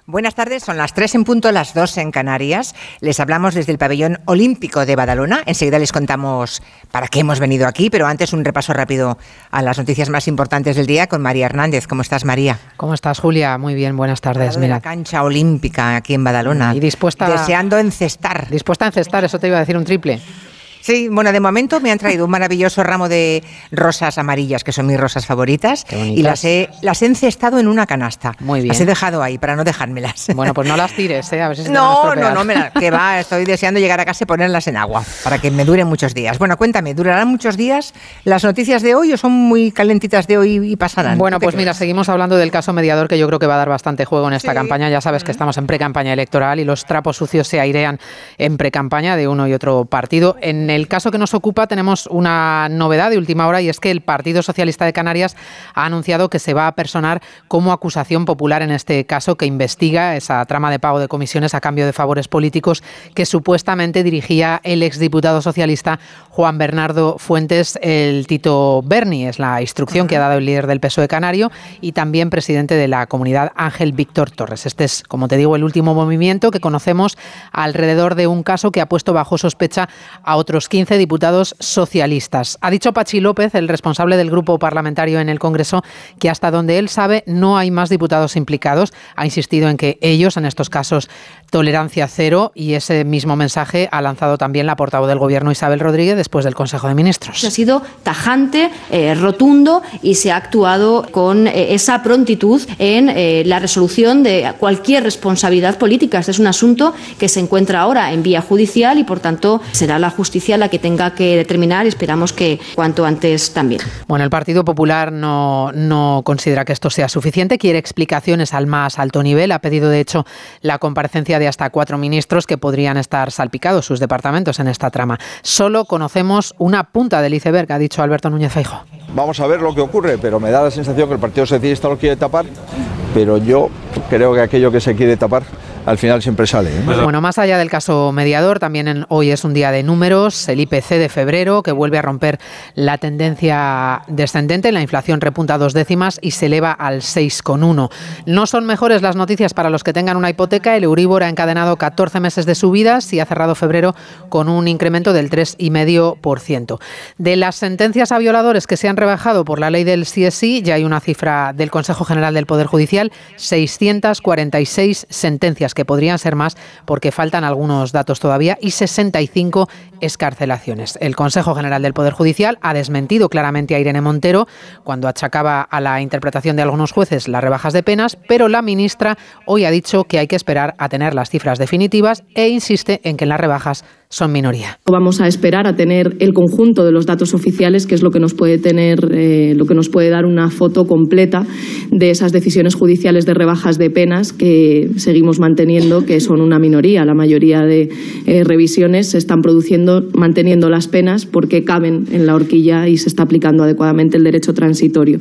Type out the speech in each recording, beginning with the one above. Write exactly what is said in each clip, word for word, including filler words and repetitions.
Buenas tardes, son las tres en punto, las dos en Canarias. Les hablamos desde el pabellón olímpico de Badalona. Enseguida les contamos para qué hemos venido aquí, pero antes un repaso rápido a las noticias más importantes del día con María Hernández. ¿Cómo estás, María? ¿Cómo estás, Julia? Muy bien, buenas tardes. Mira, la cancha olímpica aquí en Badalona. Y dispuesta... Deseando encestar. Dispuesta a encestar, eso te iba a decir, un triple. Sí, bueno, de momento me han traído un maravilloso ramo de rosas amarillas, que son mis rosas favoritas, y las he, las he encestado en una canasta. Muy bien. Las he dejado ahí para no dejármelas. Bueno, pues no las tires, ¿eh? A ver si se No, no, no, me la, que va, estoy deseando llegar a casa y ponerlas en agua, para que me duren muchos días. Bueno, cuéntame, ¿durarán muchos días las noticias de hoy o son muy calentitas de hoy y pasarán? Bueno, pues crees? mira, seguimos hablando del caso mediador, que yo creo que va a dar bastante juego en esta sí. campaña. Ya sabes que estamos en pre-campaña electoral y los trapos sucios se airean en pre-campaña de uno y otro partido. En el caso que nos ocupa tenemos una novedad de última hora, y es que el Partido Socialista de Canarias ha anunciado que se va a personar como acusación popular en este caso, que investiga esa trama de pago de comisiones a cambio de favores políticos que supuestamente dirigía el exdiputado socialista Juan Bernardo Fuentes, el Tito Berni. Es la instrucción que ha dado el líder del P S O E canario y también presidente de la comunidad, Ángel Víctor Torres. Este es, como te digo, el último movimiento que conocemos alrededor de un caso que ha puesto bajo sospecha a otros quince diputados socialistas. Ha dicho Pachi López, el responsable del grupo parlamentario en el Congreso, que hasta donde él sabe no hay más diputados implicados. Ha insistido en que ellos, en estos casos, tolerancia cero, y ese mismo mensaje ha lanzado también la portavoz del Gobierno, Isabel Rodríguez, después del Consejo de Ministros. Ha sido tajante, eh, rotundo, y se ha actuado con eh, esa prontitud en eh, la resolución de cualquier responsabilidad política. Este es un asunto que se encuentra ahora en vía judicial y, por tanto, será la justicia la que tenga que determinar, y esperamos que cuanto antes también. Bueno, el Partido Popular no, no considera que esto sea suficiente, quiere explicaciones al más alto nivel. Ha pedido, de hecho, la comparecencia de hasta cuatro ministros que podrían estar salpicados sus departamentos en esta trama. Solo conocemos una punta del iceberg, ha dicho Alberto Núñez Feijóo. Vamos a ver lo que ocurre, pero me da la sensación que el Partido Socialista lo quiere tapar, pero yo creo que aquello que se quiere tapar al final siempre sale, ¿eh? Bueno, más allá del caso mediador, también en, hoy es un día de números, el I P C de febrero, que vuelve a romper la tendencia descendente, la inflación repunta a dos décimas y se eleva al seis coma uno. No son mejores las noticias para los que tengan una hipoteca. El Euribor ha encadenado catorce meses de subidas y ha cerrado febrero con un incremento del tres coma cinco por ciento. De las sentencias a violadores que se han rebajado por la ley del sí es sí, ya hay una cifra del Consejo General del Poder Judicial, seiscientas cuarenta y seis sentencias, que podrían ser más porque faltan algunos datos todavía, y sesenta y cinco excarcelaciones. El Consejo General del Poder Judicial ha desmentido claramente a Irene Montero cuando achacaba a la interpretación de algunos jueces las rebajas de penas, pero la ministra hoy ha dicho que hay que esperar a tener las cifras definitivas e insiste en que las rebajas son minoría. Vamos a esperar a tener el conjunto de los datos oficiales, que es lo que nos puede tener, eh, lo que nos puede dar una foto completa de esas decisiones judiciales de rebajas de penas que seguimos manteniendo, que son una minoría. La mayoría de eh, revisiones se están produciendo manteniendo las penas porque caben en la horquilla y se está aplicando adecuadamente el derecho transitorio.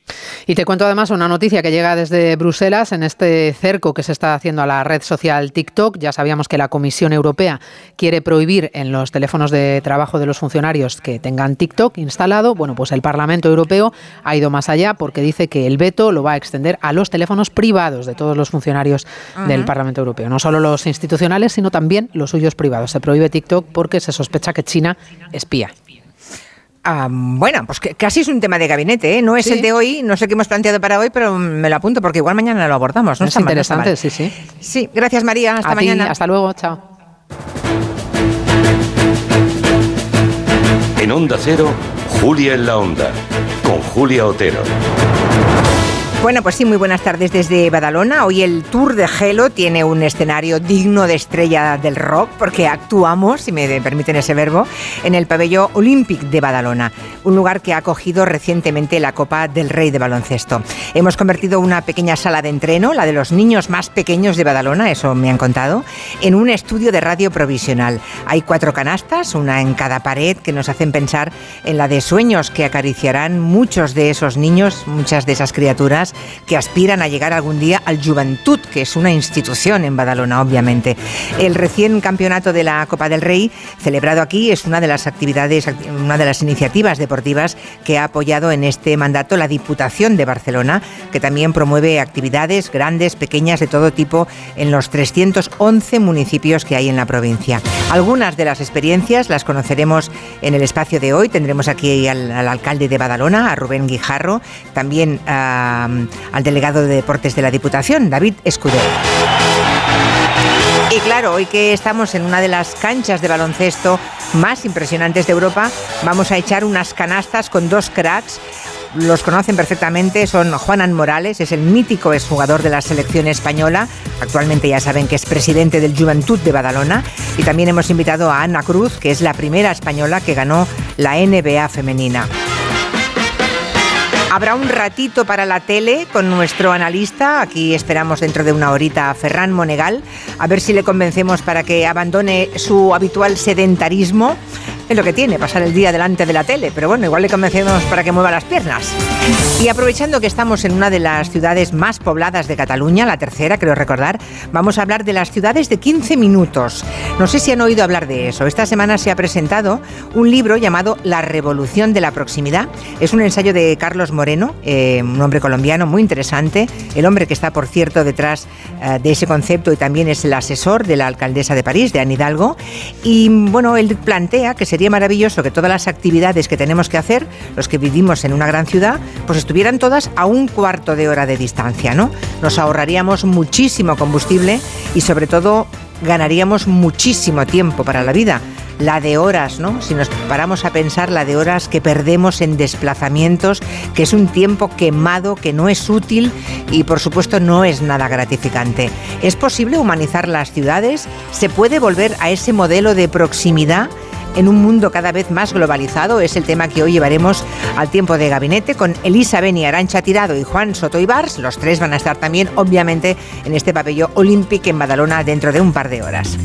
Y te cuento además una noticia que llega desde Bruselas en este cerco que se está haciendo a la red social TikTok. Ya sabíamos que la Comisión Europea quiere prohibir en los teléfonos de trabajo de los funcionarios que tengan TikTok instalado. Bueno, pues el Parlamento Europeo ha ido más allá porque dice que el veto lo va a extender a los teléfonos privados de todos los funcionarios uh-huh. del Parlamento Europeo. No solo los institucionales, sino también los suyos privados. Se prohíbe TikTok porque se sospecha que China espía. Ah, bueno, pues que casi es un tema de gabinete, ¿eh? No es sí. el de hoy, no sé qué hemos planteado para hoy, pero me lo apunto porque igual mañana lo abordamos. No es está interesante, mal, no sí, sí. Sí, gracias María, hasta A mañana. Ti, hasta luego, chao. En Onda Cero, Julia en la Onda, con Julia Otero. Bueno, pues sí, muy buenas tardes desde Badalona. Hoy el Tour de Gelo tiene un escenario digno de estrella del rock porque actuamos, si me permiten ese verbo, en el pabellón olímpico de Badalona, un lugar que ha acogido recientemente la Copa del Rey de baloncesto. Hemos convertido una pequeña sala de entreno, la de los niños más pequeños de Badalona, eso me han contado, en un estudio de radio provisional. Hay cuatro canastas, una en cada pared, que nos hacen pensar en la de sueños que acariciarán muchos de esos niños, muchas de esas criaturas, deportivas que aspiran a llegar algún día al Joventut, que es una institución en Badalona, obviamente. El recién campeonato de la Copa del Rey, celebrado aquí, es una de las actividades, una de las iniciativas deportivas que ha apoyado en este mandato la Diputación de Barcelona, que también promueve actividades grandes, pequeñas, de todo tipo en los trescientos once municipios que hay en la provincia. Algunas de las experiencias las conoceremos en el espacio de hoy. Tendremos aquí al, al alcalde de Badalona, a Rubén Guijarro, también uh, al delegado de Deportes de la Diputación, David Escudero. Y claro, hoy que estamos en una de las canchas de baloncesto más impresionantes de Europa, vamos a echar unas canastas con dos cracks. Los conocen perfectamente, son Juanan Morales, es el mítico exjugador de la selección española, actualmente ya saben que es presidente del Joventut de Badalona, y también hemos invitado a Ana Cruz, que es la primera española que ganó la N B A femenina. Habrá un ratito para la tele con nuestro analista. Aquí esperamos dentro de una horita a Ferran Monegal, a ver si le convencemos para que abandone su habitual sedentarismo. Es lo que tiene, pasar el día delante de la tele, pero bueno, igual le convencemos para que mueva las piernas. Y aprovechando que estamos en una de las ciudades más pobladas de Cataluña, la tercera, creo recordar, vamos a hablar de las ciudades de quince minutos. No sé si han oído hablar de eso. Esta semana se ha presentado un libro llamado La Revolución de la Proximidad. Es un ensayo de Carlos Moreno, eh, un hombre colombiano muy interesante, el hombre que está, por cierto, detrás eh, de ese concepto y también es el asesor de la alcaldesa de París, de Anne Hidalgo. Y bueno, él plantea que se Sería maravilloso que todas las actividades que tenemos que hacer, los que vivimos en una gran ciudad, pues estuvieran todas a un cuarto de hora de distancia, ¿no? Nos ahorraríamos muchísimo combustible y sobre todo ganaríamos muchísimo tiempo para la vida. La de horas, ¿no? Si nos paramos a pensar, la de horas que perdemos en desplazamientos, que es un tiempo quemado, que no es útil y, por supuesto, no es nada gratificante. ¿Es posible humanizar las ciudades? ¿Se puede volver a ese modelo de proximidad en un mundo cada vez más globalizado? Es el tema que hoy llevaremos al tiempo de gabinete con Elisa Beni, Arantxa Tirado y Juan Soto Ibars. Los tres van a estar también, obviamente, en este pabellón Olímpic en Badalona dentro de un par de horas.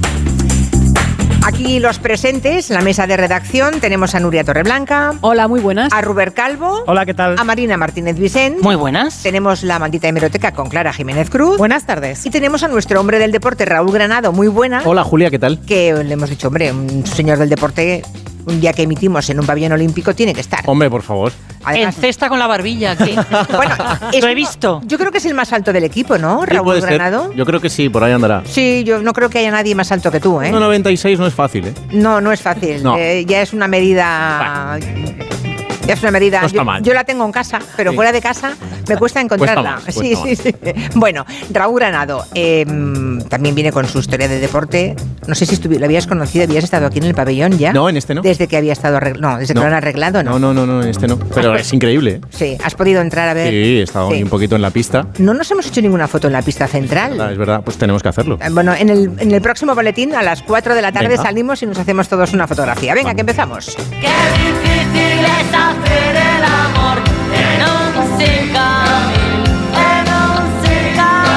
Aquí los presentes, la mesa de redacción, tenemos a Nuria Torreblanca. Hola, muy buenas. A Ruber Calvo. Hola, ¿qué tal? A Marina Martínez Vicent. Muy buenas. Tenemos la maldita hemeroteca con Clara Jiménez Cruz. Buenas tardes. Y tenemos a nuestro hombre del deporte, Raúl Granado. Muy buena. Hola, Julia, ¿qué tal? Que le hemos dicho, hombre, un señor del deporte, un día que emitimos en un pabellón olímpico, tiene que estar. Hombre, por favor. Además, en cesta con la barbilla, ¿qué? Bueno, es, lo he visto. Yo creo que es el más alto del equipo, ¿no, Sí, Raúl puede Granado? ser. Yo creo que sí, por ahí andará. Sí, yo no creo que haya nadie más alto que tú, ¿eh? uno noventa y seis no es fácil, ¿eh? No, no es fácil. No. Eh, ya es una medida... Ya es una medida. No está yo, mal. yo la tengo en casa, pero Sí. fuera de casa me cuesta encontrarla. Cuesta más, sí, cuesta sí, sí. Bueno, Raúl Granado eh, también viene con su historia de deporte. No sé si estuvi- lo habías conocido, habías estado aquí en el pabellón ya. No, en este no. Desde que había estado arreglado. No, desde No. que lo han arreglado, ¿no? No, no, no, no, en este no. Pero es increíble, ¿eh? Sí, has podido entrar a ver. Sí, he estado Sí. ahí un poquito en la pista. No nos hemos hecho ninguna foto en la pista central. Ah, es verdad, pues tenemos que hacerlo. Eh, Bueno, en el, en el próximo boletín a las cuatro de la tarde Venga. salimos y nos hacemos todos una fotografía. Venga, Vamos. que empezamos. Qué difícil es hacer el amor en un sin camino, en un sin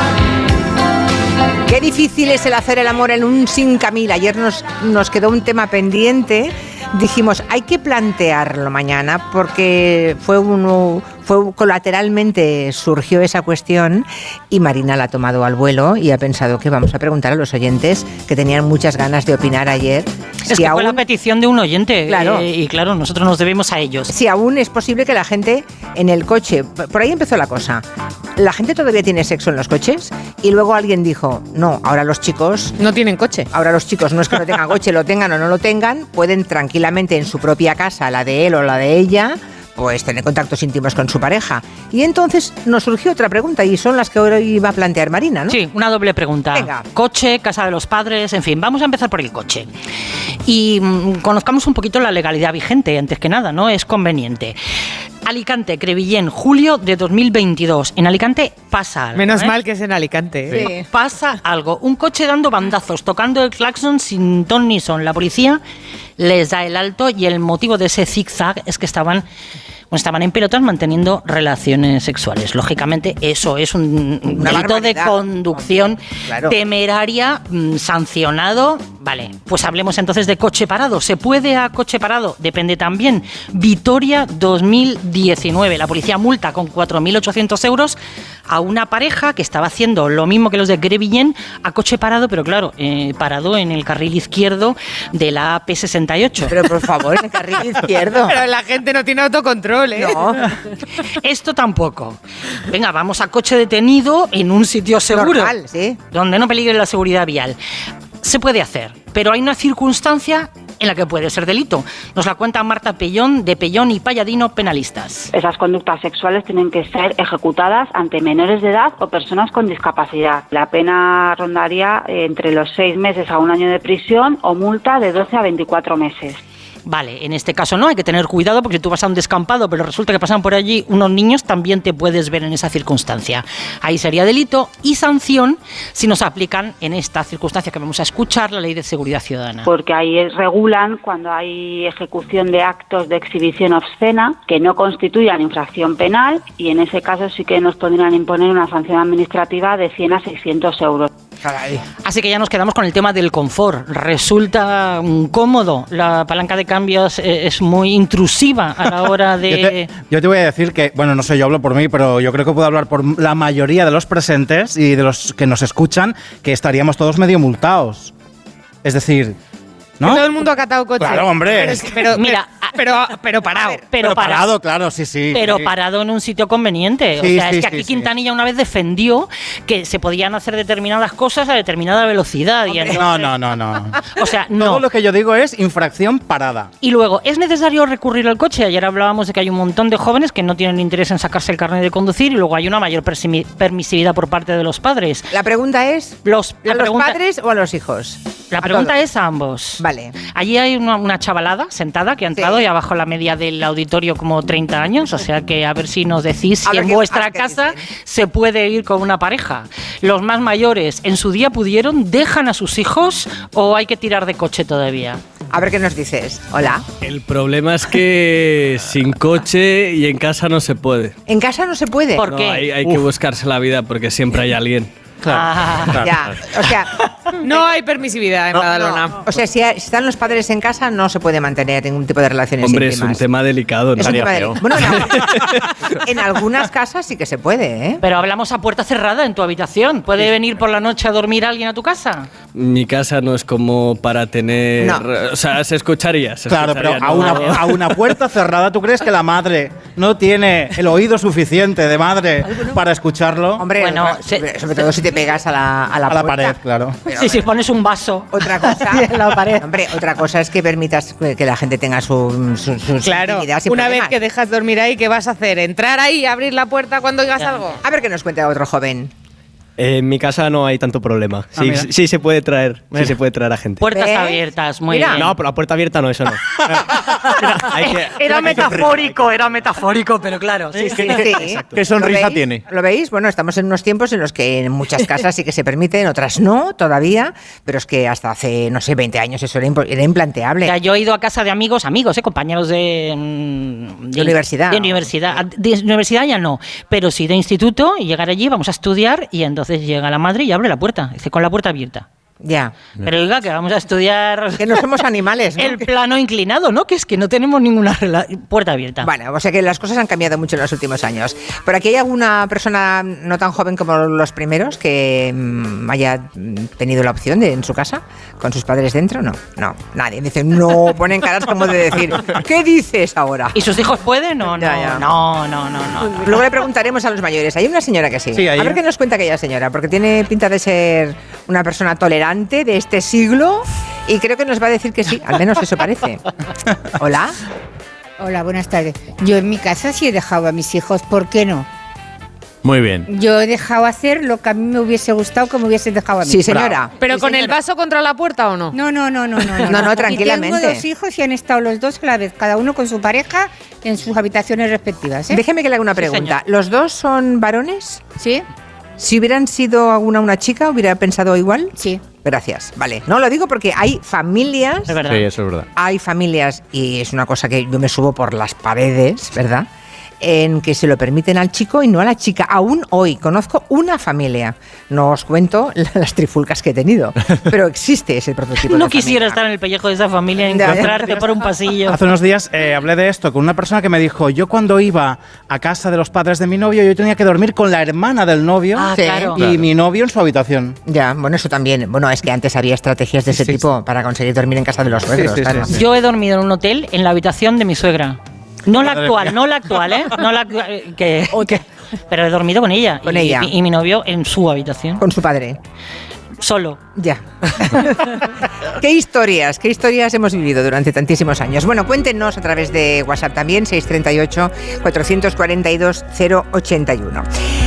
camino. Qué difícil es el hacer el amor en un sin camil. Ayer nos, nos quedó un tema pendiente. Dijimos, hay que plantearlo mañana porque fue uno, fue colateralmente surgió esa cuestión y Marina la ha tomado al vuelo y ha pensado que vamos a preguntar a los oyentes que tenían muchas ganas de opinar ayer. Es que fue la petición de un oyente. Claro. eh, y claro, nosotros nos debemos a ellos. Si aún es posible que la gente en el coche, por ahí empezó la cosa, la gente todavía tiene sexo en los coches y luego alguien dijo, no, ahora los chicos... No tienen coche. Ahora los chicos no es que no tengan coche, lo tengan o no lo tengan, pueden tranquilamente en su propia casa, la de él o la de ella, pues tener contactos íntimos con su pareja. Y entonces nos surgió otra pregunta y son las que ahora iba a plantear Marina, ¿no? Sí, una doble pregunta. Venga. Coche, casa de los padres, en fin, vamos a empezar por el coche. Y mm, conozcamos un poquito la legalidad vigente, antes que nada, ¿no? Es conveniente. Alicante, Crevillén, julio de dos mil veintidós. En Alicante pasa algo. Menos ¿eh? mal que es en Alicante. ¿eh? Sí. Pasa algo. Un coche dando bandazos, tocando el claxon sin ton ni son. La policía les da el alto y el motivo de ese zigzag es que estaban... Bueno, estaban en pelotas manteniendo relaciones sexuales. Lógicamente, eso es un Una delito de barbaridad. conducción Claro. temeraria, mm, sancionado Vale, pues hablemos entonces de coche parado. ¿Se puede a coche parado? Depende también. Vitoria dos mil diecinueve. La policía multa con cuatro mil ochocientos euros a una pareja que estaba haciendo lo mismo que los de Crevillent a coche parado, pero claro, eh, parado en el carril izquierdo de la A P sesenta y ocho. Pero por favor, en el carril izquierdo. Pero la gente no tiene autocontrol, ¿eh? No. Esto tampoco. Venga, vamos a coche detenido en un sitio seguro. Normal, sí. Donde no peligre la seguridad vial. Se puede hacer, pero hay una circunstancia en la que puede ser delito. Nos la cuenta Marta Pellón, de Pellón y Palladino, penalistas. Esas conductas sexuales tienen que ser ejecutadas ante menores de edad o personas con discapacidad. La pena rondaría entre los seis meses a un año de prisión o multa de doce a veinticuatro meses. Vale, en este caso no, hay que tener cuidado porque si tú vas a un descampado pero resulta que pasan por allí unos niños, también te puedes ver en esa circunstancia. Ahí sería delito y sanción si nos aplican en esta circunstancia que vamos a escuchar la Ley de Seguridad Ciudadana. Porque ahí regulan cuando hay ejecución de actos de exhibición obscena que no constituyan infracción penal y en ese caso sí que nos podrían imponer una sanción administrativa de cien a seiscientos euros. Caray. Así que ya nos quedamos con el tema del confort. Resulta um, cómodo, la palanca de cambios eh, es muy intrusiva a la hora de... yo, te, yo te voy a decir que, bueno, no sé, yo hablo por mí, pero yo creo que puedo hablar por la mayoría de los presentes y de los que nos escuchan, que estaríamos todos medio multados. Es decir... ¿no? Todo el mundo ha catado coche. Claro, hombre. Pero, es que- pero, Mira, pero, pero parado. Pero, Pero para- parado, claro, sí, sí. Pero sí. parado en un sitio conveniente. Sí, o sea, sí, es que aquí sí, sí. Quintanilla una vez defendió que se podían hacer determinadas cosas a determinada velocidad. Y entonces- No, no, no, no. O sea, Todo no. lo que yo digo es infracción parada. Y luego, ¿es necesario recurrir al coche? Ayer hablábamos de que hay un montón de jóvenes que no tienen interés en sacarse el carnet de conducir y luego hay una mayor persimi- permisividad por parte de los padres. La pregunta es, Los, ¿a la los pregunta, padres o a los hijos? la A pregunta todos. es a ambos. Vale. Allí hay una, una chavalada sentada que ha entrado Sí. y abajo la media del auditorio como treinta años, o sea que a ver si nos decís A si ver en qué- a vuestra ver qué casa dicen. se puede ir con una pareja. Los más mayores, ¿en su día pudieron? ¿Dejan a sus hijos o hay que tirar de coche todavía? A ver qué nos dices. Hola. El problema es que sin coche y en casa no se puede. En casa no se puede. ¿Por No, qué? hay, hay que buscarse la vida porque siempre hay alguien. Ah, Claro. Ya, o sea, No hay permisividad en Badalona. no. O sea, si, si están los padres en casa no se puede mantener ningún tipo de relaciones Hombre, es íntimas. un tema delicado, ¿no? Es un Estaría tema de- feo. Bueno, en, en algunas casas sí que se puede, ¿eh? Pero hablamos a puerta cerrada en tu habitación. ¿Puede venir por la noche a dormir alguien a tu casa? Mi casa no es como para tener... No. O sea, se escucharía. Se Claro, pero escucharía, a ¿no? una, a una puerta cerrada, ¿tú crees que la madre no tiene el oído suficiente de madre para escucharlo? Hombre, Bueno, otra- se- sobre, sobre todo si te pegas a la, a la, a la puerta. pared, claro. Sí, si pones un vaso. Otra cosa, en la pared. hombre, otra cosa es que permitas que que la gente tenga su, su, su Claro, intimidad sin una vez problemas. que dejas dormir ahí, ¿qué vas a hacer? ¿Entrar ahí y abrir la puerta cuando digas algo? A ver qué nos cuenta otro joven. En mi casa no hay tanto problema. Ah, Sí, mira. sí, sí se puede traer, Mira. sí se puede traer a gente. Puertas ¿Ves? abiertas, muy Mira. bien. No, pero la puerta abierta no, eso no. Hay que- Era metafórico, era metafórico, pero claro, sí, sí. Sí. ¿Qué sonrisa ¿Lo veis? tiene? ¿Lo veis? Bueno, estamos en unos tiempos en los que en muchas casas sí que se permiten, otras no, todavía, pero es que hasta hace, no sé, veinte años eso era, impo- era O implanteable. sea, yo he ido a casa de amigos, amigos, eh, compañeros de, mm, De universidad. De universidad. De universidad ya no, pero sí de instituto, y llegar allí, vamos a estudiar, y entonces llega la madre y abre la puerta, dice, con la puerta abierta. Ya. Pero oiga, que vamos a estudiar Que no somos animales, ¿no? el plano inclinado, ¿no? Que es que no tenemos ninguna rela- puerta abierta. Bueno, o sea que las cosas han cambiado mucho en los últimos años. ¿Por aquí hay alguna persona no tan joven como los primeros que mm, haya mm, tenido la opción de en su casa con sus padres dentro? No, no, nadie. Dice, no, ponen caras como de decir, ¿qué dices ahora? ¿Y sus hijos pueden? No, no, Ya, ya. no, no, no, no. Luego le preguntaremos a los mayores. Hay una señora que sí. Sí, hay a ver una. qué nos cuenta aquella señora, porque tiene pinta de ser una persona tolerante de este siglo y creo que nos va a decir que sí, al menos eso parece. Hola. Hola, buenas tardes. Yo en mi casa sí he dejado a mis hijos, ¿por qué no? Muy bien. Yo he dejado hacer lo que a mí me hubiese gustado que me hubiesen dejado a mí. Sí, señora. ¿Pero Sí, con el señora. vaso contra la puerta o no? No, no, no, no, no. No, no, Y tranquilamente. tengo dos hijos y han estado los dos a la vez, cada uno con su pareja en sus habitaciones respectivas. ¿eh? Déjeme que le haga una Sí, pregunta. señor. ¿Los dos son varones? ¿Sí? Si hubieran sido alguna una chica, ¿hubiera pensado igual? Sí. Gracias. Vale. No, lo digo porque hay familias... Es verdad. Sí, eso es verdad. Hay familias, y es una cosa que yo me subo por las paredes, ¿verdad? en que se lo permiten al chico y no a la chica. Aún hoy conozco una familia. No os cuento las trifulcas que he tenido, pero existe ese prototipo. No de quisiera familia. estar en el pellejo de esa familia y Ya, ya. encontrarte por un pasillo. Hace unos días eh, hablé de esto con una persona que me dijo, yo cuando iba a casa de los padres de mi novio, yo tenía que dormir con la hermana del novio Ah, claro. y Claro. mi novio en su habitación. Ya, bueno, eso también. Bueno, es que antes había estrategias de ese Sí, tipo para conseguir dormir en casa de los suegros, sí, sí, claro. sí. Yo he dormido en un hotel en la habitación de mi suegra. No la actual, no la actual, ¿eh? No la actua- eh, que, que- pero he dormido con ella. Con y, ella. Y, y mi novio en su habitación. Con su padre. Solo. Ya. ¿Qué historias, qué historias hemos vivido durante tantísimos años? Bueno, cuéntenos a través de WhatsApp también, seis tres ocho, cuatro cuatro dos, cero ocho uno.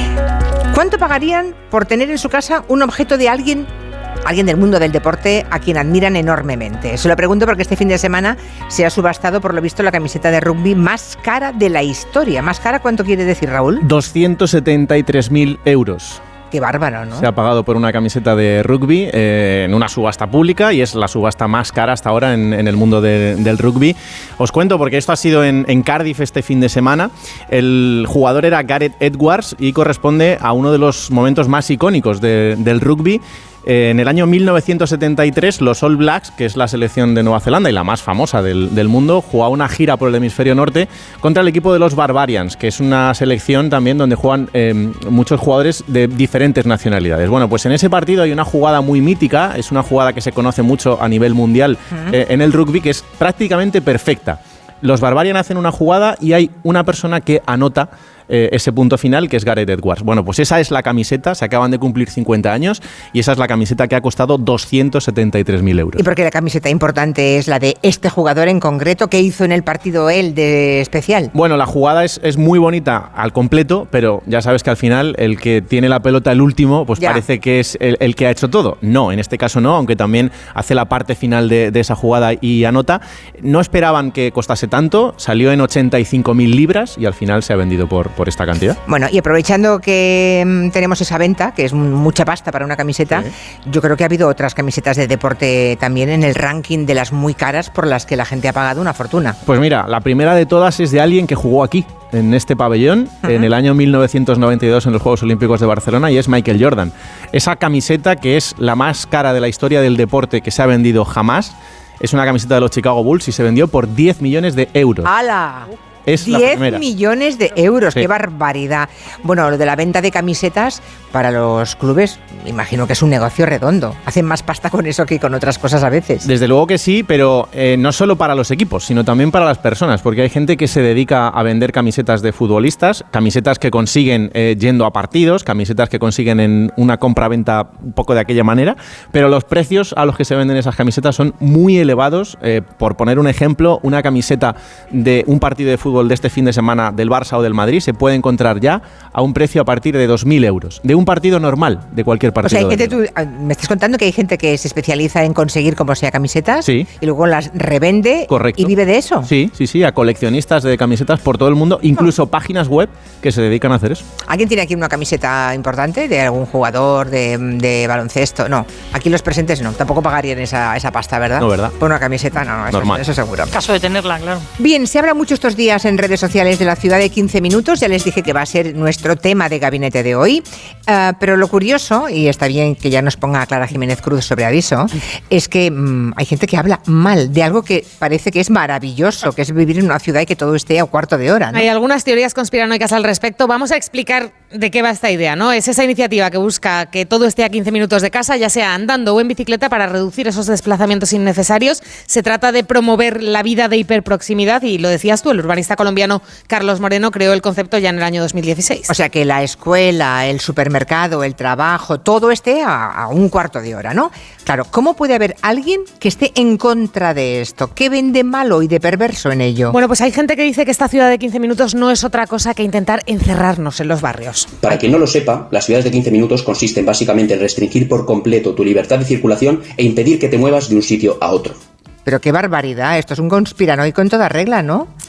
¿Cuánto pagarían por tener en su casa un objeto de alguien, alguien del mundo del deporte a quien admiran enormemente? Se lo pregunto porque este fin de semana se ha subastado, por lo visto, la camiseta de rugby más cara de la historia. ¿Más cara cuánto quiere decir, Raúl? doscientos setenta y tres mil euros. Qué bárbaro, ¿no? Se ha pagado por una camiseta de rugby eh, en una subasta pública y es la subasta más cara hasta ahora en, en el mundo de- del rugby. Os cuento porque esto ha sido en, en Cardiff este fin de semana. El jugador era Gareth Edwards y corresponde a uno de los momentos más icónicos de- del rugby. Eh, en el año mil novecientos setenta y tres, los All Blacks, que es la selección de Nueva Zelanda y la más famosa del, del mundo, jugaba una gira por el hemisferio norte contra el equipo de los Barbarians, que es una selección también donde juegan eh, muchos jugadores de diferentes nacionalidades. Bueno, pues en ese partido hay una jugada muy mítica, es una jugada que se conoce mucho a nivel mundial eh, en el rugby, que es prácticamente perfecta. Los Barbarians hacen una jugada y hay una persona que anota eh, ese punto final, que es Gareth Edwards. Bueno, pues esa es la camiseta, se acaban de cumplir cincuenta años y esa es la camiseta que ha costado doscientos setenta y tres mil euros. Y porque la camiseta importante es la de este jugador en concreto, ¿qué hizo en el partido él de especial? Bueno, la jugada es, es muy bonita al completo, pero ya sabes que al final el que tiene la pelota el último, pues Ya. parece que es el, el que ha hecho todo. No, en este caso no, aunque también hace la parte final de, de esa jugada y anota. No esperaban que costase tanto, salió en ochenta y cinco mil libras y al final se ha vendido por, por esta cantidad. Bueno, y aprovechando que mm, tenemos esa venta, que es mucha pasta para una camiseta, yo creo que ha habido otras camisetas de deporte también en el ranking de las muy caras por las que la gente ha pagado una fortuna. Pues mira, la primera de todas es de alguien que jugó aquí, en este pabellón, uh-huh. en el año mil novecientos noventa y dos en los Juegos Olímpicos de Barcelona, y es Michael Jordan. Esa camiseta, que es la más cara de la historia del deporte que se ha vendido jamás, es una camiseta de los Chicago Bulls y se vendió por diez millones de euros. ¡Hala! Es la diez primera. millones de euros, Sí. qué barbaridad. Bueno, lo de la venta de camisetas para los clubes, me imagino que es un negocio redondo. Hacen más pasta con eso que con otras cosas a veces. Desde luego que sí, pero eh, no solo para los equipos, sino también para las personas, porque hay gente que se dedica a vender camisetas de futbolistas, camisetas que consiguen eh, yendo a partidos, camisetas que consiguen en una compra-venta un poco de aquella manera, pero los precios a los que se venden esas camisetas son muy elevados. Eh, por poner un ejemplo, una camiseta de un partido de fútbol de este fin de semana del Barça o del Madrid se puede encontrar ya a un precio a partir de dos mil euros, de un partido normal, de cualquier O partido. sea, hay de gente, tú, ah, me estás contando que hay gente que se especializa en conseguir como sea camisetas Sí. y luego las revende. Correcto. ¿Y vive de eso? Sí, sí, sí, a coleccionistas de camisetas por todo el mundo, incluso páginas web que se dedican a hacer eso. ¿Alguien tiene aquí una camiseta importante de algún jugador de, de baloncesto? No, aquí los presentes no, tampoco pagarían esa, esa pasta, ¿verdad? No, ¿verdad? Por una camiseta, no, no, eso, Normal. eso seguro. Caso de tenerla, claro. Bien, se habla mucho estos días en redes sociales de la ciudad de quince minutos, ya les dije que va a ser nuestro tema de gabinete de hoy, uh, pero lo curioso, y está bien que ya nos ponga Clara Jiménez Cruz sobre aviso, es que um, hay gente que habla mal de algo que parece que es maravilloso, que es vivir en una ciudad y que todo esté a un cuarto de hora, ¿no? Hay algunas teorías conspiranoicas al respecto. Vamos a explicar de qué va esta idea, ¿no? Es esa iniciativa que busca que todo esté a quince minutos de casa, ya sea andando o en bicicleta, para reducir esos desplazamientos innecesarios. Se trata de promover la vida de hiperproximidad y lo decías tú, el urbanista colombiano Carlos Moreno creó el concepto ya en el año dos mil dieciséis. O sea, que la escuela, el supermercado, el trabajo, todo esté a, a un cuarto de hora, ¿no? Claro, ¿cómo puede haber alguien que esté en contra de esto? ¿Qué ven de malo y de perverso en ello? Bueno, pues hay gente que dice que esta ciudad de quince minutos no es otra cosa que intentar encerrarnos en los barrios. Para quien no lo sepa, las ciudades de quince minutos consisten básicamente en restringir por completo tu libertad de circulación e impedir que te muevas de un sitio a otro. Pero qué barbaridad, esto es un conspiranoico en toda regla, ¿no?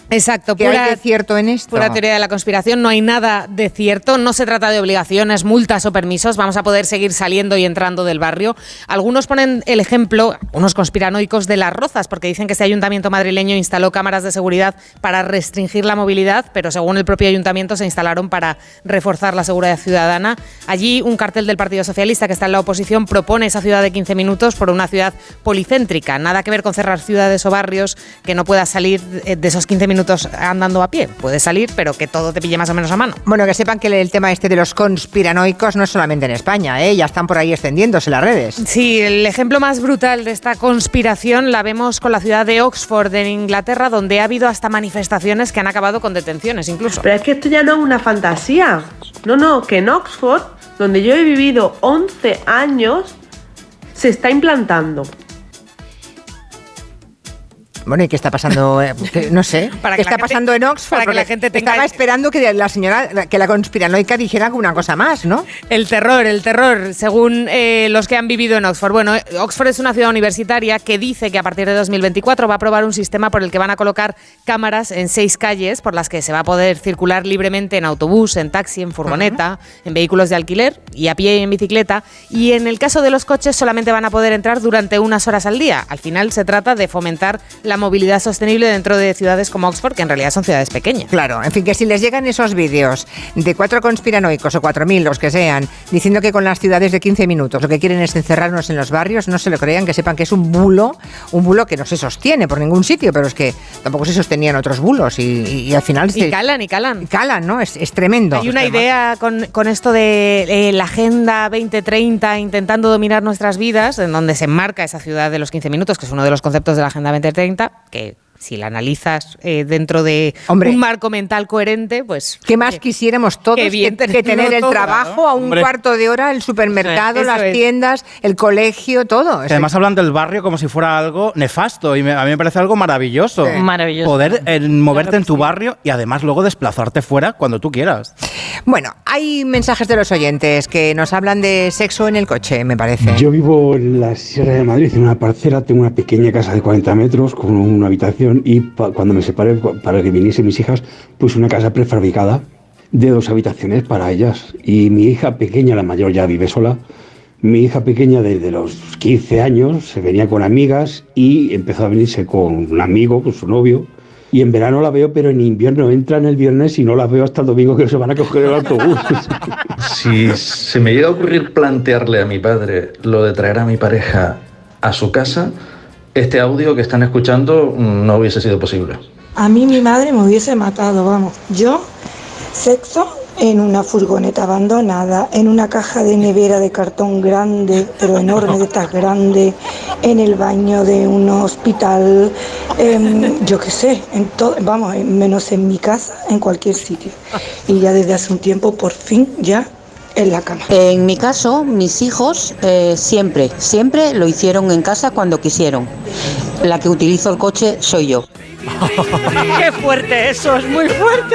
Exacto, ¿Qué pura, hay de cierto en esto? Pura teoría de la conspiración, no hay nada de cierto, no se trata de obligaciones, multas o permisos, vamos a poder seguir saliendo y entrando del barrio. Algunos ponen el ejemplo, unos conspiranoicos, de Las Rozas, porque dicen que este ayuntamiento madrileño instaló cámaras de seguridad para restringir la movilidad, pero según el propio ayuntamiento se instalaron para reforzar la seguridad ciudadana. Allí un cartel del Partido Socialista, que está en la oposición, propone esa ciudad de quince minutos por una ciudad policéntrica, nada que ver con cerrar ciudades o barrios, que no puedas salir de esos quince minutos andando a pie. Puedes salir, pero que todo te pille más o menos a mano. Bueno, que sepan que el tema este de los conspiranoicos no es solamente en España, ¿eh? Ya están por ahí extendiéndose las redes. Sí, el ejemplo más brutal de esta conspiración la vemos con la ciudad de Oxford, en Inglaterra, donde ha habido hasta manifestaciones que han acabado con detenciones incluso. Pero es que esto ya no es una fantasía. No, no, que en Oxford, donde yo he vivido once años, se está implantando. Bueno, ¿y qué está pasando? Eh, no sé. Para ¿Qué que está gente, pasando en Oxford? Para que la gente tenga... Estaba esperando que la señora, que la conspiranoica dijera alguna cosa más, ¿no? El terror, el terror, según eh, los que han vivido en Oxford. Bueno, Oxford es una ciudad universitaria que dice que a partir de dos mil veinticuatro va a aprobar un sistema por el que van a colocar cámaras en seis calles por las que se va a poder circular libremente en autobús, en taxi, en furgoneta, uh-huh. en vehículos de alquiler y a pie y en bicicleta. Y en el caso de los coches solamente van a poder entrar durante unas horas al día. Al final se trata de fomentar la movilidad sostenible dentro de ciudades como Oxford, que en realidad son ciudades pequeñas. Claro, en fin, que si les llegan esos vídeos de cuatro conspiranoicos o cuatro mil, los que sean, diciendo que con las ciudades de quince minutos lo que quieren es encerrarnos en los barrios, no se lo crean, que sepan que es un bulo, un bulo que no se sostiene por ningún sitio, pero es que tampoco se sostenían otros bulos y, y, y al final... Y se, calan, y calan. Calan, ¿no? Es, es tremendo. Hay una es idea con, con esto de eh, la Agenda veinte treinta intentando dominar nuestras vidas, en donde se enmarca esa ciudad de los quince minutos, que es uno de los conceptos de la Agenda veinte treinta, que si la analizas eh, dentro de Hombre, un marco mental coherente, pues... ¿Qué más eh, quisiéramos todos que, que, que tener el todo, trabajo claro. a un Hombre. cuarto de hora, el supermercado, eso las es. tiendas, el colegio, todo? Que además hablan del barrio como si fuera algo nefasto y me, a mí me parece algo maravilloso. Sí. Maravilloso. Poder eh, moverte en tu sí. barrio y además luego desplazarte fuera cuando tú quieras. Bueno, hay mensajes de los oyentes que nos hablan de sexo en el coche, me parece. Yo vivo en la Sierra de Madrid, en una parcela, tengo una pequeña casa de cuarenta metros con una habitación y pa- cuando me separé, para que viniesen mis hijas, puse una casa prefabricada de dos habitaciones para ellas. Y mi hija pequeña, la mayor ya vive sola, mi hija pequeña desde los quince años se venía con amigas y empezó a venirse con un amigo, con su novio. Y en verano la veo, pero en invierno entran el viernes y no la veo hasta el domingo que se van a coger el autobús. Si se me llega a ocurrir plantearle a mi padre lo de traer a mi pareja a su casa, este audio que están escuchando no hubiese sido posible. A mí mi madre me hubiese matado, vamos. Yo, sexo en una furgoneta abandonada, en una caja de nevera de cartón grande, pero enorme, de estas grandes, en el baño de un hospital, eh, yo qué sé, en todo, vamos, menos en mi casa, en cualquier sitio. Y ya desde hace un tiempo, por fin, ya en la cama. En mi caso, mis hijos eh, siempre, siempre lo hicieron en casa cuando quisieron. La que utilizo el coche soy yo. ¡Qué fuerte eso! ¡Es muy fuerte!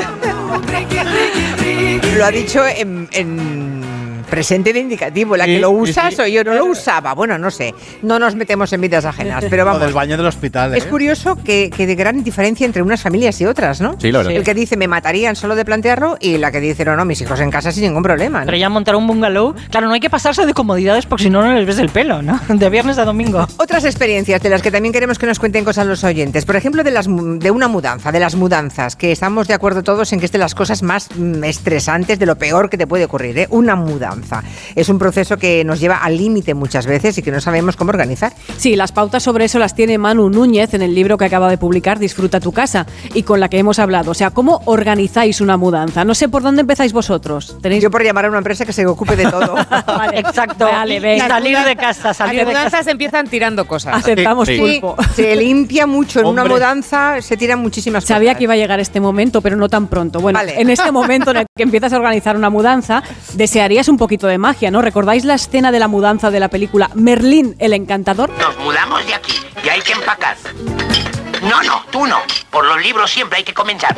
Lo ha dicho en, en presente de indicativo. La que sí, lo usa sí, sí. soy yo, no lo usaba. Bueno, no sé. No nos metemos en vidas ajenas, pero vamos. O del baño del hospital, ¿eh? Es curioso que, que de gran diferencia entre unas familias y otras, ¿no? Sí, lo verdad. El que dice me matarían solo de plantearlo y la que dice no, no, mis hijos en casa sin ningún problema, ¿no? Pero ya montar un bungalow, claro, no hay que pasarse de comodidades porque si no, no les ves el pelo, ¿no? De viernes a domingo. Otras experiencias de las que también queremos que nos cuenten cosas los oyentes. Por ejemplo, de, las, de una mudanza, de las mudanzas, que estamos de acuerdo todos en que es de las cosas más mm, estresantes, de lo peor que te puede ocurrir, ¿eh? Una mudanza. Es un proceso que nos lleva al límite muchas veces y que no sabemos cómo organizar. Sí, las pautas sobre eso las tiene Manu Núñez en el libro que acaba de publicar, Disfruta tu casa, y con la que hemos hablado. O sea, ¿cómo organizáis una mudanza? No sé por dónde empezáis vosotros. ¿Tenéis? Yo por llamar a una empresa que se ocupe de todo. Vale. Exacto. Vale, venga. Salir de casa, salir Las de mudanzas casa. empiezan tirando cosas. Aceptamos sí, pulpo. Sí, se limpia mucho en Hombre. una mudanza, se tiran muchísimas Sabía cosas. que iba a llegar este momento, pero no tan pronto. Bueno, Vale. en este momento en el que empiezas a organizar una mudanza, desearías un poquito de magia, ¿no? ¿Recordáis la escena de la mudanza de la película Merlín el Encantador? Nos mudamos de aquí y hay que empacar. No, no, tú no. Por los libros siempre hay que comenzar.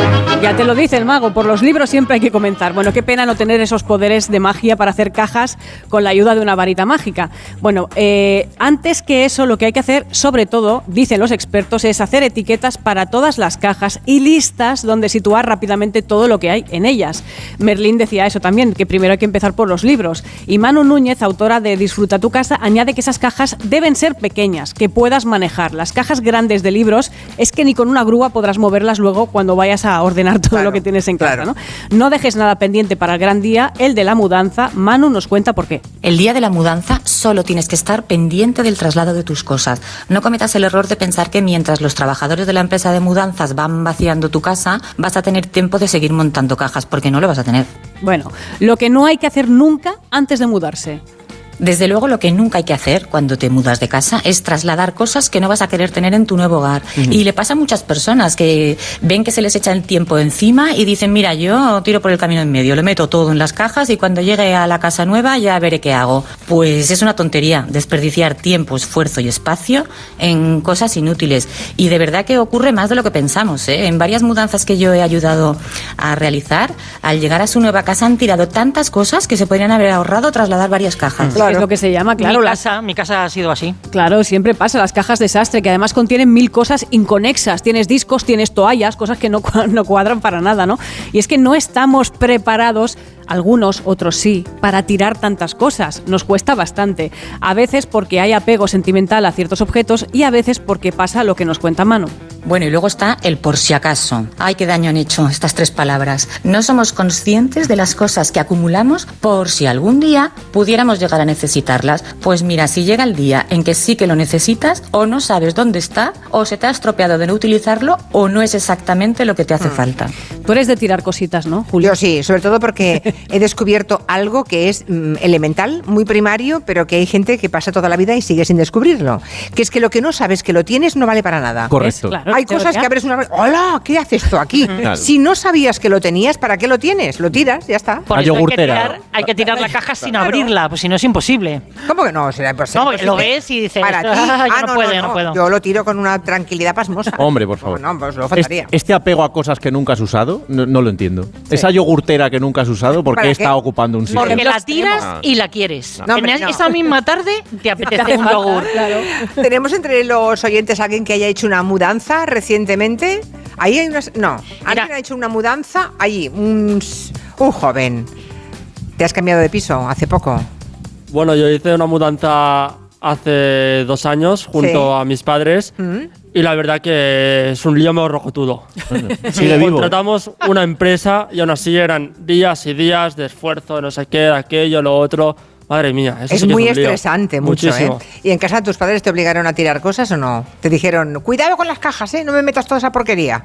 Ya te lo dice el mago, por los libros siempre hay que comenzar. Bueno, qué pena no tener esos poderes de magia para hacer cajas con la ayuda de una varita mágica. Bueno, eh, antes que eso, lo que hay que hacer, sobre todo, dicen los expertos, es hacer etiquetas para todas las cajas y listas donde situar rápidamente todo lo que hay en ellas. Merlín decía eso también, que primero hay que empezar por los libros. Y Manu Núñez, autora de Disfruta tu casa, añade que esas cajas deben ser pequeñas, que puedas manejar. Las cajas grandes de libros es que ni con una grúa podrás moverlas luego cuando vayas a ordenar todo claro, lo que tienes en casa, claro. ¿no? No dejes nada pendiente para el gran día, el de la mudanza. Manu nos cuenta por qué. El día de la mudanza solo tienes que estar pendiente del traslado de tus cosas. No cometas el error de pensar que mientras los trabajadores de la empresa de mudanzas van vaciando tu casa, vas a tener tiempo de seguir montando cajas, porque no lo vas a tener. Bueno, lo que no hay que hacer nunca antes de mudarse. Desde luego, lo que nunca hay que hacer cuando te mudas de casa es trasladar cosas que no vas a querer tener en tu nuevo hogar. Uh-huh. Y le pasa a muchas personas que ven que se les echa el tiempo encima y dicen, mira, yo tiro por el camino en medio, lo meto todo en las cajas y cuando llegue a la casa nueva ya veré qué hago. Pues es una tontería desperdiciar tiempo, esfuerzo y espacio en cosas inútiles. Y de verdad que ocurre más de lo que pensamos, ¿eh? En varias mudanzas que yo he ayudado a realizar, al llegar a su nueva casa han tirado tantas cosas que se podrían haber ahorrado trasladar varias cajas. Claro. Es lo que se llama, claro. Mi las... casa, mi casa ha sido así. Claro, siempre pasa, las cajas desastre, que además contienen mil cosas inconexas. Tienes discos, tienes toallas, cosas que no, no cuadran para nada, ¿no? Y es que no estamos preparados, algunos, otros sí, para tirar tantas cosas. Nos cuesta bastante. A veces porque hay apego sentimental a ciertos objetos y a veces porque pasa lo que nos cuenta Manu. Bueno, y luego está el por si acaso. Ay, qué daño han hecho estas tres palabras. No somos conscientes de las cosas que acumulamos por si algún día pudiéramos llegar a necesitarlas. Pues mira, si llega el día en que sí que lo necesitas, o no sabes dónde está, o se te ha estropeado de no utilizarlo, o no es exactamente lo que te hace mm. falta. Tú eres de tirar cositas, ¿no, Julio? Yo sí, sobre todo porque he descubierto algo que es mm, elemental, muy primario, pero que hay gente que pasa toda la vida y sigue sin descubrirlo. Que es que lo que no sabes que lo tienes no vale para nada. Correcto. Claro, hay cosas que abres una... ¡Hola! ¿Qué haces esto aquí? Claro. Si no sabías que lo tenías, ¿para qué lo tienes? Lo tiras, ya está. Por eso hay que, tirar, hay que tirar la caja sin claro. abrirla, pues si no es imposible. ¿Cómo que no? Será imposible. No, porque lo ves y dices, para ti. Ah, yo ah, no, no, puedo, no, yo no puedo. Yo lo tiro con una tranquilidad pasmosa. Hombre, por favor. No, no pues lo faltaría. Este apego a cosas que nunca has usado, no, no lo entiendo. Sí. Esa yogurtera que nunca has usado, ¿por qué está ocupando un sitio? Porque la tiras ah. y la quieres. No, en no. esa misma tarde te apetece un yogur. Claro. Tenemos entre los oyentes a alguien que haya hecho una mudanza recientemente. Ahí hay unas... No, alguien ha hecho una mudanza allí, un, un joven. ¿Te has cambiado de piso hace poco? Bueno, yo hice una mudanza hace dos años junto sí. a mis padres ¿Mm? y la verdad que es un lío morrocotudo. Sigue vivo. Contratamos una empresa y aún así eran días y días de esfuerzo, no sé qué, aquello, lo otro... Madre mía, eso es sí que muy es un estresante, lío. mucho, Muchísimo. ¿eh? ¿Y en casa tus padres te obligaron a tirar cosas o no? Te dijeron, cuidado con las cajas, ¿eh? No me metas toda esa porquería.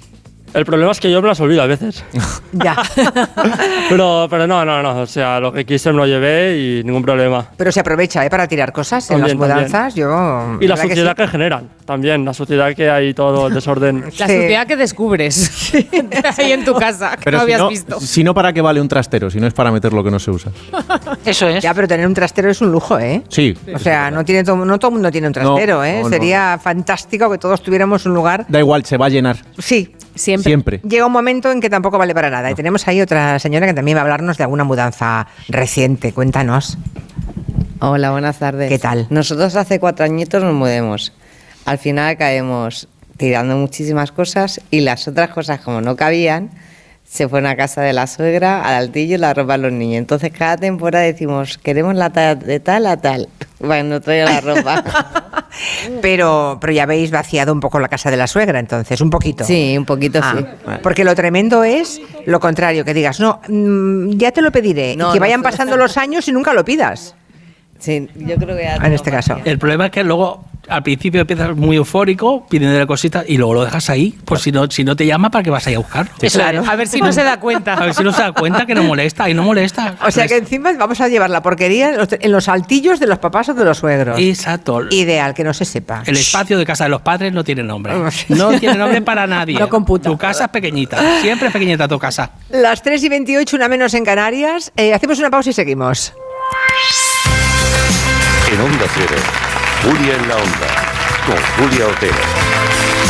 El problema es que yo me las olvido a veces. Ya. pero, pero no, no, no. O sea, lo que quise me lo llevé y ningún problema. Pero se aprovecha, ¿eh? Para tirar cosas también, en las mudanzas. También. Yo, y la suciedad que, sí. que generan. También, la suciedad que hay, todo el desorden. La sí. suciedad que descubres ahí en tu casa, que pero no si habías no, visto. Si no, ¿para qué vale un trastero? Si no es para meter lo que no se usa. Eso es. Ya, pero tener un trastero es un lujo, ¿eh? Sí. O sea, no, tiene to- no todo el mundo tiene un trastero, no, ¿eh? No, Sería no. fantástico que todos tuviéramos un lugar. Da igual, se va a llenar. Sí. Siempre. Siempre. Llega un momento en que tampoco vale para nada. No. Y tenemos ahí otra señora que también va a hablarnos de alguna mudanza reciente. Cuéntanos. Hola, buenas tardes. ¿Qué tal? Nosotros hace cuatro añitos nos mudemos. Al final caemos tirando muchísimas cosas y las otras cosas, como no cabían, se fueron a casa de la suegra, al altillo y la ropa a los niños. Entonces cada temporada decimos, queremos la talla de tal a tal. Bueno, no traigo la ropa. pero, pero ya habéis vaciado un poco la casa de la suegra, entonces, un poquito. Sí, un poquito ah, sí. Porque lo tremendo es lo contrario, que digas, no, mmm, ya te lo pediré, no, y que vayan no, pasando no. los años y nunca lo pidas. Sí, yo creo que... En este caso. El problema es que luego, al principio empiezas muy eufórico, pidiéndole cositas, y luego lo dejas ahí, por si no si no te llama, ¿para qué vas a ir a buscarlo? Sí, claro. A ver si no se da cuenta. A ver si no se da cuenta que no molesta, y no molesta. O sea que encima vamos a llevar la porquería en los altillos de los papás o de los suegros. Exacto. Ideal, que no se sepa. El espacio de casa de los padres no tiene nombre. No tiene nombre para nadie. No computa. Tu casa es pequeñita, siempre es pequeñita tu casa. Las tres y veintiocho, una menos en Canarias. Eh, hacemos una pausa y seguimos. En Onda Cero, Julia en la Onda, con Julia Otero.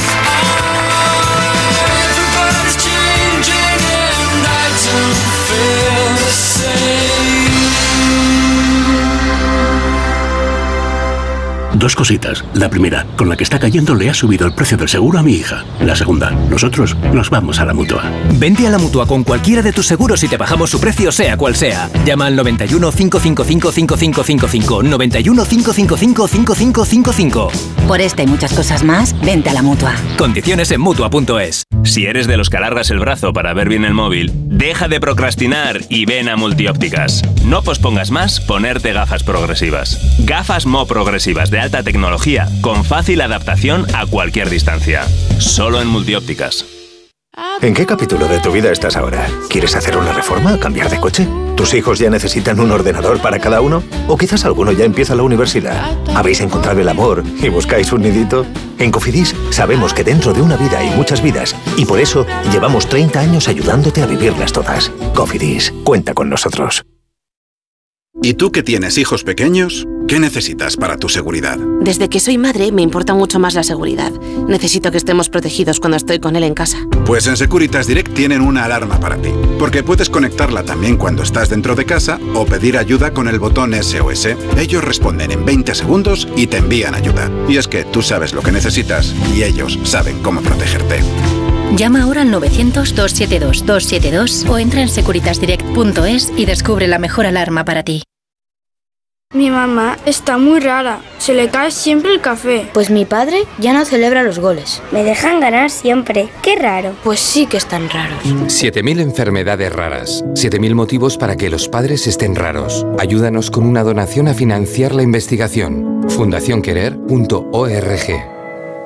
Dos cositas. La primera, con la que está cayendo le ha subido el precio del seguro a mi hija. La segunda, nosotros nos vamos a la Mutua. Vente a la Mutua con cualquiera de tus seguros y te bajamos su precio sea cual sea. Llama al noventa y uno, cinco cinco cinco, cinco cinco cinco cinco, noventa y uno, cinco cinco cinco, cinco cinco cinco cinco. Por esta y muchas cosas más, vente a la Mutua. Condiciones en Mutua punto es. Si eres de los que alargas el brazo para ver bien el móvil, deja de procrastinar y ven a Multiópticas. No pospongas más ponerte gafas progresivas. Gafas Mo progresivas de alta tecnología con fácil adaptación a cualquier distancia. Solo en Multiópticas. ¿En qué capítulo de tu vida estás ahora? ¿Quieres hacer una reforma? ¿Cambiar de coche? ¿Tus hijos ya necesitan un ordenador para cada uno? ¿O quizás alguno ya empieza la universidad? ¿Habéis encontrado el amor y buscáis un nidito? En Cofidis sabemos que dentro de una vida hay muchas vidas y por eso llevamos treinta años ayudándote a vivirlas todas. Cofidis, cuenta con nosotros. ¿Y tú que tienes hijos pequeños? ¿Qué necesitas para tu seguridad? Desde que soy madre me importa mucho más la seguridad. Necesito que estemos protegidos cuando estoy con él en casa. Pues en Securitas Direct tienen una alarma para ti, porque puedes conectarla también cuando estás dentro de casa o pedir ayuda con el botón S O S. Ellos responden en veinte segundos y te envían ayuda. Y es que tú sabes lo que necesitas y ellos saben cómo protegerte. Llama ahora al novecientos, doscientos setenta y dos, doscientos setenta y dos o entra en securitas direct punto es y descubre la mejor alarma para ti. Mi mamá está muy rara, se le cae siempre el café. Pues mi padre ya no celebra los goles. Me dejan ganar siempre, qué raro. Pues sí que están raros. siete mil enfermedades raras, siete mil motivos para que los padres estén raros. Ayúdanos con una donación a financiar la investigación. fundación querer punto org.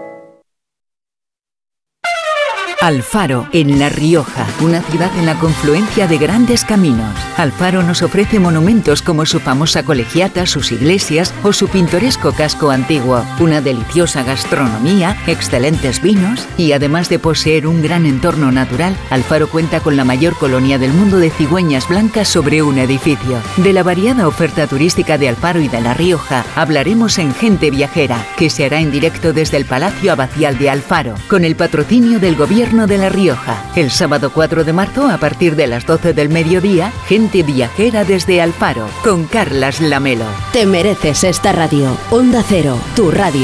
Alfaro, en La Rioja, una ciudad en la confluencia de grandes caminos. Alfaro nos ofrece monumentos como su famosa colegiata, sus iglesias o su pintoresco casco antiguo, una deliciosa gastronomía, excelentes vinos y además de poseer un gran entorno natural, Alfaro cuenta con la mayor colonia del mundo de cigüeñas blancas sobre un edificio. De la variada oferta turística de Alfaro y de La Rioja hablaremos en Gente Viajera, que se hará en directo desde el Palacio Abacial de Alfaro, con el patrocinio del Gobierno de La Rioja. El sábado cuatro de marzo, a partir de las doce del mediodía, Gente Viajera desde Alfaro, con Carlas Lamelo. Te mereces esta radio. Onda Cero, tu radio.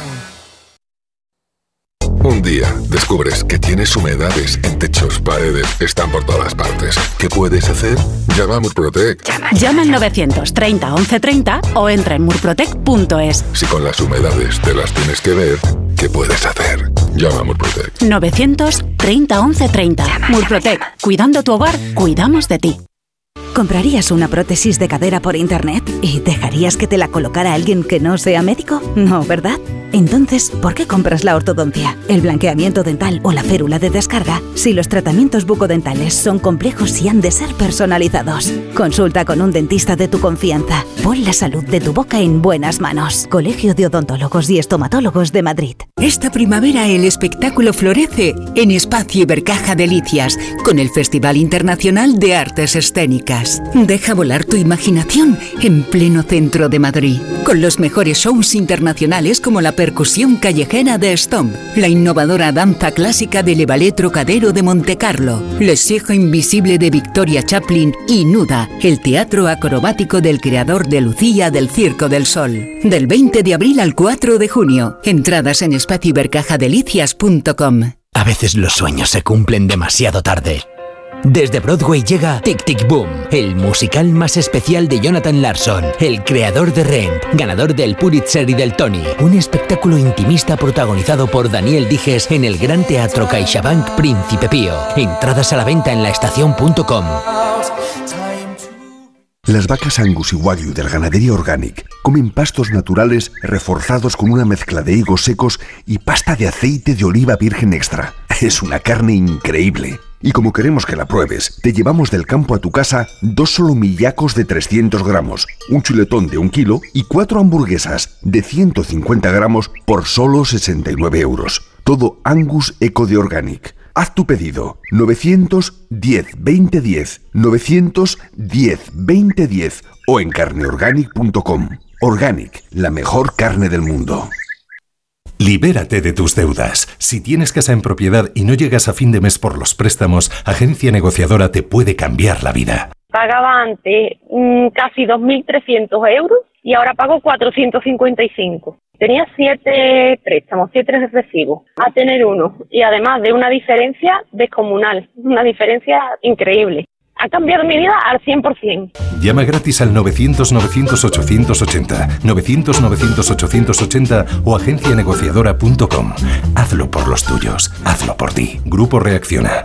Un día descubres que tienes humedades en techos, paredes, están por todas partes. ¿Qué puedes hacer? Llama a Murprotec. Llama, Llama al novecientos treinta, once treinta o entra en murprotec punto es. Si con las humedades te las tienes que ver, ¿qué puedes hacer? Llama a Murprotec. novecientos treinta, once treinta. Llama, Murprotec. Llama, llama. Cuidando tu hogar, cuidamos de ti. ¿Comprarías una prótesis de cadera por internet y dejarías que te la colocara alguien que no sea médico? No, ¿verdad? Entonces, ¿por qué compras la ortodoncia, el blanqueamiento dental o la férula de descarga si los tratamientos bucodentales son complejos y han de ser personalizados? Consulta con un dentista de tu confianza. Pon la salud de tu boca en buenas manos. Colegio de Odontólogos y Estomatólogos de Madrid. Esta primavera el espectáculo florece en Espacio Ibercaja Delicias con el Festival Internacional de Artes Escénicas. Deja volar tu imaginación en pleno centro de Madrid, con los mejores shows internacionales como la percusión callejera de Stomp, la innovadora danza clásica del Ballet Trocadero de Montecarlo, Les Hijos Invisible de Victoria Chaplin y Nuda, el teatro acrobático del creador de Lucía del Circo del Sol. Del veinte de abril al cuatro de junio. Entradas en espacio ibercaja delicias punto com. A veces los sueños se cumplen demasiado tarde. Desde Broadway llega Tic Tic Boom, el musical más especial de Jonathan Larson, el creador de Rent, ganador del Pulitzer y del Tony. Un espectáculo intimista protagonizado por Daniel Dijes en el Gran Teatro CaixaBank Príncipe Pío. Entradas a la venta en laestacion punto com. Las vacas Angus y Wagyu del Ganadería Organic comen pastos naturales reforzados con una mezcla de higos secos y pasta de aceite de oliva virgen extra. Es una carne increíble. Y como queremos que la pruebes, te llevamos del campo a tu casa dos solomillacos de trescientos gramos, un chuletón de un kilo y cuatro hamburguesas de ciento cincuenta gramos por solo sesenta y nueve euros. Todo Angus Eco de Organic. Haz tu pedido. novecientos diez, veinte diez, novecientos diez, veinte diez o en carne organic punto com. Organic, la mejor carne del mundo. Libérate de tus deudas. Si tienes casa en propiedad y no llegas a fin de mes por los préstamos, Agencia Negociadora te puede cambiar la vida. Pagaba antes mmm, casi dos mil trescientos euros y ahora pago cuatrocientos cincuenta y cinco. Tenía siete préstamos, siete recibos, a tener uno, y además de una diferencia descomunal, una diferencia increíble. Ha cambiado mi vida al cien por ciento. Llama gratis al novecientos novecientos ochocientos ochenta, novecientos novecientos ochocientos ochenta o agencia negociadora punto com. Hazlo por los tuyos, hazlo por ti. Grupo Reacciona.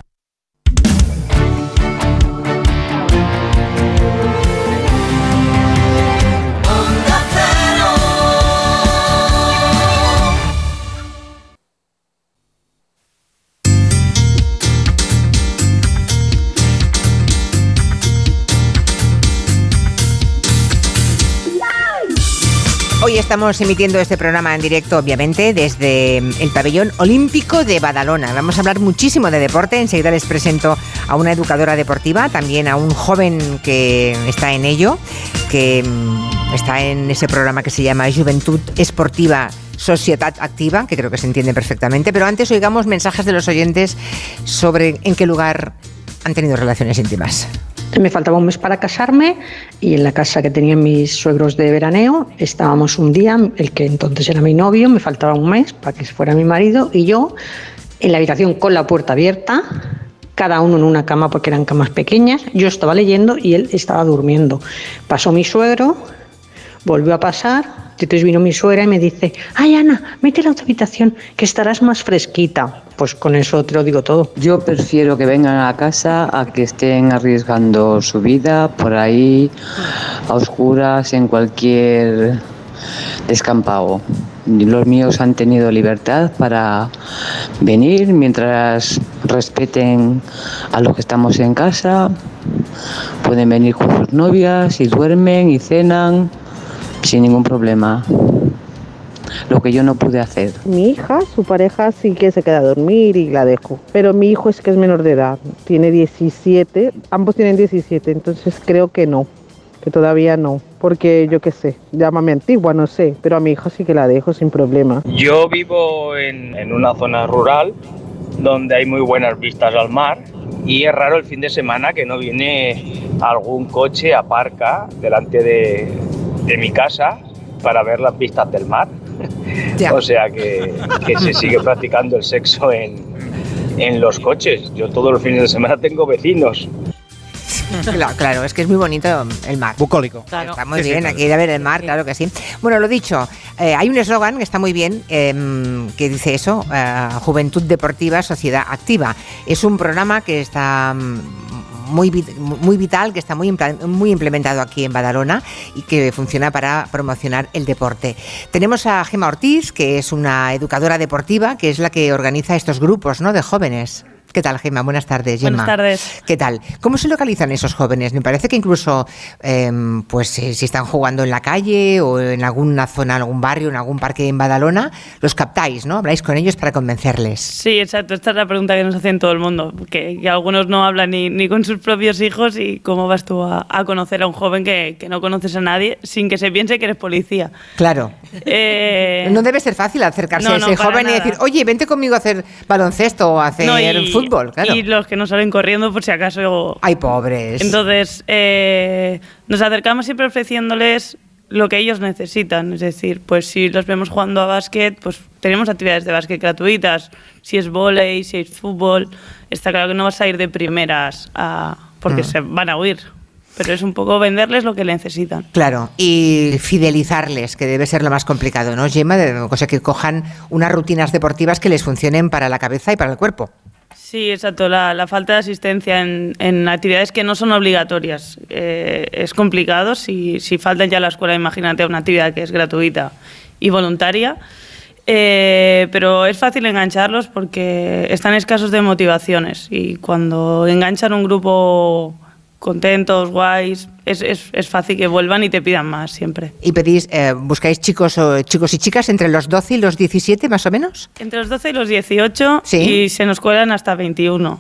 Hoy estamos emitiendo este programa en directo, obviamente, desde el pabellón olímpico de Badalona. Vamos a hablar muchísimo de deporte. Enseguida les presento a una educadora deportiva, también a un joven que está en ello, que está en ese programa que se llama Juventud Esportiva Societat Activa, que creo que se entiende perfectamente. Pero antes oigamos mensajes de los oyentes sobre en qué lugar han tenido relaciones íntimas. Me faltaba un mes para casarme y en la casa que tenían mis suegros de veraneo estábamos un día, el que entonces era mi novio, me faltaba un mes para que fuera mi marido, y yo en la habitación con la puerta abierta, cada uno en una cama porque eran camas pequeñas, yo estaba leyendo y él estaba durmiendo. Pasó mi suegro, volvió a pasar, entonces vino mi suegra y me dice: ay, Ana, vete a la otra habitación que estarás más fresquita. Pues con eso te lo digo todo. Yo prefiero que vengan a casa a que estén arriesgando su vida por ahí, a oscuras, en cualquier descampado. Los míos han tenido libertad para venir mientras respeten a los que estamos en casa. Pueden venir con sus novias y duermen y cenan sin ningún problema. Lo que yo no pude hacer. Mi hija, su pareja sí que se queda a dormir y la dejo, pero mi hijo es que es menor de edad, tiene diecisiete, ambos tienen diecisiete, entonces creo que no, que todavía no, porque yo qué sé, llámame antigua, no sé, pero a mi hija sí que la dejo sin problema. Yo vivo en, en una zona rural donde hay muy buenas vistas al mar, y es raro el fin de semana que no viene algún coche, aparca delante de, de mi casa para ver las vistas del mar. Ya. O sea que, que se sigue practicando el sexo en, en los coches. Yo todos los fines de semana tengo vecinos. Claro, claro, es que es muy bonito el mar. Bucólico. Claro. Está muy sí, bien, sí, claro. Aquí ir a ver el mar, claro que sí. Bueno, lo dicho, eh, hay un eslogan que está muy bien, eh, que dice eso, eh, Juventud Deportiva, Sociedad Activa. Es un programa que está muy, muy vital, que está muy, muy implementado aquí en Badalona y que funciona para promocionar el deporte. Tenemos a Gemma Ortiz, que es una educadora deportiva, que es la que organiza estos grupos, ¿no?, de jóvenes. ¿Qué tal, Gemma? Buenas tardes, Gemma. Buenas tardes. ¿Qué tal? ¿Cómo se localizan esos jóvenes? Me parece que incluso, eh, pues, eh, si están jugando en la calle o en alguna zona, algún barrio, en algún parque en Badalona, los captáis, ¿no? Habláis con ellos para convencerles. Sí, exacto. Esta es la pregunta que nos hacen todo el mundo, que, que algunos no hablan ni, ni con sus propios hijos, y cómo vas tú a, a conocer a un joven que, que no conoces a nadie sin que se piense que eres policía. Claro. Eh... No debe ser fácil acercarse no, a ese no, joven nada. y decir: oye, vente conmigo a hacer baloncesto o a hacer no, y, fútbol. Claro. Y los que no salen corriendo por si acaso. ¡Ay, pobres! Entonces, eh, nos acercamos siempre ofreciéndoles lo que ellos necesitan. Es decir, pues si los vemos jugando a básquet, pues tenemos actividades de básquet gratuitas. Si es vóley, si es fútbol, está claro que no vas a ir de primeras a, porque mm. se van a huir. Pero es un poco venderles lo que necesitan. Claro, y fidelizarles, que debe ser lo más complicado, ¿no, Gemma? De cosa que cojan unas rutinas deportivas que les funcionen para la cabeza y para el cuerpo. Sí, exacto. La, la falta de asistencia en, en actividades que no son obligatorias eh, es complicado. Si, si faltan ya a la escuela, imagínate una actividad que es gratuita y voluntaria. Eh, pero es fácil engancharlos porque están escasos de motivaciones, y cuando enganchan un grupo contentos, guays, es, es, es fácil que vuelvan y te pidan más siempre. ¿Y pedís, eh, buscáis chicos, o, chicos y chicas entre los doce y los diecisiete más o menos? Entre los doce y los dieciocho, ¿sí? Y se nos cuelan hasta veintiuno.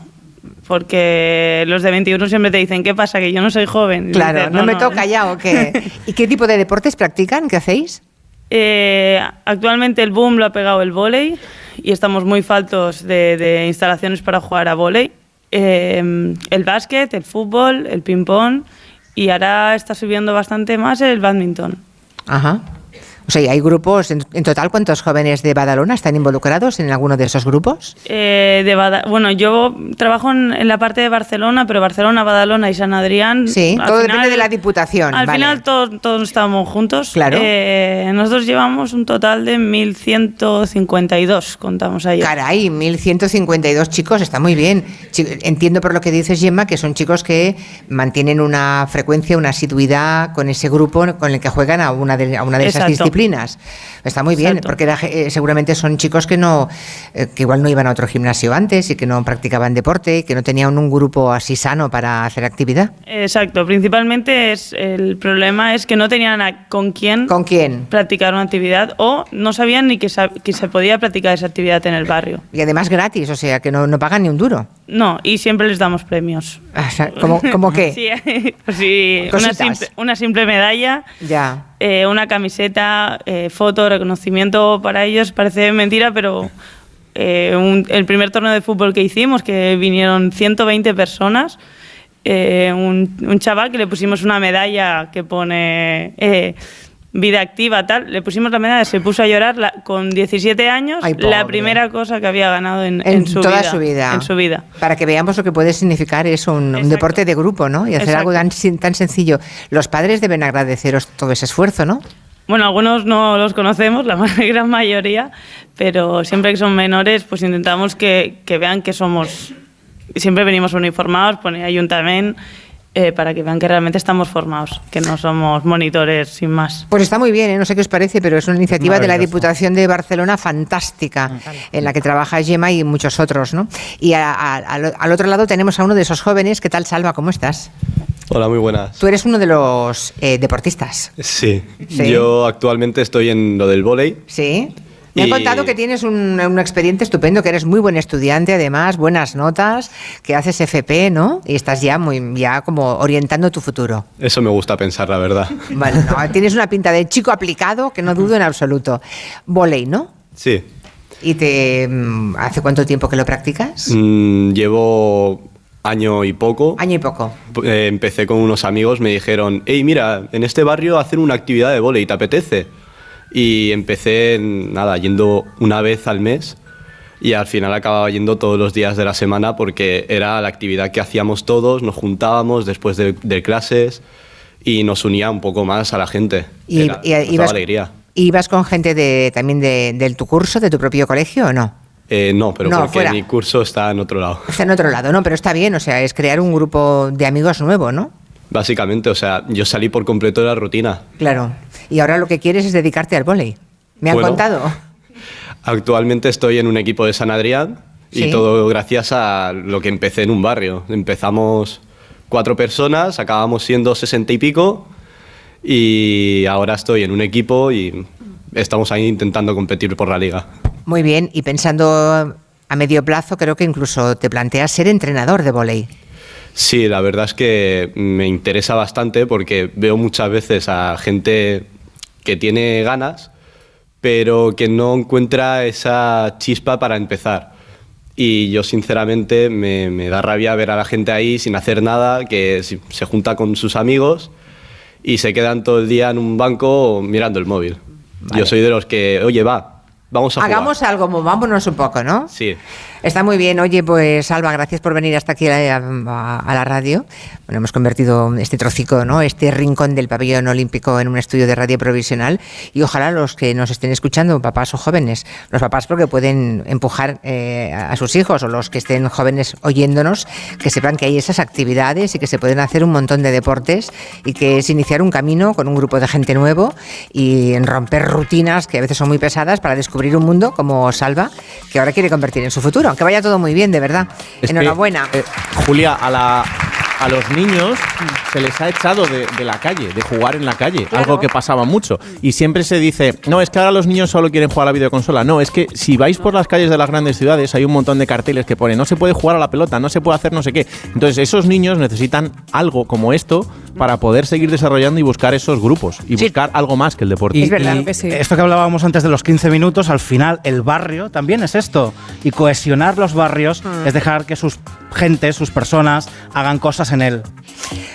Porque los de veintiuno siempre te dicen: ¿qué pasa? Que yo no soy joven. Claro, dices, no, no me no, toca ya, ¿o qué? ¿Y qué tipo de deportes practican? ¿Qué hacéis? Eh, actualmente el boom lo ha pegado el vóley, y estamos muy faltos de, de instalaciones para jugar a vóley. Eh, el básquet, el fútbol, el ping-pong, y ahora está subiendo bastante más el bádminton. Ajá. O sea, ¿hay grupos, en, en total, cuántos jóvenes de Badalona están involucrados en alguno de esos grupos? Eh, de Bada- bueno, yo trabajo en, en la parte de Barcelona, pero Barcelona, Badalona y San Adrián... Sí, todo final, depende de la Diputación. Al vale. final todos, todos estamos juntos. Claro. Eh, nosotros llevamos un total de mil ciento cincuenta y dos, contamos ayer. Caray, mil ciento cincuenta y dos chicos, está muy bien. Entiendo por lo que dices, Gemma, que son chicos que mantienen una frecuencia, una asiduidad con ese grupo con el que juegan a una de, a una de esas Exacto. disciplinas. Está muy bien, Exacto. porque era, eh, seguramente son chicos que no, eh, que igual no iban a otro gimnasio antes y que no practicaban deporte, que no tenían un grupo así sano para hacer actividad. Exacto, principalmente es el problema es que no tenían a, con quién, ¿Con quién? practicar una actividad o no sabían ni que, sab- que se podía practicar esa actividad en el barrio. Y además gratis, o sea, que no, no pagan ni un duro. No, y siempre les damos premios. O sea, ¿cómo, cómo qué? Sí, pues sí, una, Cositas. simple, una simple medalla, Ya. eh, una camiseta, eh, foto, reconocimiento para ellos, parece mentira, pero eh, un- el primer torneo de fútbol que hicimos, que vinieron ciento veinte personas, eh, un, un chaval que le pusimos una medalla que pone... eh, vida activa, tal, le pusimos la medalla, se puso a llorar la, con diecisiete años, Ay, la pobre. primera cosa que había ganado en, En, en su toda vida, su vida. En su vida. Para que veamos lo que puede significar eso, un, un deporte de grupo, ¿no? Y hacer Exacto. algo tan, sin- tan sencillo. Los padres deben agradeceros todo ese esfuerzo, ¿no? Bueno, algunos no los conocemos, la gran mayoría, pero siempre que son menores, pues intentamos que, que vean que somos, siempre venimos uniformados, pone ayuntamiento, eh, para que vean que realmente estamos formados, que no somos monitores sin más. Pues está muy bien, ¿eh? No sé qué os parece, pero es una iniciativa de la Diputación de Barcelona fantástica, en la que trabaja Gemma y muchos otros, ¿no? Y a- a- al, al otro lado tenemos a uno de esos jóvenes. ¿Qué tal, Salva? ¿Cómo estás? Hola, muy buenas. Tú eres uno de los eh, deportistas. Sí. Sí. Yo actualmente estoy en lo del vóley. Sí. Me han Y- contado que tienes un, un expediente estupendo, que eres muy buen estudiante, además, buenas notas, que haces F P, ¿no? Y estás ya muy ya como orientando tu futuro. Eso me gusta pensar, la verdad. Vale, no, tienes una pinta de chico aplicado que no dudo en absoluto. Vóley, ¿no? Sí. ¿Y te mm, hace cuánto tiempo que lo practicas? Mm, llevo año y poco. Año y poco. Eh, empecé con unos amigos, me dijeron, hey, mira, en este barrio hacen una actividad de vóley, ¿te apetece? Y empecé, nada, yendo una vez al mes y al final acababa yendo todos los días de la semana porque era la actividad que hacíamos todos, nos juntábamos después de, de clases y nos unía un poco más a la gente. Y, Era- y- nos daba ibas, alegría. ¿Ibas con gente de, también de, de tu curso, de tu propio colegio o no? Eh, no, pero No, porque fuera. mi curso está en otro lado. Está en otro lado, ¿no? Pero está bien, o sea, es crear un grupo de amigos nuevo, ¿no? Básicamente, o sea, yo salí por completo de la rutina. Claro. Y ahora lo que quieres es dedicarte al vóley. ¿Me han Bueno. contado? Actualmente estoy en un equipo de San Adrián y Sí. todo gracias a lo que empecé en un barrio. Empezamos cuatro personas, acabamos siendo sesenta y pico y ahora estoy en un equipo y estamos ahí intentando competir por la liga. Muy bien, y pensando a medio plazo, creo que incluso te planteas ser entrenador de vóley. Sí, la verdad es que me interesa bastante porque veo muchas veces a gente que tiene ganas, pero que no encuentra esa chispa para empezar. Y yo sinceramente me, me da rabia ver a la gente ahí sin hacer nada, que si- se junta con sus amigos y se quedan todo el día en un banco mirando el móvil. Vale. Yo soy de los que, oye, va, vamos a jugar. Hagamos algo, movámonos un poco, ¿no? Sí. Está muy bien. Oye, pues Alba, gracias por venir hasta aquí a, a- a la radio. Bueno, hemos convertido este trocico, ¿no? Este rincón del pabellón olímpico en un estudio de radio provisional y ojalá los que nos estén escuchando, papás o jóvenes, los papás porque pueden empujar eh, a sus hijos o los que estén jóvenes oyéndonos, que sepan que hay esas actividades y que se pueden hacer un montón de deportes y que es iniciar un camino con un grupo de gente nuevo y en romper rutinas que a veces son muy pesadas para descubrir un mundo como Salva, que ahora quiere convertir en su futuro. Que vaya todo muy bien, de verdad. Es que, Enhorabuena. eh, Julia, a, la, a los niños se les ha echado de, de la calle, de jugar en la calle, Claro. algo que pasaba mucho. Y siempre se dice, no, es que ahora los niños solo quieren jugar a la videoconsola. No, es que si vais por las calles de las grandes ciudades hay un montón de carteles que ponen, no se puede jugar a la pelota, no se puede hacer no sé qué. Entonces esos niños necesitan algo como esto para poder seguir desarrollando y buscar esos grupos y buscar algo más que el deporte. Y, y esto que hablábamos antes de los quince minutos, al final el barrio también es esto. Y cohesionar los barrios es dejar que sus gentes, sus personas, hagan cosas en él.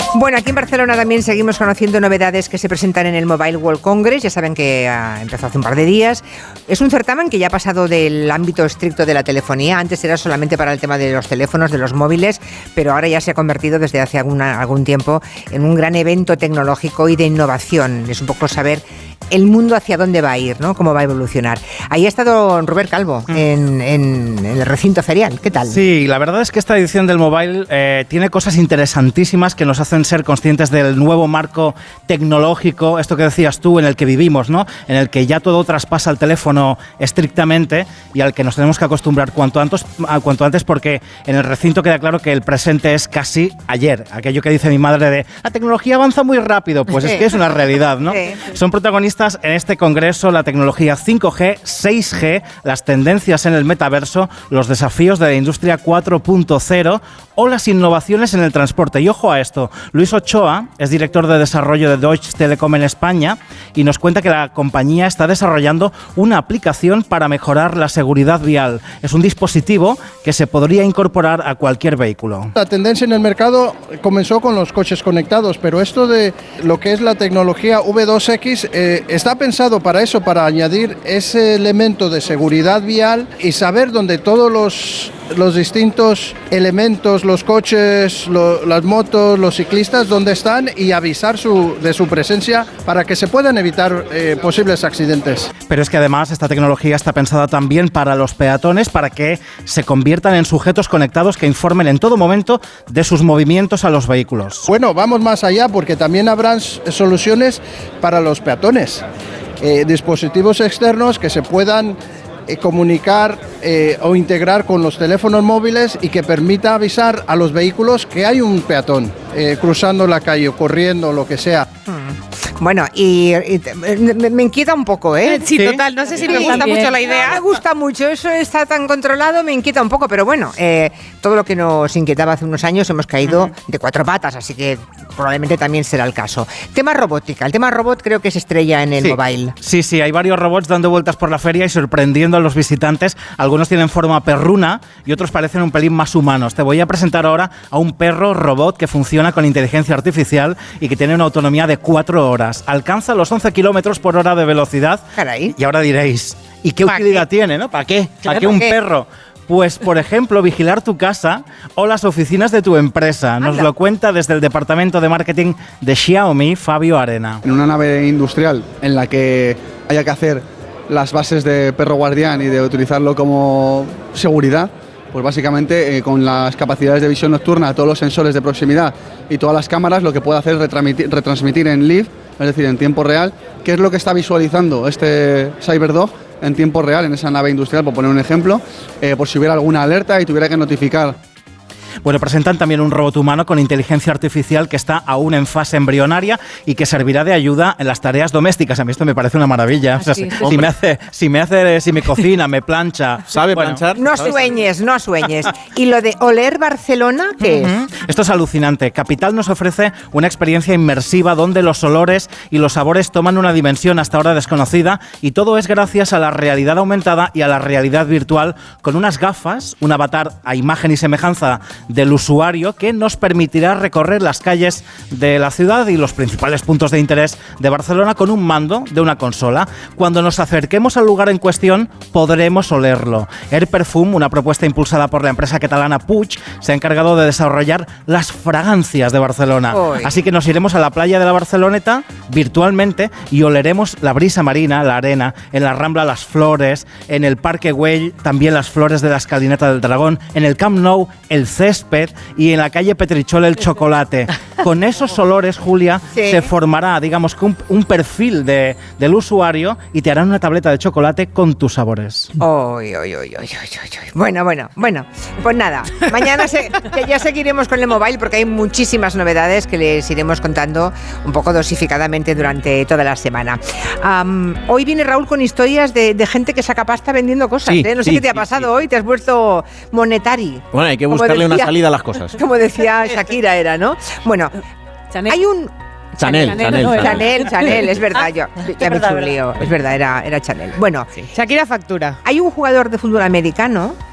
Bueno, aquí en Barcelona también seguimos conociendo novedades que se presentan en el Mobile World Congress. Ya saben que uh, empezó hace un par de días. Es un certamen que ya ha pasado del ámbito estricto de la telefonía. Antes era solamente para el tema de los teléfonos, de los móviles, pero ahora ya se ha convertido desde hace alguna, algún tiempo en un gran evento tecnológico y de innovación. Es un poco saber el mundo hacia dónde va a ir, ¿no? Cómo va a evolucionar. Ahí ha estado Robert Calvo mm. en, en el recinto ferial. ¿Qué tal? Sí, la verdad es que esta edición del Mobile eh, tiene cosas interesantísimas que nos hacen ser conscientes del nuevo marco tecnológico, esto que decías tú, en el que vivimos, ¿no? En el que ya todo traspasa al teléfono estrictamente y al que nos tenemos que acostumbrar cuanto antes, cuanto antes porque en el recinto queda claro que el presente es casi ayer. Aquello que dice mi madre de la tecnología avanza muy rápido, pues es que es una realidad, ¿no? Sí. Son protagonistas en este congreso la tecnología cinco G, seis G, las tendencias en el metaverso, los desafíos de la industria cuatro punto cero o las innovaciones en el transporte. Y ojo a esto, Luis Ochoa es director de desarrollo de Deutsche Telekom en España y nos cuenta que la compañía está desarrollando una aplicación para mejorar la seguridad vial. Es un dispositivo que se podría incorporar a cualquier vehículo. La tendencia en el mercado comenzó con los coches conectados, pero esto de lo que es la tecnología V dos X eh, está pensado para eso, para añadir ese elemento de seguridad vial y saber dónde todos los, los distintos elementos, los coches, lo, las motos, los ciclistas, dónde están y avisar su, de su presencia para que se puedan evitar eh, posibles accidentes. Pero es que además esta tecnología está pensada también para los peatones, para que se conviertan en sujetos conectados que informen en todo momento de sus movimientos a los vehículos. Bueno, vamos más allá porque también habrán soluciones para los peatones. Eh, dispositivos externos que se puedan eh, comunicar eh, o integrar con los teléfonos móviles y que permita avisar a los vehículos que hay un peatón eh, cruzando la calle o corriendo, lo que sea. Bueno, y, y me, me inquieta un poco, ¿eh? Sí, sí, total, no sé si me gusta también. mucho la idea. No me gusta mucho, eso está tan controlado, me inquieta un poco, pero bueno, eh, todo lo que nos inquietaba hace unos años hemos caído uh-huh. de cuatro patas, así que probablemente también será el caso. Tema robótica, el tema robot creo que se estrella en el sí. mobile. Sí, sí, hay varios robots dando vueltas por la feria y sorprendiendo a los visitantes. Algunos tienen forma perruna y otros parecen un pelín más humanos. Te voy a presentar ahora a un perro robot que funciona con inteligencia artificial y que tiene una autonomía de cuatro horas. Alcanza los once kilómetros por hora de velocidad. Caray. Y ahora diréis, ¿y qué utilidad qué? tiene, no? ¿Para qué? ¿Para qué un qué? perro? Pues, por ejemplo, vigilar tu casa o las oficinas de tu empresa. Nos Anda. lo cuenta desde el departamento de marketing de Xiaomi, Fabio Arena. En una nave industrial en la que haya que hacer las bases de perro guardián y de utilizarlo como seguridad, pues básicamente eh, con las capacidades de visión nocturna, todos los sensores de proximidad y todas las cámaras, lo que puede hacer es retransmitir, retransmitir en live, es decir, en tiempo real, qué es lo que está visualizando este CyberDog en tiempo real en esa nave industrial, por poner un ejemplo, eh, por si hubiera alguna alerta y tuviera que notificar. Bueno, presentan también un robot humano con inteligencia artificial que está aún en fase embrionaria y que servirá de ayuda en las tareas domésticas. A mí esto me parece una maravilla. O sea, sí, si, si me hace, si me hace, si me cocina, me plancha, ¿sabe bueno, planchar? No sueñes, no sueñes. ¿Y lo de oler Barcelona qué uh-huh. es? Esto es alucinante. Capital nos ofrece una experiencia inmersiva donde los olores y los sabores toman una dimensión hasta ahora desconocida y todo es gracias a la realidad aumentada y a la realidad virtual con unas gafas, un avatar a imagen y semejanza del usuario que nos permitirá recorrer las calles de la ciudad y los principales puntos de interés de Barcelona con un mando de una consola. Cuando nos acerquemos al lugar en cuestión podremos olerlo. Air Perfume, una propuesta impulsada por la empresa catalana Puig, se ha encargado de desarrollar las fragancias de Barcelona. Uy. Así que nos iremos a la playa de la Barceloneta virtualmente y oleremos la brisa marina, la arena, en la Rambla las flores, en el Parque Güell también las flores de la Escalinata del Dragón, en el Camp Nou el césped y en la calle Petrichol el chocolate. Con esos olores, Julia, sí. se formará, digamos, un, un perfil de, del usuario y te harán una tableta de chocolate con tus sabores. Oy, oy, oy, oy, oy, oy. Bueno, bueno, bueno. Pues nada, mañana se, ya seguiremos con el mobile porque hay muchísimas novedades que les iremos contando un poco dosificadamente durante toda la semana. Um, hoy viene Raúl con historias de, de gente que saca pasta vendiendo cosas. Sí, ¿eh? No sé sí, qué te ha pasado sí, hoy, te has vuelto monetari. Bueno, hay que buscarle una salida a las cosas. Como decía Shakira era, ¿no? Bueno, Chanel. hay un... Chanel, Chanel, Chanel, Chanel, Chanel, Chanel, es verdad, yo ya me he hecho un lío, es verdad, era, era Chanel. Bueno, sí. Shakira factura. Hay un jugador de fútbol americano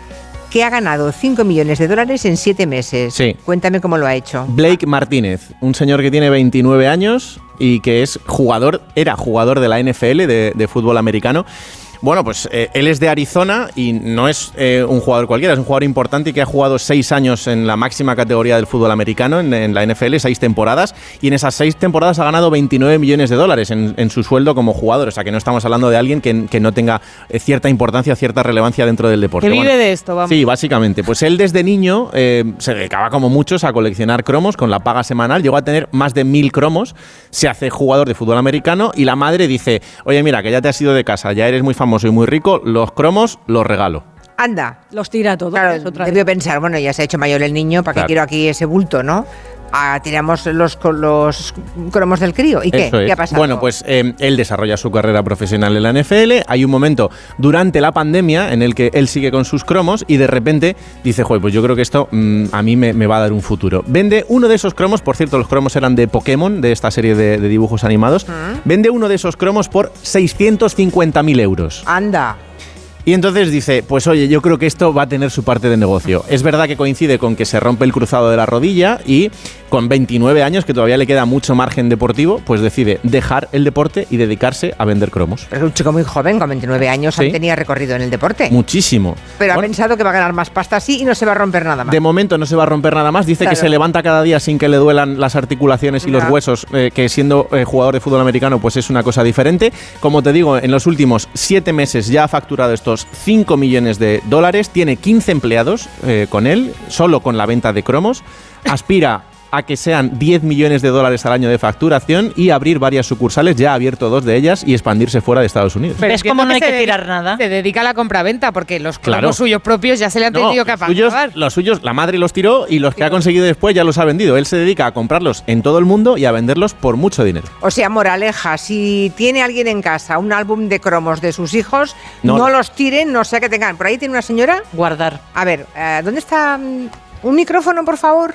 que ha ganado cinco millones de dólares en siete meses. Sí. Cuéntame cómo lo ha hecho. Blake Martínez, un señor que tiene veintinueve años y que es jugador, era jugador de la N F L, de, de fútbol americano. Bueno, pues eh, él es de Arizona y no es eh, un jugador cualquiera, es un jugador importante y que ha jugado seis años en la máxima categoría del fútbol americano, en, en la N F L, seis temporadas, y en esas seis temporadas ha ganado veintinueve millones de dólares en, en su sueldo como jugador. O sea, que no estamos hablando de alguien que, que no tenga eh, cierta importancia, cierta relevancia dentro del deporte. Que vive bueno, de esto, vamos. Sí, básicamente. Pues él desde niño eh, se dedicaba como muchos a coleccionar cromos con la paga semanal, llegó a tener más de mil cromos, se hace jugador de fútbol americano y la madre dice, oye, mira, que ya te has ido de casa, ya eres muy famoso y muy rico, los cromos los regalo. Anda. Los tira todos. Claro, debió pensar, bueno, ya se ha hecho mayor el niño, ¿para qué Claro. quiero aquí ese bulto, no? Ah, tiramos los, los cromos del crío. ¿Y qué? Eso es. ¿Qué ha pasado? Bueno, pues eh, él desarrolla su carrera profesional en la N F L. Hay un momento durante la pandemia en el que él sigue con sus cromos y de repente dice, joder, pues yo creo que esto mmm, a mí me, me va a dar un futuro. Vende uno de esos cromos, por cierto, los cromos eran de Pokémon, de esta serie de, de dibujos animados. ¿Mm? Vende uno de esos cromos por seiscientos cincuenta mil euros. Anda. Y entonces dice, pues oye, yo creo que esto va a tener su parte de negocio. Es verdad que coincide con que se rompe el cruzado de la rodilla y con veintinueve años, que todavía le queda mucho margen deportivo, pues decide dejar el deporte y dedicarse a vender cromos. Pero es un chico muy joven, con veintinueve años, Sí. tenía recorrido en el deporte. Muchísimo. Pero Bueno, ha pensado que va a ganar más pasta así y no se va a romper nada más. de momento no se va a romper nada más. Dice Claro. que se levanta cada día sin que le duelan las articulaciones y Ya. los huesos, eh, que siendo eh, jugador de fútbol americano pues es una cosa diferente. Como te digo, en los últimos siete meses ya ha facturado estos cinco millones de dólares. Tiene quince empleados eh, con él, solo con la venta de cromos. Aspira a que sean diez millones de dólares al año de facturación y abrir varias sucursales, ya ha abierto dos de ellas, y expandirse fuera de Estados Unidos. Pero ¿Ves cómo no hay que tirar nada? Se dedica a la compraventa porque los cromos Claro. suyos propios ya se le han No, tenido que los suyos, pagar. los suyos, la madre los tiró y los que ha conseguido después ya los ha vendido. Él se dedica a comprarlos en todo el mundo y a venderlos por mucho dinero. O sea, moraleja, si tiene alguien en casa un álbum de cromos de sus hijos, no, No. los tiren, no sea que tengan. ¿Por ahí tiene una señora? Guardar. A ver, eh, ¿dónde está mm, un micrófono, por favor?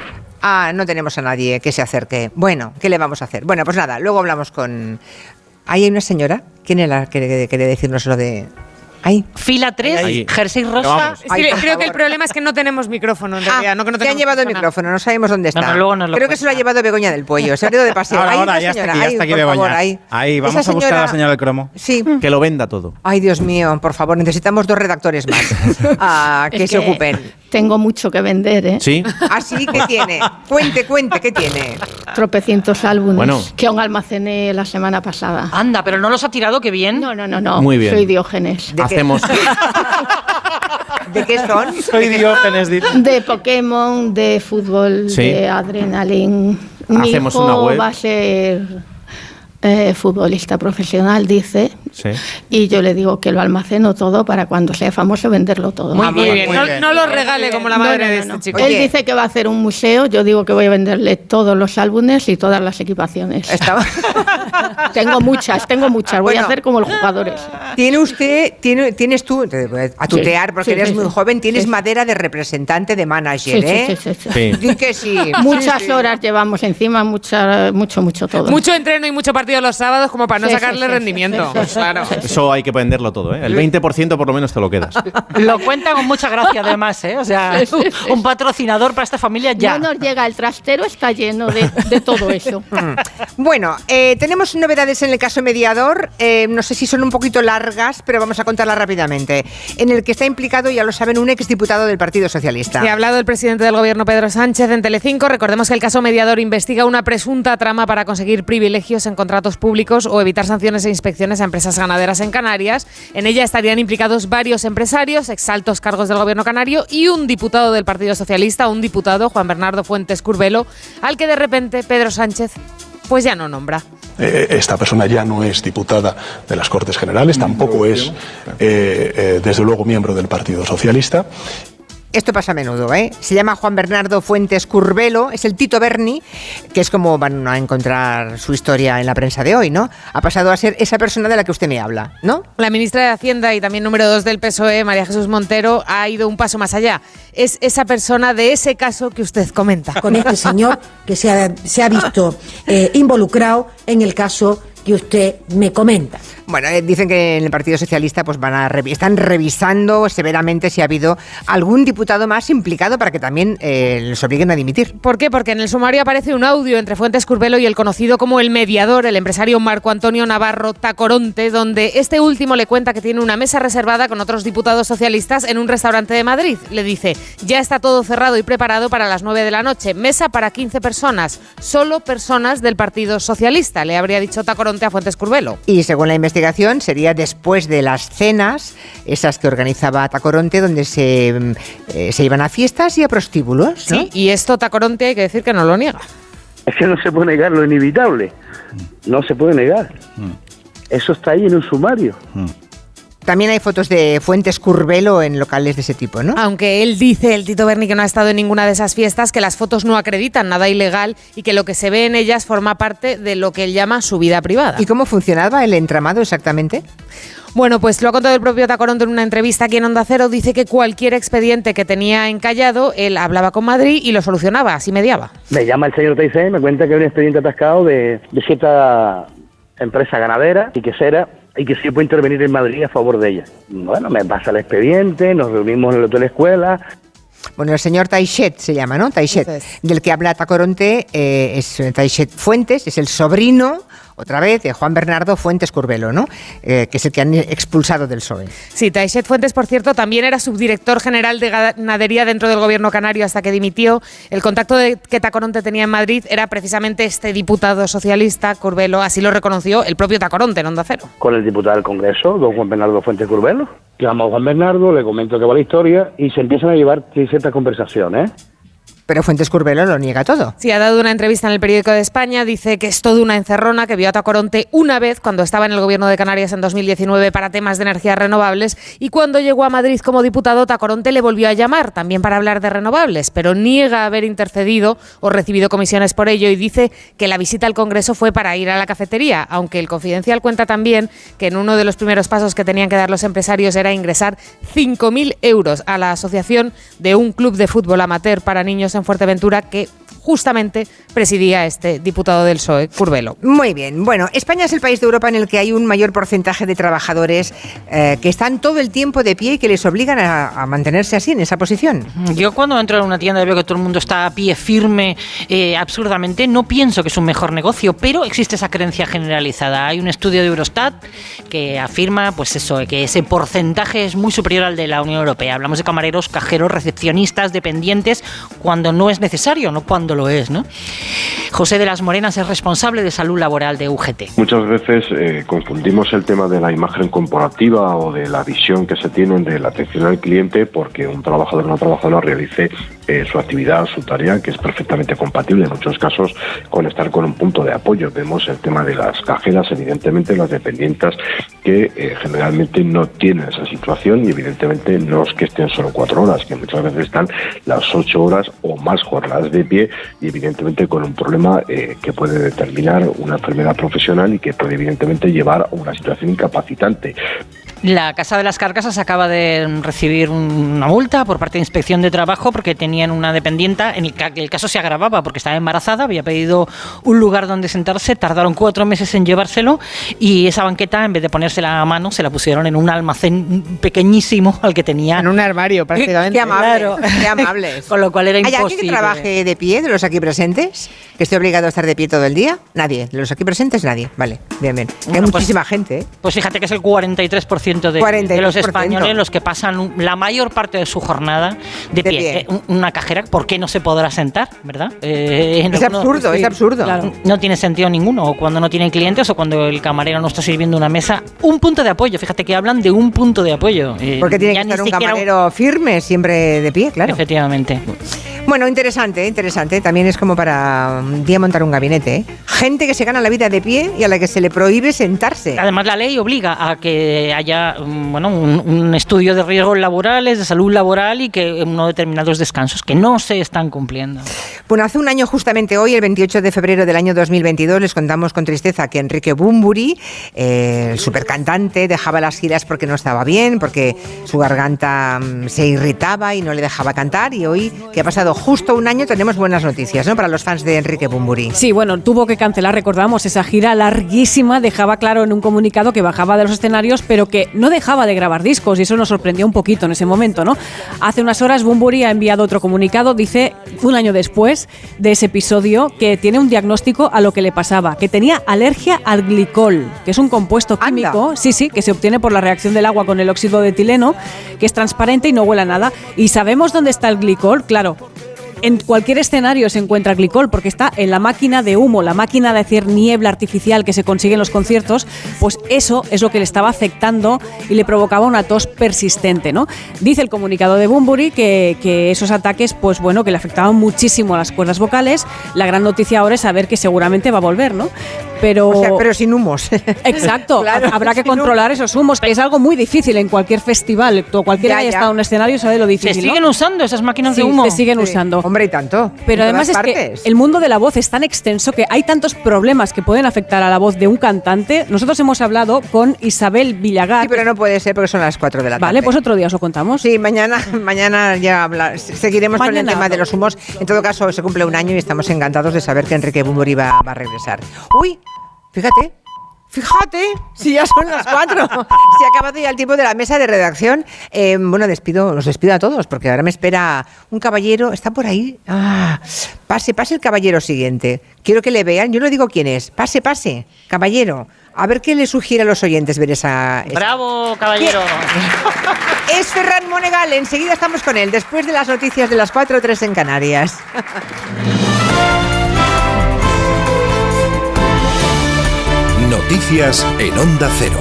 Ah, no tenemos a nadie que se acerque. Bueno, ¿qué le vamos a hacer? Bueno, pues nada, luego hablamos con... Ahí hay una señora. ¿Quién es la que quiere decirnos lo de...? Ahí. Fila tres, Ahí. jersey Pero rosa. vamos. Es Ay, que por creo que el favor. problema es que no tenemos micrófono, en realidad. no que no te han tenemos llevado el persona. micrófono, no sabemos dónde está. Bueno, luego nos lo Creo que se lo ha cuenta. llevado Begoña del Pollo. Se ha ido de paseo. Ahora, Ahí ahora, una ya está señora, aquí, ya ahí, está aquí por Begoña. favor, ahí. Ahí, vamos Esa a buscar a la señora- señora del cromo. Sí. Que lo venda todo. Ay, Dios mío, por favor, necesitamos dos redactores más ah, que Es se que ocupen. Tengo mucho que vender, ¿eh? Sí. Así que tiene. Cuente, cuente, ¿qué tiene? Tropecientos álbumes Bueno. que aún almacené la semana pasada. Anda, pero no los ha tirado, qué bien. No, no, no, no. Muy bien. Soy Diógenes. ¿De qué? Hacemos. ¿De qué son? Soy Diógenes, dice. De Pokémon, de fútbol, Sí. de Adrenaline. Mi Hacemos hijo una web. va a ser eh, futbolista profesional, dice. Sí. Y yo le digo que lo almaceno todo para cuando sea famoso venderlo todo. Muy, muy bien. muy No, bien. no lo regale como la No, madre no, de no, este no. chico. Oye. Él dice que va a hacer un museo, yo digo que voy a venderle todos los álbumes y todas las equipaciones. Estaba- Tengo muchas, tengo muchas, voy Bueno. a hacer como el jugador ese. Tiene usted, tiene, tienes tú, te voy a tutear porque sí, eres sí, muy sí. joven, tienes Sí. madera de representante de manager, Sí, sí, ¿eh? sí, sí, sí. Sí. Di que sí. Muchas Sí, sí. horas llevamos encima, mucha, mucho, mucho todo. Mucho entreno y mucho partido los sábados como para no Sí, sí, sacarle sí, rendimiento. sí, sí, sí. Claro. Eso hay que venderlo todo, ¿eh? El veinte por ciento por lo menos te lo quedas. Lo cuenta con mucha gracia, además, ¿eh? O sea, Sí, sí, sí. un patrocinador para esta familia ya. No nos llega, el trastero está lleno de, de todo eso. Bueno, eh, tenemos novedades en el caso mediador, eh, no sé si son un poquito largas, pero vamos a contarlas rápidamente, en el que está implicado, ya lo saben, un exdiputado del Partido Socialista. Se ha hablado el presidente del gobierno, Pedro Sánchez, en Telecinco. Recordemos que el caso mediador investiga una presunta trama para conseguir privilegios en contratos públicos o evitar sanciones e inspecciones a empresas ganaderas en Canarias. En ella estarían implicados varios empresarios, exaltos cargos del gobierno canario y un diputado del Partido Socialista, un diputado, Juan Bernardo Fuentes Curbelo, al que de repente Pedro Sánchez pues ya no nombra. Eh, esta persona ya no es diputada de las Cortes Generales, tampoco es, eh, eh, desde luego, miembro del Partido Socialista. Esto pasa a menudo, ¿eh? Se llama Juan Bernardo Fuentes Curbelo, es el Tito Berni, que es como van a encontrar su historia en la prensa de hoy, ¿no? Ha pasado a ser esa persona de la que usted me habla, ¿no? La ministra de Hacienda y también número dos del P S O E, María Jesús Montero, ha ido un paso más allá. Es esa persona de ese caso que usted comenta. Con este señor que se ha, se ha visto eh, involucrado en el caso que usted me comenta. Bueno, eh, dicen que en el Partido Socialista pues van a revi- están revisando severamente si ha habido algún diputado más implicado para que también eh, les obliguen a dimitir. ¿Por qué? Porque en el sumario aparece un audio entre Fuentes Curbelo y el conocido como el mediador, el empresario Marco Antonio Navarro Tacoronte, donde este último le cuenta que tiene una mesa reservada con otros diputados socialistas en un restaurante de Madrid. Le dice, ya está todo cerrado y preparado para las nueve de la noche, mesa para quince personas, solo personas del Partido Socialista, le habría dicho Tacoronte a Fuentes Curbelo. Y según la investigación sería después de las cenas, esas que organizaba Tacoronte, donde se, eh, se iban a fiestas y a prostíbulos, ¿no? Sí, y esto Tacoronte hay que decir que no lo niega. Es que no se puede negar lo inevitable, no se puede negar. Eso está ahí en un sumario. También hay fotos de Fuentes Curbelo en locales de ese tipo, ¿no? Aunque él dice, el Tito Berni, que no ha estado en ninguna de esas fiestas, que las fotos no acreditan nada ilegal y que lo que se ve en ellas forma parte de lo que él llama su vida privada. ¿Y cómo funcionaba el entramado exactamente? Bueno, pues lo ha contado el propio Tacoronte en una entrevista aquí en Onda Cero. Dice que cualquier expediente que tenía encallado, él hablaba con Madrid y lo solucionaba, así mediaba. Me llama el señor Teisé y me cuenta que hay un expediente atascado de, de cierta empresa ganadera y quesera y que sí puede intervenir en Madrid a favor de ella. Bueno, me pasa el expediente, nos reunimos en el hotel escuela. Bueno, el señor Taixet se llama, ¿no? Taixet, del que habla Tacoronte, eh, es Taixet Fuentes, es el sobrino, otra vez, de Juan Bernardo Fuentes Curbelo, ¿no? Eh, que es el que han expulsado del P S O E. Sí, Taixet Fuentes, por cierto, también era subdirector general de ganadería dentro del gobierno canario hasta que dimitió. El contacto de, que Tacoronte tenía en Madrid era precisamente este diputado socialista, Curbelo, así lo reconoció el propio Tacoronte en Onda Cero. Con el diputado del Congreso, don Juan Bernardo Fuentes Curbelo. Llamo a Juan Bernardo, le comento que va la historia y se empiezan a llevar ciertas conversaciones. Pero Fuentes Curbelo lo niega todo. Sí, ha dado una entrevista en el Periódico de España, dice que es todo una encerrona, que vio a Tacoronte una vez cuando estaba en el gobierno de Canarias en dos mil diecinueve para temas de energías renovables y cuando llegó a Madrid como diputado, Tacoronte le volvió a llamar también para hablar de renovables, pero niega haber intercedido o recibido comisiones por ello y dice que la visita al Congreso fue para ir a la cafetería, aunque el Confidencial cuenta también que en uno de los primeros pasos que tenían que dar los empresarios era ingresar cinco mil euros a la asociación de un club de fútbol amateur para niños en Fuerteventura que justamente presidía este diputado del P S O E, Curbelo. Muy bien. Bueno, España es el país de Europa en el que hay un mayor porcentaje de trabajadores eh, que están todo el tiempo de pie y que les obligan a, a mantenerse así, en esa posición. Yo cuando entro en una tienda y veo que todo el mundo está a pie firme, eh, absurdamente, no pienso que es un mejor negocio, pero existe esa creencia generalizada. Hay un estudio de Eurostat que afirma, pues eso, que ese porcentaje es muy superior al de la Unión Europea. Hablamos de camareros, cajeros, recepcionistas, dependientes, cuando no es necesario, no cuando lo es, ¿no? José de las Morenas es responsable de salud laboral de U G T. Muchas veces eh, confundimos el tema de la imagen corporativa o de la visión que se tiene de la atención al cliente porque un trabajador o una trabajadora realice eh, su actividad, su tarea, que es perfectamente compatible en muchos casos con estar con un punto de apoyo. Vemos el tema de las cajeras, evidentemente las dependientes que eh, generalmente no tienen esa situación y evidentemente no es que estén solo cuatro horas, que muchas veces están las ocho horas o más jornadas de pie y evidentemente con un problema eh, que puede determinar una enfermedad profesional y que puede evidentemente llevar a una situación incapacitante. La Casa de las Carcasas acaba de recibir una multa por parte de Inspección de Trabajo porque tenían una dependienta, en el, el caso se agravaba porque estaba embarazada, había pedido un lugar donde sentarse, tardaron cuatro meses en llevárselo y esa banqueta, en vez de ponérsela a mano, se la pusieron en un almacén pequeñísimo al que tenía... En un armario, prácticamente. Qué amables, Claro. qué amables. Con lo cual era ¿Hay imposible. alguien que trabaje de pie de los aquí presentes? ¿Que esté obligado a estar de pie todo el día? Nadie. ¿De los aquí presentes? Nadie. Vale, bien, bien. Hay Bueno, muchísima pues, gente, ¿eh? Pues fíjate que es el cuarenta y tres por ciento de, cuarenta y tres por ciento de los españoles los que pasan la mayor parte de su jornada de, De pie. pie. Eh, una cajera, ¿por qué no se podrá sentar? ¿Verdad? Eh, en Es alguno- absurdo, sí, es absurdo. claro. No tiene sentido ninguno. O cuando no tienen clientes o cuando el camarero no está sirviendo una mesa. Un punto de apoyo. Fíjate que hablan de un punto de apoyo. Eh, Porque tiene ya que ni estar un siquiera camarero firme, siempre de pie, claro. Efectivamente. Bueno, interesante, interesante. También es como para un día montar un gabinete, ¿eh? Gente que se gana la vida de pie y a la que se le prohíbe sentarse. Además, la ley obliga a que haya mm, bueno, un, un estudio de riesgos laborales, de salud laboral y que unos determinados descansos que no se están cumpliendo. Bueno, hace un año justamente hoy, el veintiocho de febrero del año dos mil veintidós, les contamos con tristeza que Enrique Bunbury, eh, el supercantante, dejaba las giras porque no estaba bien, porque su garganta mm, se irritaba y no le dejaba cantar. Y hoy, ¿qué ha pasado? cumplido justo un año, tenemos buenas noticias, ¿no? Para los fans de Enrique Bunbury. Sí, bueno, tuvo que cancelar, recordamos, esa gira larguísima. Dejaba claro en un comunicado que bajaba de los escenarios, pero que no dejaba de grabar discos, y eso nos sorprendió un poquito en ese momento, ¿no? Hace unas horas Bunbury ha enviado otro comunicado, dice, un año después de ese episodio, que tiene un diagnóstico a lo que le pasaba, que tenía alergia al glicol, que es un compuesto químico, Anda. sí, sí, que se obtiene por la reacción del agua con el óxido de etileno, que es transparente y no huele a nada. ¿Y sabemos dónde está el glicol? Claro, en cualquier escenario se encuentra glicol, porque está en la máquina de humo, la máquina de hacer niebla artificial que se consigue en los conciertos. Pues eso es lo que le estaba afectando y le provocaba una tos persistente, ¿no? Dice el comunicado de Bunbury que, que esos ataques, pues bueno, que le afectaban muchísimo a las cuerdas vocales. La gran noticia ahora es saber que seguramente va a volver, ¿no? Pero, o sea, pero sin humos. Exacto, claro, habrá que controlar humos. Esos humos, que es algo muy difícil en cualquier festival. Cualquiera que haya estado en un escenario sabe lo difícil. ¿Se siguen ¿no? usando esas máquinas sí, de humo? Se siguen sí. usando. Hombre, y tanto. Pero además es partes. que el mundo de la voz es tan extenso que hay tantos problemas que pueden afectar a la voz de un cantante. Nosotros hemos hablado con Isabel Villagar. Sí, pero no puede ser porque son las cuatro de la tarde. Vale, pues otro día os lo contamos. Sí, mañana, mañana ya habla, seguiremos mañana con el tema de los humos. En todo caso, se cumple un año y estamos encantados de saber que Enrique Bunbury va, va a regresar. Uy, fíjate. Fíjate, si ya son las cuatro. Se ha acabado ya el tiempo de la mesa de redacción. Eh, bueno, despido, los despido a todos, porque ahora me espera un caballero. ¿Está por ahí? Ah, pase, pase el caballero siguiente. Quiero que le vean. Yo no digo quién es. Pase, pase, caballero. A ver qué le sugiere a los oyentes ver esa... esa... ¡Bravo, caballero! ¿Qué? Es Ferran Monegal. Enseguida estamos con él, después de las noticias de las cuatro o tres en Canarias. Noticias en Onda Cero.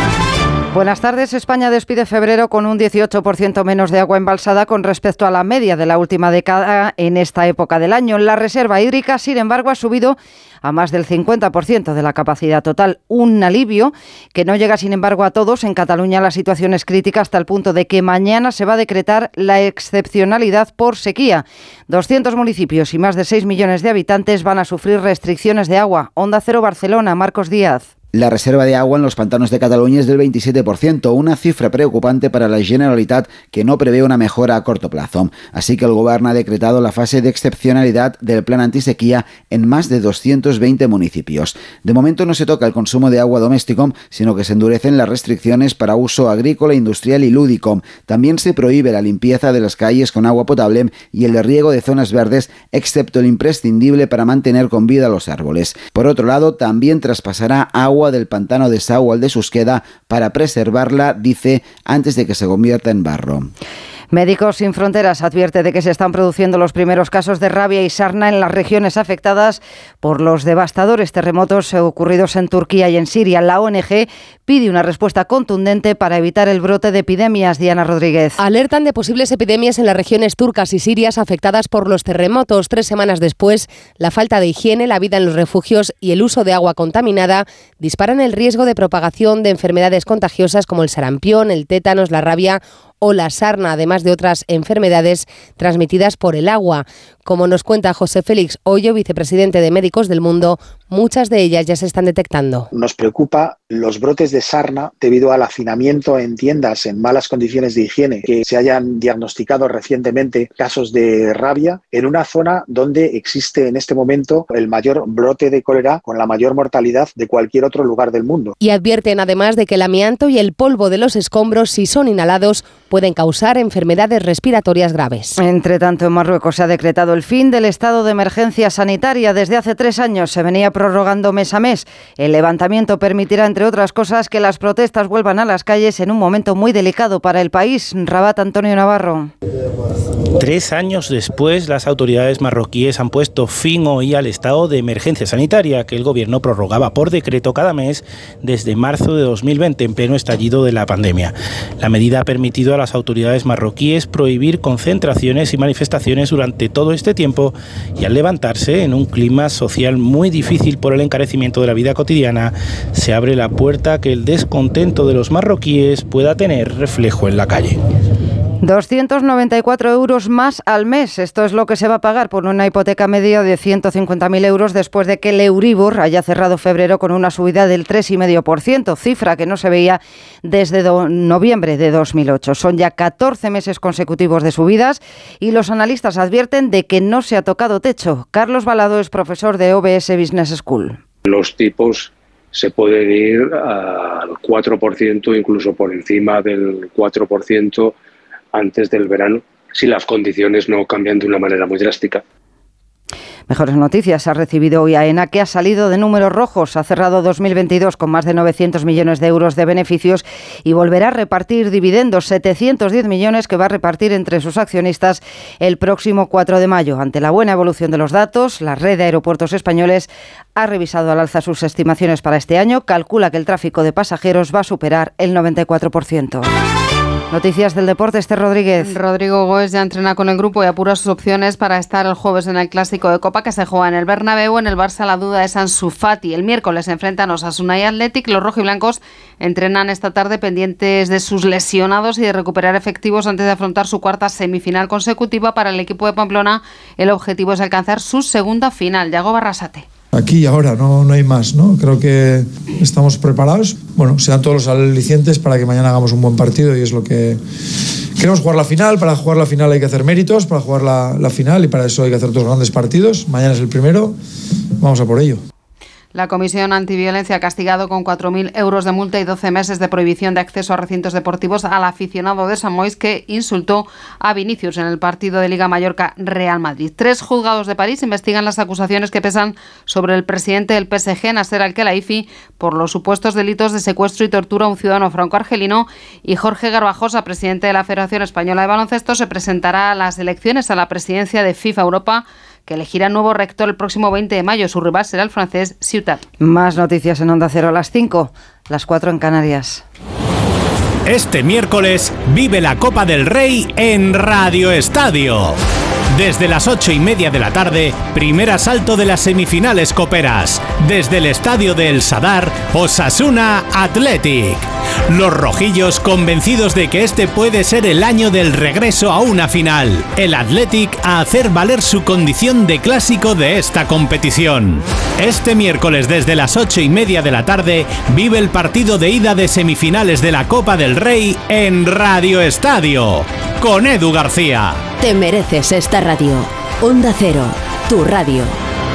Buenas tardes. España despide febrero con un dieciocho por ciento menos de agua embalsada con respecto a la media de la última década en esta época del año. La reserva hídrica, sin embargo, ha subido a más del cincuenta por ciento de la capacidad total. Un alivio que no llega, sin embargo, a todos. En Cataluña la situación es crítica hasta el punto de que mañana se va a decretar la excepcionalidad por sequía. doscientos municipios y más de seis millones de habitantes van a sufrir restricciones de agua. Onda Cero Barcelona, Marcos Díaz. La reserva de agua en los pantanos de Cataluña es del veintisiete por ciento, una cifra preocupante para la Generalitat que no prevé una mejora a corto plazo. Así que el Gobierno ha decretado la fase de excepcionalidad del plan antisequía en más de doscientos veinte municipios. De momento no se toca el consumo de agua doméstico, sino que se endurecen las restricciones para uso agrícola, industrial y lúdico. También se prohíbe la limpieza de las calles con agua potable y el riego de zonas verdes, excepto el imprescindible para mantener con vida los árboles. Por otro lado, también traspasará agua del pantano de Sau al de Susqueda para preservarla, dice, antes de que se convierta en barro. Médicos Sin Fronteras advierte de que se están produciendo los primeros casos de rabia y sarna en las regiones afectadas por los devastadores terremotos ocurridos en Turquía y en Siria. La O N G pide una respuesta contundente para evitar el brote de epidemias. Diana Rodríguez. Alertan de posibles epidemias en las regiones turcas y sirias afectadas por los terremotos. Tres semanas después, la falta de higiene, la vida en los refugios y el uso de agua contaminada disparan el riesgo de propagación de enfermedades contagiosas como el sarampión, el tétanos, la rabia o la sarna, además de otras enfermedades transmitidas por el agua. Como nos cuenta José Félix Hoyo, vicepresidente de Médicos del Mundo, muchas de ellas ya se están detectando. Nos preocupa los brotes de sarna debido al hacinamiento en tiendas en malas condiciones de higiene, que se hayan diagnosticado recientemente casos de rabia en una zona donde existe en este momento el mayor brote de cólera con la mayor mortalidad de cualquier otro lugar del mundo. Y advierten además de que el amianto y el polvo de los escombros, si son inhalados, pueden causar enfermedades respiratorias graves. Entre tanto, en Marruecos se ha decretado el fin del estado de emergencia sanitaria. Desde hace tres años se venía prorrogando mes a mes. El levantamiento permitirá, entre otras cosas, que las protestas vuelvan a las calles en un momento muy delicado para el país. Rabat, Antonio Navarro. Tres años después, las autoridades marroquíes han puesto fin hoy al estado de emergencia sanitaria que el gobierno prorrogaba por decreto cada mes desde marzo de dos mil veinte, en pleno estallido de la pandemia. La medida ha permitido a las autoridades marroquíes prohibir concentraciones y manifestaciones durante todo este tiempo y al levantarse en un clima social muy difícil por el encarecimiento de la vida cotidiana, se abre la puerta a que el descontento de los marroquíes pueda tener reflejo en la calle. doscientos noventa y cuatro euros más al mes. Esto es lo que se va a pagar por una hipoteca media de ciento cincuenta mil euros después de que el Euribor haya cerrado febrero con una subida del tres coma cinco por ciento, cifra que no se veía desde do- noviembre de dos mil ocho. Son ya catorce meses consecutivos de subidas y los analistas advierten de que no se ha tocado techo. Carlos Balado es profesor de O B S Business School. Los tipos se pueden ir al cuatro por ciento, incluso por encima del cuatro por ciento antes del verano, si las condiciones no cambian de una manera muy drástica. Mejores noticias ha recibido hoy AENA, que ha salido de números rojos. Ha cerrado dos mil veintidós con más de novecientos millones de euros de beneficios y volverá a repartir dividendos, setecientos diez millones que va a repartir entre sus accionistas el próximo cuatro de mayo. Ante la buena evolución de los datos, la red de aeropuertos españoles ha revisado al alza sus estimaciones para este año. Calcula que el tráfico de pasajeros va a superar el noventa y cuatro por ciento. Noticias del deporte, Esther Rodríguez. Rodrigo Goes ya entrena con el grupo y apura sus opciones para estar el jueves en el Clásico de Copa que se juega en el Bernabéu. En el Barça la duda es Ansu Fati. El miércoles se enfrentan Osasuna y Athletic. Los rojiblancos entrenan esta tarde pendientes de sus lesionados y de recuperar efectivos antes de afrontar su cuarta semifinal consecutiva. Para el equipo de Pamplona el objetivo es alcanzar su segunda final. Yago Barrasate. Aquí y ahora, no, no hay más, ¿no? Creo que estamos preparados. Bueno, sean todos los alicientes para que mañana hagamos un buen partido y es lo que queremos, jugar la final. Para jugar la final hay que hacer méritos, para jugar la, la final y para eso hay que hacer dos grandes partidos. Mañana es el primero, vamos a por ello. La Comisión Antiviolencia ha castigado con cuatro mil euros de multa y doce meses de prohibición de acceso a recintos deportivos al aficionado de San Moix que insultó a Vinicius en el partido de Liga Mallorca-Real Madrid. Tres juzgados de París investigan las acusaciones que pesan sobre el presidente del P S G, Nasser Al-Khelaifi, por los supuestos delitos de secuestro y tortura a un ciudadano franco-argelino, y Jorge Garbajosa, presidente de la Federación Española de Baloncesto, se presentará a las elecciones a la presidencia de FIFA Europa, que elegirá nuevo rector el próximo veinte de mayo. Su rival será el francés Ciutat. Más noticias en Onda Cero a las cinco, las cuatro en Canarias. Este miércoles vive la Copa del Rey en Radio Estadio. Desde las ocho y media de la tarde, primer asalto de las semifinales coperas. Desde el estadio de El Sadar, Osasuna Athletic. Los rojillos convencidos de que este puede ser el año del regreso a una final. El Athletic a hacer valer su condición de clásico de esta competición. Este miércoles desde las ocho y media de la tarde, vive el partido de ida de semifinales de la Copa del Rey en Radio Estadio. Con Edu García. Te mereces esta radio. Onda Cero, tu radio.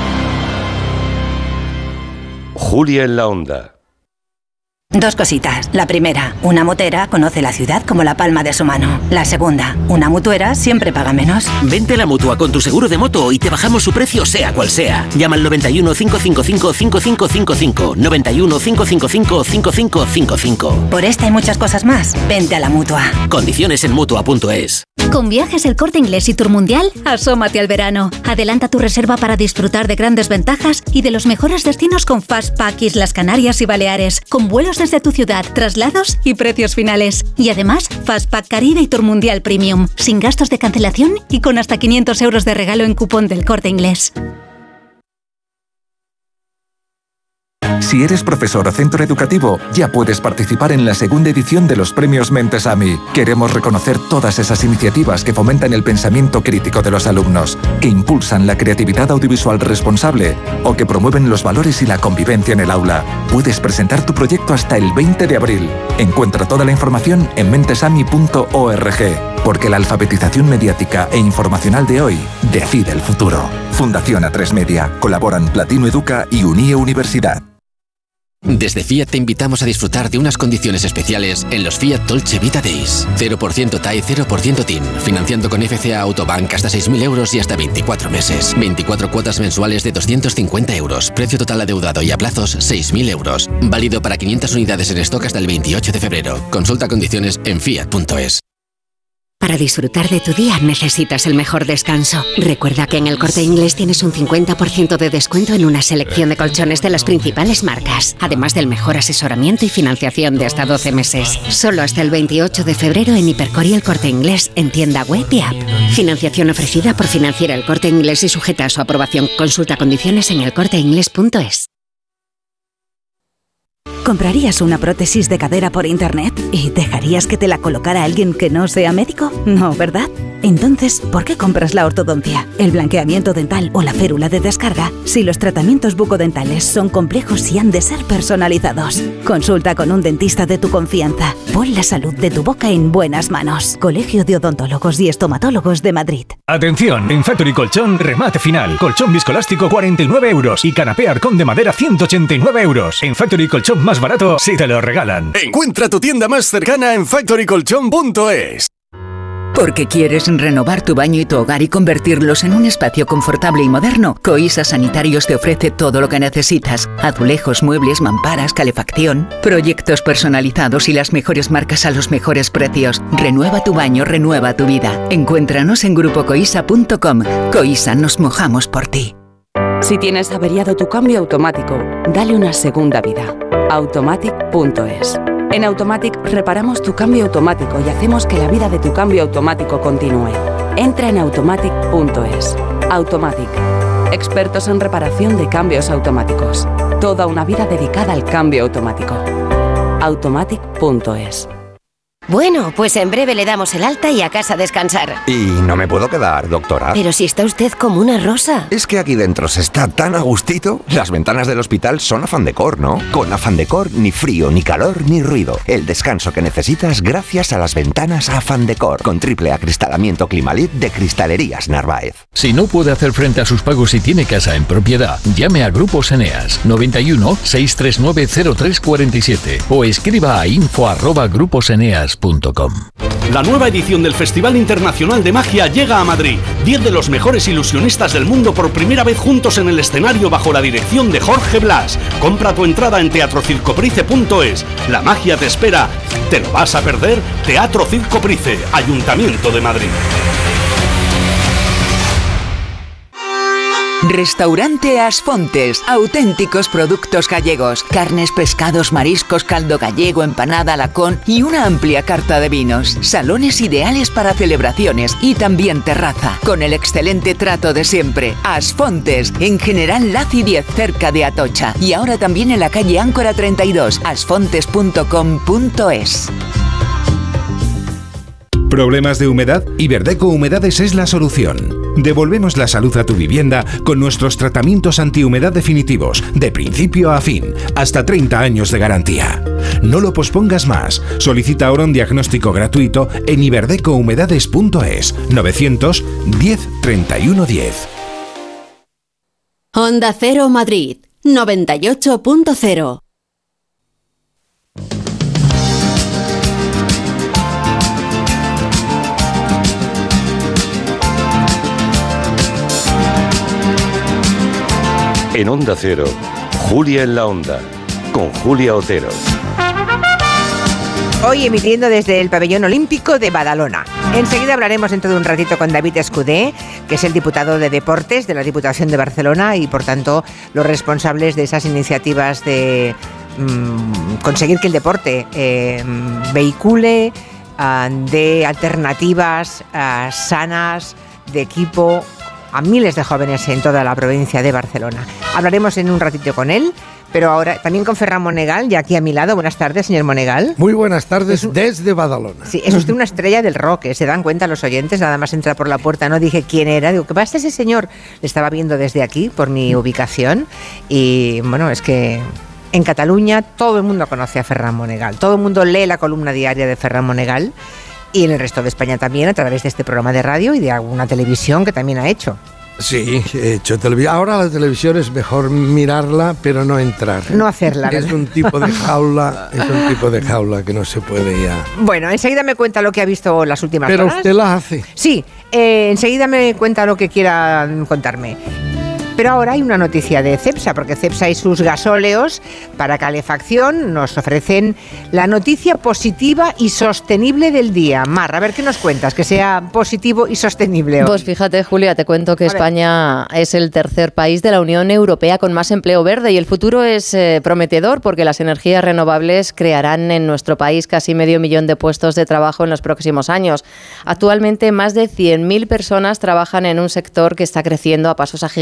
Julia en la Onda. Dos cositas. La primera, una motera conoce la ciudad como la palma de su mano. La segunda, una mutuera siempre paga menos. Vente a la Mutua con tu seguro de moto y te bajamos su precio sea cual sea. Llama al noventa y uno, cinco cinco cinco, cinco cinco cinco cinco. noventa y uno, cinco cinco cinco, cinco cinco cinco cinco. Por esta y muchas cosas más, vente a la Mutua. Condiciones en Mutua punto es. Con Viajes El Corte Inglés y Tour Mundial, asómate al verano. Adelanta tu reserva para disfrutar de grandes ventajas y de los mejores destinos con Fastpack Islas Canarias y Baleares, con vuelos desde tu ciudad, traslados y precios finales. Y además, Fastpack Caribe y Tour Mundial Premium, sin gastos de cancelación y con hasta quinientos euros de regalo en cupón del Corte Inglés. Si eres profesor o centro educativo, ya puedes participar en la segunda edición de los premios Mentesami. Queremos reconocer todas esas iniciativas que fomentan el pensamiento crítico de los alumnos, que impulsan la creatividad audiovisual responsable o que promueven los valores y la convivencia en el aula. Puedes presentar tu proyecto hasta el veinte de abril. Encuentra toda la información en mentesami punto org, porque la alfabetización mediática e informacional de hoy decide el futuro. Fundación A tres Media. Colaboran Platino Educa y Unie Universidad. Desde Fiat te invitamos a disfrutar de unas condiciones especiales en los Fiat Dolce Vita Days. cero por ciento T A E, cero por ciento T I N. Financiando con F C A Autobank hasta seis mil euros y hasta veinticuatro meses. veinticuatro cuotas mensuales de doscientos cincuenta euros. Precio total adeudado y a plazos seis mil euros. Válido para quinientas unidades en stock hasta el veintiocho de febrero. Consulta condiciones en fiat punto es. Para disfrutar de tu día necesitas el mejor descanso. Recuerda que en El Corte Inglés tienes un cincuenta por ciento de descuento en una selección de colchones de las principales marcas, además del mejor asesoramiento y financiación de hasta doce meses. Solo hasta el veintiocho de febrero en Hipercor y El Corte Inglés, en tienda web y app. Financiación ofrecida por Financiera El Corte Inglés y sujeta a su aprobación. Consulta condiciones en el corte inglés punto es. ¿Comprarías una prótesis de cadera por internet y dejarías que te la colocara alguien que no sea médico? No, ¿verdad? Entonces, ¿por qué compras la ortodoncia, el blanqueamiento dental o la férula de descarga si los tratamientos bucodentales son complejos y han de ser personalizados? Consulta con un dentista de tu confianza. Pon la salud de tu boca en buenas manos. Colegio de Odontólogos y Estomatólogos de Madrid. Atención, en Factory Colchón, remate final. Colchón viscoelástico cuarenta y nueve euros y canapé arcón de madera ciento ochenta y nueve euros. En Factory Colchón más barato si te lo regalan. Encuentra tu tienda más cercana en factory colchón punto es. Porque quieres renovar tu baño y tu hogar y convertirlos en un espacio confortable y moderno, Coisa Sanitarios te ofrece todo lo que necesitas. Azulejos, muebles, mamparas, calefacción, proyectos personalizados y las mejores marcas a los mejores precios. Renueva tu baño, renueva tu vida. Encuéntranos en grupo coisa punto com. Coisa, nos mojamos por ti. Si tienes averiado tu cambio automático, dale una segunda vida. automatic punto es. En Automatic reparamos tu cambio automático y hacemos que la vida de tu cambio automático continúe. Entra en automatic punto es. Automatic. Expertos en reparación de cambios automáticos. Toda una vida dedicada al cambio automático. automatic punto es. Bueno, pues en breve le damos el alta y a casa a descansar. Y no me puedo quedar, doctora. Pero si está usted como una rosa. Es que aquí dentro se está tan a gustito. Las ventanas del hospital son Afan Decor, ¿no? Con Afan Decor ni frío, ni calor, ni ruido. El descanso que necesitas gracias a las ventanas Afan Decor. Con triple acristalamiento Climalit de Cristalerías Narváez. Si no puede hacer frente a sus pagos y tiene casa en propiedad, llame a Grupos Eneas noventa y uno, seiscientos treinta y nueve, cero tres cuarenta y siete o escriba a info arroba grupos eneas punto com. La nueva edición del Festival Internacional de Magia llega a Madrid. Diez de los mejores ilusionistas del mundo por primera vez juntos en el escenario bajo la dirección de Jorge Blas. Compra tu entrada en teatro circoprice punto es. La magia te espera. ¿Te lo vas a perder? Teatro Circoprice, Ayuntamiento de Madrid. Restaurante Asfontes, auténticos productos gallegos, carnes, pescados, mariscos, caldo gallego, empanada, lacón y una amplia carta de vinos. Salones ideales para celebraciones y también terraza, con el excelente trato de siempre. Asfontes, en General Laci diez, cerca de Atocha, y ahora también en la calle Áncora treinta y dos, asfontes punto com punto es. ¿Problemas de humedad? Iberdeco Humedades es la solución. Devolvemos la salud a tu vivienda con nuestros tratamientos antihumedad definitivos, de principio a fin, hasta treinta años de garantía. No lo pospongas más. Solicita ahora un diagnóstico gratuito en iberdeco humedades punto es. novecientos diez, treinta y uno diez. Onda Cero Madrid, noventa y ocho punto cero. En Onda Cero, Julia en la Onda, con Julia Otero. Hoy emitiendo desde el Pabellón Olímpico de Badalona. Enseguida hablaremos dentro de un ratito con David Escudé, que es el diputado de Deportes de la Diputación de Barcelona y, por tanto, los responsables de esas iniciativas de mmm, conseguir que el deporte eh, vehicule uh, de alternativas uh, sanas, de equipo, a miles de jóvenes en toda la provincia de Barcelona. Hablaremos en un ratito con él, pero ahora también con Ferran Monegal, ya aquí a mi lado. Buenas tardes, señor Monegal. Muy buenas tardes un... desde Badalona. Sí, es usted una estrella del rock, ¿eh? Se dan cuenta los oyentes, nada más entrar por la puerta, no dije quién era, digo, ¿qué pasa ese señor? Le estaba viendo desde aquí, por mi ubicación, y bueno, es que en Cataluña todo el mundo conoce a Ferran Monegal, todo el mundo lee la columna diaria de Ferran Monegal, y en el resto de España también, a través de este programa de radio y de alguna televisión que también ha hecho. Sí, he hecho televisión. Ahora la televisión es mejor mirarla, pero no entrar. No hacerla, ¿verdad? Es un tipo de jaula, es un tipo de jaula que no se puede ya. Bueno, enseguida me cuenta lo que ha visto las últimas pero horas. Pero usted la hace. Sí, eh, enseguida me cuenta lo que quiera contarme. Pero ahora hay una noticia de Cepsa, porque Cepsa y sus gasóleos para calefacción nos ofrecen la noticia positiva y sostenible del día. Mar, a ver qué nos cuentas, que sea positivo y sostenible hoy. Pues fíjate, Julia, te cuento que España es el tercer país de la Unión Europea con más empleo verde y el futuro es eh, prometedor porque las energías renovables crearán en nuestro país casi medio millón de puestos de trabajo en los próximos años. Actualmente más de cien mil personas trabajan en un sector que está creciendo a pasos agigantados.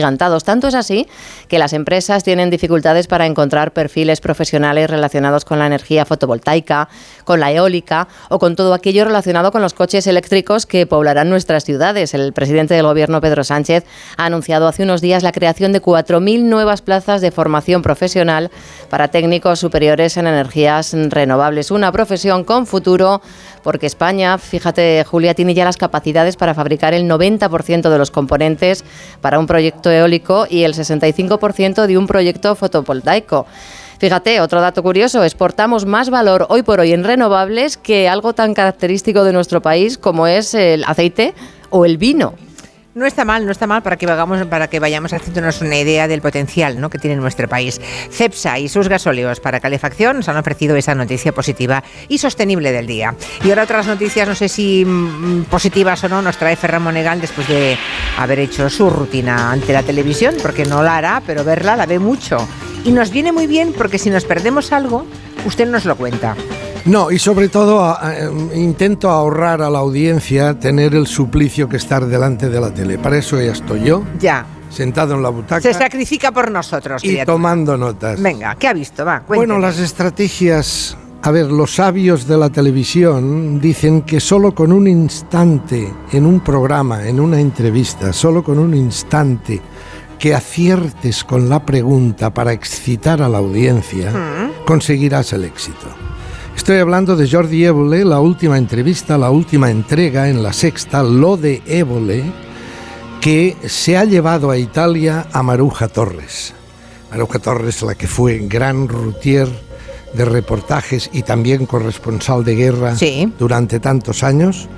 Tanto es así que las empresas tienen dificultades para encontrar perfiles profesionales relacionados con la energía fotovoltaica, con la eólica o con todo aquello relacionado con los coches eléctricos que poblarán nuestras ciudades. El presidente del Gobierno, Pedro Sánchez, ha anunciado hace unos días la creación de cuatro mil nuevas plazas de formación profesional para técnicos superiores en energías renovables. Una profesión con futuro, porque España, fíjate, Julia, tiene ya las capacidades para fabricar el noventa por ciento de los componentes para un proyecto eólico y el sesenta y cinco por ciento de un proyecto fotovoltaico. Fíjate, otro dato curioso, exportamos más valor hoy por hoy en renovables que algo tan característico de nuestro país como es el aceite o el vino. No está mal, no está mal para que vayamos, para que vayamos haciéndonos una idea del potencial, ¿no?, que tiene nuestro país. Cepsa y sus gasóleos para calefacción nos han ofrecido esa noticia positiva y sostenible del día. Y ahora otras noticias, no sé si mmm, positivas o no, nos trae Ferran Monegal después de haber hecho su rutina ante la televisión, porque no la hará, pero verla la ve mucho. Y nos viene muy bien porque si nos perdemos algo, usted nos lo cuenta. No, y sobre todo a, a, intento ahorrar a la audiencia tener el suplicio que estar delante de la tele. Para eso ya estoy yo, ya sentado en la butaca. Se sacrifica por nosotros. Y criatura. Tomando notas. Venga, ¿qué ha visto? Va, cuénteme. Bueno, las estrategias... A ver, los sabios de la televisión dicen que solo con un instante en un programa, en una entrevista, solo con un instante que aciertes con la pregunta para excitar a la audiencia, ¿Mm? conseguirás el éxito. Estoy hablando de Jordi Évole, la última entrevista, la última entrega en La Sexta, Lo de Évole, que se ha llevado a Italia a Maruja Torres. Maruja Torres, la que fue gran routier de reportajes y también corresponsal de guerra sí. durante tantos años.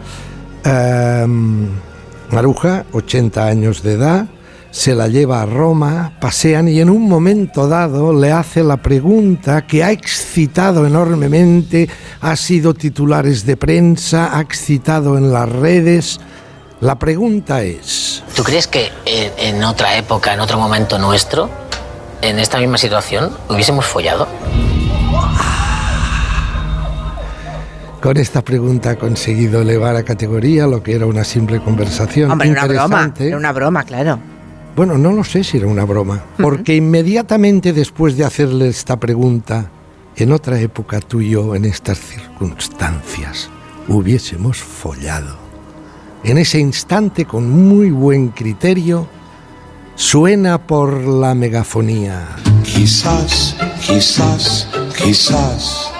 Um, Maruja, ochenta años de edad, se la lleva a Roma, pasean y en un momento dado le hace la pregunta que ha excitado enormemente, ha sido titulares de prensa, ha excitado en las redes. La pregunta es... ¿Tú crees que en, en otra época, en otro momento nuestro, en esta misma situación, hubiésemos follado? Con esta pregunta ha conseguido elevar a categoría lo que era una simple conversación. Hombre, una broma, era una broma, claro. Bueno, no lo sé si era una broma, porque uh-huh. inmediatamente después de hacerle esta pregunta, en otra época tú y yo, en estas circunstancias, hubiésemos follado. En ese instante, con muy buen criterio, suena por la megafonía. Quizás, quizás, quizás.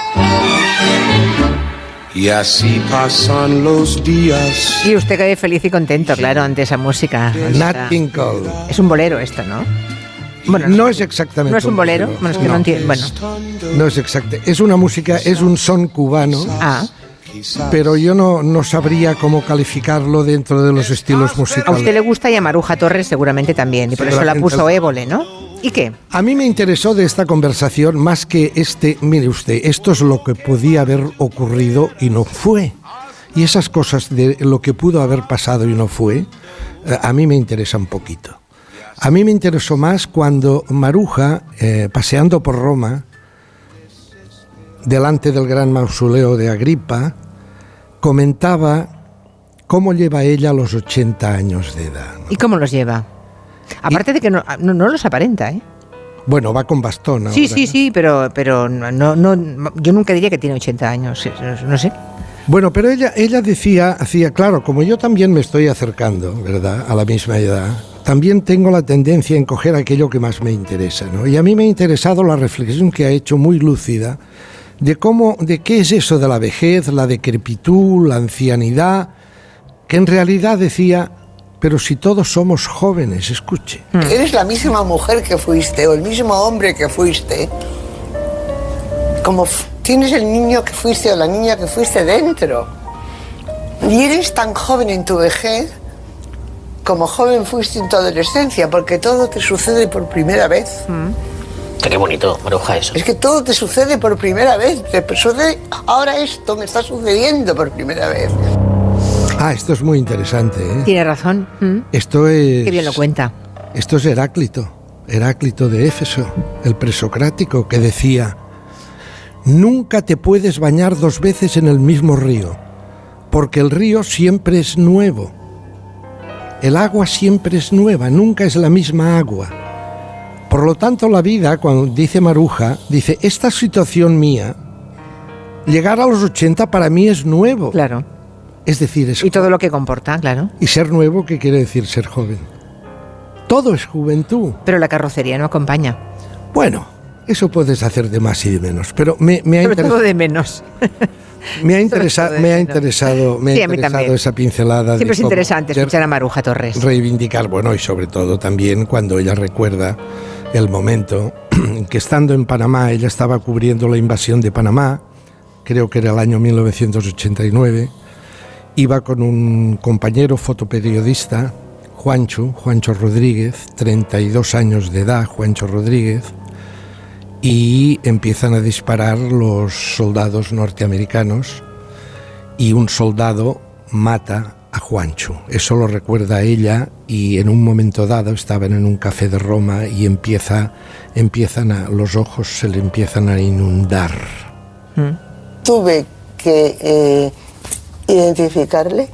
Y así pasan los días. Y usted quedó feliz y contento, claro, ante esa música. Nat King Cole. Es un bolero esto, ¿no? Bueno, no, no es exactamente. ¿No es un bolero? Bueno, es que no, no entiendo. Bueno. No es exacto. Es una música, es un son cubano. Ah. Pero yo no, no sabría cómo calificarlo dentro de los estilos musicales. A usted le gusta y a Maruja Torres seguramente también, y por eso la puso Évole, ¿no? ¿Y qué? A mí me interesó de esta conversación más que este, mire usted, esto es lo que podía haber ocurrido y no fue. Y esas cosas de lo que pudo haber pasado y no fue, a mí me interesa un poquito. A mí me interesó más cuando Maruja, eh, paseando por Roma, delante del gran mausoleo de Agripa, comentaba cómo lleva ella los ochenta años de edad, ¿no? ¿Y cómo los lleva? Aparte y, de que no, no, no los aparenta, ¿eh? Bueno, va con bastón ahora. Sí, sí, sí, pero, pero no, no, yo nunca diría que tiene ochenta años, no sé. Bueno, pero ella, ella decía, hacía, claro, como yo también me estoy acercando, ¿verdad?, a la misma edad, también tengo la tendencia a encoger aquello que más me interesa, ¿no? Y a mí me ha interesado la reflexión que ha hecho muy lúcida de cómo, de qué es eso de la vejez, la decrepitud, la ancianidad, que en realidad decía, pero si todos somos jóvenes, escuche. Eres la misma mujer que fuiste, o el mismo hombre que fuiste, como f- tienes el niño que fuiste o la niña que fuiste dentro. Y eres tan joven en tu vejez como joven fuiste en tu adolescencia, porque todo te sucede por primera vez. Mm. Qué bonito, Maruja, eso. Es que todo te sucede por primera vez. Te sucede, ahora esto me está sucediendo por primera vez. Ah, esto es muy interesante, ¿eh? Tiene razón. ¿Mm? Esto es... Qué bien lo cuenta. Esto es Heráclito, Heráclito de Éfeso, el presocrático, que decía: nunca te puedes bañar dos veces en el mismo río, porque el río siempre es nuevo. El agua siempre es nueva, nunca es la misma agua. Por lo tanto, la vida, cuando dice Maruja, dice, esta situación mía, llegar a los ochenta para mí es nuevo. Claro. Es decir, es y todo lo que comporta, claro. Y ser nuevo, ¿qué quiere decir ser joven? Todo es juventud. Pero la carrocería no acompaña. Bueno, eso puedes hacer de más y de menos, pero me, me ha Sobre interesado... todo de menos. Me ha, interesa, me ha interesado, me sí, ha interesado esa pincelada. Siempre de es interesante escuchar a Maruja Torres. Reivindicar, bueno, y sobre todo también cuando ella recuerda el momento en que estando en Panamá, ella estaba cubriendo la invasión de Panamá, creo que era el año mil novecientos ochenta y nueve, iba con un compañero fotoperiodista, Juancho, Juancho Rodríguez, treinta y dos años de edad, Juancho Rodríguez, y empiezan a disparar los soldados norteamericanos y un soldado mata a Juancho. Eso lo recuerda ella y en un momento dado estaban en un café de Roma y empieza, empiezan a, los ojos se le empiezan a inundar. ¿Mm? Tuve que eh, identificarle.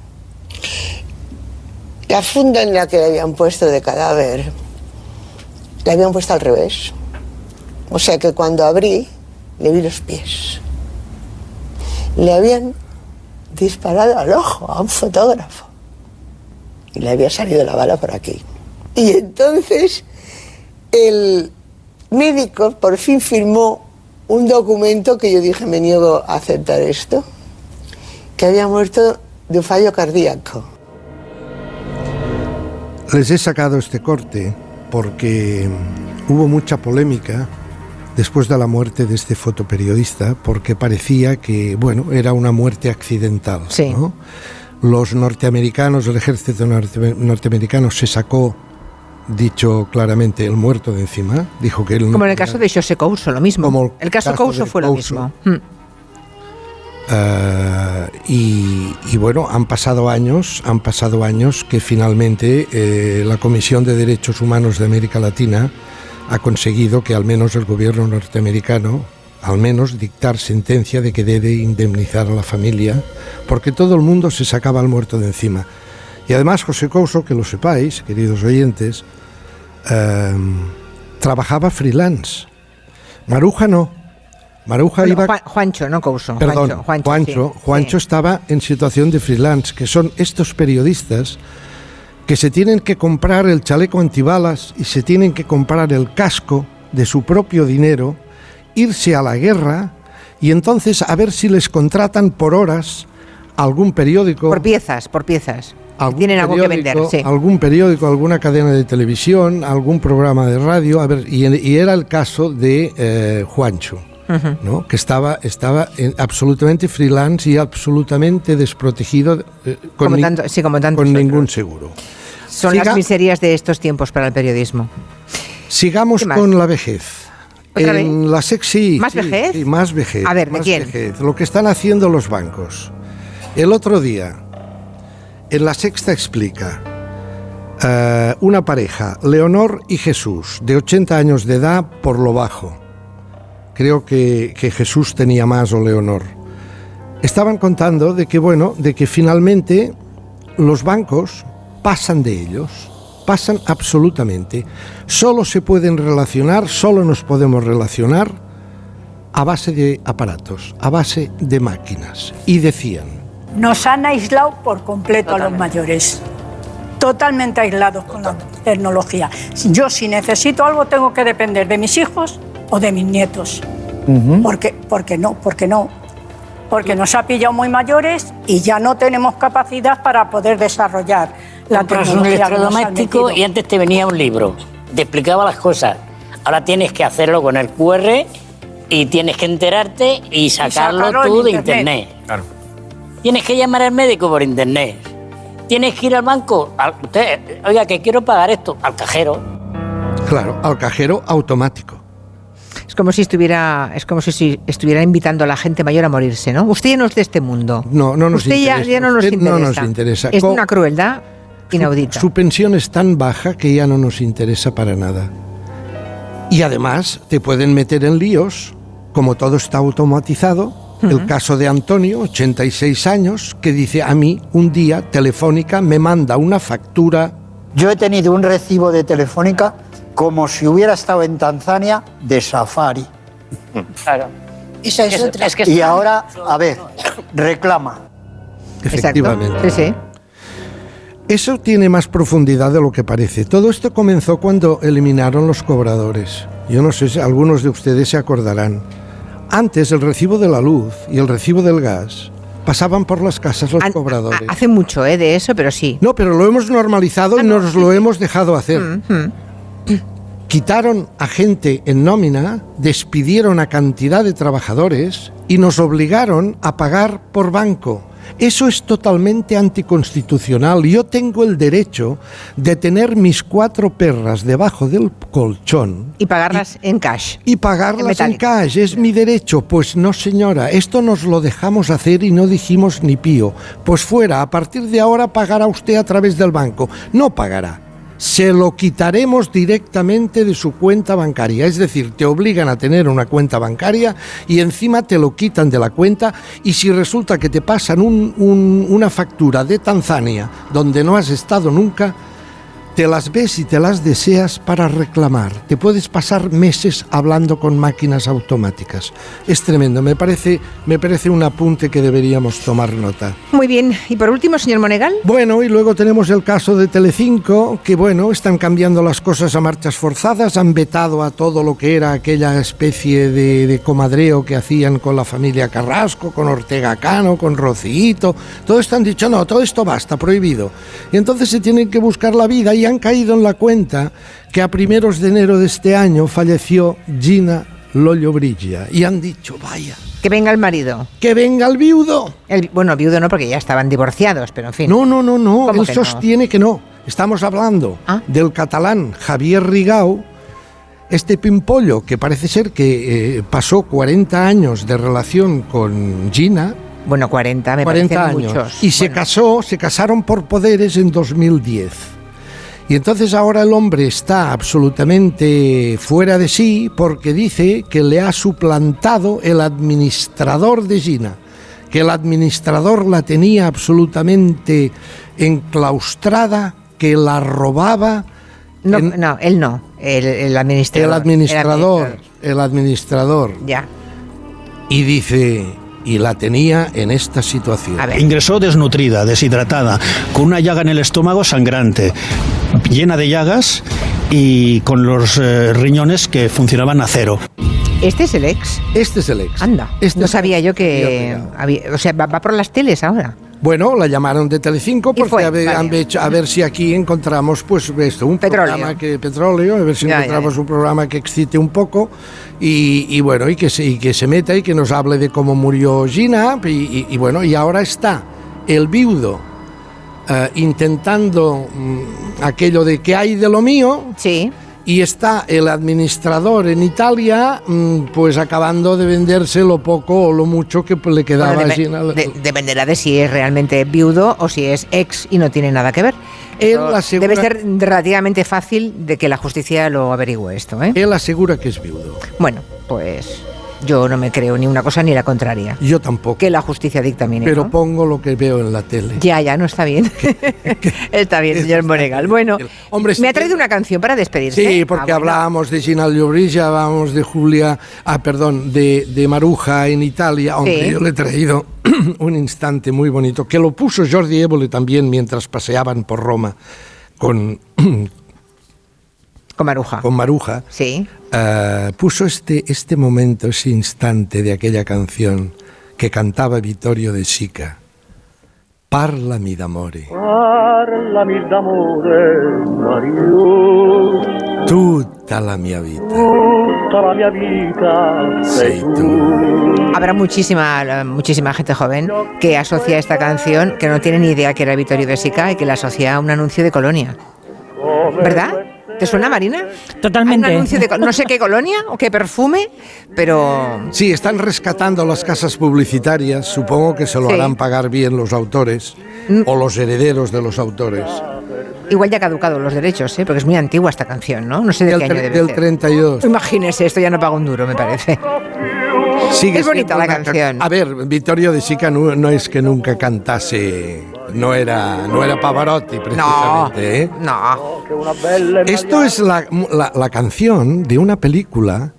La funda en la que le habían puesto de cadáver, la habían puesto al revés. O sea que cuando abrí, le vi los pies. Le habían disparado al ojo a un fotógrafo. Y le había salido la bala por aquí. Y entonces el médico por fin firmó un documento que yo dije, me niego a aceptar esto, que había muerto de un fallo cardíaco. Les he sacado este corte porque hubo mucha polémica después de la muerte de este fotoperiodista, porque parecía que, bueno, era una muerte accidental, sí. ¿no? Los norteamericanos, el ejército norte, norteamericano se sacó, dicho claramente, el muerto de encima, dijo que él no... Como en el caso de José Couso, lo mismo. Como el, el caso, caso Couso fue Couso. Lo mismo. Hmm. Uh, y, y bueno, han pasado años, han pasado años que finalmente eh, la Comisión de Derechos Humanos de América Latina ha conseguido que al menos el gobierno norteamericano, al menos dictar sentencia de que debe indemnizar a la familia, porque todo el mundo se sacaba al muerto de encima. Y además José Couso, que lo sepáis, queridos oyentes, eh, trabajaba freelance. Maruja no. Maruja bueno, iba... Juan, Juancho, no Couso. Perdón, Juancho, Juancho, Juancho, sí, Juancho sí. estaba en situación de freelance, que son estos periodistas que se tienen que comprar el chaleco antibalas y se tienen que comprar el casco de su propio dinero, irse a la guerra y entonces a ver si les contratan por horas algún periódico. Por piezas, por piezas. Tienen algo que vender, sí. Algún periódico, alguna cadena de televisión, algún programa de radio. A ver, y, y era el caso de eh, Juancho, uh-huh. ¿no? Que estaba, estaba en, absolutamente freelance y absolutamente desprotegido eh, con, como ni, tanto, sí, como con ningún seguro. Son Siga, las miserias de estos tiempos para el periodismo. Sigamos con la vejez. ¿Otra en vez? La sexy, ¿Más sí, vejez? Sí, más vejez. A ver, ¿de más quién? Vejez. Lo que están haciendo los bancos. El otro día, en La Sexta explica, uh, una pareja, Leonor y Jesús, de ochenta años de edad por lo bajo. Creo que, que Jesús tenía más o Leonor. Estaban contando de que, bueno, de que finalmente los bancos pasan de ellos, pasan absolutamente. Solo se pueden relacionar, solo nos podemos relacionar a base de aparatos, a base de máquinas. Y decían... Nos han aislado por completo Totalmente. A los mayores. Totalmente aislados con la tecnología. Yo si necesito algo tengo que depender de mis hijos o de mis nietos. Uh-huh. Porque, porque no, porque no. Porque nos ha pillado muy mayores y ya no tenemos capacidad para poder desarrollar la tecnología. Un electrodoméstico y antes te venía un libro, te explicaba las cosas. Ahora tienes que hacerlo con el cu erre y tienes que enterarte y sacarlo, y sacarlo tú de internet. internet. Claro. Tienes que llamar al médico por internet. Tienes que ir al banco. Al, usted, oiga, que quiero pagar esto. Al cajero. Claro, al cajero automático. Es como si estuviera, es como si estuviera invitando a la gente mayor a morirse, ¿no? Usted ya no es de este mundo. No, no nos Usted interesa. Ya, ya no, nos Usted interesa. no nos interesa. Es una crueldad inaudita. Su, su pensión es tan baja que ya no nos interesa para nada. Y además te pueden meter en líos, como todo está automatizado, Uh-huh. El caso de Antonio, ochenta y seis años, que dice: a mí un día Telefónica me manda una factura. Yo he tenido un recibo de Telefónica como si hubiera estado en Tanzania de safari. Claro. Esa es, es otra. Es que y ahora, a ver, reclama. Efectivamente. Sí, sí. Eso tiene más profundidad de lo que parece. Todo esto comenzó cuando eliminaron los cobradores. Yo no sé si algunos de ustedes se acordarán. Antes el recibo de la luz y el recibo del gas pasaban por las casas los An- cobradores. Hace mucho ¿eh? de eso, pero sí. No, pero lo hemos normalizado ah, y nos no, lo sí. hemos dejado hacer. Mm-hmm. Quitaron a gente en nómina, despidieron a cantidad de trabajadores y nos obligaron a pagar por banco. Eso es totalmente anticonstitucional. Yo tengo el derecho de tener mis cuatro perras debajo del colchón. Y pagarlas y, en cash. Y pagarlas en, en cash. Es mi derecho. Pues no, señora. Esto nos lo dejamos hacer y no dijimos ni pío. Pues fuera, a partir de ahora pagará usted a través del banco. No pagará. Se lo quitaremos directamente de su cuenta bancaria. Es decir, te obligan a tener una cuenta bancaria y encima te lo quitan de la cuenta, y si resulta que te pasan un, un, una factura de Tanzania donde no has estado nunca, te las ves y te las deseas para reclamar. Te puedes pasar meses hablando con máquinas automáticas. Es tremendo, me parece, me parece un apunte que deberíamos tomar nota. Muy bien, y por último, señor Monegal. Bueno, y luego tenemos el caso de Telecinco, que bueno, están cambiando las cosas a marchas forzadas, han vetado a todo lo que era aquella especie de, de comadreo que hacían con la familia Carrasco, con Ortega Cano, con Rocito. Todo esto han dicho, no, todo esto basta, prohibido. Y entonces se tienen que buscar la vida y han caído en la cuenta que a primeros de enero de este año falleció Gina Lollobrigida y han dicho, vaya, que venga el marido, que venga el viudo. El, bueno, viudo no, porque ya estaban divorciados, pero en fin. No, no, no, no, él que sostiene no? que no. Estamos hablando ¿Ah? del catalán Javier Rigau, este pimpollo que parece ser que eh, pasó cuarenta años de relación con Gina. Bueno, cuarenta, me cuarenta parecen años. muchos. Y bueno. se casó, se casaron por poderes en dos mil diez. Y entonces ahora el hombre está absolutamente fuera de sí porque dice que le ha suplantado el administrador de Gina, que el administrador la tenía absolutamente enclaustrada, que la robaba. No, en... no él no, el, el administrador. El administrador, el administrador. El administrador. Ya. Y dice... y la tenía en esta situación. Ingresó desnutrida, deshidratada, con una llaga en el estómago sangrante, llena de llagas y con los eh, riñones que funcionaban a cero. ¿Este es el ex? Este es el ex. Anda, este no sabía yo que... Había, o sea, va, va por las teles ahora. Bueno, la llamaron de Telecinco porque a ver, vale. hecho, a ver si aquí encontramos pues esto, un petróleo. programa que petróleo, a ver si ya, encontramos ya, ya. un programa que excite un poco y, y bueno, y que se y que se meta y que nos hable de cómo murió Gina y, y, y bueno, y ahora está el viudo uh, intentando um, aquello de ¿qué hay de lo mío? Sí. Y está el administrador en Italia, pues acabando de venderse lo poco o lo mucho que le quedaba. Bueno, a Gina. De, dependerá de si es realmente viudo o si es ex y no tiene nada que ver. Él asegura, debe ser relativamente fácil de que la justicia lo averigüe esto, ¿eh? Él asegura que es viudo. Bueno, pues... yo no me creo ni una cosa ni la contraria. Yo tampoco. Que la justicia dictamine. Pero ¿no? pongo lo que veo en la tele. Ya, ya, no está bien. Está bien, señor Monegal. Bueno, Hombre, me ha traído una canción para despedirse. Sí, porque ah, bueno. hablábamos de Gina Lollobrigida, hablábamos de Julia, ah, perdón, de, de Maruja en Italia, aunque sí. yo le he traído un instante muy bonito, que lo puso Jordi Évole también mientras paseaban por Roma con... Con Maruja. Con Maruja. Sí. Uh, puso este, este momento, ese instante de aquella canción que cantaba Vittorio De Sica. Parlami d'amore. Parlami d'amore, Mario. Tutta la mia vita. Tutta la mia vita sei tú. Habrá muchísima, muchísima gente joven que asocia esta canción, que no tiene ni idea que era Vittorio De Sica y que la asocia a un anuncio de Colonia. ¿Verdad? ¿Te suena, Marina? Totalmente. Hay un anuncio de no sé qué colonia o qué perfume, pero... Sí, están rescatando las casas publicitarias. Supongo que se lo sí. harán pagar bien los autores mm. o los herederos de los autores. Igual ya ha caducado los derechos, ¿eh? Porque es muy antigua esta canción, ¿no? No sé de del qué año debe del ser. treinta y dos. Imagínese, esto ya no paga un duro, me parece. Sigue es bonita la una canción. A ver, Vittorio De Sica no, no es que nunca cantase, no era, no era Pavarotti precisamente. ¿eh? No. Esto es la, la, la canción de una película,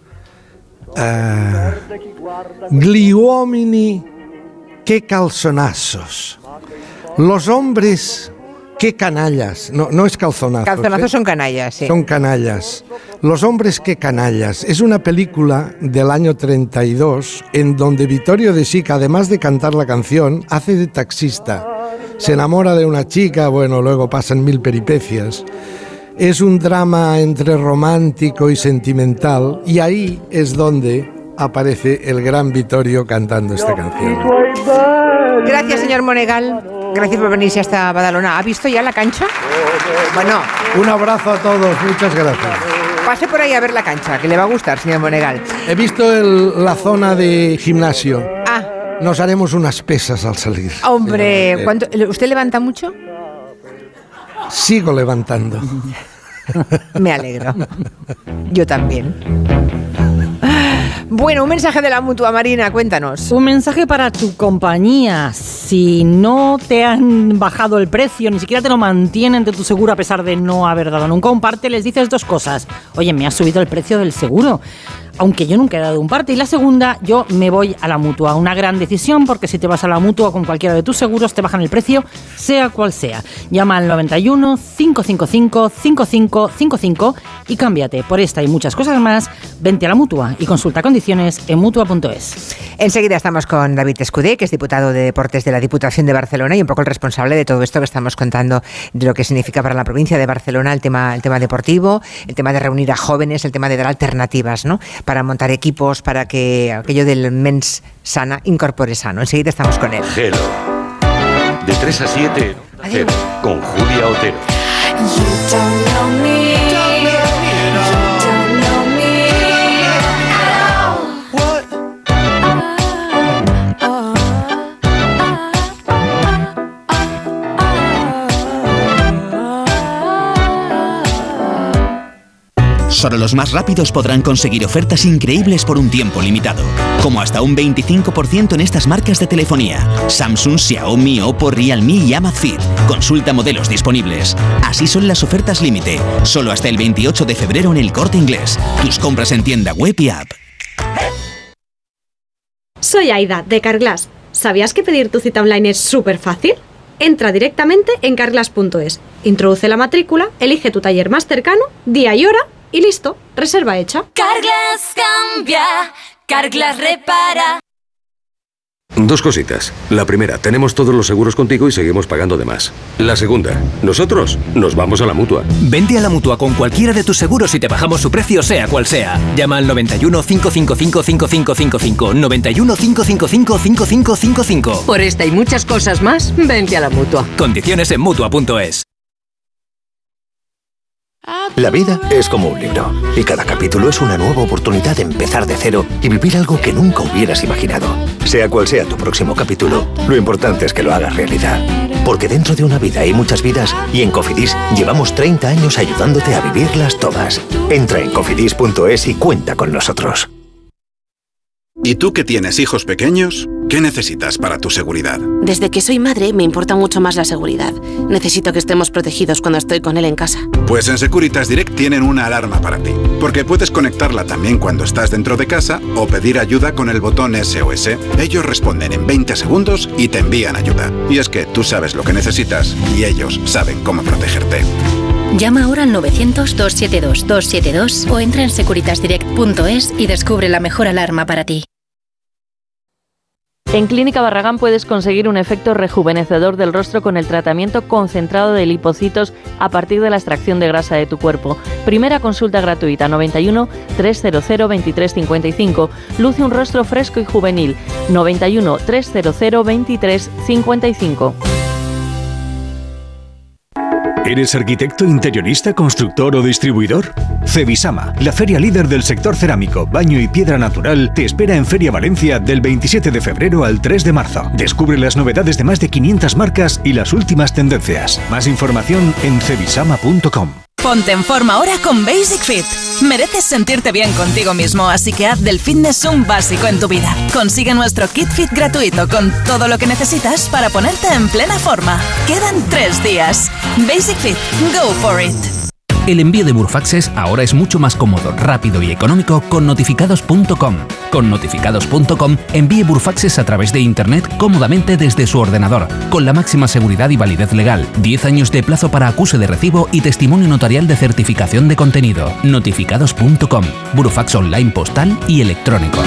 uh, Gli uomini che calzonazos. Los hombres, qué canallas. No, no es calzonazos. Calzonazos ¿eh? son canallas, sí. Son canallas. Los hombres, qué canallas. Es una película del año treinta y dos en donde Vittorio De Sica, además de cantar la canción, hace de taxista. Se enamora de una chica, bueno, luego pasan mil peripecias. Es un drama entre romántico y sentimental, y ahí es donde aparece el gran Vittorio cantando esta canción. Gracias, señor Monegal. Gracias por venirse hasta Badalona. ¿Ha visto ya la cancha? Bueno. Un abrazo a todos, muchas gracias. Pase por ahí a ver la cancha, que le va a gustar, señor Monegal. He visto el, la zona de gimnasio. Ah. Nos haremos unas pesas al salir. Hombre, ¿cuánto, ¿usted levanta mucho? Sigo levantando. Me alegro. Yo también. Bueno, un mensaje de la Mutua, Marina, cuéntanos. Un mensaje para tu compañía. Si no te han bajado el precio, ni siquiera te lo mantienen de tu seguro a pesar de no haber dado nunca un parte, les dices dos cosas. Oye, me ha subido el precio del seguro, aunque yo nunca he dado un parte. Y la segunda, yo me voy a la Mutua. Una gran decisión, porque si te vas a la Mutua con cualquiera de tus seguros, te bajan el precio, sea cual sea. Llama al noventa y uno, cinco cinco cinco, cinco cinco cinco cinco y cámbiate. Por esta y muchas cosas más, vente a la Mutua y consulta condiciones en mutua punto es. Enseguida estamos con David Escudé, que es diputado de Deportes de la Diputación de Barcelona y un poco el responsable de todo esto que estamos contando, de lo que significa para la provincia de Barcelona el tema, el tema deportivo, el tema de reunir a jóvenes, el tema de dar alternativas, ¿no?, para montar equipos, para que aquello del mens sana incorpore sano. Enseguida estamos con él. Hello. De tres a siete, Hello, con Julia Otero. Solo los más rápidos podrán conseguir ofertas increíbles por un tiempo limitado, como hasta un veinticinco por ciento en estas marcas de telefonía: Samsung, Xiaomi, Oppo, Realme y Amazfit. Consulta modelos disponibles. Así son las ofertas límite, solo hasta el veintiocho de febrero en El Corte Inglés. Tus compras en tienda web y app. Soy Aida, de Carglass. ¿Sabías que pedir tu cita online es súper fácil? Entra directamente en carglass punto es, introduce la matrícula, elige tu taller más cercano, día y hora, y listo, reserva hecha. Carglass cambia, Carglass repara. Dos cositas. La primera, tenemos todos los seguros contigo y seguimos pagando de más. La segunda, nosotros nos vamos a la Mutua. Vente a la Mutua con cualquiera de tus seguros y te bajamos su precio sea cual sea. Llama al noventa y uno, cinco cinco cinco, cinco cinco cinco cinco, noventa y uno, cinco cinco cinco, cinco cinco cinco cinco. Por esta y muchas cosas más, vente a la Mutua. Condiciones en mutua punto es. La vida es como un libro y cada capítulo es una nueva oportunidad de empezar de cero y vivir algo que nunca hubieras imaginado. Sea cual sea tu próximo capítulo, lo importante es que lo hagas realidad. Porque dentro de una vida hay muchas vidas y en Cofidis llevamos treinta años ayudándote a vivirlas todas. Entra en cofidis punto es y cuenta con nosotros. ¿Y tú que tienes hijos pequeños? ¿Qué necesitas para tu seguridad? Desde que soy madre me importa mucho más la seguridad. Necesito que estemos protegidos cuando estoy con él en casa. Pues en Securitas Direct tienen una alarma para ti, porque puedes conectarla también cuando estás dentro de casa o pedir ayuda con el botón S O S. Ellos responden en veinte segundos y te envían ayuda. Y es que tú sabes lo que necesitas y ellos saben cómo protegerte. Llama ahora al novecientos, doscientos setenta y dos, doscientos setenta y dos o entra en securitas direct punto es y descubre la mejor alarma para ti. En Clínica Barragán puedes conseguir un efecto rejuvenecedor del rostro con el tratamiento concentrado de lipocitos a partir de la extracción de grasa de tu cuerpo. Primera consulta gratuita, noventa y uno, trescientos, veintitrés cincuenta y cinco. Luce un rostro fresco y juvenil, noventa y uno, trescientos, veintitrés cincuenta y cinco. ¿Eres arquitecto, interiorista, constructor o distribuidor? Cebisama, la feria líder del sector cerámico, baño y piedra natural, te espera en Feria Valencia del veintisiete de febrero al tres de marzo. Descubre las novedades de más de quinientas marcas y las últimas tendencias. Más información en cebisama punto com. Ponte en forma ahora con Basic Fit. Mereces sentirte bien contigo mismo, así que haz del fitness un básico en tu vida. Consigue nuestro Kit Fit gratuito con todo lo que necesitas para ponerte en plena forma. Quedan tres días. Basic Fit. Go for it. El envío de Burfaxes ahora es mucho más cómodo, rápido y económico con notificados punto com. Con notificados punto com envíe Burfaxes a través de Internet cómodamente desde su ordenador, con la máxima seguridad y validez legal, diez años de plazo para acuse de recibo y testimonio notarial de certificación de contenido. notificados punto com. Burfax online postal y electrónico.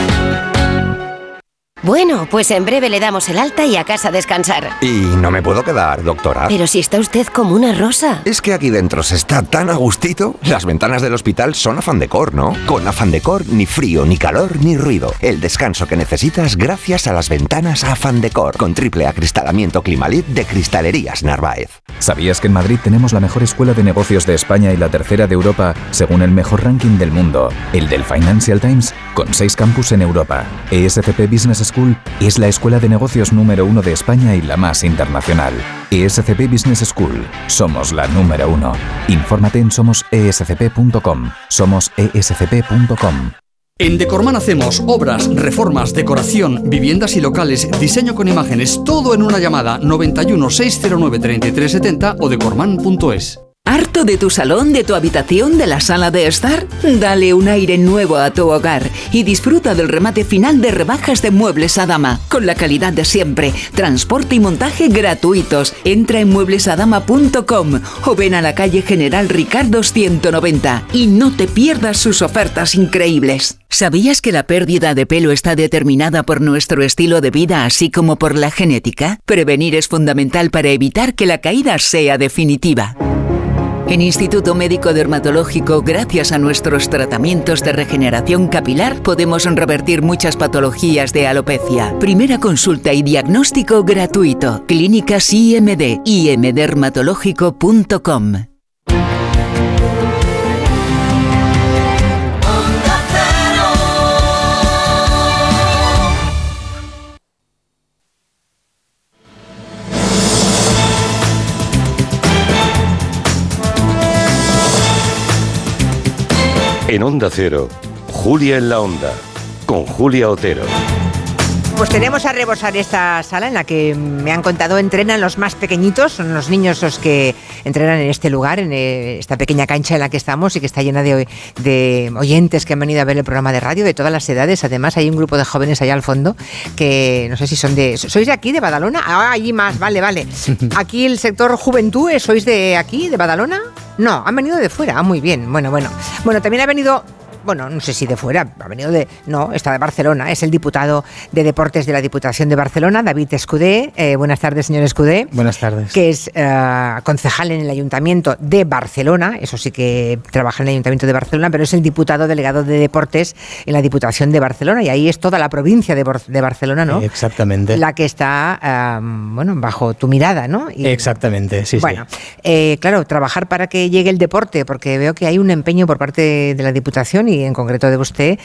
Bueno, pues en breve le damos el alta y a casa a descansar. Y no me puedo quedar, doctora. Pero si está usted como una rosa. Es que aquí dentro se está tan a gustito. Las ventanas del hospital son Afan Decor, ¿no? Con Afan Decor ni frío, ni calor, ni ruido. El descanso que necesitas gracias a las ventanas Afan Decor. Con triple acristalamiento Climalit de Cristalerías Narváez. ¿Sabías que en Madrid tenemos la mejor escuela de negocios de España y la tercera de Europa, según el mejor ranking del mundo, el del Financial Times, con seis campus en Europa? E S C P Business School es la escuela de negocios número uno de España y la más internacional. E S C P Business School. Somos la número uno. Infórmate en somos e s c p punto com. somos e s c p punto com. En Decorman hacemos obras, reformas, decoración, viviendas y locales, diseño con imágenes, todo en una llamada noventa y uno, seiscientos nueve, treinta y tres setenta o decorman punto es. ¿Harto de tu salón, de tu habitación, de la sala de estar? Dale un aire nuevo a tu hogar y disfruta del remate final de rebajas de Muebles Adama, con la calidad de siempre, transporte y montaje gratuitos. Entra en muebles adama punto com o ven a la calle General Ricardo ciento noventa y no te pierdas sus ofertas increíbles. ¿Sabías que la pérdida de pelo está determinada por nuestro estilo de vida así como por la genética? Prevenir es fundamental para evitar que la caída sea definitiva. En Instituto Médico Dermatológico, gracias a nuestros tratamientos de regeneración capilar, podemos revertir muchas patologías de alopecia. Primera consulta y diagnóstico gratuito. Clínicas I M D, i m dermatológico punto com. En Onda Cero, Julia en la Onda, con Julia Otero. Pues tenemos a rebosar esta sala en la que me han contado entrenan los más pequeñitos, son los niños los que entrenan en este lugar, en esta pequeña cancha en la que estamos y que está llena de, de oyentes que han venido a ver el programa de radio de todas las edades. Además hay un grupo de jóvenes allá al fondo que no sé si son de... ¿Sois de aquí, de Badalona? Ah, allí más, vale, vale. Aquí el sector juventud, ¿sois de aquí, de Badalona? No, han venido de fuera, ah, muy bien, bueno, bueno. Bueno, también ha venido... Bueno, no sé si de fuera, ha venido de... No, está de Barcelona, es el diputado de Deportes de la Diputación de Barcelona, David Escudé. Eh, buenas tardes, señor Escudé. Buenas tardes. Que es eh, concejal en el Ayuntamiento de Barcelona, eso sí que trabaja en el Ayuntamiento de Barcelona, pero es el diputado delegado de Deportes en la Diputación de Barcelona, y ahí es toda la provincia de, de Barcelona, ¿no? Exactamente. La que está, eh, bueno, bajo tu mirada, ¿no? Y, Exactamente, sí, bueno, sí. Bueno, eh, claro, trabajar para que llegue el deporte, porque veo que hay un empeño por parte de la Diputación y en concreto de usted,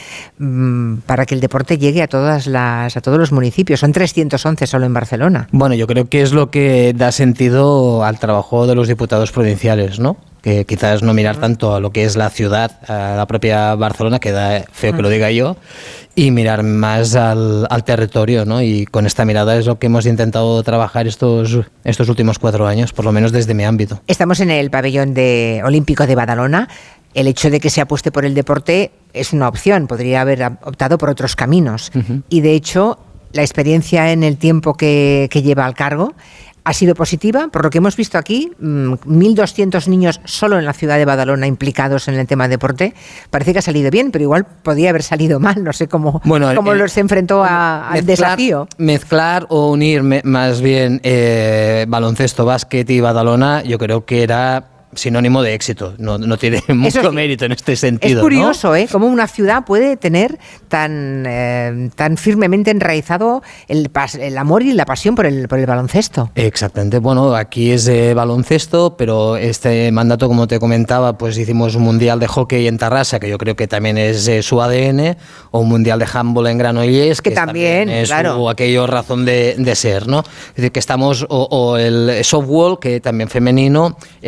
para que el deporte llegue a todas las a todos los municipios. Son trescientos once solo en Barcelona. Bueno, yo creo que es lo que da sentido al trabajo de los diputados provinciales, ¿no? Que quizás no mirar tanto a lo que es la ciudad, a la propia Barcelona, que da feo que lo diga yo, y mirar más al, al territorio, ¿no? Y con esta mirada es lo que hemos intentado trabajar estos, estos últimos cuatro años, por lo menos desde mi ámbito. Estamos en el pabellón de olímpico de Badalona. El hecho de que se apueste por el deporte es una opción, podría haber optado por otros caminos. Uh-huh. Y de hecho, la experiencia en el tiempo que, que lleva al cargo ha sido positiva. Por lo que hemos visto aquí, mil doscientos niños solo en la ciudad de Badalona implicados en el tema deporte. Parece que ha salido bien, pero igual podía haber salido mal. No sé cómo, bueno, cómo eh, se enfrentó a, al mezclar, desafío. Mezclar o unir me, más bien eh, baloncesto, básquet y Badalona, yo creo que era sinónimo de éxito, no, no tiene mucho sí, mérito en este sentido. Es curioso, ¿no? ¿eh? Cómo una ciudad puede tener tan, eh, tan firmemente enraizado el, el amor y la pasión por el, por el baloncesto. Exactamente, bueno, aquí es eh, baloncesto, pero este mandato, como te comentaba, pues hicimos un mundial de hockey en Tarrasa, que yo creo que también es eh, su A D N, o un mundial de handball en Granollers, que, que también, también es claro. su, aquello razón de, de ser, ¿no? Es decir, que estamos, o, o el softball, que también femenino, en el Baix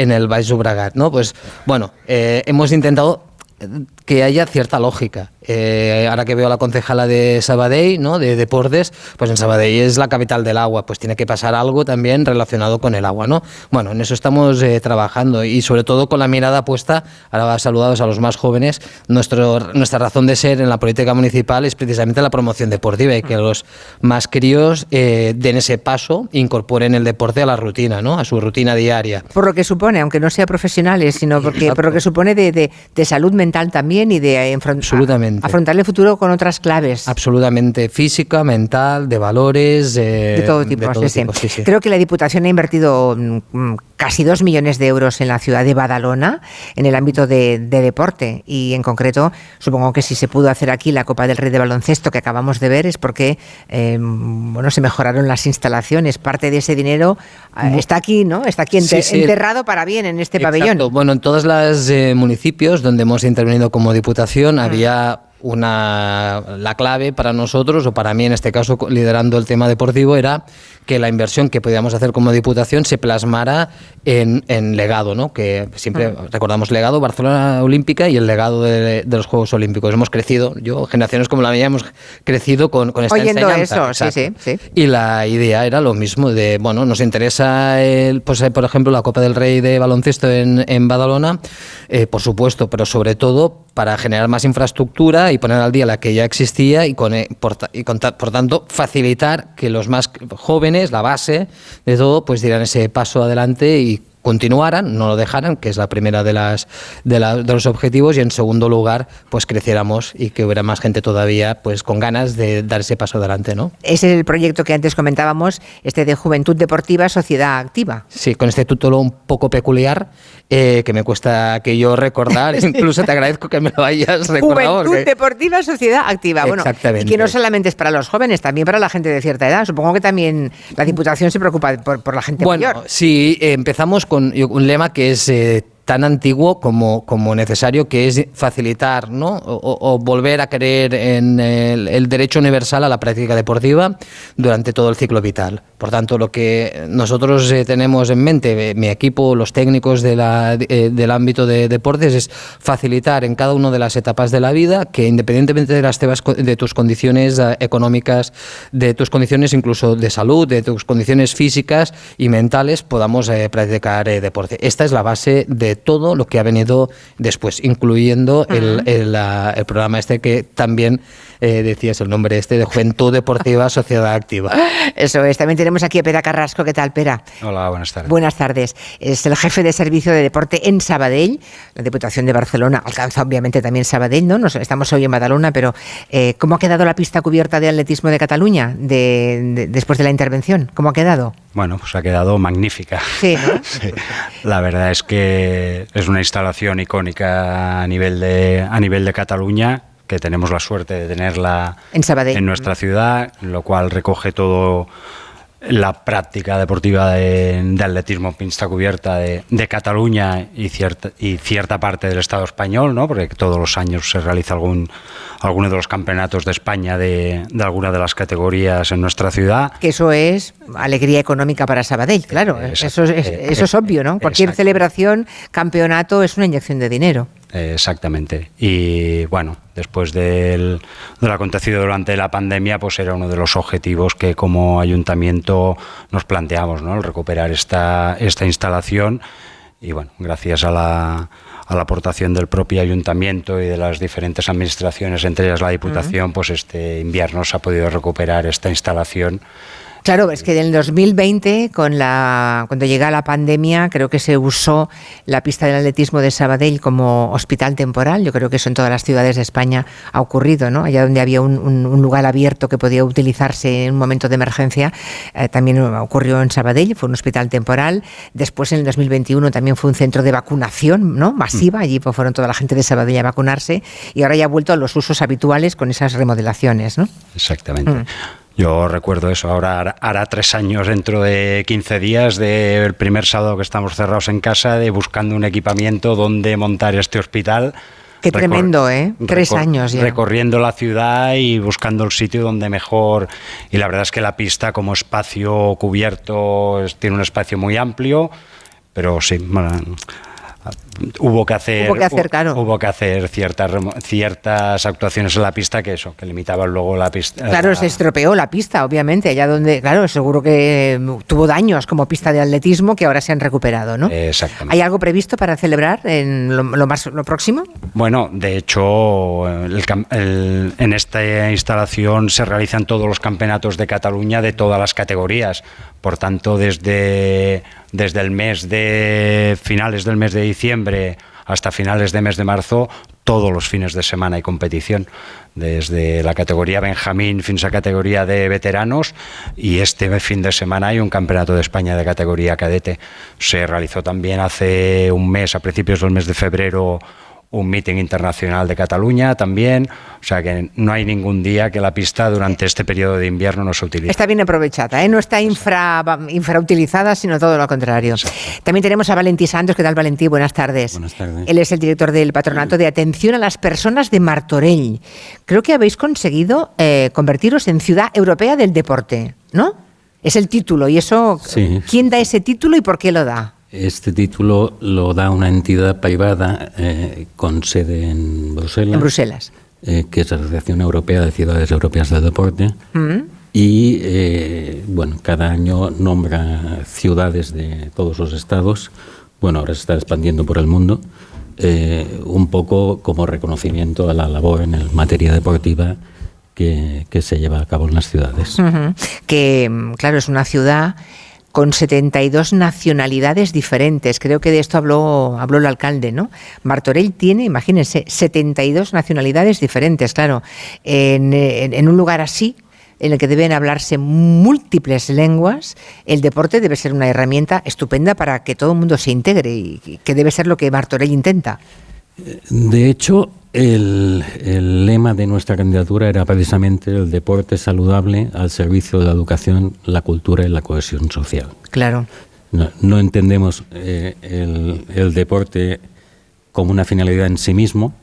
Llobregat, ¿no? Pues bueno, eh, hemos intentado que haya cierta lógica. Eh, ahora que veo a la concejala de Sabadell, ¿no? de Deportes, pues en Sabadell es la capital del agua, pues tiene que pasar algo también relacionado con el agua, ¿no? Bueno, en eso estamos eh, trabajando y sobre todo con la mirada puesta, ahora saludados a los más jóvenes, nuestro, nuestra razón de ser en la política municipal es precisamente la promoción deportiva y que los más críos eh, den ese paso, incorporen el deporte a la rutina, ¿no? A su rutina diaria. Por lo que supone, aunque no sea profesionales, sino porque, por lo que supone de, de, de salud mental también y de Absolutamente. afrontar el futuro con otras claves. Absolutamente, física, mental, de valores, eh, de todo tipo. De todo sí, tipo sí. Sí, sí. Creo que la Diputación ha invertido mm, casi dos millones de euros en la ciudad de Badalona en el ámbito de, de deporte y en concreto supongo que si se pudo hacer aquí la Copa del Rey de baloncesto que acabamos de ver es porque eh, bueno, se mejoraron las instalaciones. Parte de ese dinero eh, está aquí, ¿no? Está aquí enter- sí, sí. enterrado para bien en este Exacto. pabellón. Bueno, en todos los eh, municipios donde hemos intervenido como Diputación mm. había una la clave para nosotros, o para mí en este caso liderando el tema deportivo, era que la inversión que podíamos hacer como Diputación se plasmara en, en legado, ¿no? Que siempre uh-huh. recordamos legado, Barcelona Olímpica y el legado de, de los Juegos Olímpicos. Hemos crecido, yo, generaciones como la mía, hemos crecido con, con esta Oyendo enseñanza. eso, sí, sí, sí. Y la idea era lo mismo, de, bueno, nos interesa, el, pues, por ejemplo, la Copa del Rey de baloncesto en, en Badalona, eh, por supuesto, pero sobre todo para generar más infraestructura y poner al día la que ya existía y, con, por, y con, por tanto facilitar que los más jóvenes, la base de todo, pues dieran ese paso adelante y continuaran, no lo dejaran, que es la primera de las de, la, de los objetivos, y en segundo lugar, pues creciéramos y que hubiera más gente todavía pues con ganas de dar ese paso adelante, ¿no? Ese es el proyecto que antes comentábamos, este de Juventud Deportiva, Sociedad Activa. Sí, con este título un poco peculiar, eh, que me cuesta que yo recordar, sí. Incluso te agradezco que me lo hayas recordado. Juventud porque... Deportiva, Sociedad Activa. Bueno, exactamente. Y que no solamente es para los jóvenes, también para la gente de cierta edad. Supongo que también la Diputación se preocupa por, por la gente bueno, mayor. Bueno, sí, eh, empezamos con un lema que es eh, tan antiguo como, como necesario, que es facilitar, ¿no? o, o volver a creer en el, el derecho universal a la práctica deportiva durante todo el ciclo vital. Por tanto, lo que nosotros eh, tenemos en mente, eh, mi equipo, los técnicos de la, eh, del ámbito de deportes, es facilitar en cada una de las etapas de la vida que, independientemente de, las tebas, de tus condiciones eh, económicas, de tus condiciones incluso de salud, de tus condiciones físicas y mentales, podamos eh, practicar eh, deporte. Esta es la base de todo lo que ha venido después, incluyendo uh-huh. el, el, la, el programa este que también eh, decías el nombre este de Juventud Deportiva Sociedad Activa. Eso es. También tenemos aquí a Pera Carrasco. ¿Qué tal, Pera? Hola, buenas tardes. Buenas tardes. Es el jefe de servicio de deporte en Sabadell. La Diputación de Barcelona alcanza obviamente también Sabadell, ¿no? Nos, estamos hoy en Badalona, pero eh, ¿cómo ha quedado la pista cubierta de atletismo de Cataluña de, de, después de la intervención? ¿Cómo ha quedado? Bueno, pues ha quedado magnífica. Sí, ¿no? Sí. La verdad es que es una instalación icónica a nivel de, a nivel de Cataluña, que tenemos la suerte de tenerla en Sabadell, en nuestra ciudad, lo cual recoge todo la práctica deportiva de, de atletismo en pista cubierta de, de Cataluña y cierta, y cierta parte del Estado español, ¿no? Porque todos los años se realiza algún alguno de los campeonatos de España de, de alguna de las categorías en nuestra ciudad. Que eso es alegría económica para Sabadell, claro. Exacto. Eso es, eso es obvio, ¿no? Cualquier Exacto. celebración, campeonato, es una inyección de dinero. Exactamente. Y bueno, después del, del acontecido durante la pandemia, pues era uno de los objetivos que como ayuntamiento nos planteamos, ¿no? El recuperar esta, esta instalación. Y bueno, gracias a la, a la aportación del propio ayuntamiento y de las diferentes administraciones, entre ellas la Diputación, uh-huh. pues este invierno se ha podido recuperar esta instalación. Claro, es que en el dos mil veinte, con la, cuando llega la pandemia, creo que se usó la pista del atletismo de Sabadell como hospital temporal. Yo creo que eso en todas las ciudades de España ha ocurrido, ¿no? Allá donde había un, un, un lugar abierto que podía utilizarse en un momento de emergencia, eh, también ocurrió en Sabadell, fue un hospital temporal. Después, en el dos mil veintiuno, también fue un centro de vacunación, ¿no? Masiva, allí pues, fueron toda la gente de Sabadell a vacunarse, y ahora ya ha vuelto a los usos habituales con esas remodelaciones, ¿no? Exactamente. Mm. Yo recuerdo eso, ahora hará tres años, dentro de quince días, del primer sábado que estamos cerrados en casa, de buscando un equipamiento donde montar este hospital. Qué Recor- tremendo, ¿eh? Tres recor- años ya. Recorriendo la ciudad y buscando el sitio donde mejor. Y la verdad es que la pista, como espacio cubierto, es, tiene un espacio muy amplio, pero sí, bueno, Hubo que hacer, hubo que hacer, claro. hubo que hacer ciertas ciertas actuaciones en la pista que eso, que limitaban luego la pista. Claro, la... se estropeó la pista, obviamente, allá donde, claro, seguro que tuvo daños como pista de atletismo que ahora se han recuperado, ¿no? Exactamente. ¿Hay algo previsto para celebrar en lo, lo más lo próximo? Bueno, de hecho, el, el, en esta instalación se realizan todos los campeonatos de Cataluña de todas las categorías. Por tanto, desde desde el mes de finales del mes de diciembre hasta finales de mes de marzo, todos los fines de semana hay competición, desde la categoría Benjamín fins a categoría de veteranos, y este fin de semana hay un campeonato de España de categoría cadete. Se realizó también hace un mes, a principios del mes de febrero, un meeting internacional de Cataluña también, o sea que no hay ningún día que la pista durante este periodo de invierno no se utilice. Está bien aprovechada, ¿eh? No está infra, infrautilizada, sino todo lo contrario. Exacto. También tenemos a Valentí Santos. ¿Qué tal, Valentí? Buenas tardes. Buenas tardes. Él es el director del Patronato de Atención a las Personas de Martorell. Creo que habéis conseguido eh, convertiros en Ciudad Europea del Deporte, ¿no? Es el título, y eso, sí. ¿Quién da ese título y por qué lo da? Este título lo da una entidad privada eh, con sede en Bruselas, en Bruselas. Eh, que es la Asociación Europea de Ciudades Europeas del Deporte. Mm. Y, eh, bueno, cada año nombra ciudades de todos los estados. Bueno, ahora se está expandiendo por el mundo. Eh, un poco como reconocimiento a la labor en el materia deportiva que, que se lleva a cabo en las ciudades. Uh-huh. Que, claro, es una ciudad con setenta y dos nacionalidades diferentes. Creo que de esto habló, habló el alcalde, ¿no? Martorell tiene, imagínense, setenta y dos nacionalidades diferentes, claro. En, en, en un lugar así, en el que deben hablarse múltiples lenguas, el deporte debe ser una herramienta estupenda para que todo el mundo se integre, y que debe ser lo que Martorell intenta. De hecho, el, el lema de nuestra candidatura era precisamente el deporte saludable al servicio de la educación, la cultura y la cohesión social. Claro. No, no entendemos eh, el, el deporte como una finalidad en sí mismo,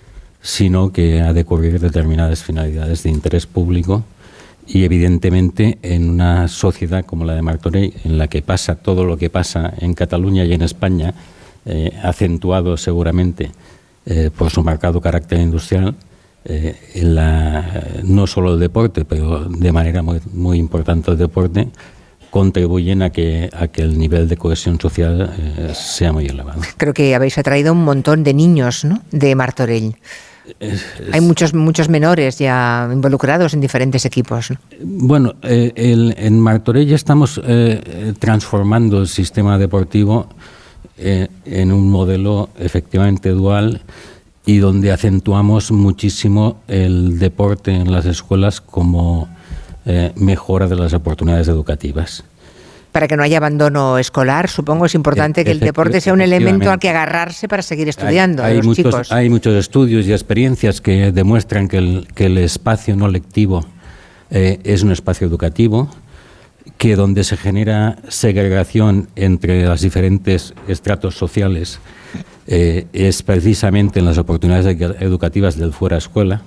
sino que ha de cubrir determinadas finalidades de interés público, y evidentemente en una sociedad como la de Martorell, en la que pasa todo lo que pasa en Cataluña y en España, eh, acentuado seguramente eh, por su marcado carácter industrial, eh, en la, no solo el deporte, pero de manera muy, muy importante el deporte, contribuyen a que, a que el nivel de cohesión social eh, sea muy elevado. Creo que habéis atraído un montón de niños, ¿no?, de Martorell. Es, es, Hay muchos muchos menores ya involucrados en diferentes equipos, ¿no? Bueno, eh, el, en Martorell ya estamos eh, transformando el sistema deportivo eh, en un modelo efectivamente dual, y donde acentuamos muchísimo el deporte en las escuelas como eh, mejora de las oportunidades educativas. Para que no haya abandono escolar, supongo es importante que el deporte sea un elemento al que agarrarse para seguir estudiando. Hay, hay, los muchos, chicos. hay muchos estudios y experiencias que demuestran que el, que el espacio no lectivo eh, es un espacio educativo, que donde se genera segregación entre los diferentes estratos sociales eh, es precisamente en las oportunidades educativas del fuera escuela.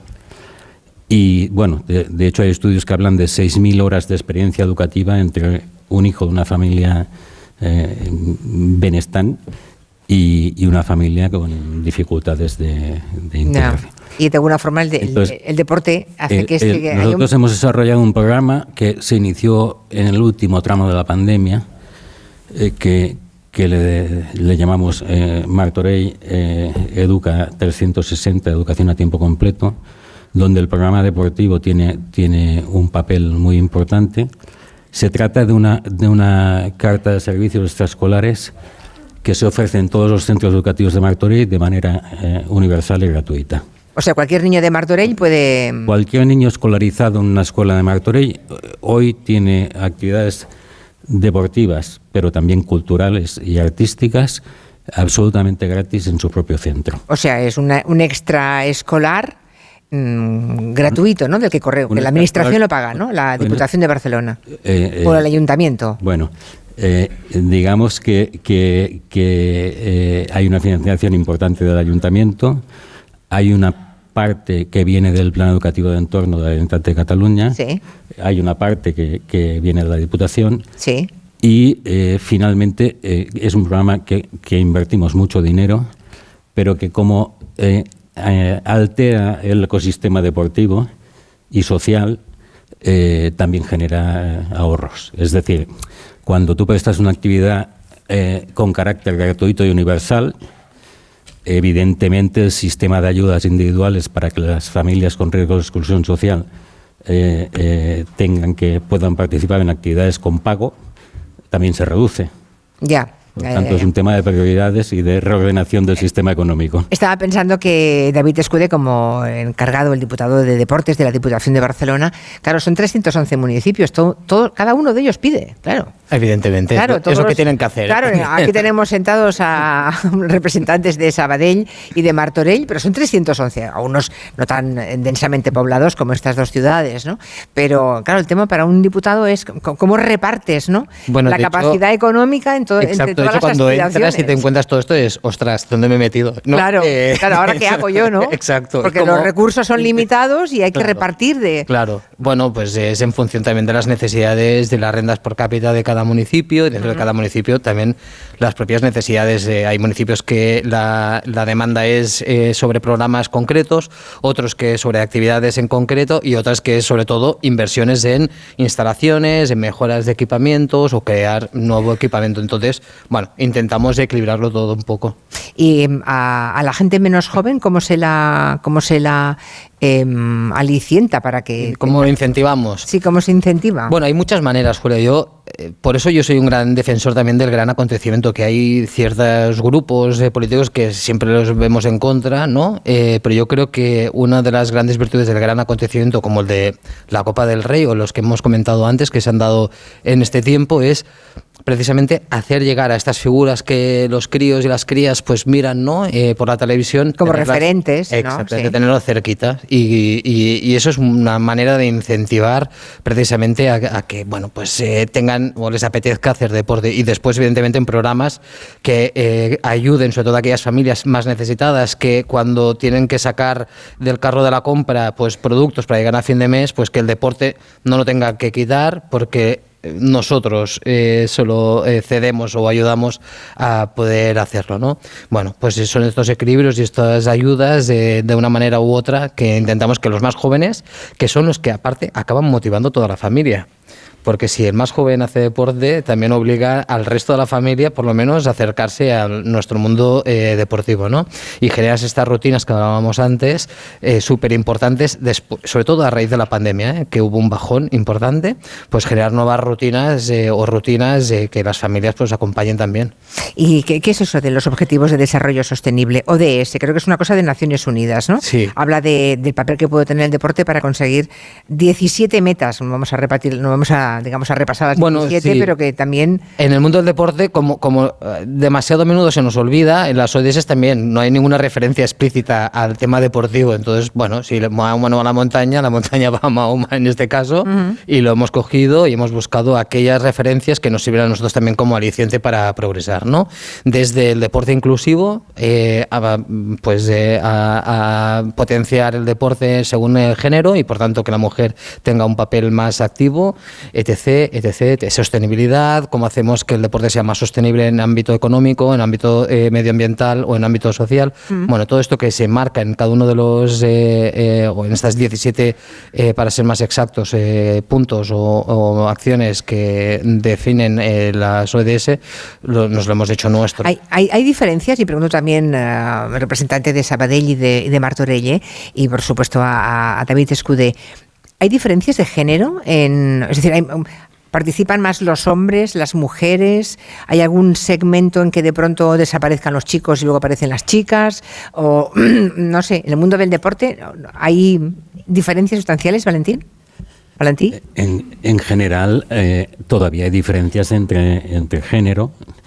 Y bueno, de, de hecho hay estudios que hablan de seis mil horas de experiencia educativa entre un hijo de una familia eh, benestante y, y una familia con dificultades de, de integración. No. Y de alguna forma el, de, Entonces, el, el deporte hace el, que... El, que nosotros un... hemos desarrollado un programa que se inició en el último tramo de la pandemia, eh, que, que le, le llamamos eh, Martorell eh, Educa trescientos sesenta, Educación a Tiempo Completo, donde el programa deportivo tiene, tiene un papel muy importante. Se trata de una, de una carta de servicios extraescolares que se ofrece en todos los centros educativos de Martorell de manera eh, universal y gratuita. O sea, cualquier niño de Martorell puede... Cualquier niño escolarizado en una escuela de Martorell hoy tiene actividades deportivas, pero también culturales y artísticas, absolutamente gratis en su propio centro. O sea, es una, un extraescolar mmm, gratuito, ¿no?, del que corre, que la administración lo paga, ¿no?, la Diputación de Barcelona, eh, eh, o el Ayuntamiento. Bueno, eh, digamos que, que, que eh, hay una financiación importante del Ayuntamiento. Hay una parte que viene del Plan Educativo de Entorno de la Generalitat de Cataluña. Sí. Hay una parte que, que viene de la Diputación. Sí. Y eh, finalmente eh, es un programa que, que invertimos mucho dinero, pero que como eh, eh, altera el ecosistema deportivo y social, eh, también genera ahorros. Es decir, cuando tú prestas una actividad eh, con carácter gratuito y universal, evidentemente el sistema de ayudas individuales para que las familias con riesgo de exclusión social eh, eh, tengan que puedan participar en actividades con pago también se reduce. Ya. Por lo tanto, es un tema de prioridades y de reordenación del sistema económico. Estaba pensando que David Escudé, como encargado, el diputado de Deportes de la Diputación de Barcelona, claro, son trescientos once municipios, todo, todo, cada uno de ellos pide, claro. Evidentemente, claro, es lo que tienen que hacer. Claro, aquí tenemos sentados a representantes de Sabadell y de Martorell, pero son trescientos once, a unos no tan densamente poblados como estas dos ciudades, ¿no? Pero, claro, el tema para un diputado es cómo repartes, ¿no? Bueno, la capacidad hecho, económica en todo, entre todas de hecho, las cuando aspiraciones. entras y te encuentras todo esto es, ostras, ¿dónde me he metido? ¿No? Claro, eh, claro, ahora qué hago yo, ¿no? Exacto. Porque como, los recursos son limitados y hay claro, que repartir de... Claro, bueno, pues es en función también de las necesidades de las rentas por cápita de cada municipio, y dentro uh-huh. de cada municipio también las propias necesidades. Eh, hay municipios que la, la demanda es eh, sobre programas concretos, otros que sobre actividades en concreto y otras que es sobre todo inversiones en instalaciones, en mejoras de equipamientos o crear nuevo equipamiento. Entonces, bueno, intentamos equilibrarlo todo un poco. Y a, a la gente menos joven, ¿cómo se la, cómo se la eh, alicienta para que... ¿Cómo lo incentivamos? Sí, ¿cómo se incentiva? Bueno, hay muchas maneras, Julio. Yo, eh, por eso yo soy un gran defensor también del gran acontecimiento, que hay ciertos grupos eh, políticos que siempre los vemos en contra, ¿no? Eh, pero yo creo que una de las grandes virtudes del gran acontecimiento, como el de la Copa del Rey o los que hemos comentado antes, que se han dado en este tiempo, es precisamente hacer llegar a estas figuras que los críos y las crías pues miran, ¿no? Eh, por la televisión. Como referentes, ¿no? Exactamente, Sí. tenerlo cerquita. Y, y, y eso es una manera de incentivar precisamente a, a que, bueno, pues eh, tengan o les apetezca hacer deporte. Y después, evidentemente, en programas que eh, ayuden, sobre todo a aquellas familias más necesitadas, que cuando tienen que sacar del carro de la compra pues productos para llegar a fin de mes, pues que el deporte no lo tenga que quitar, porque nosotros eh, solo eh, cedemos o ayudamos a poder hacerlo, ¿no? Bueno, pues son estos equilibrios y estas ayudas eh, de una manera u otra que intentamos que los más jóvenes, que son los que aparte acaban motivando toda la familia. Porque si el más joven hace deporte, también obliga al resto de la familia, por lo menos, a acercarse a nuestro mundo eh, deportivo, ¿no? Y generas estas rutinas que hablábamos antes, eh, súper importantes, sobre todo a raíz de la pandemia, ¿eh? Que hubo un bajón importante, pues generar nuevas rutinas eh, o rutinas eh, que las familias pues acompañen también. ¿Y qué, qué es eso de los Objetivos de Desarrollo Sostenible? O D S, creo que es una cosa de Naciones Unidas, ¿no? Sí. Habla de, del papel que puede tener el deporte para conseguir diecisiete metas. No vamos a repartir, no vamos a digamos a repasar las bueno, diecisiete, sí. pero que también... En el mundo del deporte, como, como demasiado a menudo se nos olvida, en las O D S también no hay ninguna referencia explícita al tema deportivo. Entonces, bueno, si Mahoma no va a la montaña, la montaña va a Mahoma en este caso, uh-huh. y lo hemos cogido y hemos buscado aquellas referencias que nos sirvieran a nosotros también como aliciente para progresar, ¿no? Desde el deporte inclusivo, eh, a, pues eh, a, a potenciar el deporte según el género y por tanto que la mujer tenga un papel más activo, etc, etc, sostenibilidad, cómo hacemos que el deporte sea más sostenible en ámbito económico, en ámbito eh, medioambiental o en ámbito social. Mm. Bueno, todo esto que se marca en cada uno de los, eh, eh, o en estas diecisiete, eh, para ser más exactos, eh, puntos o, o acciones que definen eh, las O D S, lo, nos lo hemos hecho nuestro. Hay, hay, hay diferencias, y pregunto también al uh, representante de Sabadell y de, de Martorell, ¿eh? y por supuesto a, a David Escudé. ¿Hay diferencias de género? En, es decir, hay, ¿participan más los hombres, las mujeres? ¿Hay algún segmento en que de pronto desaparezcan los chicos y luego aparecen las chicas? O, no sé, en el mundo del deporte, ¿hay diferencias sustanciales, Valentín? ¿Valentín? En, en general, eh, todavía hay diferencias entre, entre género.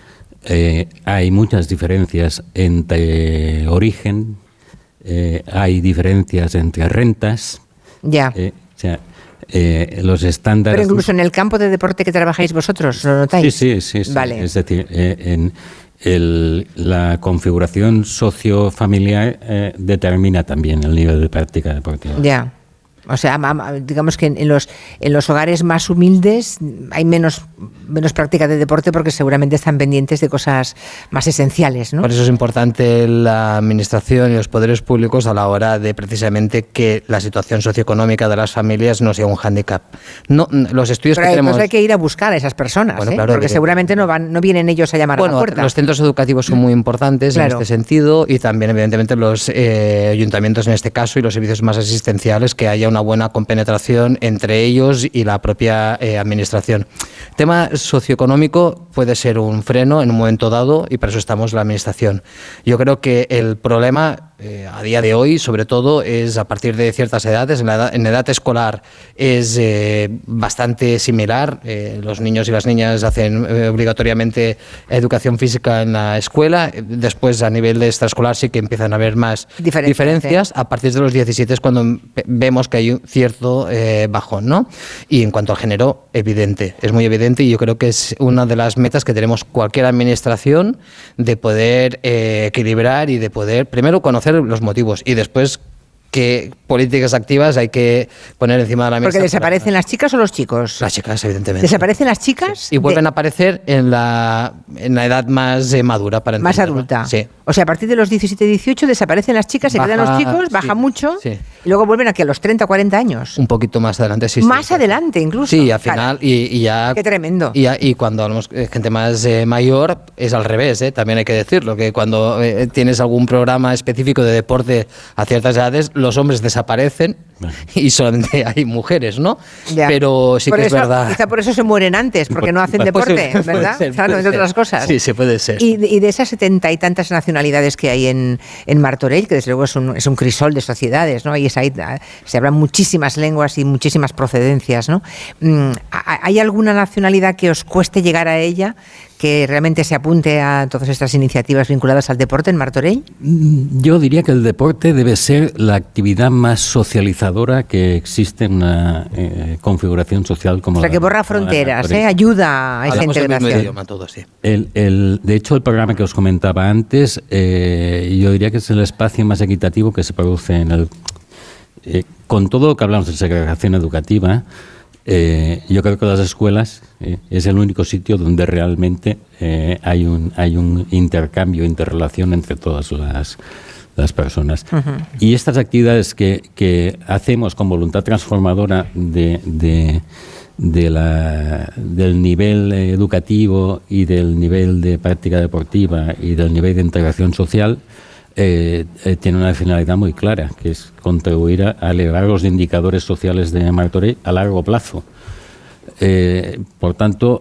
Eh, hay muchas diferencias entre origen. Eh, hay diferencias entre rentas. Ya. Eh, O sea, eh, los estándares... Pero incluso en el campo de deporte que trabajáis vosotros, ¿lo notáis? Sí, sí, sí. sí. Vale. Es decir, eh, en el, la configuración sociofamiliar eh, determina también el nivel de práctica deportiva. Ya. O sea, digamos que en los, en los hogares más humildes hay menos, menos práctica de deporte porque seguramente están pendientes de cosas más esenciales, ¿no? Por eso es importante la administración y los poderes públicos a la hora de precisamente que la situación socioeconómica de las familias no sea un hándicap. No, los estudios Pero que hay, tenemos... pues hay que ir a buscar a esas personas, bueno, ¿eh? Claro, porque seguramente no van, no vienen ellos a llamar bueno, a la puerta. Los centros educativos son muy importantes claro. en este sentido y también evidentemente los eh, ayuntamientos en este caso y los servicios más asistenciales, que haya una buena compenetración entre ellos y la propia eh, administración. Tema socioeconómico puede ser un freno en un momento dado y para eso estamos la administración. Yo creo que el problema eh, a día de hoy, sobre todo, es a partir de ciertas edades. En la edad, en edad escolar es eh, bastante similar. Eh, los niños y las niñas hacen eh, obligatoriamente educación física en la escuela. Después, a nivel de extraescolar, sí que empiezan a haber más diferencias. diferencias. A partir de los diecisiete es cuando vemos que hay un cierto eh, bajón, ¿no? Y en cuanto al género, evidente. Es muy evidente y yo creo que es una de las metas que tenemos cualquier administración de poder eh, equilibrar y de poder, primero, conocer los motivos y después qué políticas activas hay que poner encima de la mesa. ¿Porque desaparecen las chicas o los chicos? Las chicas, evidentemente. ¿Desaparecen las chicas? Sí. Y vuelven de... a aparecer en la, en la edad más eh, madura. Para más adulta. Sí. O sea, a partir de los diecisiete, dieciocho desaparecen las chicas, se baja, quedan los chicos, baja sí, mucho sí. y luego vuelven aquí a los treinta, cuarenta años. Un poquito más adelante, sí. Más sí, adelante incluso. Sí, al final y, y ya... Qué tremendo. Y, ya, y cuando hablamos de gente más eh, mayor es al revés, ¿eh? También hay que decirlo, que cuando eh, tienes algún programa específico de deporte a ciertas edades, los hombres desaparecen y solamente hay mujeres, ¿no? Ya. Pero sí por que eso, es verdad. Quizá por eso se mueren antes, porque no hacen deporte, puede ¿verdad? Ser, claro, entre otras cosas. Sí, se puede ser. Y, y de esas setenta y tantas nacionalidades que hay en, en Martorell, que desde luego es un, es un crisol de sociedades, ¿no? Y es ahí, se hablan muchísimas lenguas y muchísimas procedencias, ¿no? ¿Hay alguna nacionalidad que os cueste llegar a ella, que realmente se apunte a todas estas iniciativas vinculadas al deporte en Martorell? Yo diría que el deporte debe ser la actividad más socializadora que existe en una eh, configuración social como la. O sea, la, que borra fronteras, eh, ayuda a esa Hablamos integración. El idioma, todo, sí. el, el, de hecho, el programa que os comentaba antes, eh, yo diría que es el espacio más equitativo que se produce en el. Eh, con todo lo que hablamos de segregación educativa, Eh, yo creo que las escuelas eh, es el único sitio donde realmente eh, hay un hay un intercambio, interrelación entre todas las, las personas. Uh-huh. Y estas actividades que, que hacemos con voluntad transformadora de, de, de la, del nivel educativo y del nivel de práctica deportiva y del nivel de integración social, Eh, eh, tiene una finalidad muy clara, que es contribuir a, a elevar los indicadores sociales de Martorell a largo plazo. Eh, por tanto,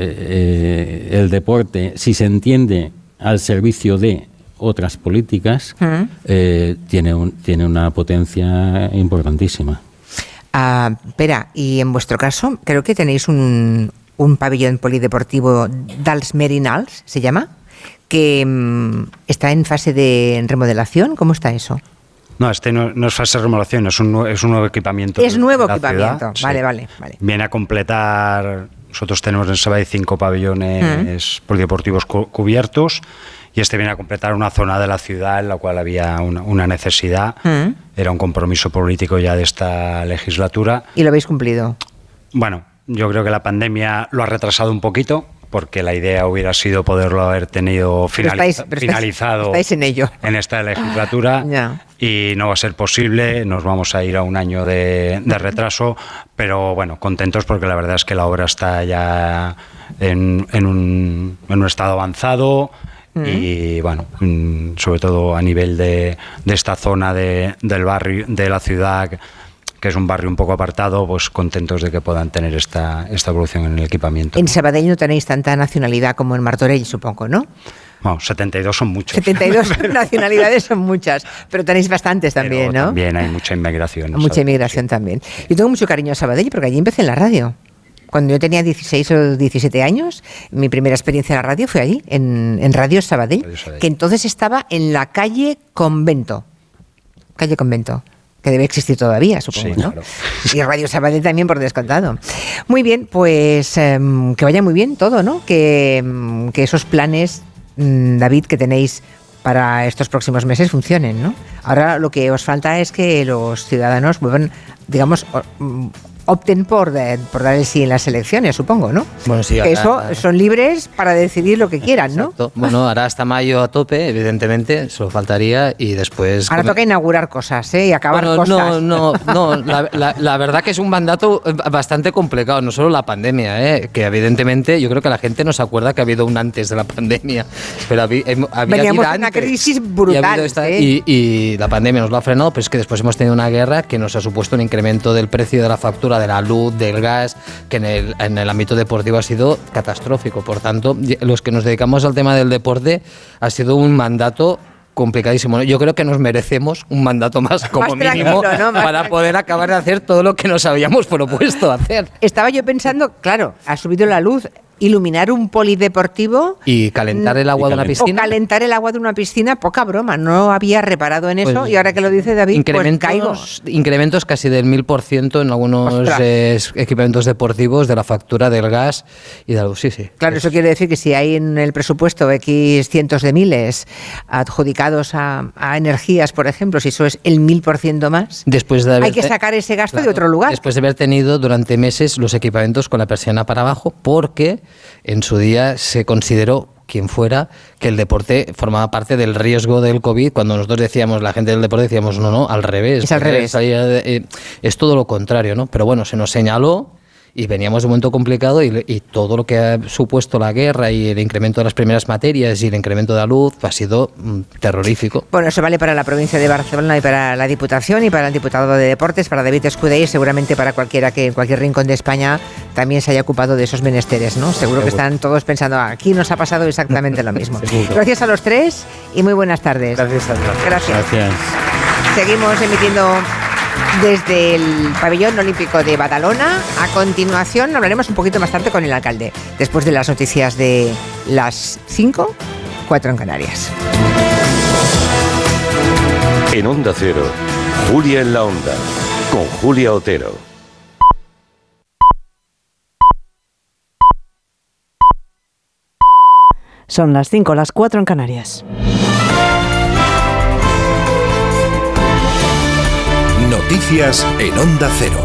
eh, eh, el deporte, si se entiende al servicio de otras políticas, uh-huh. eh, tiene, un, tiene una potencia importantísima. Ah, espera, y en vuestro caso, creo que tenéis un, un pabellón polideportivo d'Als Merinals, ¿se llama? Que um, está en fase de remodelación. ¿Cómo está eso? No, este no, no es fase de remodelación, es un, es un nuevo equipamiento. Es nuevo de la equipamiento, ciudad, vale, sí. vale, vale. Viene a completar, nosotros tenemos en Sabadell cinco pabellones uh-huh. polideportivos cu- cubiertos y este viene a completar una zona de la ciudad en la cual había una, una necesidad, uh-huh. era un compromiso político ya de esta legislatura. ¿Y lo habéis cumplido? Bueno, yo creo que la pandemia lo ha retrasado un poquito, porque la idea hubiera sido poderlo haber tenido finaliz- pero estáis, pero finalizado estáis, estáis en, ello. en esta legislatura yeah. y no va a ser posible, nos vamos a ir a un año de, de retraso, pero bueno, contentos porque la verdad es que la obra está ya en, en, un, en un estado avanzado mm. y bueno, sobre todo a nivel de, de esta zona de, del barrio, de la ciudad, que es un barrio un poco apartado, pues contentos de que puedan tener esta, esta evolución en el equipamiento. En Sabadell no tenéis tanta nacionalidad como en Martorell, supongo, ¿no? Bueno, setenta y dos son muchos. setenta y dos nacionalidades son muchas, pero tenéis bastantes también, pero ¿no? También hay mucha inmigración. Mucha ¿sabes? inmigración sí. también. Yo tengo mucho cariño a Sabadell porque allí empecé en la radio. Cuando yo tenía dieciséis o diecisiete años, mi primera experiencia en la radio fue allí, en, en Radio Sabadell, Radio Sabadell, que entonces estaba en la calle Convento. Calle Convento. Que debe existir todavía, supongo, sí, ¿no? Claro. Y Radio Sabadell también, por descontado. Muy bien, pues eh, que vaya muy bien todo, ¿no? Que, que esos planes, David, que tenéis para estos próximos meses funcionen, ¿no? Ahora lo que os falta es que los ciudadanos vuelvan digamos, opten por, por dar el sí en las elecciones, supongo, ¿no? Bueno, sí, que ahora, eso son libres para decidir lo que quieran, exacto. ¿no? Bueno, ahora hasta mayo a tope, evidentemente, solo faltaría y después... Ahora come... toca inaugurar cosas, ¿eh? Y acabar bueno, cosas. No, no, no, la, la, la verdad que es un mandato bastante complicado, no solo la pandemia, ¿eh? Que evidentemente yo creo que la gente no se acuerda que ha habido un antes de la pandemia, pero había, había Veníamos vida una antes. crisis brutal, y, esta, ¿eh? y, y la pandemia nos lo ha frenado, pero es que después hemos tenido una guerra que nos ha supuesto un incremento del precio de la factura de la luz, del gas, que en el, en el ámbito deportivo ha sido catastrófico. Por tanto, los que nos dedicamos al tema del deporte ha sido un mandato complicadísimo. Yo creo que nos merecemos un mandato más, como más mínimo, ¿no? Más para tranquilo. Poder acabar de hacer todo lo que nos habíamos propuesto hacer. Estaba yo pensando, claro, ha subido la luz, iluminar un polideportivo y calentar el agua de una piscina. O calentar el agua de una piscina, poca broma. No había reparado en eso, pues, y ahora que lo dice David, incrementos, pues caigo. Incrementos casi del mil por ciento en algunos eh, equipamientos deportivos de la factura del gas y de la luz. Sí, sí. Claro, eso quiere decir que si hay en el presupuesto X cientos de miles adjudicados a, a energías, por ejemplo, si eso es el mil por ciento más, después de haber hay que sacar ese gasto claro, de otro lugar. Después de haber tenido durante meses los equipamientos con la persiana para abajo, porque en su día se consideró, quien fuera, que el deporte formaba parte del riesgo del COVID. Cuando nosotros decíamos, la gente del deporte decíamos, no, no, al revés. Es al revés. Es, es todo lo contrario, ¿no? Pero bueno, se nos señaló y veníamos de un momento complicado y, y todo lo que ha supuesto la guerra y el incremento de las primeras materias y el incremento de la luz ha sido mm, terrorífico. Bueno, eso vale para la provincia de Barcelona y para la Diputación y para el diputado de Deportes, para David Escudé, y seguramente para cualquiera que en cualquier rincón de España también se haya ocupado de esos menesteres, ¿no? Seguro, Seguro. que están todos pensando, aquí nos ha pasado exactamente lo mismo. Gracias a los tres y muy buenas tardes. Gracias a todos. Gracias. Gracias. Seguimos emitiendo desde el pabellón olímpico de Badalona. A continuación hablaremos un poquito más tarde con el alcalde, después de las noticias de las cinco, cuatro en Canarias. En Onda Cero, Julia en la Onda, con Julia Otero. Son las cinco, las cuatro en Canarias. Noticias en Onda Cero.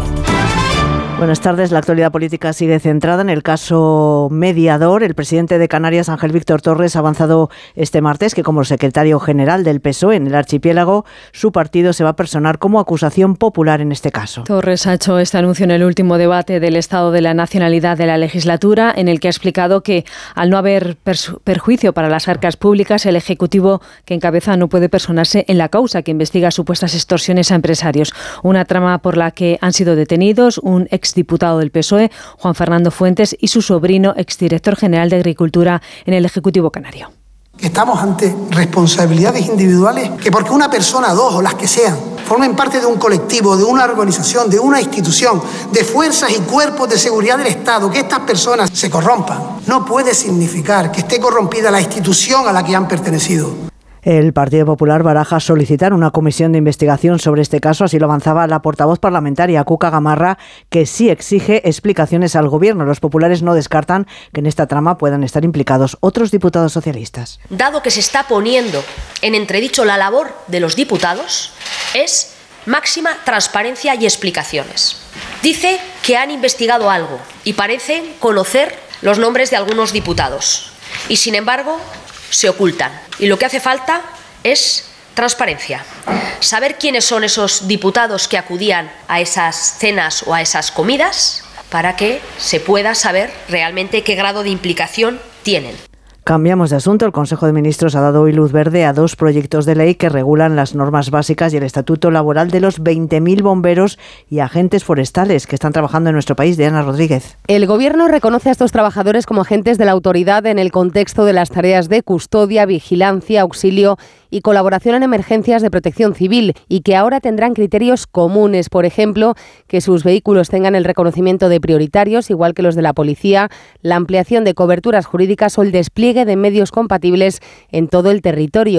Buenas tardes. La actualidad política sigue centrada en el caso mediador. El presidente de Canarias, Ángel Víctor Torres, ha avanzado este martes que como secretario general del P S O E en el archipiélago, su partido se va a personar como acusación popular en este caso. Torres ha hecho este anuncio en el último debate del Estado de la Nacionalidad de la legislatura, en el que ha explicado que, al no haber perjuicio para las arcas públicas, el Ejecutivo que encabeza no puede personarse en la causa que investiga supuestas extorsiones a empresarios. Una trama por la que han sido detenidos un ex exdiputado del P S O E, Juan Fernando Fuentes, y su sobrino, exdirector general de Agricultura en el Ejecutivo canario. Estamos ante responsabilidades individuales que porque una persona, dos o las que sean, formen parte de un colectivo, de una organización, de una institución, de fuerzas y cuerpos de seguridad del Estado, que estas personas se corrompan, no puede significar que esté corrompida la institución a la que han pertenecido. El Partido Popular baraja solicitar una comisión de investigación sobre este caso, así lo avanzaba la portavoz parlamentaria Cuca Gamarra, que sí exige explicaciones al Gobierno. Los populares no descartan que en esta trama puedan estar implicados otros diputados socialistas. Dado que se está poniendo en entredicho la labor de los diputados, es máxima transparencia y explicaciones. Dice que han investigado algo y parecen conocer los nombres de algunos diputados y, sin embargo, se ocultan. Y lo que hace falta es transparencia. Saber quiénes son esos diputados que acudían a esas cenas o a esas comidas para que se pueda saber realmente qué grado de implicación tienen. Cambiamos de asunto. El Consejo de Ministros ha dado hoy luz verde a dos proyectos de ley que regulan las normas básicas y el estatuto laboral de los veinte mil bomberos y agentes forestales que están trabajando en nuestro país. Diana Rodríguez. El Gobierno reconoce a estos trabajadores como agentes de la autoridad en el contexto de las tareas de custodia, vigilancia, auxilio y colaboración en emergencias de protección civil, y que ahora tendrán criterios comunes, por ejemplo, que sus vehículos tengan el reconocimiento de prioritarios, igual que los de la policía, la ampliación de coberturas jurídicas o el despliegue de medios compatibles en todo el territorio.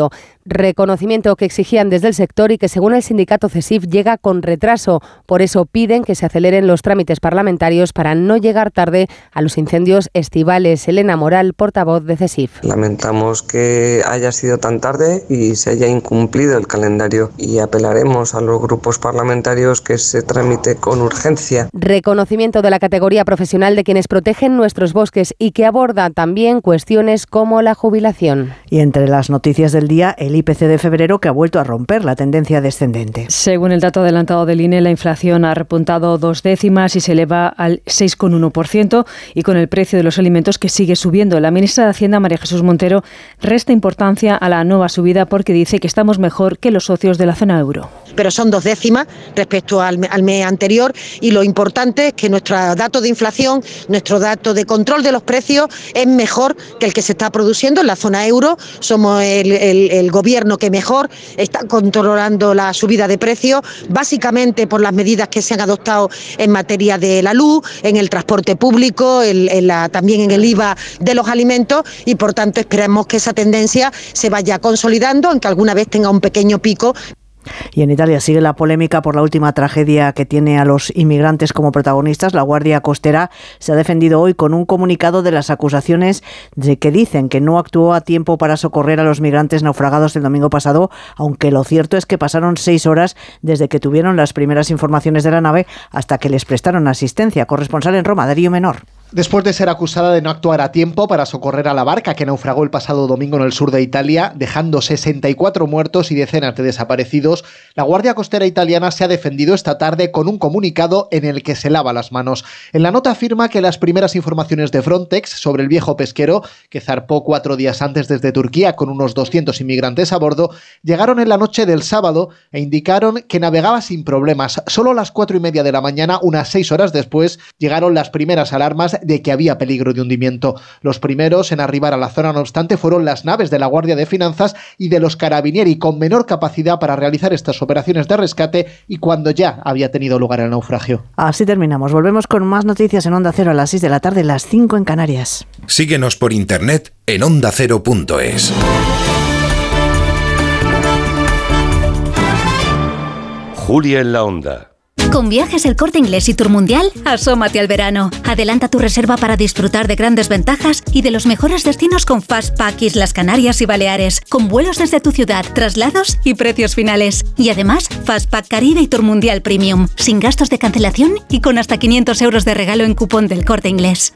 Reconocimiento que exigían desde el sector y que según el sindicato CESIF llega con retraso. Por eso piden que se aceleren los trámites parlamentarios para no llegar tarde a los incendios estivales. Elena Moral, portavoz de CESIF. Lamentamos que haya sido tan tarde y se haya incumplido el calendario y apelaremos a los grupos parlamentarios que se tramite con urgencia. Reconocimiento de la categoría profesional de quienes protegen nuestros bosques y que aborda también cuestiones como la jubilación. Y entre las noticias del día, el I P C de febrero que ha vuelto a romper la tendencia descendente. Según el dato adelantado del I N E, la inflación ha repuntado dos décimas y se eleva al seis coma uno por ciento, y con el precio de los alimentos que sigue subiendo. La ministra de Hacienda, María Jesús Montero, resta importancia a la nueva subida porque dice que estamos mejor que los socios de la zona euro. Pero son dos décimas respecto al, al mes anterior, y lo importante es que nuestro dato de inflación, nuestro dato de control de los precios es mejor que el que se está produciendo en la zona euro. Somos el, el, el gobierno que mejor está controlando la subida de precios, básicamente por las medidas que se han adoptado en materia de la luz, en el transporte público, en, en la, también en el I V A de los alimentos, y por tanto esperemos que esa tendencia se vaya consolidando, aunque alguna vez tenga un pequeño pico. Y en Italia sigue la polémica por la última tragedia que tiene a los inmigrantes como protagonistas. La Guardia Costera se ha defendido hoy con un comunicado de las acusaciones de que dicen que no actuó a tiempo para socorrer a los migrantes naufragados el domingo pasado, aunque lo cierto es que pasaron seis horas desde que tuvieron las primeras informaciones de la nave hasta que les prestaron asistencia. Corresponsal en Roma, Darío Menor. Después de ser acusada de no actuar a tiempo para socorrer a la barca que naufragó el pasado domingo en el sur de Italia, dejando sesenta y cuatro muertos y decenas de desaparecidos, la Guardia Costera italiana se ha defendido esta tarde con un comunicado en el que se lava las manos. En la nota afirma que las primeras informaciones de Frontex sobre el viejo pesquero, que zarpó cuatro días antes desde Turquía con unos doscientos inmigrantes a bordo, llegaron en la noche del sábado e indicaron que navegaba sin problemas. Solo a las cuatro y media de la mañana, unas seis horas después, llegaron las primeras alarmas de que había peligro de hundimiento. Los primeros en arribar a la zona, no obstante, fueron las naves de la Guardia de Finanzas y de los Carabinieri, con menor capacidad para realizar estas operaciones de rescate y cuando ya había tenido lugar el naufragio. Así terminamos. Volvemos con más noticias en Onda Cero a las seis de la tarde, las cinco en Canarias. Síguenos por internet en onda cero punto es. Julia en la Onda. Con Viajes El Corte Inglés y Tour Mundial, asómate al verano. Adelanta tu reserva para disfrutar de grandes ventajas y de los mejores destinos con Fastpack Islas Canarias y Baleares, con vuelos desde tu ciudad, traslados y precios finales. Y además, Fastpack Caribe y Tour Mundial Premium, sin gastos de cancelación y con hasta quinientos euros de regalo en cupón del Corte Inglés.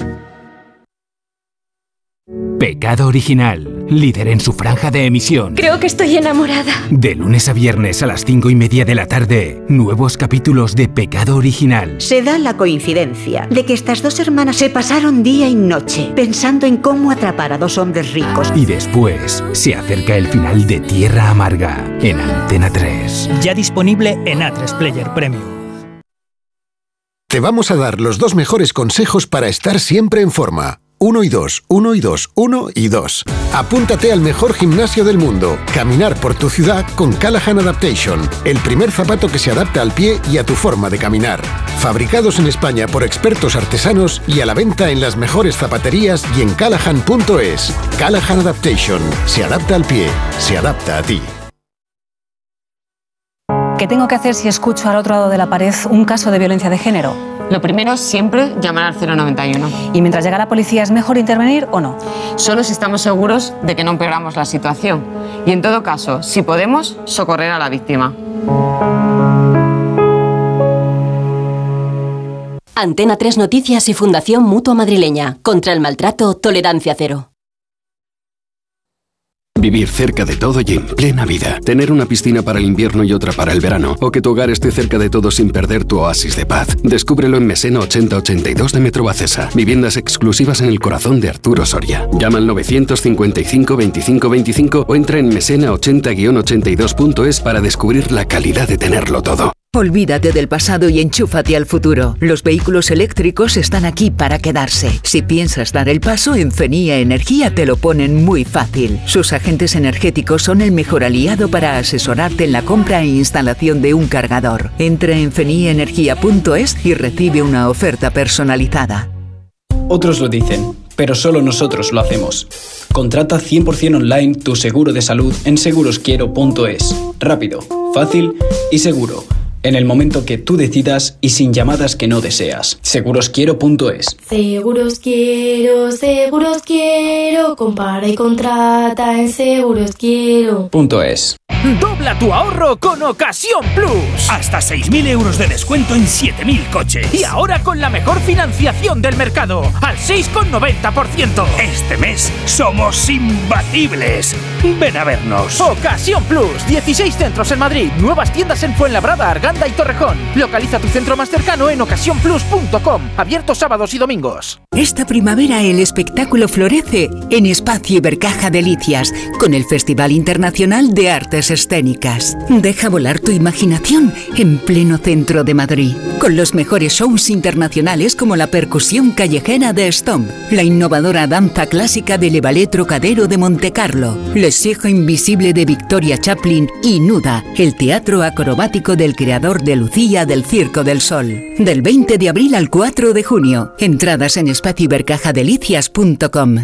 Pecado Original, líder en su franja de emisión. Creo que estoy enamorada. De lunes a viernes a las cinco y media de la tarde, nuevos capítulos de Pecado Original. Se da la coincidencia de que estas dos hermanas se pasaron día y noche pensando en cómo atrapar a dos hombres ricos. Y después se acerca el final de Tierra Amarga en Antena tres. Ya disponible en A tres Player Premium. Te vamos a dar los dos mejores consejos para estar siempre en forma. Uno y dos, uno y dos, uno y dos. Apúntate al mejor gimnasio del mundo. Caminar por tu ciudad con Callahan Adaptation. El primer zapato que se adapta al pie y a tu forma de caminar. Fabricados en España por expertos artesanos y a la venta en las mejores zapaterías y en callahan punto es. Callahan Adaptation. Se adapta al pie. Se adapta a ti. ¿Qué tengo que hacer si escucho al otro lado de la pared un caso de violencia de género? Lo primero es siempre llamar al cero noventa y uno. ¿Y mientras llega la policía es mejor intervenir o no? Solo si estamos seguros de que no empeoramos la situación. Y en todo caso, si podemos, socorrer a la víctima. Antena tres Noticias y Fundación Mutua Madrileña. Contra el maltrato, tolerancia cero. Vivir cerca de todo y en plena vida. Tener una piscina para el invierno y otra para el verano. O que tu hogar esté cerca de todo sin perder tu oasis de paz. Descúbrelo en Mesena ochenta ochenta y dos de Metrobacesa. Viviendas exclusivas en el corazón de Arturo Soria. Llama al novecientos cincuenta y cinco veinticinco veinticinco o entra en mesena ochenta ochenta y dos punto es para descubrir la calidad de tenerlo todo. Olvídate del pasado y enchúfate al futuro. Los vehículos eléctricos están aquí para quedarse. Si piensas dar el paso, en Fenía Energía te lo ponen muy fácil. Sus agentes energéticos son el mejor aliado para asesorarte en la compra e instalación de un cargador. Entra en fenia energía punto es y recibe una oferta personalizada. Otros lo dicen, pero solo nosotros lo hacemos. Contrata cien por ciento online tu seguro de salud en segurosquiero punto es. Rápido, fácil y seguro. En el momento que tú decidas y sin llamadas que no deseas. segurosquiero punto es. Seguros quiero, seguros quiero. Compara y contrata en seguros quiero. Punto es. Dobla tu ahorro con Ocasión Plus. Hasta seis mil euros de descuento en siete mil coches. Y ahora con la mejor financiación del mercado, al seis coma noventa por ciento. Este mes somos imbatibles. Ven a vernos. Ocasión Plus. dieciséis centros en Madrid. Nuevas tiendas en Fuenlabrada, Arganda y Torrejón. Localiza tu centro más cercano en ocasión plus punto com. Abierto sábados y domingos. Esta primavera el espectáculo florece en Espacio Ibercaja Delicias con el Festival Internacional de Artes Escénicas. Deja volar tu imaginación en pleno centro de Madrid, con los mejores shows internacionales como la percusión callejera de Stomp, la innovadora danza clásica del Ballet Trocadero de Montecarlo, Les Cierres Invisible de Victoria Chaplin y Nuda, el teatro acrobático del creador de Lucía del Circo del Sol. Del veinte de abril al cuatro de junio. Entradas en espacio ibercaja delicias punto com.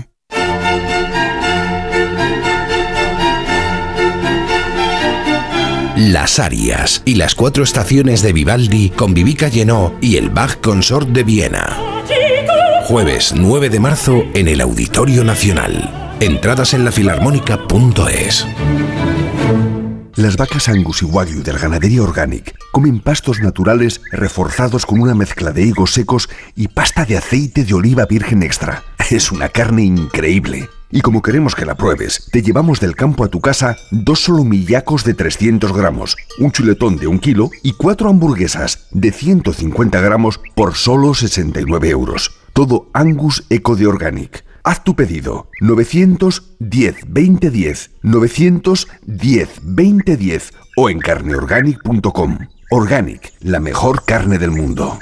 Las Arias y las cuatro estaciones de Vivaldi con Vivica Llenó y el Bach Consort de Viena. Jueves nueve de marzo en el Auditorio Nacional. Entradas en la filarmónica punto es. Las vacas Angus y Wagyu del Ganadería Organic comen pastos naturales reforzados con una mezcla de higos secos y pasta de aceite de oliva virgen extra. Es una carne increíble. Y como queremos que la pruebes, te llevamos del campo a tu casa dos solomillacos de trescientos gramos, un chuletón de un kilo y cuatro hamburguesas de ciento cincuenta gramos por solo sesenta y nueve euros. Todo Angus Eco de Organic. Haz tu pedido novecientos diez veinte diez, novecientos diez veinte diez o en carne organic punto com. Organic, la mejor carne del mundo.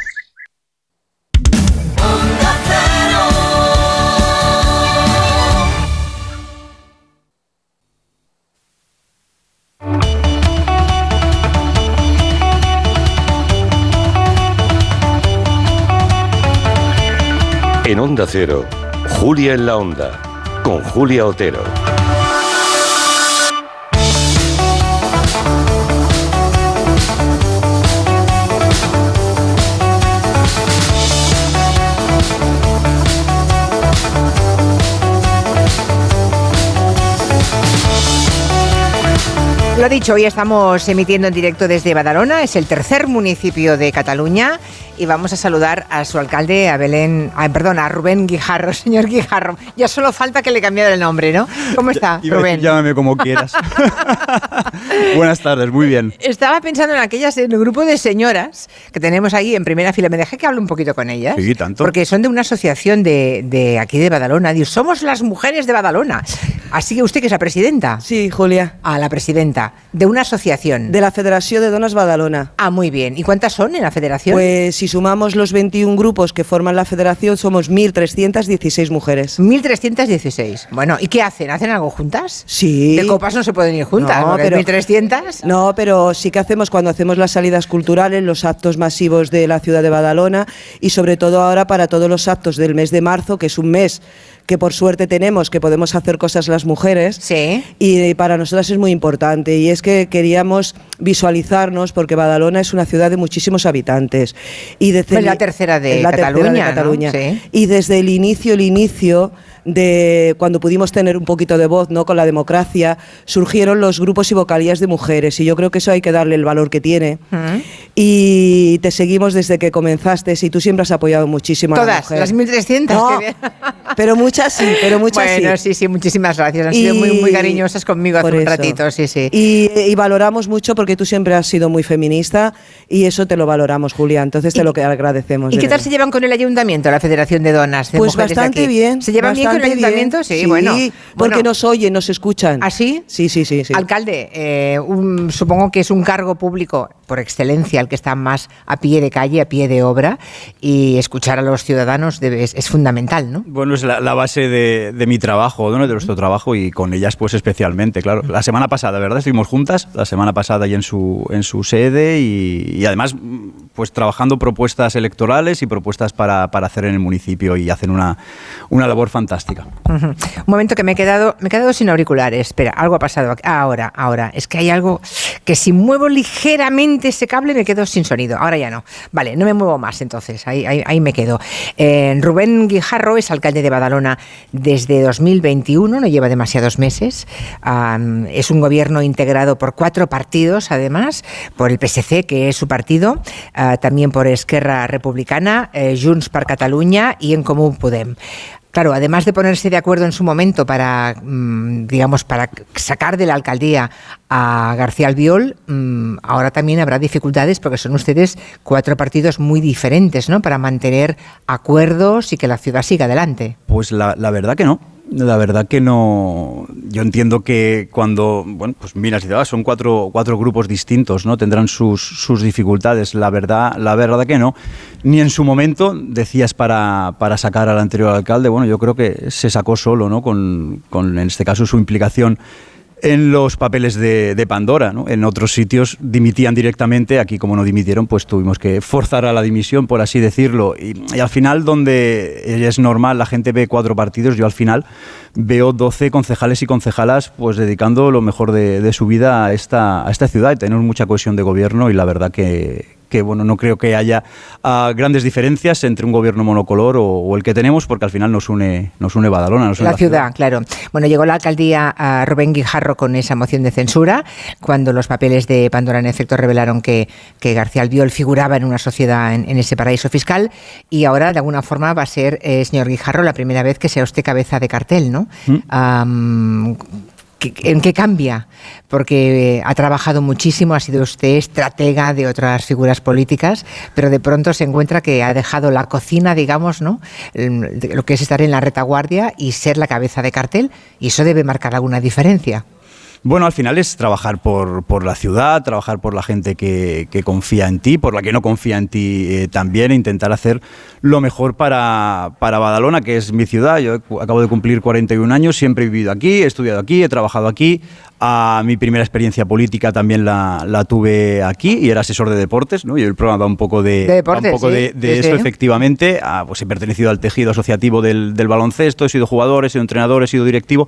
En Onda Cero, Julia en la Onda, con Julia Otero. Lo dicho, hoy estamos emitiendo en directo desde Badalona, es el tercer municipio de Cataluña y vamos a saludar a su alcalde, a Belén, a, perdón, a Rubén Guijarro. Señor Guijarro, ya solo falta que le cambie el nombre, ¿no? ¿Cómo está, Iba Rubén? A decir, llámame como quieras. Buenas tardes, muy bien. Estaba pensando en aquellas, en el grupo de señoras que tenemos ahí en primera fila. Me dejé que hable un poquito con ellas. Sí, tanto. Porque son de una asociación de, de aquí de Badalona. Dios, somos las mujeres de Badalona. Así que usted, que es la presidenta. Sí, Julia. Ah, la presidenta. De una asociación. De la Federació de Dones Badalona. Ah, muy bien. ¿Y cuántas son en la federación? Pues si sumamos los veintiún grupos que forman la federación, somos mil trescientas dieciséis mujeres. mil trescientas dieciséis. Bueno, ¿y qué hacen? ¿Hacen algo juntas? Sí. De copas no se pueden ir juntas, no, porque pero, mil trescientas. No, pero sí que hacemos cuando hacemos las salidas culturales, los actos masivos de la ciudad de Badalona y sobre todo ahora para todos los actos del mes de marzo, que es un mes que por suerte tenemos, que podemos hacer cosas las mujeres. Sí. Y para nosotras es muy importante. Y es que queríamos visualizarnos, porque Badalona es una ciudad de muchísimos habitantes. Y desde pues la tercera de la Cataluña. Tercera de Cataluña. ¿No? Sí. Y desde el inicio, el inicio de cuando pudimos tener un poquito de voz, ¿no?, con la democracia, surgieron los grupos y vocalías de mujeres. Y yo creo que eso hay que darle el valor que tiene. Uh-huh. Y te seguimos desde que comenzaste y tú siempre has apoyado muchísimo Todas, a la mujer. las mil trescientas. No, pero muchas sí, pero muchas bueno, sí. Bueno, sí, sí, muchísimas gracias. Han y, sido muy, muy cariñosas conmigo hace un eso. ratito, sí, sí. Y, y valoramos mucho porque tú siempre has sido muy feminista y eso te lo valoramos, Julia. Entonces te y, lo que agradecemos. ¿Y qué tal se llevan con el ayuntamiento, la Federación de Donas? De pues mujeres bastante de aquí? bien. ¿Se llevan bien con el ayuntamiento? Bien. Sí, sí, bueno. Porque bueno. nos oyen, nos escuchan. ¿Ah, sí? Sí, sí, sí. sí. Alcalde, eh, un, supongo que es un cargo público por excelencia, el que está más a pie de calle, a pie de obra, y escuchar a los ciudadanos debe, es, es fundamental, ¿no? Bueno, es la, la base de, de mi trabajo, ¿no? De nuestro trabajo, y con ellas pues especialmente, claro. La semana pasada, ¿verdad? Estuvimos juntas, la semana pasada y en su, en su sede, y, y además pues trabajando propuestas electorales y propuestas para, para hacer en el municipio, y hacen una, una labor fantástica. Uh-huh. Un momento que me he quedado, me he quedado sin auriculares. Espera, algo ha pasado aquí. Ah, ahora, ahora. Es que hay algo que si muevo ligeramente ese cable me quedo sin sonido. Ahora ya no. Vale, no me muevo más entonces. Ahí, ahí, ahí me quedo. Eh, Rubén Guijarro es alcalde de Badalona desde dos mil veintiuno, no lleva demasiados meses. Um, es un gobierno integrado por cuatro partidos, además, por el P S C, que es su partido, uh, también por Esquerra Republicana, eh, Junts per Catalunya y En Comú Podem. Claro, además de ponerse de acuerdo en su momento para, digamos, para sacar de la alcaldía a García Albiol, ahora también habrá dificultades porque son ustedes cuatro partidos muy diferentes, ¿no?, para mantener acuerdos y que la ciudad siga adelante. Pues la, la verdad que no. La verdad que no. Yo entiendo que cuando, bueno, pues mira, si te vas, son cuatro, cuatro grupos distintos, ¿no? Tendrán sus, sus dificultades. La verdad, la verdad que no. Ni en su momento decías para, para sacar al anterior alcalde. Bueno, yo creo que se sacó solo, ¿no? Con, con en este caso, su implicación en los papeles de, de Pandora, ¿no? En otros sitios dimitían directamente, aquí como no dimitieron, pues tuvimos que forzar a la dimisión, por así decirlo. Y, y al final, donde es normal, la gente ve cuatro partidos, yo al final veo doce concejales y concejalas pues dedicando lo mejor de, de su vida a esta, a esta ciudad, y tenemos mucha cohesión de gobierno, y la verdad que... que bueno, no creo que haya uh, grandes diferencias entre un gobierno monocolor o, o el que tenemos, porque al final nos une, nos une Badalona. Nos une la, la ciudad, ciudad, claro. Bueno, llegó la alcaldía a Rubén Guijarro con esa moción de censura, cuando los papeles de Pandora en efecto revelaron que, que García Albiol figuraba en una sociedad en, en ese paraíso fiscal, y ahora de alguna forma va a ser, eh, señor Guijarro, la primera vez que sea usted cabeza de cartel, ¿no? ¿Mm? Um, ¿En qué cambia? Porque ha trabajado muchísimo, ha sido usted estratega de otras figuras políticas, pero de pronto se encuentra que ha dejado la cocina, digamos, ¿no?, lo que es estar en la retaguardia y ser la cabeza de cartel, y eso debe marcar alguna diferencia. Bueno, al final es trabajar por, por la ciudad, trabajar por la gente que, que confía en ti, por la que no confía en ti eh, también, e intentar hacer lo mejor para, para Badalona, que es mi ciudad. Yo acabo de cumplir cuarenta y un años, siempre he vivido aquí, he estudiado aquí, he trabajado aquí. A mi primera experiencia política también la, la tuve aquí, y era asesor de deportes, ¿no? Y el programa va un poco de, de, deportes, un poco sí, de, de sí, eso, sí. Efectivamente. Ah, pues he pertenecido al tejido asociativo del, del baloncesto, he sido jugador, he sido entrenador, he sido directivo.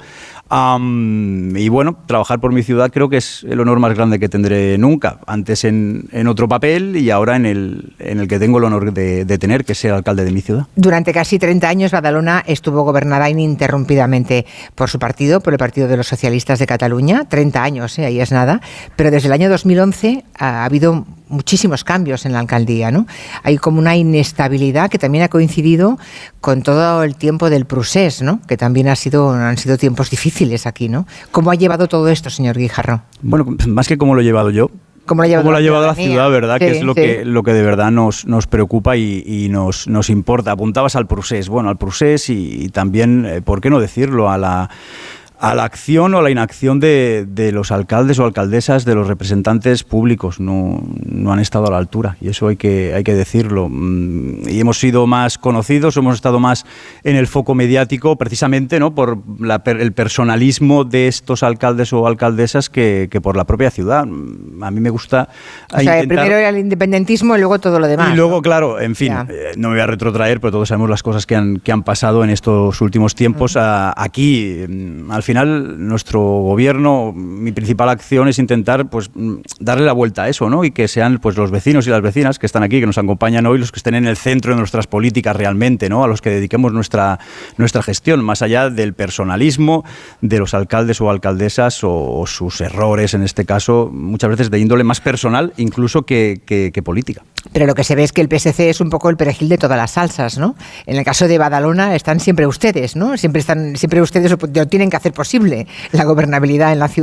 Um, y bueno, trabajar por mi ciudad creo que es el honor más grande que tendré nunca. Antes en, en otro papel, y ahora en el, en el que tengo el honor de, de tener, que es ser alcalde de mi ciudad. Durante casi treinta años Badalona estuvo gobernada ininterrumpidamente por su partido, por el Partido de los Socialistas de Cataluña. treinta años, ¿eh? Ahí es nada. Pero desde el año dos mil once ha habido muchísimos cambios en la alcaldía, ¿no? Hay como una inestabilidad que también ha coincidido con todo el tiempo del procés, ¿no?, que también ha sido, han sido tiempos difíciles aquí, ¿no? ¿Cómo ha llevado todo esto, señor Guijarro? Bueno, más que cómo lo he llevado yo, ¿Cómo lo ha llevado, ¿Cómo lo ha llevado la ciudad, verdad? Sí, que es lo, sí. que, lo que de verdad nos, nos preocupa y, y nos, nos importa. Apuntabas al procés, bueno, al procés y, y también, eh, ¿por qué no decirlo?, a la... a la acción o la inacción de, de los alcaldes o alcaldesas, de los representantes públicos. No, no han estado a la altura, y eso hay que, hay que decirlo. Y hemos sido más conocidos, hemos estado más en el foco mediático, precisamente, ¿no?, por la, el personalismo de estos alcaldes o alcaldesas que, que por la propia ciudad. A mí me gusta... O sea, intentar... primero era el independentismo y luego todo lo demás. Y luego, ¿no? claro, en fin, eh, no me voy a retrotraer, pero todos sabemos las cosas que han, que han pasado en estos últimos tiempos. Mm. A, aquí, al final, nuestro gobierno, mi principal acción es intentar, pues, darle la vuelta a eso, ¿no? Y que sean, pues, los vecinos y las vecinas que están aquí, que nos acompañan hoy, los que estén en el centro de nuestras políticas realmente, ¿no? A los que dediquemos nuestra, nuestra gestión, más allá del personalismo de los alcaldes o alcaldesas o, o sus errores, en este caso, muchas veces de índole más personal, incluso que, que, que política. Pero lo que se ve es que el P S C es un poco el perejil de todas las salsas, ¿no? En el caso de Badalona están siempre ustedes, ¿no? Siempre están, siempre ustedes lo tienen que hacer posible, la gobernabilidad en la ciudad.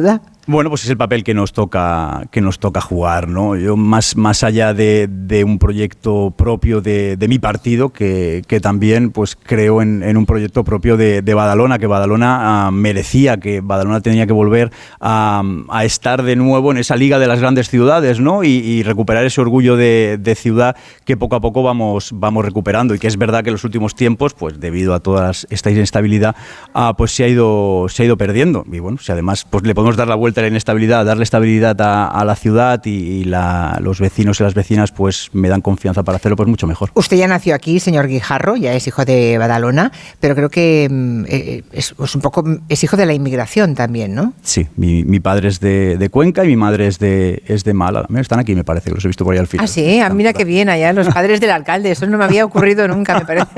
Bueno, pues es el papel que nos toca, que nos toca jugar, ¿no? Yo más, más allá de, de un proyecto propio de, de mi partido, que, que también pues creo en, en un proyecto propio de, de Badalona, que Badalona uh, merecía, que Badalona tenía que volver a, a estar de nuevo en esa liga de las grandes ciudades, ¿no? Y, y recuperar ese orgullo de, de ciudad que poco a poco vamos, vamos recuperando, y que es verdad que en los últimos tiempos, pues debido a toda esta inestabilidad, uh, pues se ha ido, se ha ido perdiendo. Y bueno, si además pues le podemos dar la vuelta la inestabilidad, darle estabilidad a, a la ciudad y, y la, los vecinos y las vecinas pues me dan confianza para hacerlo, pues mucho mejor. Usted ya nació aquí, señor Guijarro, ya es hijo de Badalona, pero creo que eh, es, es un poco es hijo de la inmigración también, ¿no? Sí, mi, mi padre es de, de Cuenca y mi madre es de, es de Málaga. Están aquí, me parece, que los he visto por ahí al final. Ah, sí, ah, mira qué bien, allá los padres del alcalde, eso no me había ocurrido nunca, me parece.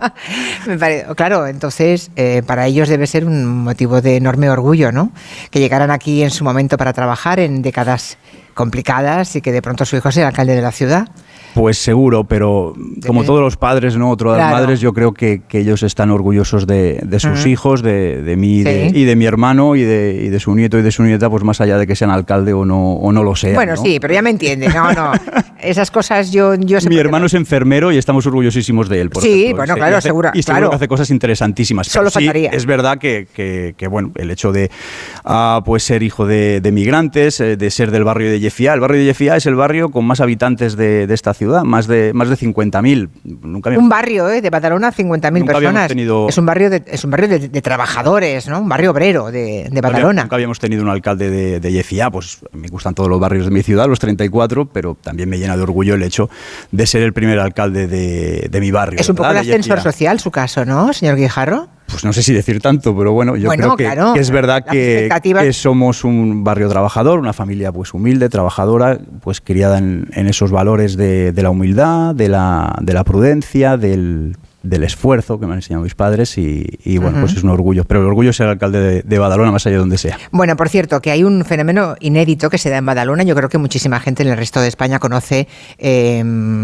me parece. Claro, entonces eh, para ellos debe ser un motivo de enorme orgullo, ¿no? Que llegaran aquí en su momento para trabajar en décadas complicadas y que de pronto su hijo sea el alcalde de la ciudad. Pues seguro, pero como todos los padres, ¿no? Todas las Claro. madres, yo creo que, que ellos están orgullosos de, de sus Mm. hijos, de, de mí y, Sí. de, y de mi hermano y de, y de su nieto y de su nieta, pues más allá de que sean alcalde o no, o no lo sean. Bueno, ¿no? sí, pero ya me entiende. No, no. Esas cosas yo, yo sé Mi por qué hermano es enfermero y estamos orgullosísimos de él. Por Sí, ejemplo. bueno, Sí, claro, y hace- seguro, Y seguro claro. que hace cosas interesantísimas. Solo Pero sí, faltaría. es verdad que, que, que, bueno, el hecho de ah, pues ser hijo de, de migrantes, eh, de ser del barrio de Llefià. El barrio de Llefià es el barrio con más habitantes de, de esta ciudad, más de, más de cincuenta mil. Nunca había- Un barrio eh, de Badalona, cincuenta mil Nunca habíamos personas. tenido- Es un barrio de, es un barrio de, de trabajadores, ¿no? Un barrio obrero de, de Badalona. Nunca habíamos tenido un alcalde de, de Llefià, pues me gustan todos los barrios de mi ciudad, los treinta y cuatro, pero también me llena de orgullo el hecho de ser el primer alcalde de, de mi barrio. Es un poco el ¿verdad? De ascensor Llefià. social, su caso, ¿no, señor Guijarro? Pues no sé si decir tanto, pero bueno, yo Bueno, creo que, claro, que es verdad las que, expectativas- que somos un barrio trabajador, una familia pues humilde, trabajadora, pues criada en, en esos valores de, de la humildad, de la, de la prudencia, del, del esfuerzo que me han enseñado mis padres y, y bueno, Ujú. pues es un orgullo. Pero el orgullo es ser alcalde de, de Badalona, más allá de donde sea. Bueno, por cierto, que hay un fenómeno inédito que se da en Badalona. Yo creo que muchísima gente en el resto de España conoce, eh,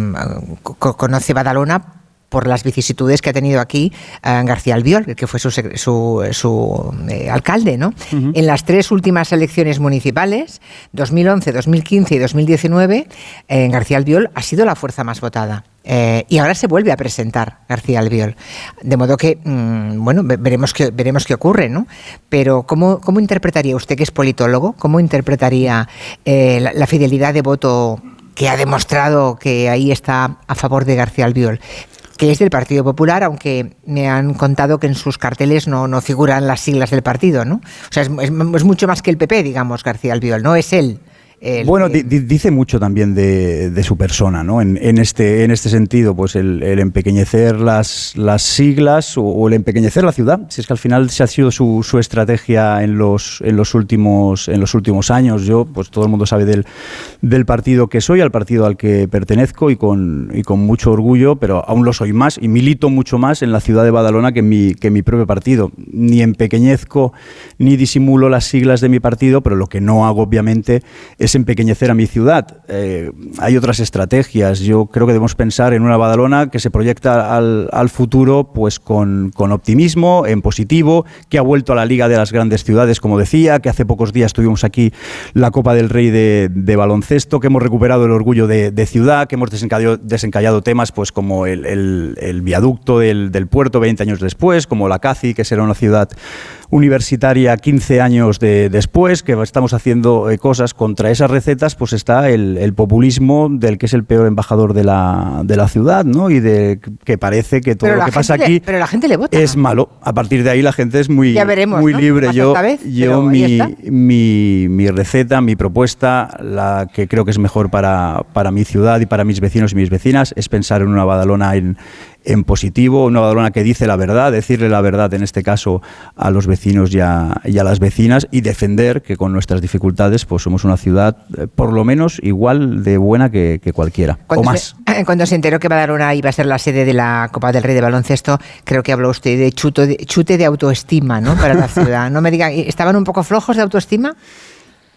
co- conoce Badalona por las vicisitudes que ha tenido aquí eh, García Albiol, que fue su, sec- su, su, eh, alcalde, ¿no? Ujú. En las tres últimas elecciones municipales, dos mil once, dos mil quince y dos mil diecinueve, eh, García Albiol ha sido la fuerza más votada. Eh, y ahora se vuelve a presentar García Albiol. De modo que, mmm, bueno, ve- veremos qué, veremos qué ocurre, ¿no? Pero ¿cómo, cómo interpretaría usted, que es politólogo, cómo interpretaría eh, la, la fidelidad de voto que ha demostrado que ahí está a favor de García Albiol, que es del Partido Popular, aunque me han contado que en sus carteles no, no figuran las siglas del partido, ¿no? O sea, es, es- es mucho más que el P P, digamos, García Albiol, no es él. el Bueno, que- di- di- dice mucho también de, de su persona, ¿no? En, en este, en este sentido, pues el, el empequeñecer las, las siglas o, o el empequeñecer la ciudad, si es que al final se ha sido su, su estrategia en los, en los últimos, en los últimos años. Yo, pues todo el mundo sabe del, del partido que soy, al partido al que pertenezco y con, y con mucho orgullo, pero aún lo soy más y milito mucho más en la ciudad de Badalona que en mi, que en mi propio partido. Ni empequeñezco ni disimulo las siglas de mi partido, pero lo que no hago, obviamente, es empequeñecer a mi ciudad. Eh, hay otras estrategias. Yo creo que debemos pensar en una Badalona que se proyecta al, al futuro pues con, con optimismo, en positivo, que ha vuelto a la Liga de las Grandes Ciudades, como decía, que hace pocos días tuvimos aquí la Copa del Rey de, de baloncesto, que hemos recuperado el orgullo de, de ciudad, que hemos desencallado, desencallado temas pues como el, el- el viaducto del, del puerto veinte años después, como la C A C I, que será una ciudad universitaria quince años de, después, que estamos haciendo eh, cosas contra esas recetas, pues está el, el populismo del que es el peor embajador de la, de la ciudad, ¿no? Y de que parece que todo pero lo la que pasa gente le- aquí pero la gente le vota. es malo. A partir de ahí la gente es muy, Ya veremos, muy ¿no? libre. Más Yo, esta vez, yo pero ahí mi, está. mi, mi receta, mi propuesta, la que creo que es mejor para, para mi ciudad y para mis vecinos y mis vecinas, es pensar en una Badalona en, en positivo, una Badalona que dice la verdad, decirle la verdad en este caso a los vecinos y a, y a las vecinas, y defender que con nuestras dificultades pues somos una ciudad eh, por lo menos igual de buena que, que cualquiera, o Cuando más. se, cuando se enteró que Badalona iba a ser la sede de la Copa del Rey de baloncesto, creo que habló usted de, chuto de chute de autoestima, ¿no? Para la ciudad. No me diga, ¿estaban un poco flojos de autoestima?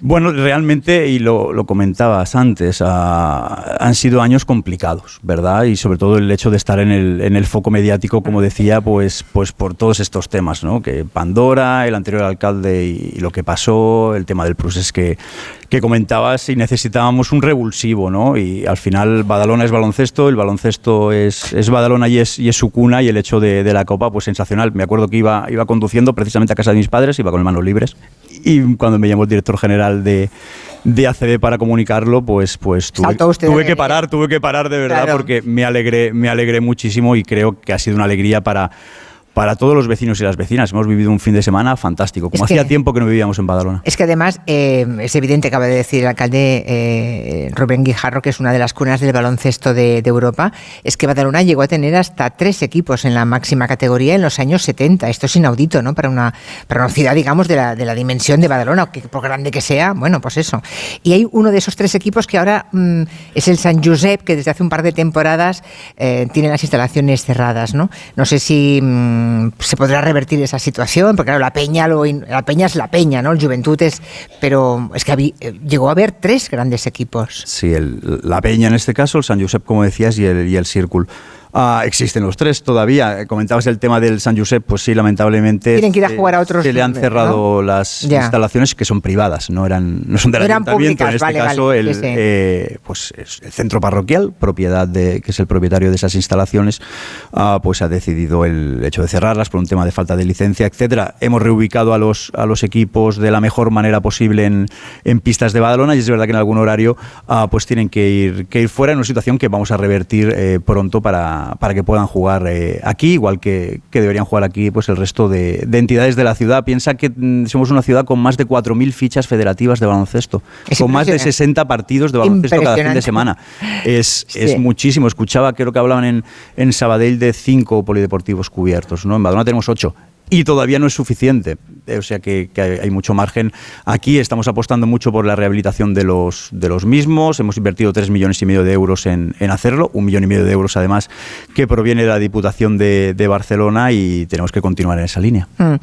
Bueno, realmente, y lo, lo comentabas antes, uh, han sido años complicados, ¿verdad? Y sobre todo el hecho de estar en el, en el foco mediático, como decía, pues, pues por todos estos temas, ¿no? Que Pandora, el anterior alcalde y, y lo que pasó, el tema del procés que, que comentabas, y necesitábamos un revulsivo, ¿no? Y al final Badalona es baloncesto, el baloncesto es, es Badalona y es, y es su cuna, y el hecho de, de la Copa, pues sensacional. Me acuerdo que iba, iba conduciendo precisamente a casa de mis padres, iba con las manos libres, y cuando me llamó el director general de, de A C B para comunicarlo, pues, pues tuve, tuve que parar, tuve que parar de verdad, claro. Porque me alegré, me alegré muchísimo, y creo que ha sido una alegría para... para todos los vecinos y las vecinas. Hemos vivido un fin de semana fantástico, como es hacía que, tiempo que no vivíamos en Badalona. Es que además eh, es evidente, acaba de decir el alcalde eh, Rubén Guijarro, que es una de las cunas del baloncesto de, de Europa, es que Badalona llegó a tener hasta tres equipos en la máxima categoría en los años setenta. Esto es inaudito, ¿no? Para una, para una ciudad, digamos, de la, de la dimensión de Badalona, que por grande que sea, bueno, pues eso. Y hay uno de esos tres equipos que ahora mmm, es el Sant Josep, que desde hace un par de temporadas eh, tiene las instalaciones cerradas, ¿no? No sé si... Mmm, se podrá revertir esa situación, porque claro, la Peña, lo, la Peña es la Peña, ¿no? El Juventud es... Pero es que había, llegó a haber tres grandes equipos. Sí, el, la Peña en este caso, el Sant Josep, como decías, y el, y el Círculo. Uh, existen los tres todavía. Comentabas el tema del Sant Josep, pues sí, lamentablemente tienen que ir a jugar a otros. Se le han cerrado, ¿no?, las ya. instalaciones, que son privadas, no eran, no son del no ayuntamiento. Públicas, en este vale, caso, vale, el, sí, sí. Eh, pues el centro parroquial, propiedad de, que es el propietario de esas instalaciones, uh, pues ha decidido el hecho de cerrarlas por un tema de falta de licencia, etcétera. Hemos reubicado a los a los equipos de la mejor manera posible en, en pistas de Badalona, y es verdad que en algún horario uh, pues tienen que ir que ir fuera, en una situación que vamos a revertir eh, pronto para para que puedan jugar eh, aquí, igual que, que deberían jugar aquí pues el resto de, de entidades de la ciudad. Piensa que mm, somos una ciudad con más de cuatro mil fichas federativas de baloncesto, es con más de sesenta partidos de baloncesto cada fin de semana. Es, sí. es muchísimo. Escuchaba, creo que hablaban en, en Sabadell de cinco polideportivos cubiertos, ¿no? En Badalona tenemos ocho. Y todavía no es suficiente, o sea que, que hay mucho margen. Aquí estamos apostando mucho por la rehabilitación de los, de los mismos. Hemos invertido tres millones y medio de euros en, en hacerlo, un millón y medio de euros además que proviene de la Diputación de, de Barcelona, y tenemos que continuar en esa línea. Mm.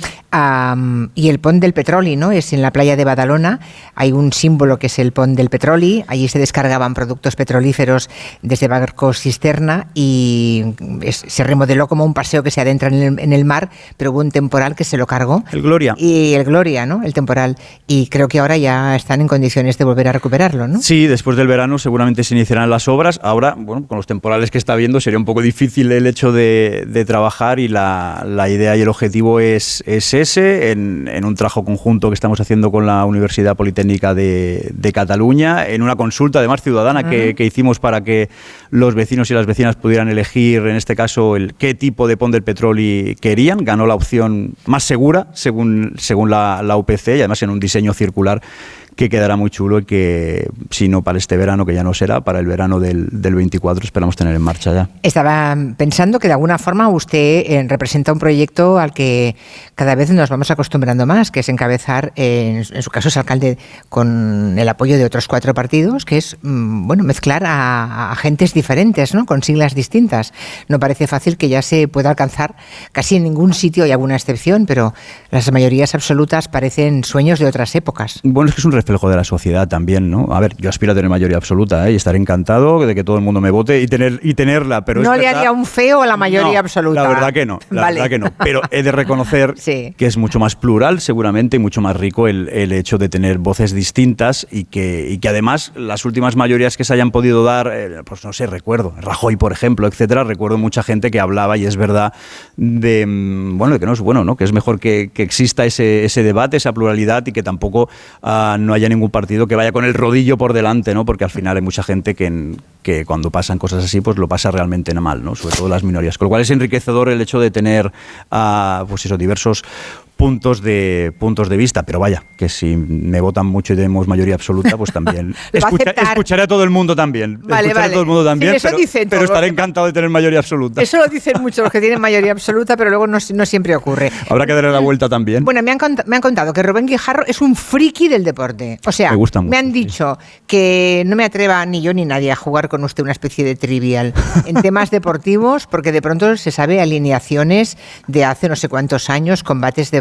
Um, y el Pont del Petroli, ¿no? Es en la playa de Badalona, hay un símbolo que es el Pont del Petroli, allí se descargaban productos petrolíferos desde barcos cisterna, y es, se remodeló como un paseo que se adentra en el, en el mar, pero hubo un temporal que se lo cargó. El Gloria. Y el Gloria, ¿no? El temporal. Y creo que ahora ya están en condiciones de volver a recuperarlo, ¿no? Sí, después del verano seguramente se iniciarán las obras. Ahora, bueno, con los temporales que está habiendo sería un poco difícil el hecho de, de trabajar, y la, la idea y el objetivo es, es ese, en, en un trabajo conjunto que estamos haciendo con la Universidad Politécnica de, de Cataluña, en una consulta además ciudadana uh-huh. que, que hicimos para que los vecinos y las vecinas pudieran elegir, en este caso, el qué tipo de Pont del Petroli querían. Ganó la opción más segura, según, según la, la U P C, y además en un diseño circular que quedará muy chulo, y que, si no para este verano, que ya no será, para el verano del, del veinticuatro esperamos tener en marcha ya. Estaba pensando que de alguna forma usted eh, representa un proyecto al que cada vez nos vamos acostumbrando más, que es encabezar, eh, en, en su caso es alcalde con el apoyo de otros cuatro partidos, que es mm, bueno mezclar a, a agentes diferentes, ¿no? Con siglas distintas. No parece fácil que ya se pueda alcanzar casi en ningún sitio, hay alguna excepción, pero las mayorías absolutas parecen sueños de otras épocas. Bueno, es que es un reflejo de la sociedad también, ¿no? A ver, yo aspiro a tener mayoría absoluta, ¿eh? Y estaré encantado de que todo el mundo me vote y tener y tenerla, pero no es le verdad, haría un feo a la mayoría no, absoluta. La verdad que no, la vale. verdad que no. Pero he de reconocer sí. que es mucho más plural, seguramente, y mucho más rico el, el hecho de tener voces distintas, y que, y que además las últimas mayorías que se hayan podido dar, eh, pues no sé, recuerdo, Rajoy, por ejemplo, etcétera, recuerdo mucha gente que hablaba, y es verdad, de bueno, de que no es bueno, ¿no? Que es mejor que, que exista ese, ese debate, esa pluralidad, y que tampoco uh, no haya ningún partido que vaya con el rodillo por delante, ¿no? Porque al final hay mucha gente que, que cuando pasan cosas así, pues lo pasa realmente mal, ¿no? Sobre todo las minorías. Con lo cual es enriquecedor el hecho de tener, uh, pues eso, diversos puntos de puntos de vista, pero vaya, que si me votan mucho y tenemos mayoría absoluta, pues también escucha, escucharé a todo el mundo también, vale, escucharé vale. a todo el mundo también, sí, pero, pero estaré encantado de tener mayoría absoluta. Eso lo dicen muchos los que tienen mayoría absoluta, pero luego no, no siempre ocurre. Habrá que darle la vuelta también. Bueno, me han, cont- me han contado que Rubén Guijarro es un friki del deporte. O sea, me, gusta mucho, me han dicho sí. que no me atreva ni yo ni nadie a jugar con usted una especie de trivial en temas deportivos, porque de pronto se sabe alineaciones de hace no sé cuántos años, combates de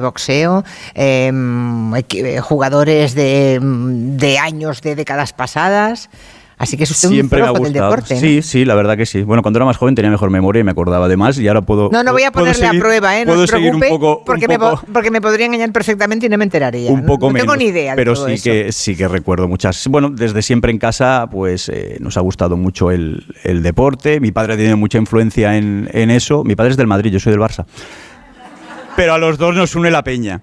boxeo, eh, jugadores de, de años, de décadas pasadas. Así que es usted Siempre un me ha flojo del gustado. deporte, ¿no? Sí, sí, la verdad que sí. Bueno, cuando era más joven tenía mejor memoria y me acordaba de más y ahora puedo... No, no voy a ponerle seguir, a prueba, ¿eh? No puedo se preocupe, seguir un poco, porque, un me, poco, porque me podría engañar perfectamente y no me enteraría. un poco no, no menos, tengo ni idea de pero todo sí eso. que sí que recuerdo muchas. Bueno, desde siempre en casa pues eh, nos ha gustado mucho el, el deporte. Mi padre ha tenido mucha influencia en, en eso. Mi padre es del Madrid, yo soy del Barça. Pero a los dos nos une la peña.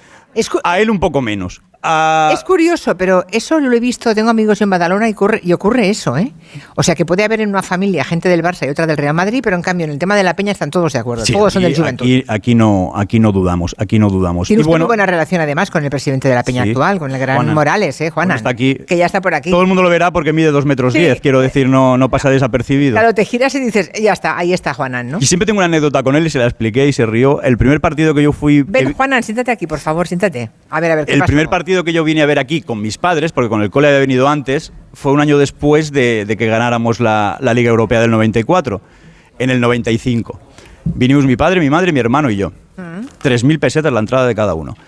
A él un poco menos. Uh, es curioso, pero eso lo he visto, tengo amigos en Badalona y ocurre, y ocurre eso, ¿eh? O sea, que puede haber en una familia gente del Barça y otra del Real Madrid, pero en cambio en el tema de la Peña están todos de acuerdo, sí, todos aquí, son del Juventud. Aquí, aquí, no, aquí no dudamos, aquí no dudamos. Tiene y usted bueno, muy buena relación además con el presidente de la Peña sí, actual, con el gran Juanan. Morales, ¿eh, Juanan? Está aquí, que ya está por aquí. Todo el mundo lo verá porque mide dos metros Sí. diez, quiero decir, no, no pasa desapercibido. Claro, te giras y dices, ya está, ahí está Juanan, ¿no? Y siempre tengo una anécdota con él y se la expliqué y se rió. El primer partido que yo fui... Ven, que, Juanan, siéntate aquí, por favor, siéntate. A ver, a ver, ¿qué El pasó? primer partido que yo vine a ver aquí con mis padres, porque con el cole había venido antes, fue un año después de, de que ganáramos la, la Liga Europea del noventa y cuatro, en el noventa y cinco. Vinimos mi padre, mi madre, mi hermano y yo. Mm. tres mil pesetas la entrada de cada uno.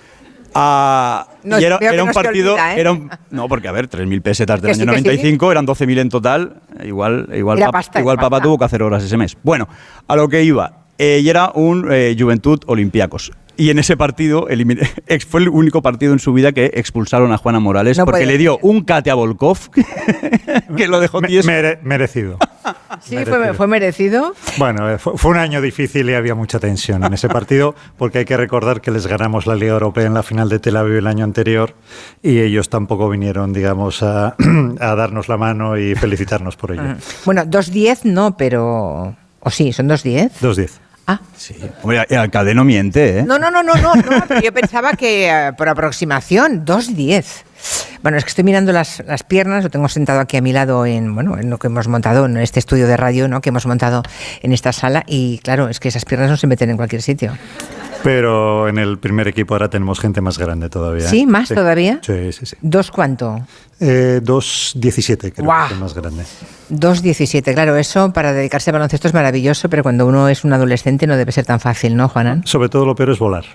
Ah, No, y era, veo que era un no se partido... olvida, ¿eh? Era un, no, porque a ver, tres mil pesetas del Que año sí, que noventa y cinco, sí. eran doce mil en total, igual, igual, Era pap- pasta, igual era papá pasta. tuvo que hacer horas ese mes. Bueno, a lo que iba, eh, y era un eh, Juventud Olympiacos. Y en ese partido elimine- ex- fue el único partido en su vida que expulsaron a Juana Morales No porque puede le dio un cate a Volkov que lo dejó tieso. Mere- merecido. Sí, fue, fue merecido. Bueno, eh, fue, fue un año difícil y había mucha tensión en ese partido porque hay que recordar que les ganamos la Liga Europea en la final de Tel Aviv el año anterior y ellos tampoco vinieron, digamos, a, a darnos la mano y felicitarnos por ello. Mm. Bueno, dos diez no, pero... ¿O sí? ¿Son dos diez? dos diez. Ah. Sí. Hombre, el alcalde no miente, ¿eh? No, no, no, no, no, no, pero yo pensaba que eh, por aproximación, dos diez. Bueno, es que estoy mirando las, las piernas, lo tengo sentado aquí a mi lado en, bueno, en lo que hemos montado, en este estudio de radio, ¿no?, que hemos montado en esta sala, y claro, es que esas piernas no se meten en cualquier sitio. Pero en el primer equipo ahora tenemos gente más grande todavía. ¿eh? ¿Sí? ¿Más todavía? Sí, sí, sí. ¿Dos cuánto? Eh, dos diecisiete creo ¡Guau! que es el más grande. dos diecisiete, claro, eso para dedicarse al baloncesto es maravilloso, pero cuando uno es un adolescente no debe ser tan fácil, ¿no, Juanan? Sobre todo lo peor es volar.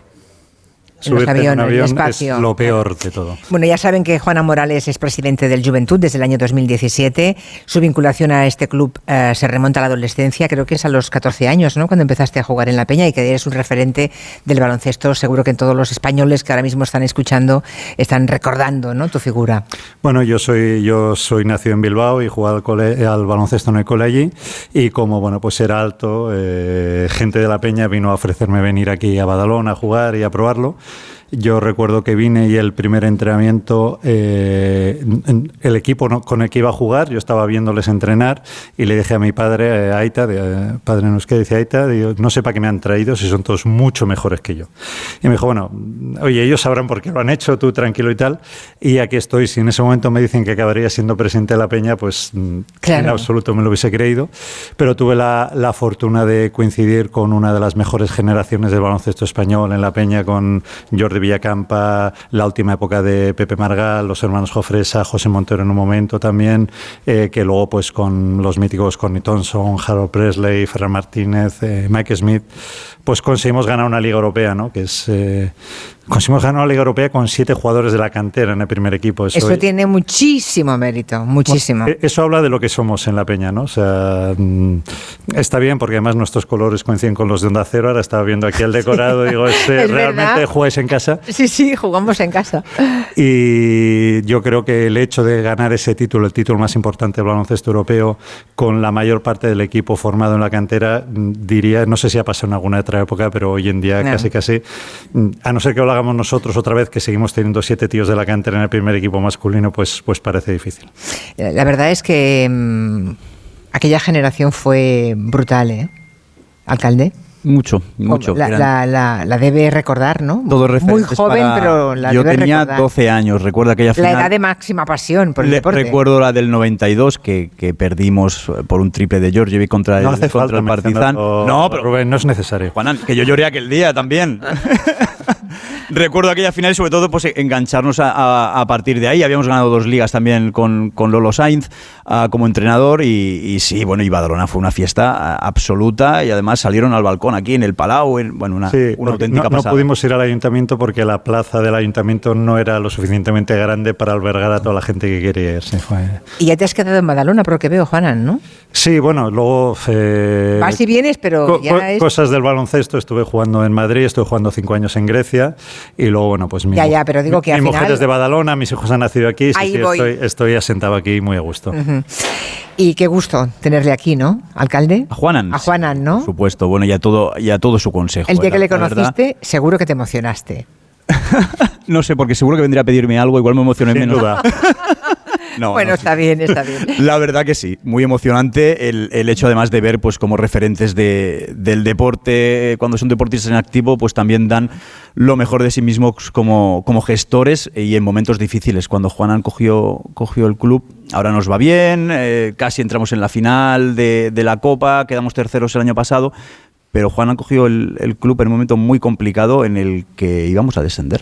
En los Subirte aviones, en un el avión espacio. es lo peor de todo. Bueno, ya saben que Juana Morales es presidente del Juventud desde el año dos mil diecisiete. Su vinculación a este club eh, se remonta a la adolescencia, creo que es a los catorce años, ¿no?, cuando empezaste a jugar en la Peña, y que eres un referente del baloncesto. Seguro que todos los españoles que ahora mismo están escuchando están recordando, ¿no?, tu figura. Bueno, yo soy yo soy nacido en Bilbao y jugaba al, cole, al baloncesto en el cole allí, y como bueno pues era alto, eh, gente de la Peña vino a ofrecerme venir aquí a Badalona a jugar y a probarlo. Yo recuerdo que vine y el primer entrenamiento, eh, el equipo no, con el que iba a jugar, yo estaba viéndoles entrenar y le dije a mi padre, eh, Aita, de, eh, padre en euskera, dice Aita, digo, no sé para qué me han traído si son todos mucho mejores que yo. Y me dijo, bueno, oye, ellos sabrán por qué lo han hecho, tú tranquilo y tal. Y aquí estoy. Si en ese momento me dicen que acabaría siendo presidente de la Peña, pues claro, en absoluto me lo hubiese creído. Pero tuve la, la fortuna de coincidir con una de las mejores generaciones del baloncesto español en la Peña, con Jordi Villacampa, la última época de Pepe Margal, los hermanos Jofresa, José Montero en un momento también, eh, que luego pues con los míticos Connie Thompson, Harold Presley, Ferran Martínez, eh, Mike Smith, pues conseguimos ganar una Liga Europea, ¿no?, que es... Eh, Conseguimos ganar una Liga Europea con siete jugadores de la cantera en el primer equipo. Eso, Eso tiene muchísimo mérito, muchísimo. Bueno, eso habla de lo que somos en la Peña, ¿no? O sea, está bien porque además nuestros colores coinciden con los de Onda Cero. Ahora estaba viendo aquí el decorado y digo, este, es ¿realmente verdad. jugáis en casa? Sí, sí, jugamos en casa. Y yo creo que el hecho de ganar ese título, el título más importante del baloncesto europeo, con la mayor parte del equipo formado en la cantera, diría, no sé si ha pasado en alguna otra época, pero hoy en día no. casi casi, a no ser que lo hagamos nosotros otra vez, que seguimos teniendo siete tíos de la cantera en el primer equipo masculino, pues, pues parece difícil. La verdad es que mmm, aquella generación fue brutal, ¿eh, alcalde? Mucho, mucho. La, la, la, la debe recordar, ¿no? Todos Muy joven, para... pero la Yo debe tenía recordar. doce años, recuerdo aquella final. La edad de máxima pasión por el Le, deporte. Recuerdo la del noventa y dos, que, que perdimos por un triple de Georgiev contra el, no hace contra el falta Partizan. No, pero Rubén, no es necesario. Juanan, que yo lloré aquel día también. Recuerdo aquella final y sobre todo pues, engancharnos a, a, a partir de ahí. Habíamos ganado dos ligas también con, con Lolo Sainz uh, como entrenador y, y sí, bueno, y Badalona fue una fiesta absoluta y además salieron al balcón aquí en el Palau, en, bueno, una, sí, una auténtica no, pasada. No pudimos ir al ayuntamiento porque la plaza del ayuntamiento no era lo suficientemente grande para albergar a toda la gente que quería ir. Sí, fue... Y ya te has quedado en Badalona, por lo que veo, Juanan, ¿no? Sí, bueno, luego... Eh, Vas y vienes, pero co ya co es... Cosas del baloncesto, estuve jugando en Madrid, estuve jugando cinco años en Grecia y luego, bueno, pues mi, ya, ya, pero digo que mi al mujer final... es de Badalona, mis hijos han nacido aquí, sí, Ahí sí, voy. estoy, estoy asentado aquí muy a gusto. Uh-huh. Y qué gusto tenerle aquí, ¿no, alcalde? A Juanan. A Juanan, ¿no? Por supuesto, bueno, y a todo, y a todo su consejo. El día la, que le conociste, seguro que te emocionaste. No sé, porque seguro que vendría a pedirme algo, igual me emocioné Sin menos. duda. No, bueno, no, está bien, está bien. La verdad que sí, muy emocionante el, el hecho además de ver pues como referentes de, del deporte, cuando son deportistas en activo, pues también dan lo mejor de sí mismos como, como gestores y en momentos difíciles. Cuando Juanan cogió, cogió el club, ahora nos va bien, eh, casi entramos en la final de, de la Copa, quedamos terceros el año pasado, pero Juanan cogió el, el club en un momento muy complicado en el que íbamos a descender.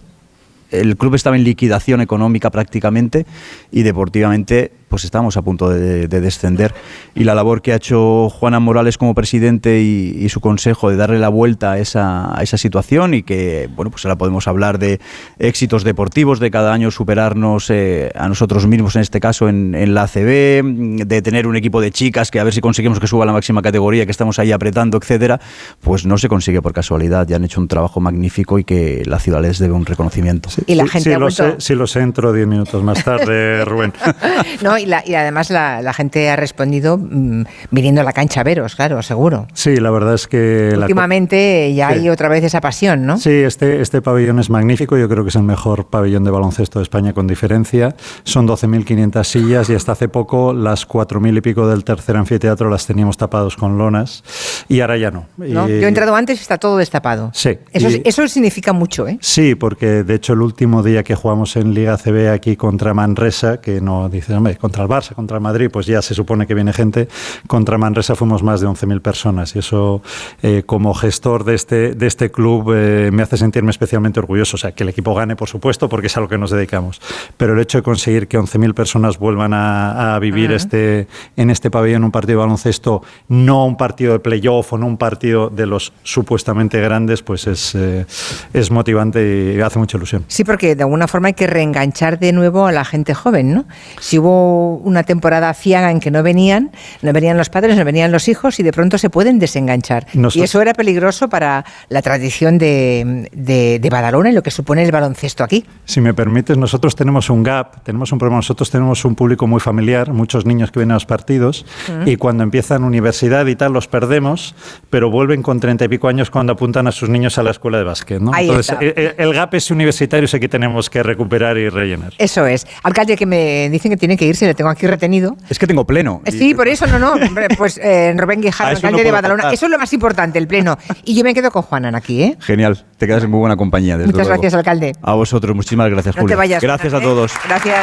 El club estaba en liquidación económica prácticamente y deportivamente pues estábamos a punto de, de descender y la labor que ha hecho Juanan Morales como presidente y, y su consejo de darle la vuelta a esa, a esa situación y que bueno pues ahora podemos hablar de éxitos deportivos, de cada año superarnos eh, a nosotros mismos en este caso en, en la A C B, de tener un equipo de chicas que a ver si conseguimos que suba a la máxima categoría, que estamos ahí apretando, etcétera, pues no se consigue por casualidad, ya han hecho un trabajo magnífico y que la ciudad les debe un reconocimiento. Sí, y la gente sí, ha lo vuelto... sé, sí lo sé, entro diez minutos más tarde, Rubén. No, y, la, y además la, la gente ha respondido mmm, viniendo a la cancha a veros, claro, seguro. Sí, la verdad es que... Últimamente la... ya sí. hay otra vez esa pasión, ¿no? Sí, este, este pabellón es magnífico, yo creo que es el mejor pabellón de baloncesto de España con diferencia. Son doce mil quinientas sillas y hasta hace poco las cuatro mil y pico del tercer anfiteatro las teníamos tapados con lonas y ahora ya no. ¿No? Y... Yo he entrado antes y está todo destapado. Sí. Eso, y... eso significa mucho, ¿eh? Sí, porque de hecho el último día que jugamos en Liga A C B aquí contra Manresa, que no dices, hombre, contra el Barça, contra el Madrid, pues ya se supone que viene gente, contra Manresa fuimos más de once mil personas y eso eh, como gestor de este, de este club eh, me hace sentirme especialmente orgulloso, o sea, que el equipo gane por supuesto porque es a lo que nos dedicamos, pero el hecho de conseguir que once mil personas vuelvan a, a vivir uh-huh. este, en este pabellón un partido de baloncesto, no un partido de playoff o no un partido de los supuestamente grandes, pues es, eh, es motivante y hace mucha ilusión. Sí, porque de alguna forma hay que reenganchar de nuevo a la gente joven, ¿no? Si hubo una temporada ciaga en que no venían, no venían los padres, no venían los hijos y de pronto se pueden desenganchar. Nosotros... Y eso era peligroso para la tradición de, de, de Badalona y lo que supone el baloncesto aquí. Si me permites, nosotros tenemos un gap, tenemos un problema, nosotros tenemos un público muy familiar, muchos niños que vienen a los partidos uh-huh. y cuando empiezan universidad y tal los perdemos, pero vuelven con treinta y pico años cuando apuntan a sus niños a la escuela de básquet, ¿no? Ahí Entonces, está. El, el gap es universitario, ese que tenemos que recuperar y rellenar. Eso es. Alcalde, que me dicen que tiene que irse, le tengo aquí retenido. Es que tengo pleno. Sí, por eso, no, no. Pues eh, Rubén Guijarro, alcalde no de Badalona. Faltar. Eso es lo más importante, el pleno. Y yo me quedo con Juanan aquí, ¿eh? Genial. Te quedas en muy buena compañía, desde Muchas luego. gracias, alcalde. A vosotros, muchísimas gracias, no Julio. Te vayas, gracias Juanan, a todos. ¿eh? Gracias.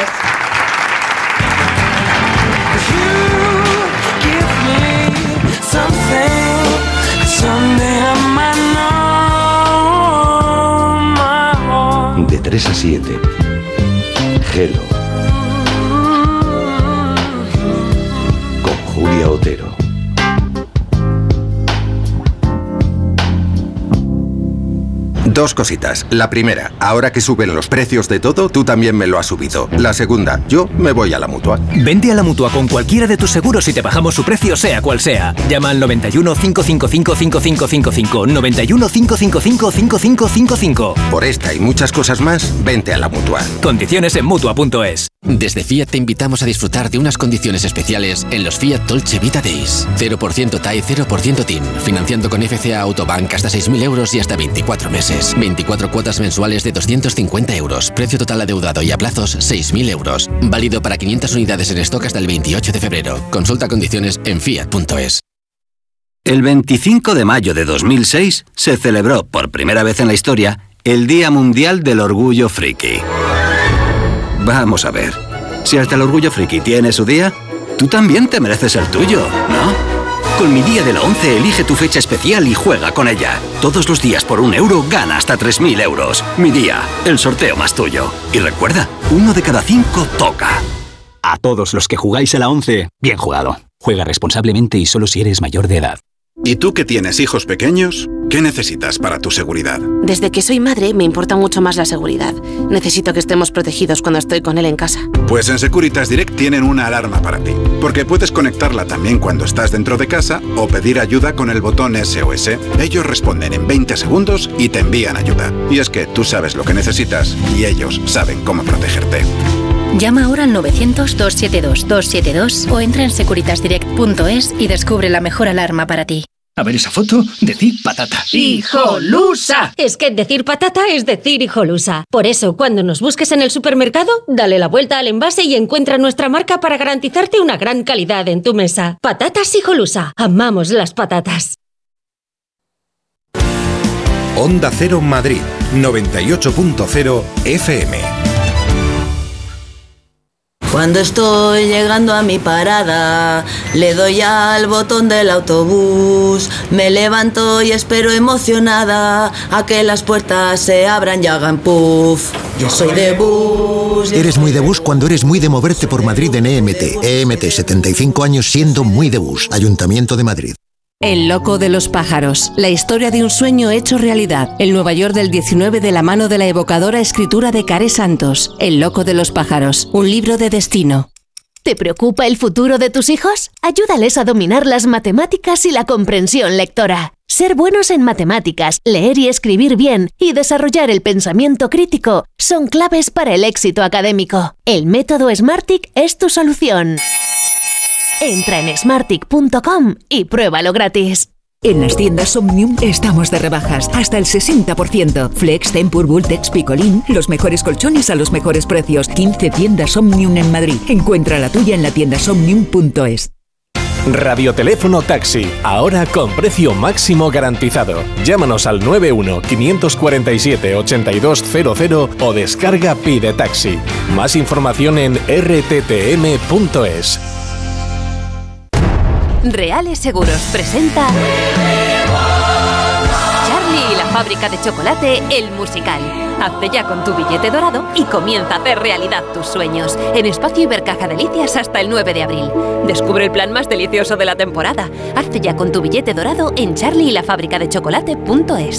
De tres a siete. Hello. Con Julia Otero. Dos cositas. La primera, ahora que suben los precios de todo, tú también me lo has subido. La segunda, yo me voy a la Mutua. Vente a la Mutua con cualquiera de tus seguros y te bajamos su precio sea cual sea. Llama al noventa y uno, cinco cinco cinco, cinco cinco cinco cinco, noventa y uno, cinco cinco cinco, cinco cinco cinco cinco. Por esta y muchas cosas más, vente a la Mutua. Condiciones en Mutua punto es. Desde Fiat te invitamos a disfrutar de unas condiciones especiales en los Fiat Dolce Vita Days. cero por ciento T A E, cero por ciento T I N. Financiando con F C A Autobank hasta seis mil euros y hasta veinticuatro meses. veinticuatro cuotas mensuales de doscientos cincuenta euros. Precio total adeudado y a plazos seis mil euros. Válido para quinientas unidades en stock hasta el veintiocho de febrero. Consulta condiciones en Fiat punto es. El veinticinco de mayo de dos mil seis se celebró por primera vez en la historia el Día Mundial del Orgullo Friki. Vamos a ver, si hasta el Orgullo Friki tiene su día, tú también te mereces el tuyo, ¿no? Con mi día de la once elige tu fecha especial y juega con ella. Todos los días por un euro gana hasta tres mil euros. Mi día, el sorteo más tuyo. Y recuerda, uno de cada cinco toca. A todos los que jugáis a la once, bien jugado. Juega responsablemente y solo si eres mayor de edad. ¿Y tú que tienes hijos pequeños? ¿Qué necesitas para tu seguridad? Desde que soy madre me importa mucho más la seguridad. Necesito que estemos protegidos cuando estoy con él en casa. Pues en Securitas Direct tienen una alarma para ti, porque puedes conectarla también cuando estás dentro de casa o pedir ayuda con el botón S O S. Ellos responden en veinte segundos y te envían ayuda. Y es que tú sabes lo que necesitas y ellos saben cómo protegerte. Llama ahora al novecientos, doscientos setenta y dos, doscientos setenta y dos o entra en securitas direct punto es y descubre la mejor alarma para ti. A ver esa foto, decir patata. ¡Hijolusa! Es que decir patata es decir hijolusa. Por eso, cuando nos busques en el supermercado, dale la vuelta al envase y encuentra nuestra marca para garantizarte una gran calidad en tu mesa. Patatas Hijolusa. Amamos las patatas. Onda Cero Madrid, noventa y ocho punto cero F M. Cuando estoy llegando a mi parada, le doy al botón del autobús, me levanto y espero emocionada a que las puertas se abran y hagan puff. Yo soy de bus. Eres muy de bus cuando eres muy de moverte por Madrid en E M T. E M T, setenta y cinco años siendo muy de bus. Ayuntamiento de Madrid. El loco de los pájaros, la historia de un sueño hecho realidad. El Nueva York del diecinueve de la mano de la evocadora escritura de Care Santos. El loco de los pájaros, un libro de destino. ¿Te preocupa el futuro de tus hijos? Ayúdales a dominar las matemáticas y la comprensión lectora. Ser buenos en matemáticas, leer y escribir bien y desarrollar el pensamiento crítico son claves para el éxito académico. El método Smartick es tu solución. Entra en smartick punto com y pruébalo gratis. En las tiendas Omnium estamos de rebajas, hasta el sesenta por ciento. Flex, Tempur, Vultex, Picolín, los mejores colchones a los mejores precios. quince tiendas Omnium en Madrid. Encuentra la tuya en la tienda omnium punto es. Radioteléfono Taxi, ahora con precio máximo garantizado. Llámanos al nueve uno, cinco cuatro siete, ocho dos cero cero o descarga Pide Taxi. Más información en r t t m punto es. Reales Seguros presenta Charlie y la fábrica de chocolate, el musical. Hazte ya con tu billete dorado y comienza a hacer realidad tus sueños. En Espacio Ibercaja Delicias hasta el nueve de abril. Descubre el plan más delicioso de la temporada. Hazte ya con tu billete dorado en charlie y la fábrica de chocolate punto es.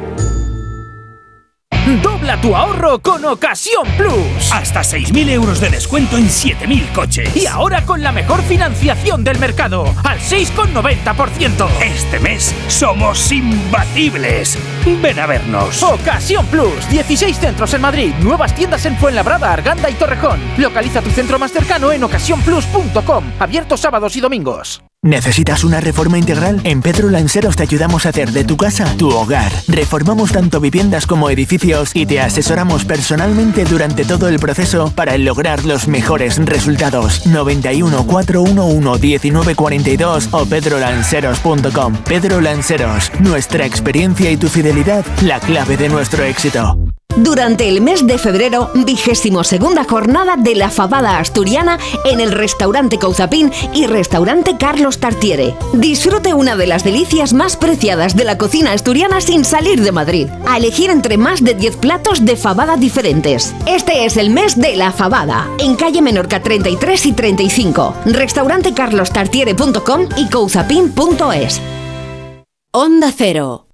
Dobla tu ahorro con Ocasión Plus. Hasta seis mil euros de descuento en siete mil coches. Y ahora con la mejor financiación del mercado, al seis coma noventa por ciento. Este mes somos imbatibles. Ven a vernos. Ocasión Plus. dieciséis centros en Madrid. Nuevas tiendas en Fuenlabrada, Arganda y Torrejón. Localiza tu centro más cercano en ocasión plus punto com. Abierto sábados y domingos. ¿Necesitas una reforma integral? En Pedro Lanceros te ayudamos a hacer de tu casa tu hogar. Reformamos tanto viviendas como edificios y te asesoramos personalmente durante todo el proceso para lograr los mejores resultados. noventa y uno, cuatrocientos once, diecinueve cuarenta y dos o pedro lanceros punto com. Pedro Lanceros, nuestra experiencia y tu fidelidad, la clave de nuestro éxito. Durante el mes de febrero, vigésimo segunda jornada de la fabada asturiana en el restaurante Couzapin y restaurante Carlos Tartiere. Disfrute una de las delicias más preciadas de la cocina asturiana sin salir de Madrid. A elegir entre más de diez platos de fabada diferentes. Este es el mes de la fabada. En calle Menorca treinta y tres y treinta y cinco. Restaurante carlos tartiere punto com y couzapin punto es. Onda Cero.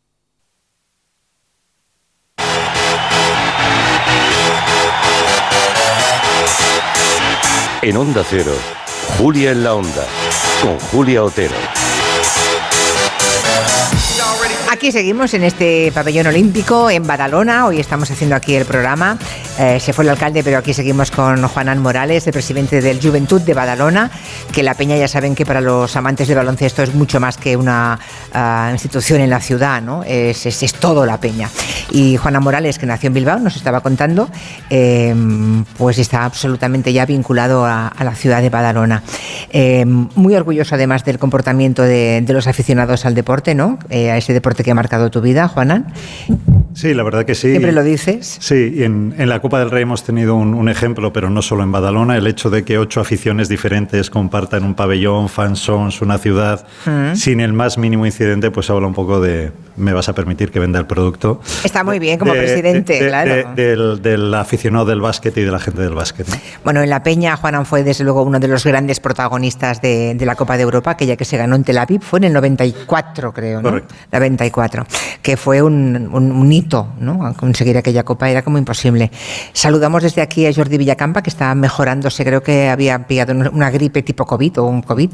En Onda Cero, Julia en la Onda, con Julia Otero. Aquí seguimos en este pabellón olímpico en Badalona. Hoy estamos haciendo aquí el programa. Eh, se fue el alcalde, pero aquí seguimos con Juanán Morales, el presidente del Juventud de Badalona, que la Peña ya saben que para los amantes del baloncesto es mucho más que una uh, institución en la ciudad, ¿no? Es, es, es todo la Peña. Y Juanán Morales, que nació en Bilbao, nos estaba contando, eh, pues está absolutamente ya vinculado a, a la ciudad de Badalona. Eh, muy orgulloso además del comportamiento de, de los aficionados al deporte, ¿no? Eh, a ese deporte que ha marcado tu vida, Juanán. Sí, la verdad que sí. ¿Siempre lo dices? Sí, y en, en la Copa del Rey hemos tenido un, un ejemplo, pero no solo en Badalona, el hecho de que ocho aficiones diferentes compartan un pabellón, fansons, una ciudad, mm. sin el más mínimo incidente, pues habla un poco de, me vas a permitir que venda el producto. Está muy bien como de, presidente, de, de, claro. De, de, del, del aficionado del básquet y de la gente del básquet, ¿no? Bueno, en la Peña, Juanan fue desde luego uno de los grandes protagonistas de, de la Copa de Europa, aquella que se ganó en Tel Aviv, fue en el noventa y cuatro, creo, ¿no? Correcto. noventa y cuatro, que fue un, un, un hito, ¿no? Conseguir aquella Copa era como imposible. Saludamos desde aquí a Jordi Villacampa, que está mejorándose, creo que había pillado una gripe tipo COVID o un COVID,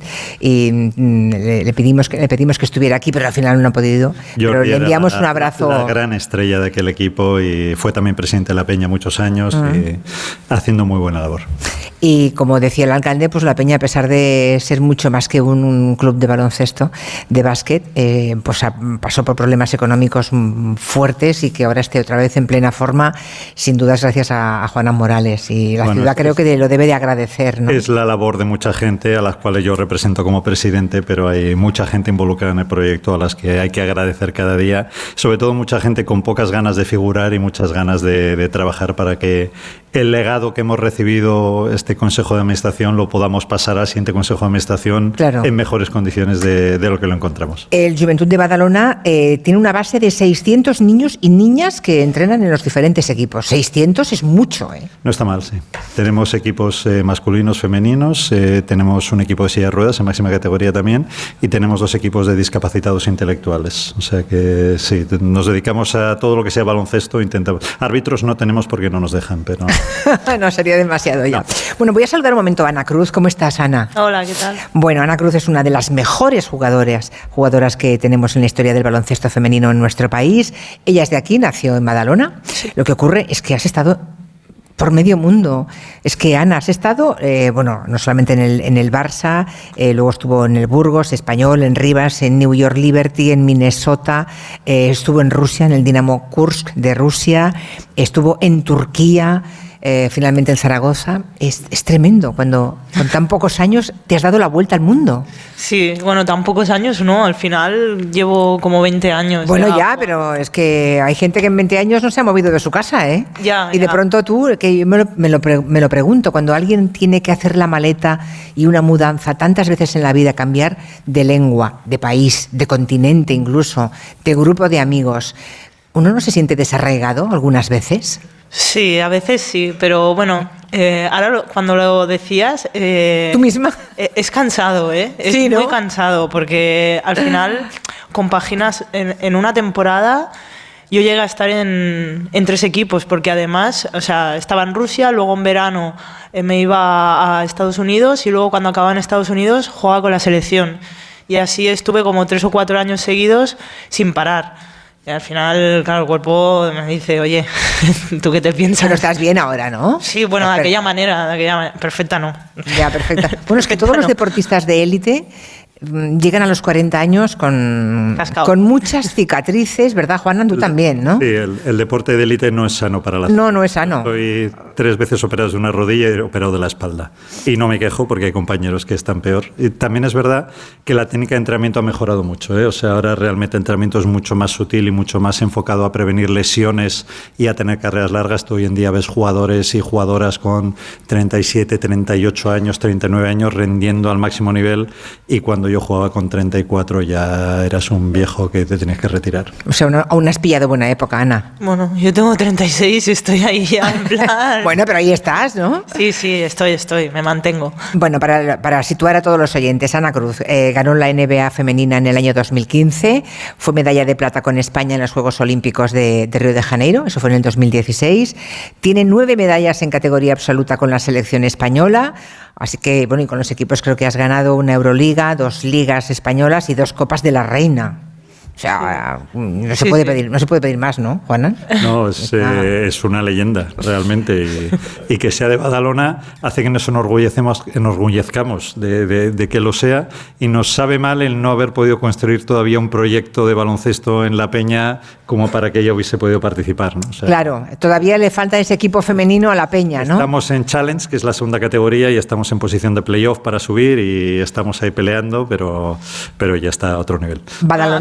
y le, le, pedimos, que, le pedimos que estuviera aquí, pero al final no ha podido. Jordi pero le enviamos la, un abrazo. La gran estrella de aquel equipo y fue también presidente de la Peña muchos años, uh-huh. y haciendo muy buena labor. Y como decía el alcalde, pues la Peña, a pesar de ser mucho más que un, un club de baloncesto, de básquet, eh, pues a, pasó por problemas económicos fuertes y que ahora esté otra vez en plena forma, sin dudas gracias a, a Juanan Morales. Y la bueno, ciudad creo es, que lo debe de agradecer, ¿no? Es la labor de mucha gente, a las cuales yo represento como presidente, pero hay mucha gente involucrada en el proyecto a las que hay que agradecer cada día. Sobre todo mucha gente con pocas ganas de figurar y muchas ganas de, de trabajar para que el legado que hemos recibido este Consejo de Administración lo podamos pasar al siguiente Consejo de Administración claro. en mejores condiciones de, de lo que lo encontramos. El Juventud de Badalona eh, tiene una base de seiscientos niños y niñas que entrenan en los diferentes equipos. seiscientos es mucho, ¿eh? No está mal, sí. Tenemos equipos eh, masculinos, femeninos, eh, tenemos un equipo de silla de ruedas en máxima categoría también y tenemos dos equipos de discapacitados intelectuales. O sea que sí, nos dedicamos a todo lo que sea baloncesto. Intentamos. Árbitros no tenemos porque no nos dejan, pero... no, sería demasiado ya. No. Bueno, voy a saludar un momento a Ana Cruz. ¿Cómo estás, Ana? Hola, ¿qué tal? Bueno, Ana Cruz es una de las mejores jugadoras, jugadoras que tenemos en la historia del baloncesto femenino en nuestro país. Ella es de aquí, nació en Badalona. Sí. Lo que ocurre es que has estado por medio mundo. Es que, Ana, has estado, eh, bueno, no solamente en el, en el Barça, eh, luego estuvo en el Burgos, Español, en Rivas, en New York Liberty, en Minnesota, eh, estuvo en Rusia, en el Dinamo Kursk de Rusia, estuvo en Turquía, Eh, finalmente en Zaragoza. Es, es tremendo cuando con tan pocos años te has dado la vuelta al mundo. Sí, bueno, tan pocos años no, al final llevo como veinte años. Bueno, ya, ya pero es que hay gente que en veinte años no se ha movido de su casa, ¿eh? Ya, y de ya. pronto tú, que yo me lo, me, lo pre, me lo pregunto, cuando alguien tiene que hacer la maleta y una mudanza tantas veces en la vida, cambiar de lengua, de país, de continente incluso, de grupo de amigos, ¿uno no se siente desarraigado algunas veces? Sí, a veces sí, pero bueno, eh, ahora lo, cuando lo decías... Eh, ¿Tú misma? Eh, es cansado, ¿eh? Es sí, ¿no? muy cansado, porque al final compaginas en, en una temporada... Yo llegué a estar en, en tres equipos, porque además, o sea, estaba en Rusia, luego en verano eh, me iba a Estados Unidos y luego cuando acababa en Estados Unidos jugaba con la selección. Y así estuve como tres o cuatro años seguidos sin parar. Y al final, claro, el cuerpo me dice, oye, ¿tú qué te piensas? Pero estás bien ahora, ¿no? Sí, bueno, de aquella manera, de aquella manera. Perfecta no. Ya, perfecta. Bueno, es que todos los deportistas de élite llegan a los cuarenta años con, con muchas cicatrices, ¿verdad, Juanan? Tú también, ¿no? Sí, el, el deporte de élite no es sano para la salud. No, no es sano. Soy tres veces operado de una rodilla y operado de la espalda. Y no me quejo porque hay compañeros que están peor. Y también es verdad que la técnica de entrenamiento ha mejorado mucho, ¿eh? O sea, ahora realmente el entrenamiento es mucho más sutil y mucho más enfocado a prevenir lesiones y a tener carreras largas. Tú hoy en día ves jugadores y jugadoras con treinta y siete, treinta y ocho años, treinta y nueve años rendiendo al máximo nivel, y cuando yo jugaba con treinta y cuatro ya eras un viejo que te tenías que retirar. O sea, no, aún has pillado buena época, Ana. Bueno, yo tengo treinta y seis y estoy ahí ya en plan... Bueno, pero ahí estás, ¿no? Sí, sí, estoy, estoy, me mantengo. Bueno, para, para situar a todos los oyentes, Ana Cruz eh, ganó la N B A femenina en el año dos mil quince, fue medalla de plata con España en los Juegos Olímpicos de, de Río de Janeiro, eso fue en el dos mil dieciséis, tiene nueve medallas en categoría absoluta con la selección española. Así que, bueno, y con los equipos creo que has ganado una Euroliga, dos ligas españolas y dos Copas de la Reina. O sea, no se, sí, puede sí. pedir, no se puede pedir más, ¿no, Juanan? No, es, eh, es una leyenda, realmente. Y, y que sea de Badalona hace que nos enorgullecemos, enorgullezcamos de, de, de que lo sea, y nos sabe mal el no haber podido construir todavía un proyecto de baloncesto en La Peña como para que ella hubiese podido participar, ¿no? O sea, claro, todavía le falta ese equipo femenino a La Peña, ¿no? Estamos en Challenge, que es la segunda categoría, y estamos en posición de playoff para subir y estamos ahí peleando, pero, pero ya está a otro nivel. Badalonina, como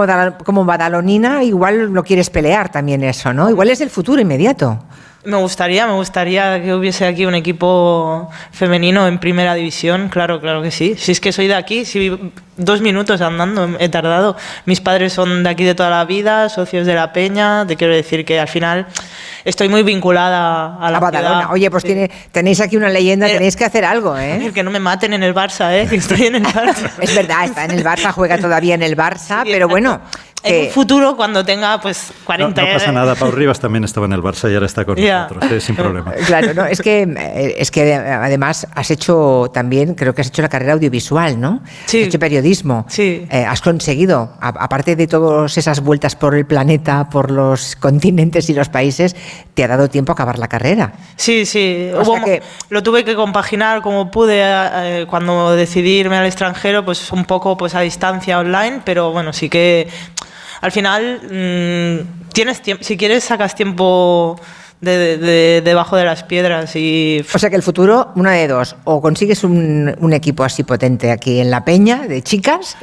badal- como badalonina igual lo quieres pelear también eso, ¿no? Igual es el futuro inmediato. Me gustaría, me gustaría que hubiese aquí un equipo femenino en primera división, claro, claro que sí. Si es que soy de aquí, si dos minutos andando he tardado. Mis padres son de aquí de toda la vida, socios de la Peña, te quiero decir que al final estoy muy vinculada a la A Badalona. ciudad. Oye, pues Sí. tiene, tenéis aquí una leyenda, tenéis que hacer algo, ¿eh? Que no me maten en el Barça, ¿eh? Que estoy en el Barça. Es verdad, está en el Barça, juega todavía en el Barça, Sí, pero bueno... En que- un futuro, cuando tenga pues No, cuarenta no pasa nada, Pau Rivas también estaba en el Barça y ahora está con Ya. nosotros, eh, sin problema. Claro, no, es que eh, es que además has hecho también, creo que has hecho la carrera audiovisual, ¿no? Sí. Has hecho periodismo. Sí. Eh, has conseguido, a- aparte de todas esas vueltas por el planeta, por los continentes y los países, te ha dado tiempo a acabar la carrera. Sí, sí. O Hubo sea que- Lo tuve que compaginar como pude eh, cuando decidí irme al extranjero, pues un poco pues a distancia online, pero bueno, sí que al final mmm, tienes tiempo, si quieres sacas tiempo de, de- de- debajo de las piedras y O sea que el futuro, una de dos, o consigues un, un equipo así potente aquí en La Peña, de chicas,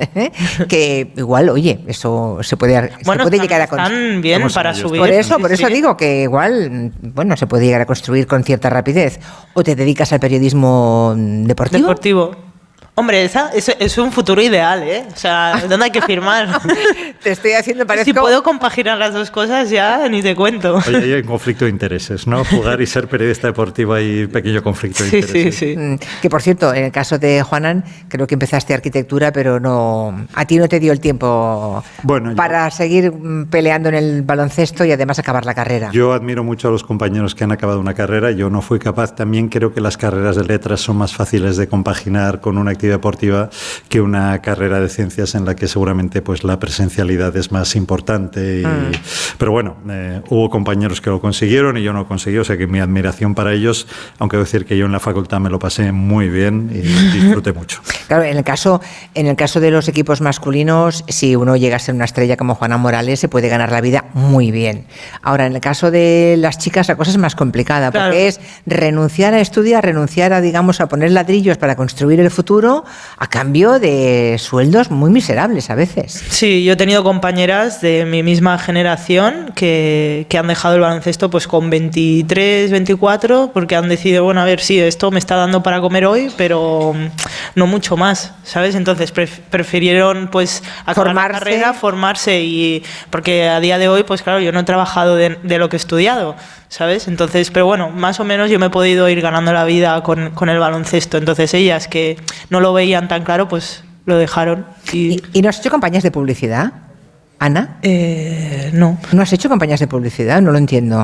que igual, oye, eso se puede, se bueno, puede están, llegar a están construir. bien para subir. Por eso, por Sí, eso sí. digo que igual, bueno, se puede llegar a construir con cierta rapidez. O te dedicas al periodismo deportivo. Deportivo. Hombre, esa, es, es un futuro ideal, ¿eh? O sea, ¿dónde hay que firmar? Te estoy haciendo parezco... Si puedo compaginar las dos cosas ya, ni te cuento. Oye, hay un conflicto de intereses, ¿no? Jugar y ser periodista deportivo hay pequeño conflicto de Sí, intereses. sí, sí. Mm, Que por cierto, en el caso de Juanan, creo que empezaste arquitectura, pero no, a ti no te dio el tiempo Bueno, yo- para seguir mm, peleando en el baloncesto y además acabar la carrera. Yo admiro mucho a los compañeros que han acabado una carrera, yo no fui capaz. También creo que las carreras de letras son más fáciles de compaginar con una actividad deportiva que una carrera de ciencias en la que seguramente pues la presencialidad es más importante. Y, Mm. Pero bueno, eh, hubo compañeros que lo consiguieron y yo no lo conseguí, o sea que mi admiración para ellos, aunque debo decir que yo en la facultad me lo pasé muy bien y disfruté mucho. Claro, en el caso, en el caso de los equipos masculinos, si uno llega a ser una estrella como Juana Morales, se puede ganar la vida muy bien. Ahora, en el caso de las chicas, la cosa es más complicada, porque Claro. es renunciar a estudiar, renunciar a, digamos, a poner ladrillos para construir el futuro a cambio de sueldos muy miserables a veces. Sí, yo he tenido compañeras de mi misma generación que, que han dejado el baloncesto pues con veintitrés, veinticuatro, porque han decidido, bueno, a ver, sí, esto me está dando para comer hoy, pero mm, no mucho más, ¿sabes? Entonces pref- prefirieron pues acabar Formarse. la carrera, formarse, y porque a día de hoy, pues claro, yo no he trabajado de, de lo que he estudiado, ¿sabes? Entonces, pero bueno, más o menos yo me he podido ir ganando la vida con, con el baloncesto. Entonces ellas que no lo veían tan claro, pues lo dejaron. Y, ¿Y, y no has hecho campañas de publicidad, Ana? Eh, no. ¿No has hecho campañas de publicidad? No lo entiendo.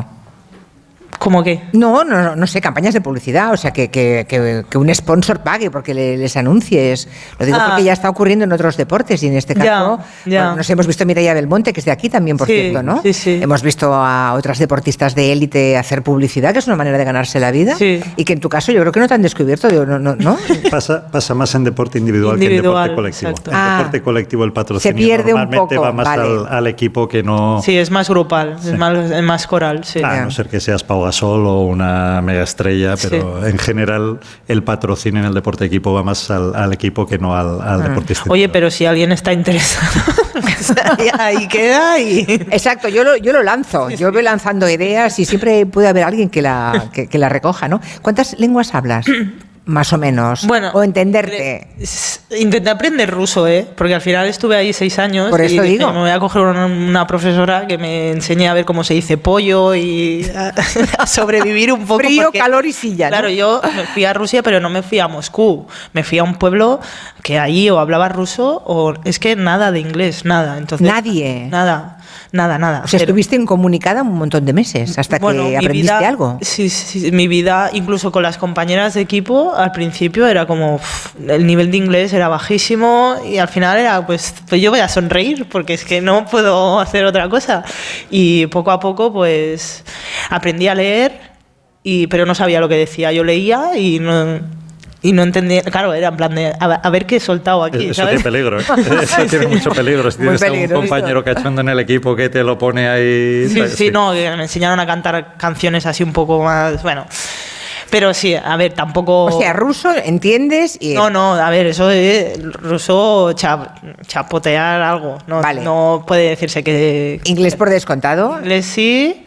¿Cómo qué? No, no, no, no sé, campañas de publicidad, o sea, que, que, que, que un sponsor pague porque le- les anuncies. Lo digo Ah. porque ya está ocurriendo en otros deportes y en este Ya, caso, ya. bueno, nos hemos visto a Mireia Belmonte, que es de aquí también, por Sí, cierto, ¿no? sí, sí. Hemos visto a otras deportistas de élite hacer publicidad, que es una manera de ganarse la vida, Sí. y que en tu caso yo creo que no te han descubierto, digo, no, no, ¿no? Pasa, pasa más en deporte individual, Individual, que en deporte colectivo. exacto. En Ah. deporte colectivo el patrocinio Se pierde un normalmente poco, va más vale. al, al equipo que no... Sí, es más grupal, es, más, es más coral, sí. A no ser que seas Pau Gasol o una mega estrella, pero en general el patrocinio en el deporte equipo va más al, al equipo que no al, al deportista. Oye, pero si alguien está interesado, pues ahí, ahí queda y... Exacto, yo lo, yo lo lanzo, yo voy lanzando ideas y siempre puede haber alguien que la, que, que la recoja, ¿no? ¿Cuántas lenguas hablas? Más o menos. Bueno, o entenderte. Intenté aprender ruso, ¿eh? Porque al final estuve ahí seis años. Por eso y dije, digo. me voy a coger una, una profesora que me enseñe a ver cómo se dice pollo y a, a sobrevivir un poco. Frío, porque, calor y silla, ¿no? Claro, yo me fui a Rusia, pero no me fui a Moscú. Me fui a un pueblo que ahí o hablaba ruso o es que nada de inglés, nada. Entonces, Nadie. Nada, nada, nada. O sea, Pero- estuviste incomunicada un montón de meses hasta Bueno, que mi aprendiste vida- algo. Sí, sí, mi vida, incluso con las compañeras de equipo, al principio era como uf, el nivel de inglés era bajísimo y al final era pues, pues yo voy a sonreír porque es que no puedo hacer otra cosa. Y poco a poco pues aprendí a leer, y, pero no sabía lo que decía. Yo leía y no, y no entendía. Claro, era en plan de a, a ver qué he soltado aquí. Eso ¿sabes? tiene peligro, ¿eh? Eso tiene mucho peligro. Si Muy tienes a un peligroso. compañero cachondo en el equipo que te lo pone ahí... Sí, sí, no, que me enseñaron a cantar canciones así un poco más, bueno. Pero sí, a ver, tampoco... O sea, ruso, ¿entiendes? Y... No, no, a ver, eso es ruso chap, chapotear algo. No, vale. No puede decirse que... ¿Inglés por descontado? Inglés sí,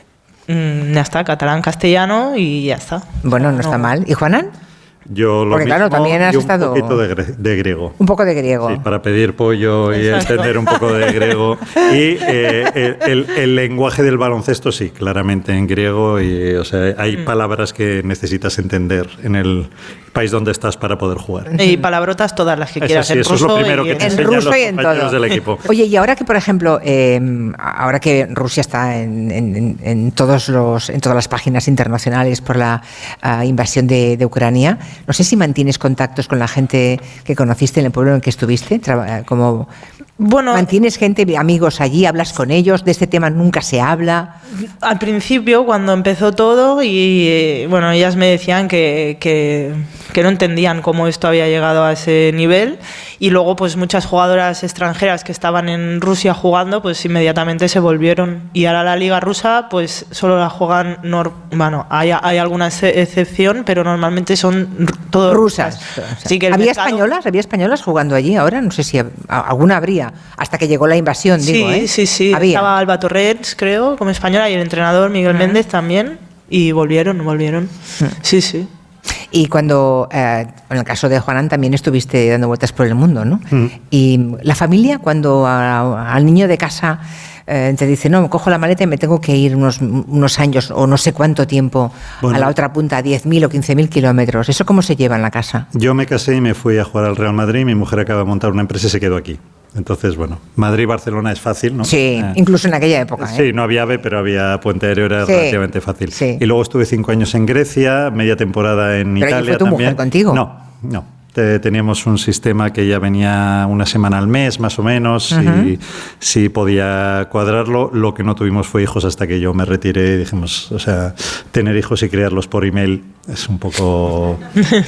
mm, ya está, catalán, castellano y ya está. Bueno, no, no. está mal. ¿Y Juanan? Yo lo Porque mismo, claro, también has y un estado... poquito de, gre de griego. Un poco de griego. Sí, para pedir pollo y Exacto. entender un poco de griego. Y eh, el, el lenguaje del baloncesto, sí, claramente en griego. Y, o sea, hay mm. palabras que necesitas entender en el país donde estás para poder jugar. Y palabrotas todas las que quieras. Sí, en eso ruso es lo primero que te en enseñan ruso los y en compañeros todo. del equipo. Oye, y ahora que, por ejemplo, eh, ahora que Rusia está en, en, en, todos los, en todas las páginas internacionales por la uh, invasión de, de Ucrania, no sé si mantienes contactos con la gente que conociste en el pueblo en el que estuviste, como... Bueno, ¿mantienes gente, amigos allí, hablas con ellos? ¿De este tema nunca se habla? Al principio, cuando empezó todo, y eh, bueno, ellas me decían que, que, que no entendían cómo esto había llegado a ese nivel, y luego pues muchas jugadoras extranjeras que estaban en Rusia jugando, pues inmediatamente se volvieron, y ahora la liga rusa pues solo la juegan, nor bueno, hay, hay alguna excepción, pero normalmente son todas rusas. Así que ¿Había mercado... españolas? ¿Había españolas jugando allí ahora? No sé si alguna habría. Hasta que llegó la invasión, sí, digo, ¿eh? Sí, sí, Había. Estaba Alba Torrens, creo, como española, y el entrenador Miguel uh-huh. Méndez también, y volvieron, volvieron. Uh-huh. Sí, sí. Y cuando, eh, en el caso de Juanan, también estuviste dando vueltas por el mundo, ¿no? Uh-huh. Y la familia, cuando a, a, al niño de casa eh, te dice, no, cojo la maleta y me tengo que ir unos, unos años o no sé cuánto tiempo bueno. a la otra punta, a diez mil o quince mil kilómetros, ¿eso cómo se lleva en la casa? Yo me casé y me fui a jugar al Real Madrid, mi mujer acaba de montar una empresa y se quedó aquí. Entonces, bueno, Madrid-Barcelona es fácil, ¿no? Sí, eh, incluso en aquella época. ¿eh? Sí, no había AVE, pero había puente aéreo, era sí, relativamente fácil. Sí. Y luego estuve cinco años en Grecia, media temporada en ¿Pero Italia fue tu también. mujer contigo? No, no. Te, teníamos un sistema que ya venía una semana al mes, más o menos, uh-huh. y sí podía cuadrarlo. Lo que no tuvimos fue hijos hasta que yo me retiré. Dijimos, o sea, tener hijos y criarlos por email es un poco...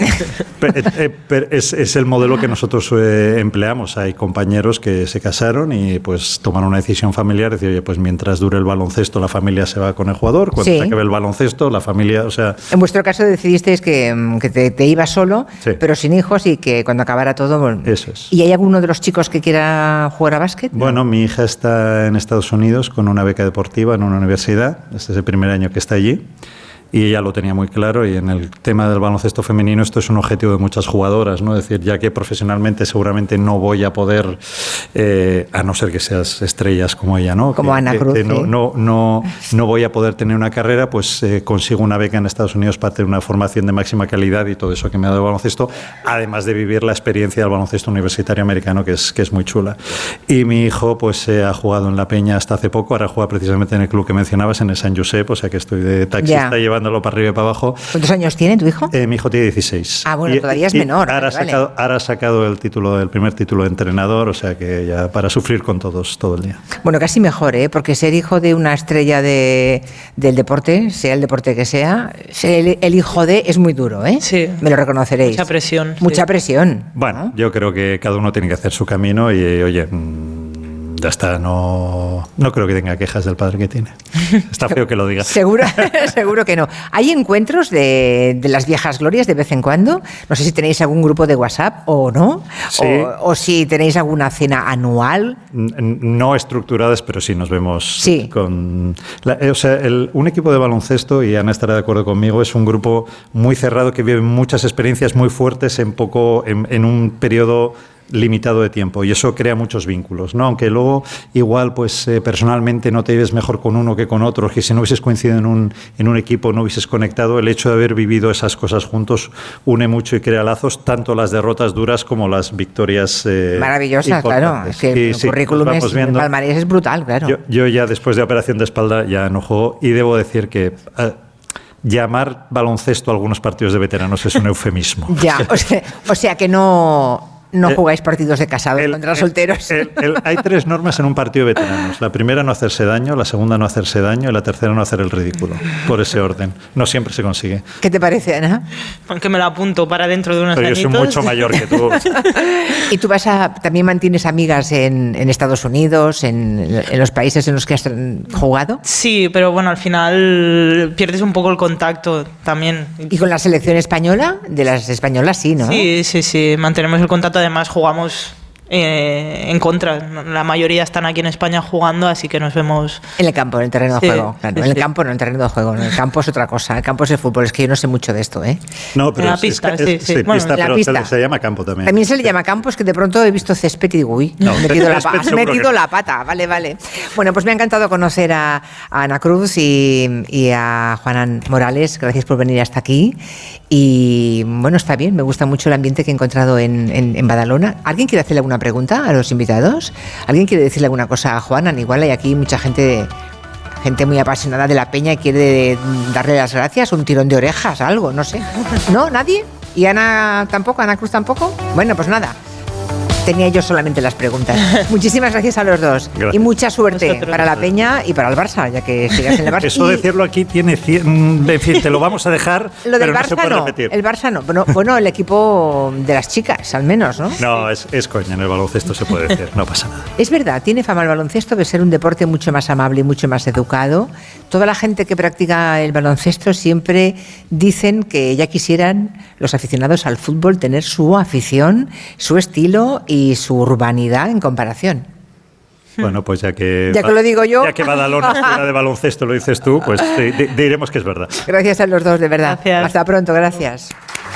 es, es el modelo que nosotros eh, empleamos. Hay compañeros que se casaron y pues tomaron una decisión familiar, decir, oye, pues mientras dure el baloncesto la familia se va con el jugador, cuando sí. se acabe el baloncesto la familia, o sea... En vuestro caso decidisteis que, que te, te ibas solo, sí. pero sin hijos y que cuando acabara todo... Bueno, eso es. ¿Y hay alguno de los chicos que quiera jugar a básquet? Bueno, mi hija está en Estados Unidos con una beca deportiva en una universidad, este es el primer año que está allí. Y ella lo tenía muy claro, y en el tema del baloncesto femenino esto es un objetivo de muchas jugadoras, ¿no? Es decir, ya que profesionalmente seguramente no voy a poder, eh, a no ser que seas estrellas como ella, ¿no? Como que, Ana Cruz. Que, que no, ¿sí? no, no, no voy a poder tener una carrera, pues eh, consigo una beca en Estados Unidos para tener una formación de máxima calidad y todo eso que me ha dado el baloncesto, además de vivir la experiencia del baloncesto universitario americano, que es, que es muy chula. Y mi hijo pues eh, ha jugado en La Peña hasta hace poco, ahora juega precisamente en el club que mencionabas, en el San Josep, o sea que estoy de taxista, yeah. llevándolo para arriba y para abajo. ¿Cuántos años tiene tu hijo? Eh, mi hijo tiene dieciséis. Ah, bueno, y, todavía es y menor. Ahora ha vale, sacado, vale. ahora ha sacado el título, el primer título de entrenador, o sea que ya para sufrir con todos todo el día. Bueno, casi mejor, ¿eh? Porque ser hijo de una estrella de, del deporte, sea el deporte que sea, ser el, el hijo de es muy duro, ¿eh? Sí. Me lo reconoceréis. Mucha presión. Mucha sí. presión. Bueno, ¿no? Yo creo que cada uno tiene que hacer su camino y, oye... ya está, no, no creo que tenga quejas del padre que tiene. Está feo que lo diga. Seguro, seguro que no. ¿Hay encuentros de, de las viejas glorias de vez en cuando? No sé si tenéis algún grupo de WhatsApp o no. Sí. O, o si tenéis alguna cena anual. No estructuradas, pero sí nos vemos sí. con... La, o sea, el, un equipo de baloncesto, y Ana estará de acuerdo conmigo, es un grupo muy cerrado que vive muchas experiencias muy fuertes en, poco, en, en un periodo... limitado de tiempo, y eso crea muchos vínculos, ¿no? Aunque luego igual pues eh, personalmente no te lleves mejor con uno que con otro, que si no hubieses coincidido en un, en un equipo, no hubieses conectado, el hecho de haber vivido esas cosas juntos une mucho y crea lazos, tanto las derrotas duras como las victorias eh, maravillosas, claro, es que y, el sí, currículum es, el palmarés es brutal, claro. Yo, yo ya después de operación de espalda ya no juego, y debo decir que eh, llamar baloncesto a algunos partidos de veteranos es un eufemismo. Ya, o sea, o sea que no... no eh, jugáis partidos de casados el, contra el, solteros. El, el, el, hay tres normas en un partido de veteranos. La primera, no hacerse daño. La segunda, no hacerse daño. Y la tercera, no hacer el ridículo. Por ese orden. No siempre se consigue. ¿Qué te parece, Ana? Aunque me la apunto para dentro de unos Pero añitos. yo soy mucho mayor que tú. ¿Y tú vas a, también mantienes amigas en, en Estados Unidos, en, en los países en los que has jugado? Sí, pero bueno, al final pierdes un poco el contacto también. ¿Y con la selección española? De las españolas sí, ¿no? Sí, sí, sí. Mantenemos el contacto. Además, jugamos eh, en contra. La mayoría están aquí en España jugando, así que nos vemos... En el campo, en el terreno de sí, juego. Claro. Sí, en el sí. campo no, en el terreno de juego. En el campo es otra cosa. El campo es el fútbol. Es que yo no sé mucho de esto, ¿eh? No, pero en la es, pista, es, sí, es, sí. sí, Bueno, pista, la pero pista. Se, se llama campo también. También se le llama campo, es que de pronto he visto césped y digo, uy, No, has metido, la, césped has seguro metido que no. la pata. Vale, vale. Bueno, pues me ha encantado conocer a, a Ana Cruz y, y a Juanan Morales. Gracias por venir hasta aquí. Y bueno, está bien, me gusta mucho el ambiente que he encontrado en, en, en Badalona. ¿Alguien quiere hacerle alguna pregunta a los invitados? ¿Alguien quiere decirle alguna cosa a Juanan? Igual hay aquí mucha gente... Gente muy apasionada de la peña y quiere darle las gracias, un tirón de orejas, algo, no sé. ¿No? ¿Nadie? ¿Y Ana tampoco? ¿Ana Cruz tampoco? Bueno, pues nada. Tenía yo solamente las preguntas. Muchísimas gracias a los dos. Gracias. Y mucha suerte Nosotros. para la peña y para el Barça, ya que sigas en el Barça. Eso Y decirlo aquí tiene... cien- En fin, te lo vamos a dejar, lo del pero no Barça se puede no, repetir. el Barça no. Bueno, bueno, el equipo de las chicas, al menos, ¿no? No, es, es coña, en el baloncesto se puede decir, no pasa nada. Es verdad, tiene fama el baloncesto de ser un deporte mucho más amable y mucho más educado. Toda la gente que practica el baloncesto siempre dicen que ya quisieran los aficionados al fútbol tener su afición, su estilo y su urbanidad en comparación. Bueno, pues ya que... Ya que lo digo yo. Ya que Badalona es fuera de baloncesto, lo dices tú, pues sí, di- diremos que es verdad. Gracias a los dos, de verdad. Gracias. Hasta pronto, gracias.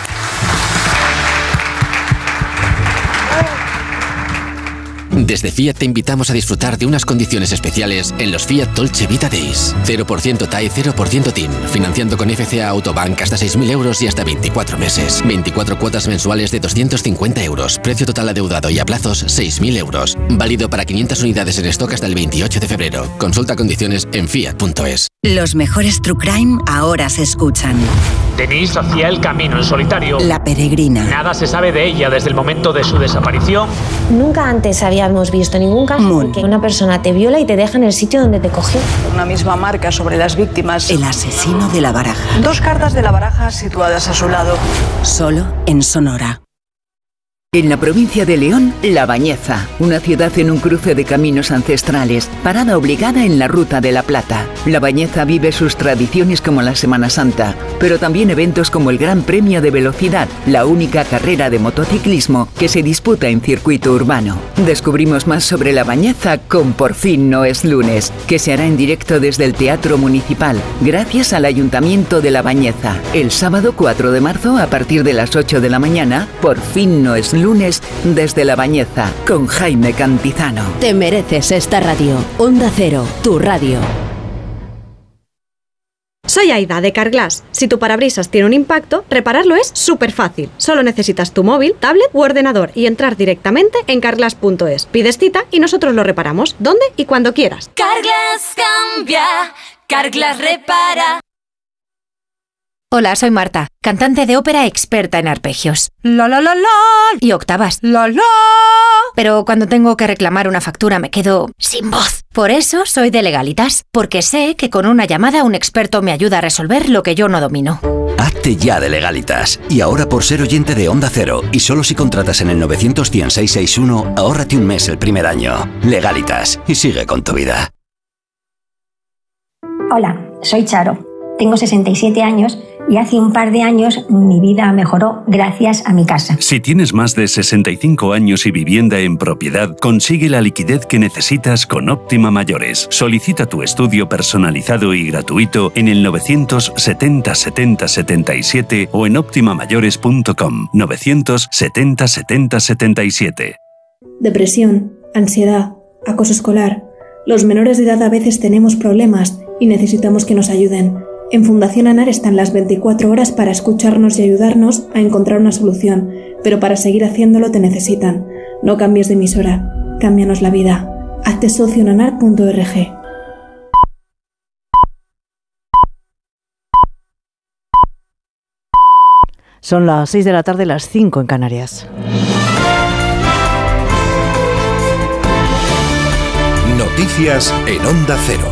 Desde Fiat te invitamos a disfrutar de unas condiciones especiales en los Fiat Dolce Vita Days. cero por ciento T A E, cero por ciento T I N. Financiando con F C A Autobank hasta seis mil euros y hasta veinticuatro meses. veinticuatro cuotas mensuales de doscientos cincuenta euros. Precio total adeudado y a plazos seis mil euros. Válido para quinientas unidades en stock hasta el veintiocho de febrero. Consulta condiciones en fiat punto es. Los mejores True Crime ahora se escuchan. Denise hacía el camino en solitario. La Peregrina. Nada se sabe de ella desde el momento de su desaparición. Nunca antes habíamos visto ningún caso Moon. en que una persona te viola y te deja en el sitio donde te cogió. Una misma marca sobre las víctimas. El asesino de la baraja. Dos cartas de la baraja situadas a su lado. Solo en Sonora. En la provincia de León, La Bañeza, una ciudad en un cruce de caminos ancestrales, parada obligada en la Ruta de la Plata. La Bañeza vive sus tradiciones como la Semana Santa, pero también eventos como el Gran Premio de Velocidad, la única carrera de motociclismo que se disputa en circuito urbano. Descubrimos más sobre La Bañeza con Por fin no es lunes, que se hará en directo desde el Teatro Municipal, gracias al Ayuntamiento de La Bañeza. El sábado cuatro de marzo, a partir de las ocho de la mañana, Por fin no es lunes. Lunes desde La Bañeza con Jaime Cantizano. Te mereces esta radio. Onda Cero, tu radio. Soy Aida de Carglass. Si tu parabrisas tiene un impacto, repararlo es súper fácil. Solo necesitas tu móvil, tablet u ordenador y entrar directamente en carglass punto es. Pides cita y nosotros lo reparamos donde y cuando quieras. Carglass cambia, Carglass repara. Hola, soy Marta, cantante de ópera experta en arpegios. La la la la y octavas. La la. Pero cuando tengo que reclamar una factura me quedo sin voz. Por eso soy de Legalitas, porque sé que con una llamada un experto me ayuda a resolver lo que yo no domino. Hazte ya de Legalitas. Y ahora por ser oyente de Onda Cero, y solo si contratas en el novecientos cien seiscientos sesenta y uno, ahórrate un mes el primer año. Legalitas. Y sigue con tu vida. Hola, soy Charo. Tengo sesenta y siete años y hace un par de años mi vida mejoró gracias a mi casa. Si tienes más de sesenta y cinco años y vivienda en propiedad, consigue la liquidez que necesitas con Óptima Mayores. Solicita tu estudio personalizado y gratuito en el novecientos setenta setenta setenta y siete o en óptima mayores punto com. novecientos setenta setenta setenta y siete. Depresión, ansiedad, acoso escolar. Los menores de edad a veces tenemos problemas y necesitamos que nos ayuden. En Fundación ANAR están las veinticuatro horas para escucharnos y ayudarnos a encontrar una solución, pero para seguir haciéndolo te necesitan. No cambies de emisora, cámbianos la vida. Hazte socio en anar punto org. Son las seis de la tarde, las cinco en Canarias. Noticias en Onda Cero.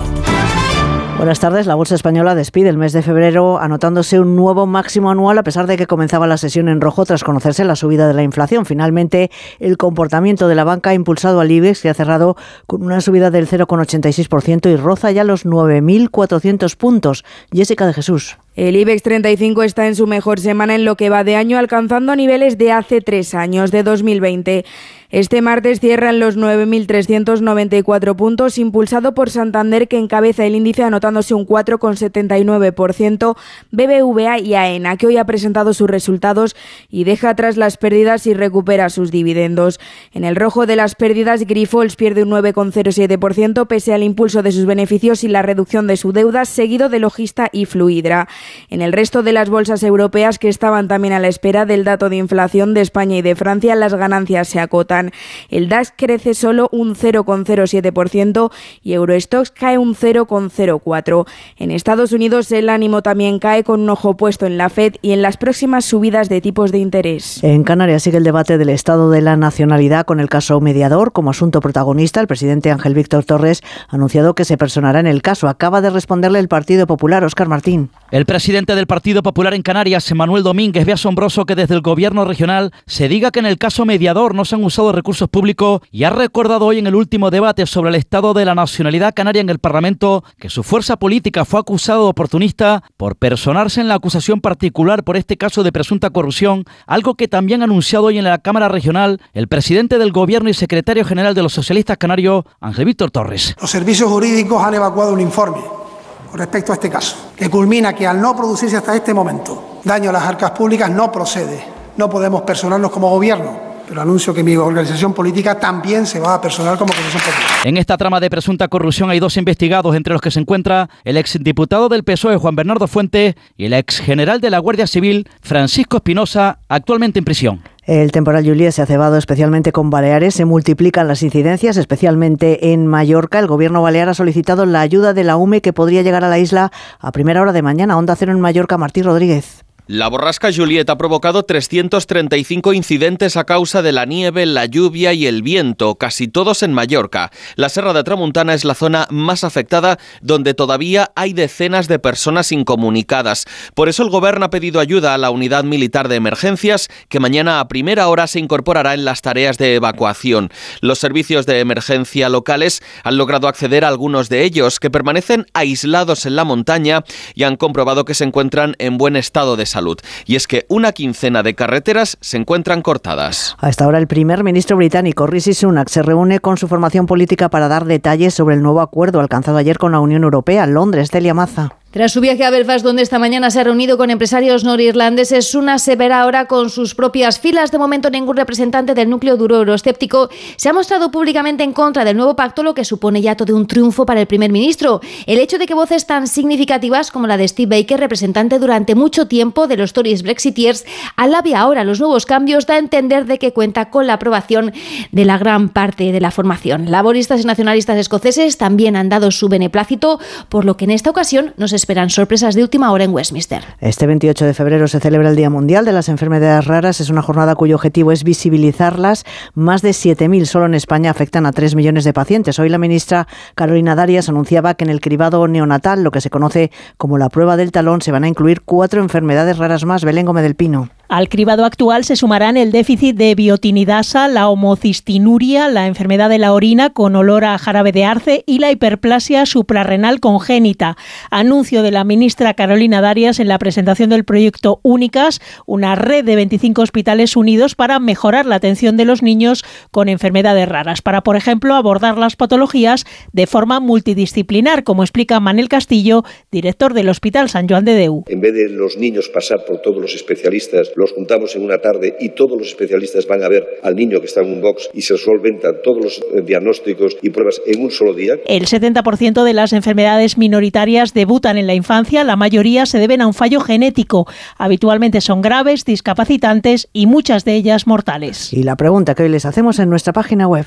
Buenas tardes. La Bolsa Española despide el mes de febrero anotándose un nuevo máximo anual a pesar de que comenzaba la sesión en rojo tras conocerse la subida de la inflación. Finalmente, el comportamiento de la banca ha impulsado al IBEX, que ha cerrado con una subida del cero coma ochenta y seis por ciento y roza ya los nueve mil cuatrocientos puntos. Jessica de Jesús. El IBEX treinta y cinco está en su mejor semana en lo que va de año, alcanzando niveles de hace tres años, de dos mil veinte. Este martes cierra en los nueve mil trescientos noventa y cuatro puntos, impulsado por Santander, que encabeza el índice anotándose un cuatro coma setenta y nueve por ciento, B B V A y AENA, que hoy ha presentado sus resultados y deja atrás las pérdidas y recupera sus dividendos. En el rojo de las pérdidas, Grifols pierde un nueve coma cero siete por ciento pese al impulso de sus beneficios y la reducción de su deuda, seguido de Logista y Fluidra. En el resto de las bolsas europeas, que estaban también a la espera del dato de inflación de España y de Francia, las ganancias se acotan. El DAX crece solo un cero coma cero siete por ciento y Eurostoxx cae un cero coma cero cuatro por ciento. En Estados Unidos el ánimo también cae, con un ojo puesto en la Fed y en las próximas subidas de tipos de interés. En Canarias sigue el debate del estado de la nacionalidad con el caso mediador como asunto protagonista. El presidente Ángel Víctor Torres ha anunciado que se personará en el caso. Acaba de responderle el Partido Popular. Óscar Martín. El presidente del Partido Popular en Canarias, Manuel Domínguez, ve asombroso que desde el gobierno regional se diga que en el caso mediador no se han usado recursos públicos y ha recordado hoy en el último debate sobre el estado de la nacionalidad canaria en el Parlamento que su fuerza política fue acusada de oportunista por personarse en la acusación particular por este caso de presunta corrupción, algo que también ha anunciado hoy en la Cámara Regional el presidente del gobierno y secretario general de los socialistas canarios, Ángel Víctor Torres. Los servicios jurídicos han evacuado un informe con respecto a este caso, que culmina que al no producirse hasta este momento daño a las arcas públicas no procede. No podemos personarnos como gobierno, pero anuncio que mi organización política también se va a personar como organización política. En esta trama de presunta corrupción hay dos investigados, entre los que se encuentra el exdiputado del P S O E, Juan Bernardo Fuentes, y el exgeneral de la Guardia Civil, Francisco Espinosa, actualmente en prisión. El temporal Juliet se ha cebado especialmente con Baleares. Se multiplican las incidencias, especialmente en Mallorca. El gobierno balear ha solicitado la ayuda de la U M E, que podría llegar a la isla a primera hora de mañana. Onda Cero en Mallorca, Martí Rodríguez. La borrasca Juliet ha provocado trescientos treinta y cinco incidentes a causa de la nieve, la lluvia y el viento, casi todos en Mallorca. La Serra de Tramuntana es la zona más afectada, donde todavía hay decenas de personas incomunicadas. Por eso el Gobierno ha pedido ayuda a la Unidad Militar de Emergencias, que mañana a primera hora se incorporará en las tareas de evacuación. Los servicios de emergencia locales han logrado acceder a algunos de ellos, que permanecen aislados en la montaña y han comprobado que se encuentran en buen estado de salud. Y es que una quincena de carreteras se encuentran cortadas. A esta hora el primer ministro británico Rishi Sunak se reúne con su formación política para dar detalles sobre el nuevo acuerdo alcanzado ayer con la Unión Europea. Londres, Celia Maza. Tras su viaje a Belfast, donde esta mañana se ha reunido con empresarios norirlandeses, Sunak se verá ahora con sus propias filas. De momento, ningún representante del núcleo duro euroescéptico se ha mostrado públicamente en contra del nuevo pacto, lo que supone ya todo un triunfo para el primer ministro. El hecho de que voces tan significativas como la de Steve Baker, representante durante mucho tiempo de los Tories Brexiteers, alabia ahora los nuevos cambios, da a entender de que cuenta con la aprobación de la gran parte de la formación. Laboristas y nacionalistas escoceses también han dado su beneplácito, por lo que en esta ocasión no se esperan sorpresas de última hora en Westminster. Este veintiocho de febrero se celebra el Día Mundial de las Enfermedades Raras. Es una jornada cuyo objetivo es visibilizarlas. Más de siete mil solo en España afectan a tres millones de pacientes. Hoy la ministra Carolina Darias anunciaba que en el cribado neonatal, lo que se conoce como la prueba del talón, se van a incluir cuatro enfermedades raras más. Belén Gómez del Pino. Al cribado actual se sumarán el déficit de biotinidasa, la homocistinuria, la enfermedad de la orina con olor a jarabe de arce y la hiperplasia suprarrenal congénita. Anuncio de la ministra Carolina Darias en la presentación del proyecto Únicas, una red de veinticinco hospitales unidos para mejorar la atención de los niños con enfermedades raras, para, por ejemplo, abordar las patologías de forma multidisciplinar, como explica Manel Castillo, director del Hospital San Joan de Déu. En vez de los niños pasar por todos los especialistas, los juntamos en una tarde y todos los especialistas van a ver al niño que está en un box y se solventan todos los diagnósticos y pruebas en un solo día. El setenta por ciento de las enfermedades minoritarias debutan en la infancia, la mayoría se deben a un fallo genético. Habitualmente son graves, discapacitantes y muchas de ellas mortales. Y la pregunta que hoy les hacemos en nuestra página web.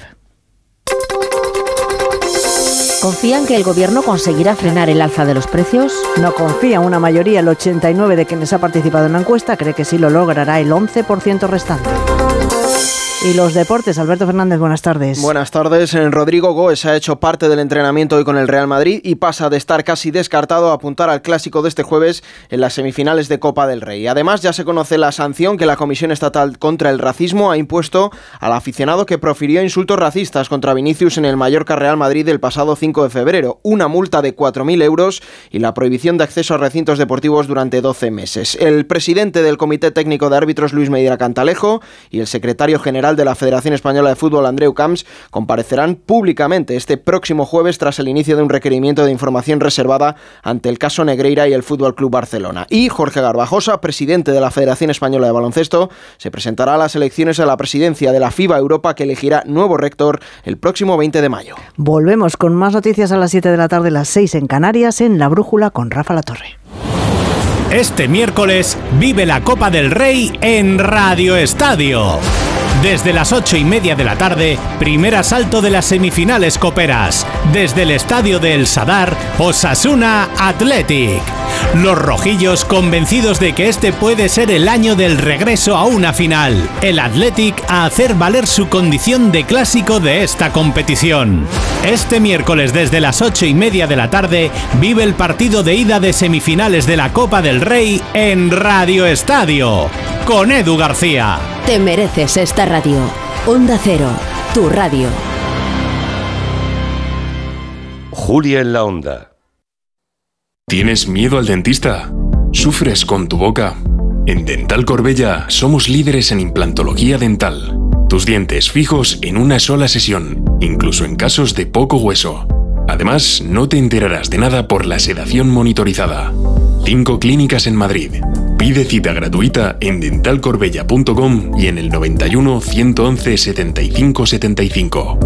¿Confían que el gobierno conseguirá frenar el alza de los precios? No confía una mayoría, el ochenta y nueve por ciento de quienes ha participado en la encuesta cree que sí lo logrará, el once por ciento restante. Y los deportes, Alberto Fernández, buenas tardes. Buenas tardes. Rodrigo Goes ha hecho parte del entrenamiento hoy con el Real Madrid y pasa de estar casi descartado a apuntar al clásico de este jueves en las semifinales de Copa del Rey. Además, ya se conoce la sanción que la Comisión Estatal contra el Racismo ha impuesto al aficionado que profirió insultos racistas contra Vinicius en el Mallorca Real Madrid el pasado cinco de febrero. Una multa de cuatro mil euros y la prohibición de acceso a recintos deportivos durante doce meses. El presidente del Comité Técnico de Árbitros, Luis Medina Cantalejo, y el secretario general de la Federación Española de Fútbol, Andreu Camps, comparecerán públicamente este próximo jueves tras el inicio de un requerimiento de información reservada ante el caso Negreira y el Fútbol Club Barcelona. Y Jorge Garbajosa, presidente de la Federación Española de Baloncesto, se presentará a las elecciones a la presidencia de la FIBA Europa, que elegirá nuevo rector el próximo veinte de mayo. Volvemos con más noticias a las siete de la tarde, las seis en Canarias, en La Brújula con Rafa Latorre. Este miércoles vive la Copa del Rey en Radio Estadio. Desde las ocho y media de la tarde, primer asalto de las semifinales coperas. Desde el estadio de El Sadar, Osasuna Athletic. Los rojillos convencidos de que este puede ser el año del regreso a una final. El Athletic a hacer valer su condición de clásico de esta competición. Este miércoles desde las ocho y media de la tarde, vive el partido de ida de semifinales de la Copa del Rey en Radio Estadio. Con Edu García. Te mereces esta radio. Onda Cero, tu radio. Julia en la Onda. ¿Tienes miedo al dentista? ¿Sufres con tu boca? En Dental Corbella somos líderes en implantología dental. Tus dientes fijos en una sola sesión, incluso en casos de poco hueso. Además, no te enterarás de nada por la sedación monitorizada. Cinco clínicas en Madrid. Pide cita gratuita en dental corbella punto com y en el noventa y uno, ciento once, setenta y cinco setenta y cinco.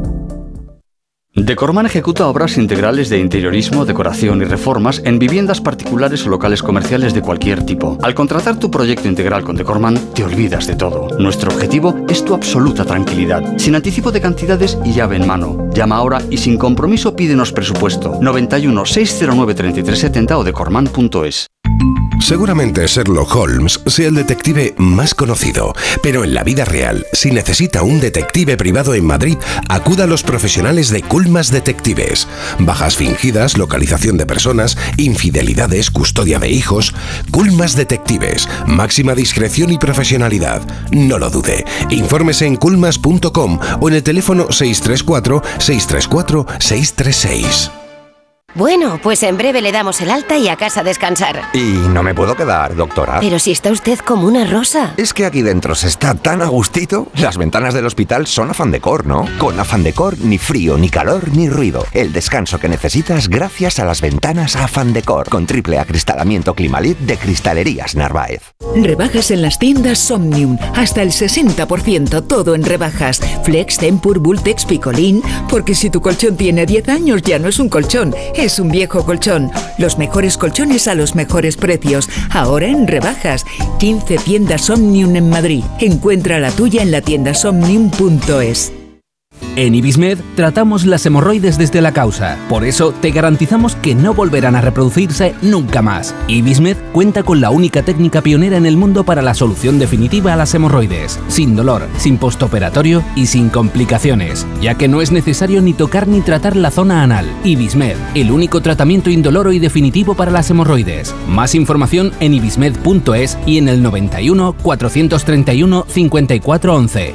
Decorman ejecuta obras integrales de interiorismo, decoración y reformas en viviendas particulares o locales comerciales de cualquier tipo. Al contratar tu proyecto integral con Decorman, te olvidas de todo. Nuestro objetivo es tu absoluta tranquilidad, sin anticipo de cantidades y llave en mano. Llama ahora y sin compromiso pídenos presupuesto. noventa y uno, seiscientos nueve, treinta y tres setenta o decorman punto es. Seguramente Sherlock Holmes sea el detective más conocido, pero en la vida real, si necesita un detective privado en Madrid, acuda a los profesionales de Culmas Detectives. Bajas fingidas, localización de personas, infidelidades, custodia de hijos. Culmas Detectives, máxima discreción y profesionalidad. No lo dude. Infórmese en culmas punto com o en el teléfono seis tres cuatro, seis tres cuatro, seis tres seis. Bueno, pues en breve le damos el alta y a casa a descansar. Y no me puedo quedar, doctora. Pero si está usted como una rosa. Es que aquí dentro se está tan a gustito. Las ventanas del hospital son Afan Decor, ¿no? Con Afan Decor ni frío, ni calor, ni ruido. El descanso que necesitas gracias a las ventanas Afan Decor. Con triple acristalamiento Climalit de Cristalerías Narváez. Rebajas en las tiendas Somnium. Hasta el sesenta por ciento todo en rebajas. Flex, Tempur, Bultex, Picolín. Porque si tu colchón tiene diez años ya no es un colchón. Es un viejo colchón. Los mejores colchones a los mejores precios. Ahora en rebajas. quince tiendas Omnium en Madrid. Encuentra la tuya en la tienda somnium punto es. En Ibismed tratamos las hemorroides desde la causa. Por eso te garantizamos que no volverán a reproducirse nunca más. Ibismed cuenta con la única técnica pionera en el mundo para la solución definitiva a las hemorroides. Sin dolor, sin postoperatorio y sin complicaciones. Ya que no es necesario ni tocar ni tratar la zona anal. Ibismed, el único tratamiento indoloro y definitivo para las hemorroides. Más información en ibismed punto es y en el noventa y uno, cuatrocientos treinta y uno, cincuenta y cuatro once.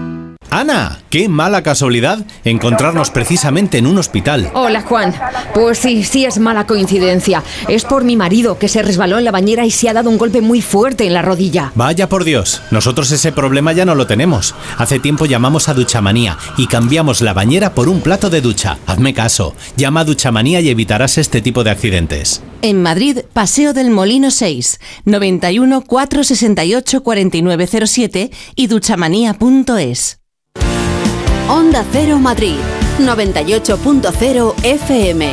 Ana, qué mala casualidad encontrarnos precisamente en un hospital. Hola, Juan. Pues sí, sí es mala coincidencia. Es por mi marido, que se resbaló en la bañera y se ha dado un golpe muy fuerte en la rodilla. Vaya por Dios, nosotros ese problema ya no lo tenemos. Hace tiempo llamamos a Duchamanía y cambiamos la bañera por un plato de ducha. Hazme caso, llama a Duchamanía y evitarás este tipo de accidentes. En Madrid, Paseo del Molino seis, noventa y uno, cuatrocientos sesenta y ocho, cuarenta y nueve cero siete y duchamanía punto es. Onda Cero Madrid, noventa y ocho punto cero F M.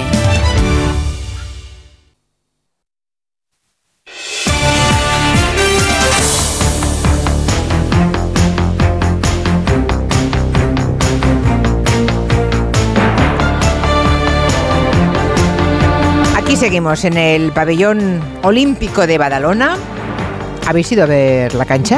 Aquí seguimos en el pabellón olímpico de Badalona. ¿Habéis ido a ver la cancha?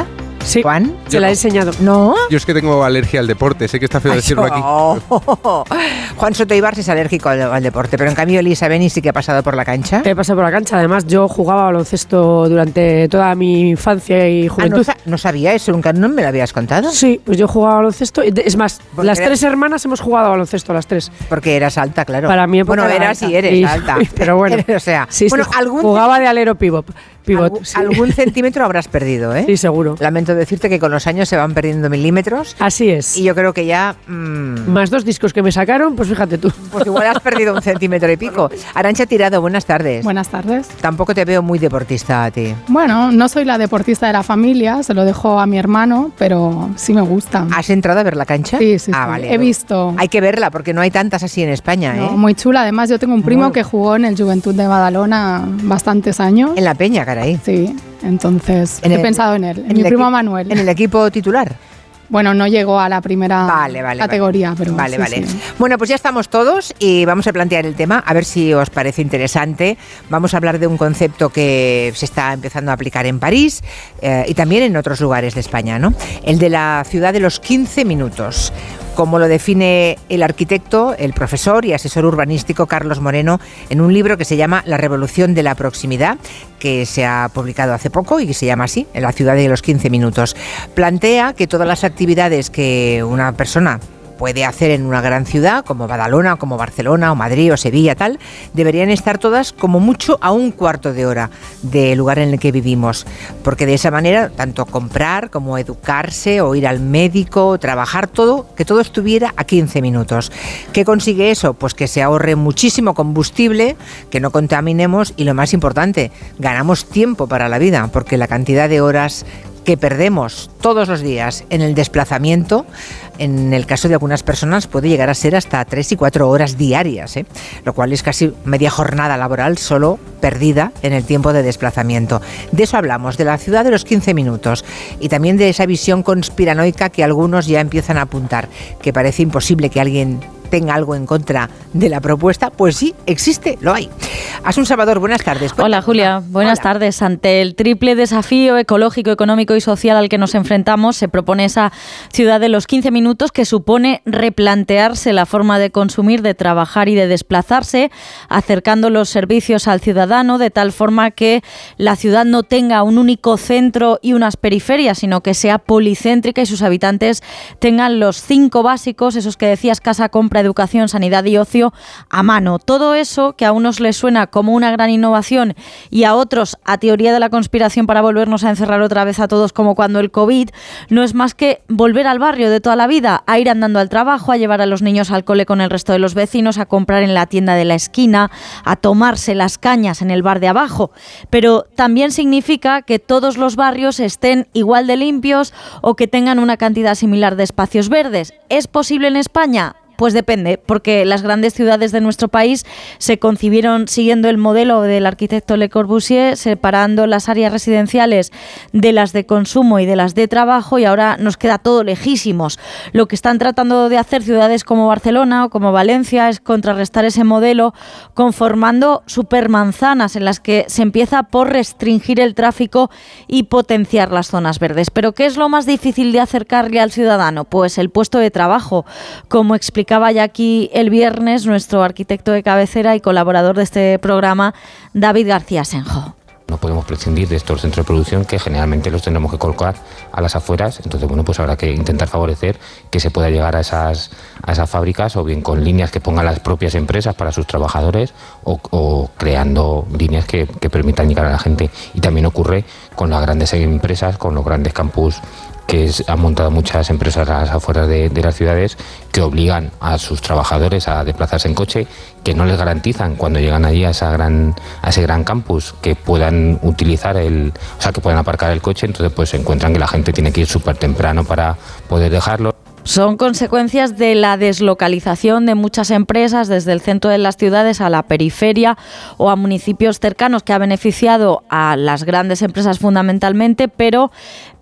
Sí, ¿Juan? se la he enseñado. ¿No? Yo es que tengo alergia al deporte, sé que está feo Ay, decirlo aquí. Oh. Juan Soto Ibarz es alérgico al, al deporte, pero en cambio Elisa Beni sí que ha pasado por la cancha. He pasado por la cancha, además yo jugaba baloncesto durante toda mi infancia y juventud. Ah, no, no sabía eso, nunca no me lo habías contado. Sí, pues yo jugaba baloncesto, es más, Porque las era... tres hermanas hemos jugado baloncesto, las tres. Porque eras alta, claro. Para mí bueno, eras y eres y, alta. Pero bueno, o sea, sí, bueno, sí, algún jugaba de alero pivot. Pivot, algún, sí. algún centímetro habrás perdido, ¿eh? Sí, seguro. Lamento decirte que con los años se van perdiendo milímetros. Así es. Y yo creo que ya... Mmm, Más dos discos que me sacaron, pues fíjate tú. Pues igual has perdido un centímetro y pico. Arantxa Tirado, buenas tardes. Buenas tardes. Tampoco te veo muy deportista a ti. Bueno, no soy la deportista de la familia, se lo dejo a mi hermano, pero sí me gusta. ¿Has entrado a ver la cancha? Sí, sí, ah, sí. Vale. He visto. Hay que verla porque no hay tantas así en España, No, ¿eh? muy chula. Además, yo tengo un primo Muy... que jugó en el Juventud de Badalona bastantes años. En la Peña, caray. Sí, entonces en he el, pensado en él, en, en mi primo equi- Manuel. ¿En el equipo titular? Bueno, no llegó a la primera vale, vale, categoría, vale. pero Vale, sí, vale. sí. Bueno, pues ya estamos todos y vamos a plantear el tema, a ver si os parece interesante. Vamos a hablar de un concepto que se está empezando a aplicar en París eh, y también en otros lugares de España, ¿no? El de la ciudad de los quince minutos. Como lo define el arquitecto, el profesor y asesor urbanístico Carlos Moreno en un libro que se llama La revolución de la proximidad, que se ha publicado hace poco y que se llama así, en la ciudad de los quince minutos. Plantea que todas las actividades que una persona puede hacer en una gran ciudad como Badalona, como Barcelona o Madrid o Sevilla, tal, deberían estar todas como mucho a un cuarto de hora del lugar en el que vivimos, porque de esa manera tanto comprar como educarse o ir al médico, trabajar, todo, que todo estuviera a quince minutos. ¿Qué consigue eso? Pues que se ahorre muchísimo combustible, que no contaminemos y lo más importante, ganamos tiempo para la vida, porque la cantidad de horas que perdemos todos los días en el desplazamiento, en el caso de algunas personas puede llegar a ser hasta tres y cuatro horas diarias, ¿eh? Lo cual es casi media jornada laboral solo perdida en el tiempo de desplazamiento. De eso hablamos, de la ciudad de los quince minutos y también de esa visión conspiranoica que algunos ya empiezan a apuntar, que parece imposible que alguien tenga algo en contra de la propuesta. Pues sí, existe, lo hay. Asun Salvador, buenas tardes. Hola Julia, buenas Hola. tardes. Ante el triple desafío ecológico, económico y social al que nos enfrentamos, se propone esa ciudad de los quince minutos que supone replantearse la forma de consumir, de trabajar y de desplazarse, acercando los servicios al ciudadano de tal forma que la ciudad no tenga un único centro y unas periferias, sino que sea policéntrica y sus habitantes tengan los cinco básicos, esos que decías, casa, compra, educación, sanidad y ocio, a mano. Todo eso que a unos les suena como una gran innovación y a otros a teoría de la conspiración para volvernos a encerrar otra vez a todos como cuando el COVID, no es más que volver al barrio de toda la vida, a ir andando al trabajo, a llevar a los niños al cole con el resto de los vecinos, a comprar en la tienda de la esquina, a tomarse las cañas en el bar de abajo. Pero también significa que todos los barrios estén igual de limpios o que tengan una cantidad similar de espacios verdes. ¿Es posible en España? Pues depende, porque las grandes ciudades de nuestro país se concibieron siguiendo el modelo del arquitecto Le Corbusier, separando las áreas residenciales de las de consumo y de las de trabajo, y ahora nos queda todo lejísimos. Lo que están tratando de hacer ciudades como Barcelona o como Valencia es contrarrestar ese modelo conformando supermanzanas en las que se empieza por restringir el tráfico y potenciar las zonas verdes. ¿Pero qué es lo más difícil de acercarle al ciudadano? Pues el puesto de trabajo, como explicaba Explicaba ya aquí el viernes nuestro arquitecto de cabecera y colaborador de este programa, David García Senjo. No podemos prescindir de estos centros de producción que generalmente los tendremos que colocar a las afueras, entonces bueno, pues habrá que intentar favorecer que se pueda llegar a esas, a esas fábricas, o bien con líneas que pongan las propias empresas para sus trabajadores, o, o creando líneas que, que permitan llegar a la gente. Y también ocurre con las grandes empresas, con los grandes campus que es, han montado muchas empresas a las afueras de, de las ciudades, que obligan a sus trabajadores a desplazarse en coche, que no les garantizan cuando llegan allí a esa gran a ese gran campus que puedan utilizar el, o sea, que puedan aparcar el coche. Entonces pues se encuentran que la gente tiene que ir súper temprano para poder dejarlo. Son consecuencias de la deslocalización de muchas empresas desde el centro de las ciudades a la periferia o a municipios cercanos, que ha beneficiado a las grandes empresas fundamentalmente, pero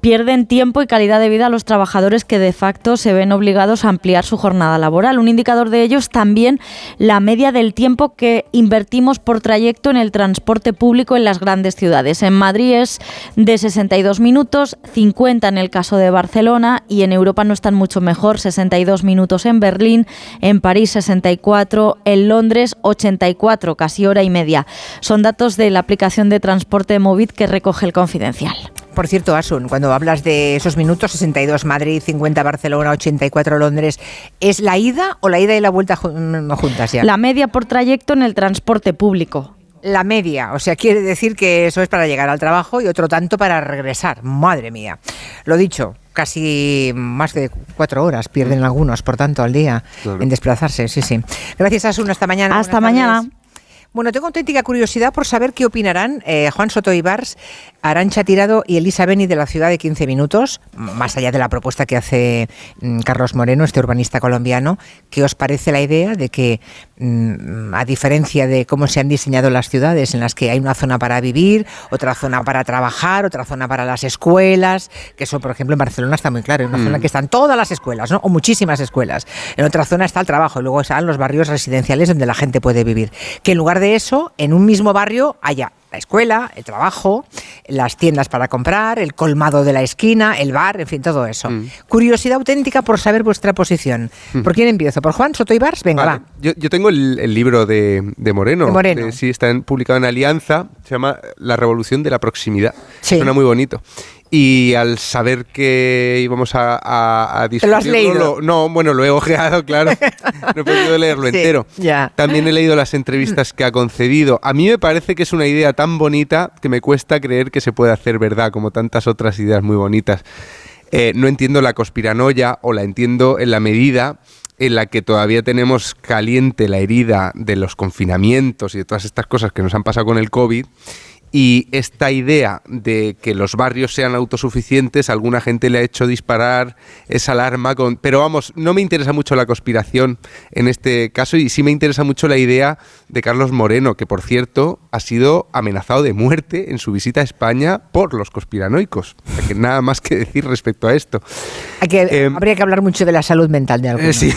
pierden tiempo y calidad de vida a los trabajadores que de facto se ven obligados a ampliar su jornada laboral. Un indicador de ello es también la media del tiempo que invertimos por trayecto en el transporte público en las grandes ciudades. En Madrid es de sesenta y dos minutos, cincuenta en el caso de Barcelona, y en Europa no están mucho mejor, sesenta y dos minutos en Berlín, en París sesenta y cuatro, en Londres ochenta y cuatro, casi hora y media. Son datos de la aplicación de transporte Movit que recoge El Confidencial. Por cierto, Asun, cuando hablas de esos minutos, sesenta y dos Madrid, cincuenta Barcelona, ochenta y cuatro Londres, ¿es la ida o la ida y la vuelta juntas ya? La media por trayecto en el transporte público. La media, o sea, quiere decir que eso es para llegar al trabajo y otro tanto para regresar. Madre mía. Lo dicho, casi más de cuatro horas pierden algunos, por tanto, al día, claro, en desplazarse. Sí, sí. Gracias, Asun. Hasta mañana. Hasta mañana. Bueno, tengo auténtica curiosidad por saber qué opinarán eh, Juan Soto Ibars, Arantxa Tirado y Elisa Beni de la ciudad de quince minutos, más allá de la propuesta que hace mm, Carlos Moreno, este urbanista colombiano. ¿Qué os parece la idea de que, mm, a diferencia de cómo se han diseñado las ciudades, en las que hay una zona para vivir, otra zona para trabajar, otra zona para las escuelas, que eso, por ejemplo, en Barcelona está muy claro, en una mm. zona que están todas las escuelas, ¿no? O muchísimas escuelas. En otra zona está el trabajo y luego están los barrios residenciales donde la gente puede vivir. Que en lugar de eso, en un mismo barrio haya la escuela, el trabajo, las tiendas para comprar, el colmado de la esquina, el bar, en fin, todo eso. Mm. Curiosidad auténtica por saber vuestra posición. Mm. ¿Por quién empiezo? ¿Por Juan Soto Ibars? Venga, vale. va. Yo, yo tengo el, el libro de, de Moreno. De Moreno. De, sí, está en, publicado en Alianza. Se llama La revolución de la proximidad. Sí. Suena muy bonito. Y al saber que íbamos a, a, a discutirlo... ¿Lo has leído? Lo, no, bueno, lo he ojeado, claro. No he podido leerlo sí, entero. Ya. También he leído las entrevistas que ha concedido. A mí me parece que es una idea tan bonita que me cuesta creer que se puede hacer verdad, como tantas otras ideas muy bonitas. Eh, no entiendo la conspiranoia, o la entiendo en la medida en la que todavía tenemos caliente la herida de los confinamientos y de todas estas cosas que nos han pasado con el COVID. Y esta idea de que los barrios sean autosuficientes, a alguna gente le ha hecho disparar esa alarma. Con, pero vamos, no me interesa mucho la conspiración en este caso, y sí me interesa mucho la idea de Carlos Moreno, que por cierto ha sido amenazado de muerte en su visita a España por los conspiranoicos. O sea, que nada más que decir respecto a esto. Hay que, eh, habría que hablar mucho de la salud mental de algunos. Eh, sí.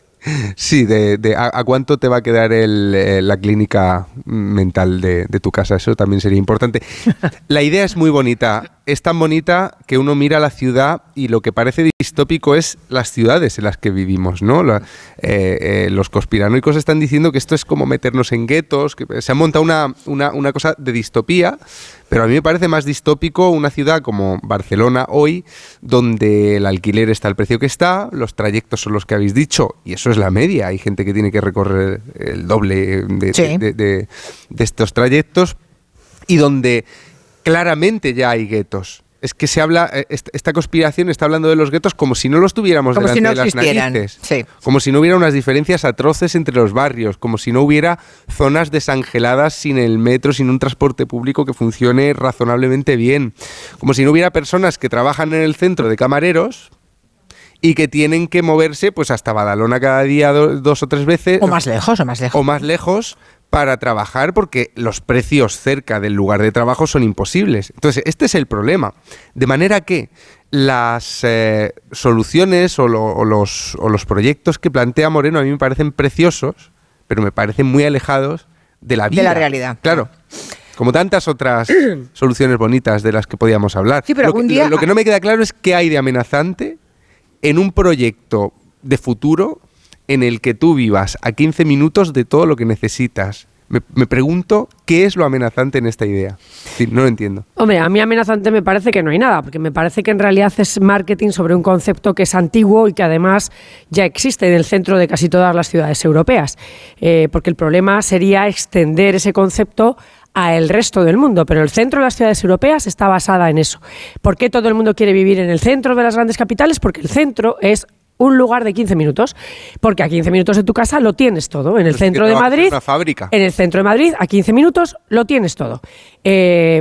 Sí, de, de a, a cuánto te va a quedar el, eh, la clínica mental de, de tu casa, eso también sería importante. La idea es muy bonita, es tan bonita que uno mira la ciudad y lo que parece distópico es las ciudades en las que vivimos, ¿no? La, eh, eh, los conspiranoicos están diciendo que esto es como meternos en guetos, que se ha montado una, una, una cosa de distopía, pero a mí me parece más distópico una ciudad como Barcelona hoy, donde el alquiler está al precio que está, los trayectos son los que habéis dicho, y eso es la media. Hay gente que tiene que recorrer el doble de, sí. de, de, de, de estos trayectos, y donde claramente ya hay guetos. Es que se habla, esta conspiración está hablando de los guetos como si no los tuviéramos como delante si no de las existieran. narices. Sí. Como si no hubiera unas diferencias atroces entre los barrios, como si no hubiera zonas desangeladas sin el metro, sin un transporte público que funcione razonablemente bien. Como si no hubiera personas que trabajan en el centro de camareros y que tienen que moverse pues hasta Badalona cada día do, dos o tres veces. O más lejos, o más lejos. O más lejos para trabajar, porque los precios cerca del lugar de trabajo son imposibles. Entonces, este es el problema. De manera que las eh, soluciones o, lo, o, los, o los proyectos que plantea Moreno a mí me parecen preciosos, pero me parecen muy alejados de la vida. De la realidad. Claro. Como tantas otras soluciones bonitas de las que podíamos hablar. Sí, pero lo, algún que, día... lo, lo que no me queda claro es qué hay de amenazante en un proyecto de futuro en el que tú vivas a quince minutos de todo lo que necesitas. Me, me pregunto qué es lo amenazante en esta idea. Sí, no lo entiendo. Hombre, a mí amenazante me parece que no hay nada, porque me parece que en realidad es marketing sobre un concepto que es antiguo y que además ya existe en el centro de casi todas las ciudades europeas. Eh, porque el problema sería extender ese concepto a el resto del mundo, pero el centro de las ciudades europeas está basada en eso. ¿Por qué todo el mundo quiere vivir en el centro de las grandes capitales? Porque el centro es un lugar de quince minutos, porque a quince minutos de tu casa lo tienes todo. En el centro de Madrid, una fábrica. En el centro de Madrid, a quince minutos lo tienes todo. Eh,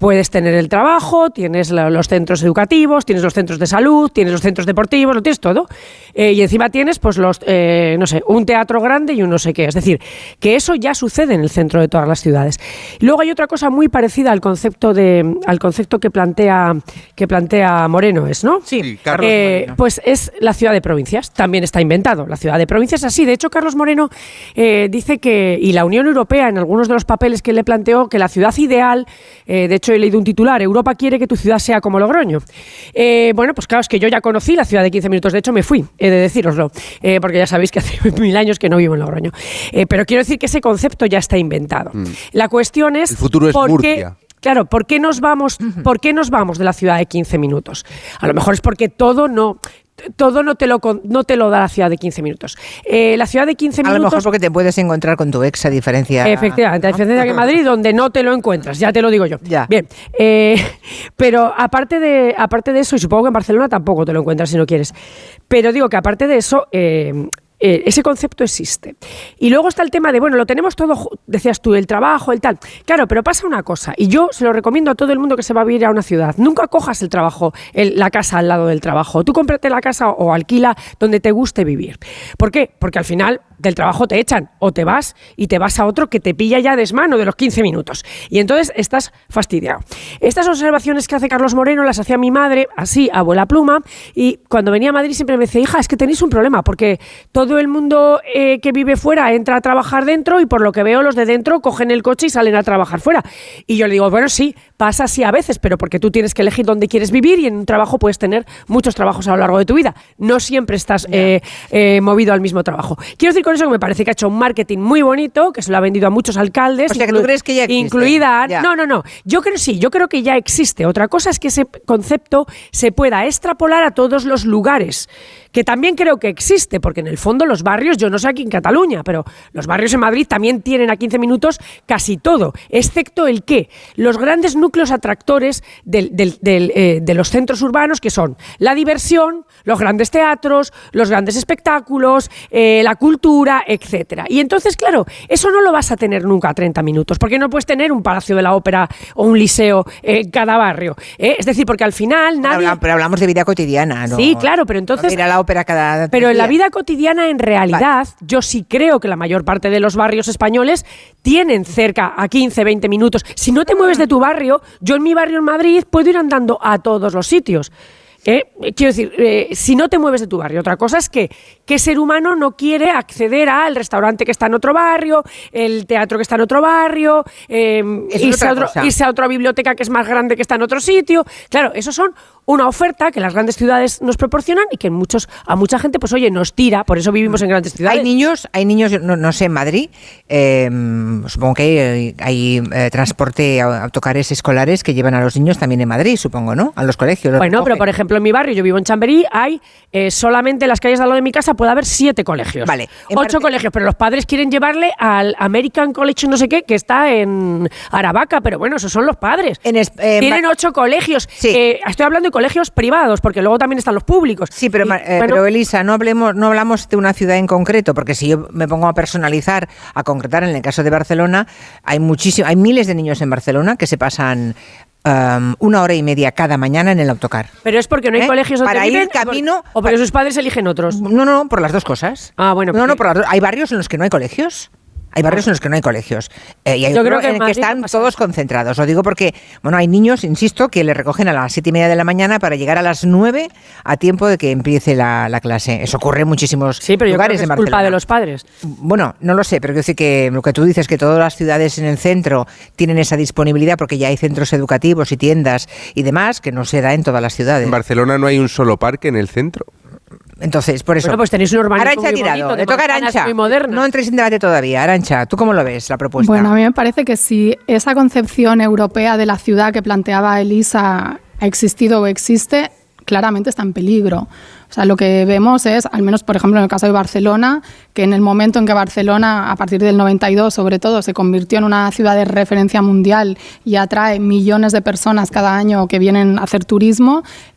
puedes tener el trabajo, tienes los centros educativos, tienes los centros de salud, tienes los centros deportivos, lo tienes todo. Eh, y encima tienes, pues, los, eh, no sé, un teatro grande y un no sé qué. Es decir, que eso ya sucede en el centro de todas las ciudades. Y luego hay otra cosa muy parecida al concepto de, al concepto que plantea, que plantea Moreno, ¿es, no? Sí, Carlos eh, Moreno. Pues es la ciudad de provincias. También está inventado. La ciudad de provincias es así. De hecho, Carlos Moreno eh, dice que, y la Unión Europea, en algunos de los papeles que le planteó, que la ciudad ideal, eh, de hecho he leído un titular, Europa quiere que tu ciudad sea como Logroño. Eh, bueno, pues claro, es que yo ya conocí la ciudad de quince minutos, de hecho me fui, he de decíroslo, eh, porque ya sabéis que hace mil años que no vivo en Logroño. Eh, pero quiero decir que ese concepto ya está inventado. Mm. La cuestión es... El futuro es ¿por Murcia. Qué, claro, ¿por qué nos vamos, por qué nos vamos de la ciudad de quince minutos? A lo mejor es porque todo no... Todo no te lo no te lo da la ciudad de quince minutos. Eh, la ciudad de quince minutos... A lo mejor porque te puedes encontrar con tu ex, a diferencia... Efectivamente, a diferencia de Madrid, donde no te lo encuentras, ya te lo digo yo. Ya. Bien, eh, pero aparte de, aparte de eso, y supongo que en Barcelona tampoco te lo encuentras si no quieres, pero digo que aparte de eso... Eh, Eh, ese concepto existe. Y luego está el tema de, bueno, lo tenemos todo, decías tú, el trabajo, el tal. Claro, pero pasa una cosa, y yo se lo recomiendo a todo el mundo que se va a vivir a una ciudad. Nunca cojas el trabajo, el, la casa al lado del trabajo. Tú cómprate la casa o, o alquila donde te guste vivir. ¿Por qué? Porque al final del trabajo te echan o te vas y te vas a otro que te pilla ya desmano de los quince minutos. Y entonces estás fastidiado. Estas observaciones que hace Carlos Moreno las hacía mi madre, así, abuela pluma, y cuando venía a Madrid siempre me decía, hija, es que tenéis un problema, porque todo Todo el mundo eh, que vive fuera entra a trabajar dentro y por lo que veo los de dentro cogen el coche y salen a trabajar fuera. Y yo le digo, bueno, sí, pasa así a veces, pero porque tú tienes que elegir dónde quieres vivir y en un trabajo puedes tener muchos trabajos a lo largo de tu vida. No siempre estás eh, eh, movido al mismo trabajo. Quiero decir con eso que me parece que ha hecho un marketing muy bonito, que se lo ha vendido a muchos alcaldes. O sea, que tú crees que ya existe. Incluida... Ya. No, no, no. Yo creo sí, yo creo que ya existe. Otra cosa es que ese concepto se pueda extrapolar a todos los lugares, que también creo que existe, porque en el fondo los barrios, yo no sé aquí en Cataluña, pero los barrios en Madrid también tienen a quince minutos casi todo, excepto el qué, los grandes núcleos atractores del, del, del, eh, de los centros urbanos, que son la diversión, los grandes teatros, los grandes espectáculos, eh, la cultura, etcétera. Y entonces, claro, eso no lo vas a tener nunca a treinta minutos, porque no puedes tener un Palacio de la Ópera o un liceo en cada barrio. ¿eh? Es decir, porque al final nadie... Pero, pero hablamos de vida cotidiana, ¿no? Sí, claro, pero entonces... No ir a la ópera cada pero en la días. vida cotidiana, en realidad, vale. Yo sí creo que la mayor parte de los barrios españoles tienen cerca a quince, veinte minutos. Si no te mueves de tu barrio, yo en mi barrio en Madrid puedo ir andando a todos los sitios. Eh, quiero decir, eh, si no te mueves de tu barrio. Otra cosa es que qué ser humano no quiere acceder al restaurante que está en otro barrio, el teatro que está en otro barrio, eh, irse, a otro, irse a otra biblioteca que es más grande que está en otro sitio. Claro, esos son una oferta que las grandes ciudades nos proporcionan y que en muchos, a mucha gente, pues oye, nos tira, por eso vivimos en grandes ciudades. Hay niños, hay niños, no, no sé, en Madrid, eh, supongo que hay, hay eh, transporte, autocares escolares que llevan a los niños también en Madrid, supongo, ¿no? A los colegios. Bueno, pero por ejemplo en mi barrio, yo vivo en Chamberí, hay eh, solamente en las calles de al lado de mi casa puede haber siete colegios. Vale. Ocho parte... colegios, pero los padres quieren llevarle al American College no sé qué, que está en Aravaca, pero bueno, esos son los padres. En es, eh, Tienen ocho colegios. Sí. Eh, estoy hablando de colegios privados, porque luego también están los públicos. Sí, pero, y, eh, bueno, pero Elisa, no hablemos, no hablamos de una ciudad en concreto, porque si yo me pongo a personalizar, a concretar, en el caso de Barcelona, hay muchísimo, hay miles de niños en Barcelona que se pasan Um, una hora y media cada mañana en el autocar. Pero es porque no hay ¿Eh? colegios donde para viven, ir camino o porque para... sus padres eligen otros. No, no, por las dos cosas. Ah, bueno. No, no, por las dos. Hay barrios en los que no hay colegios. Hay barrios en los que no hay colegios. Eh, y hay Yo otro creo que en el que están pasa. todos concentrados. Lo digo porque, bueno, hay niños, insisto, que le recogen a las siete y media de la mañana para llegar a las nueve a tiempo de que empiece la, la clase. Eso ocurre en muchísimos sí, pero lugares yo creo que en es Barcelona. culpa de los padres. Bueno, no lo sé, pero quiero decir que lo que tú dices, que todas las ciudades en el centro tienen esa disponibilidad porque ya hay centros educativos y tiendas y demás, que no se da en todas las ciudades. En Barcelona no hay un solo parque en el centro. Entonces, por eso. Bueno, pues tenéis un urbanismo Arantxa muy tirado. bonito, Le toca a Arantxa. Muy moderno. No entres en debate todavía. Arantxa, ¿tú cómo lo ves, la propuesta? Bueno, a mí me parece que si esa concepción europea de la ciudad que planteaba Elisa ha existido o existe, claramente está en peligro. O sea, lo que vemos es, al menos por ejemplo en el caso de Barcelona, que en el momento en que Barcelona, a partir del noventa y dos sobre todo, se convirtió en una ciudad de referencia mundial y atrae millones de personas cada año que vienen a hacer turismo,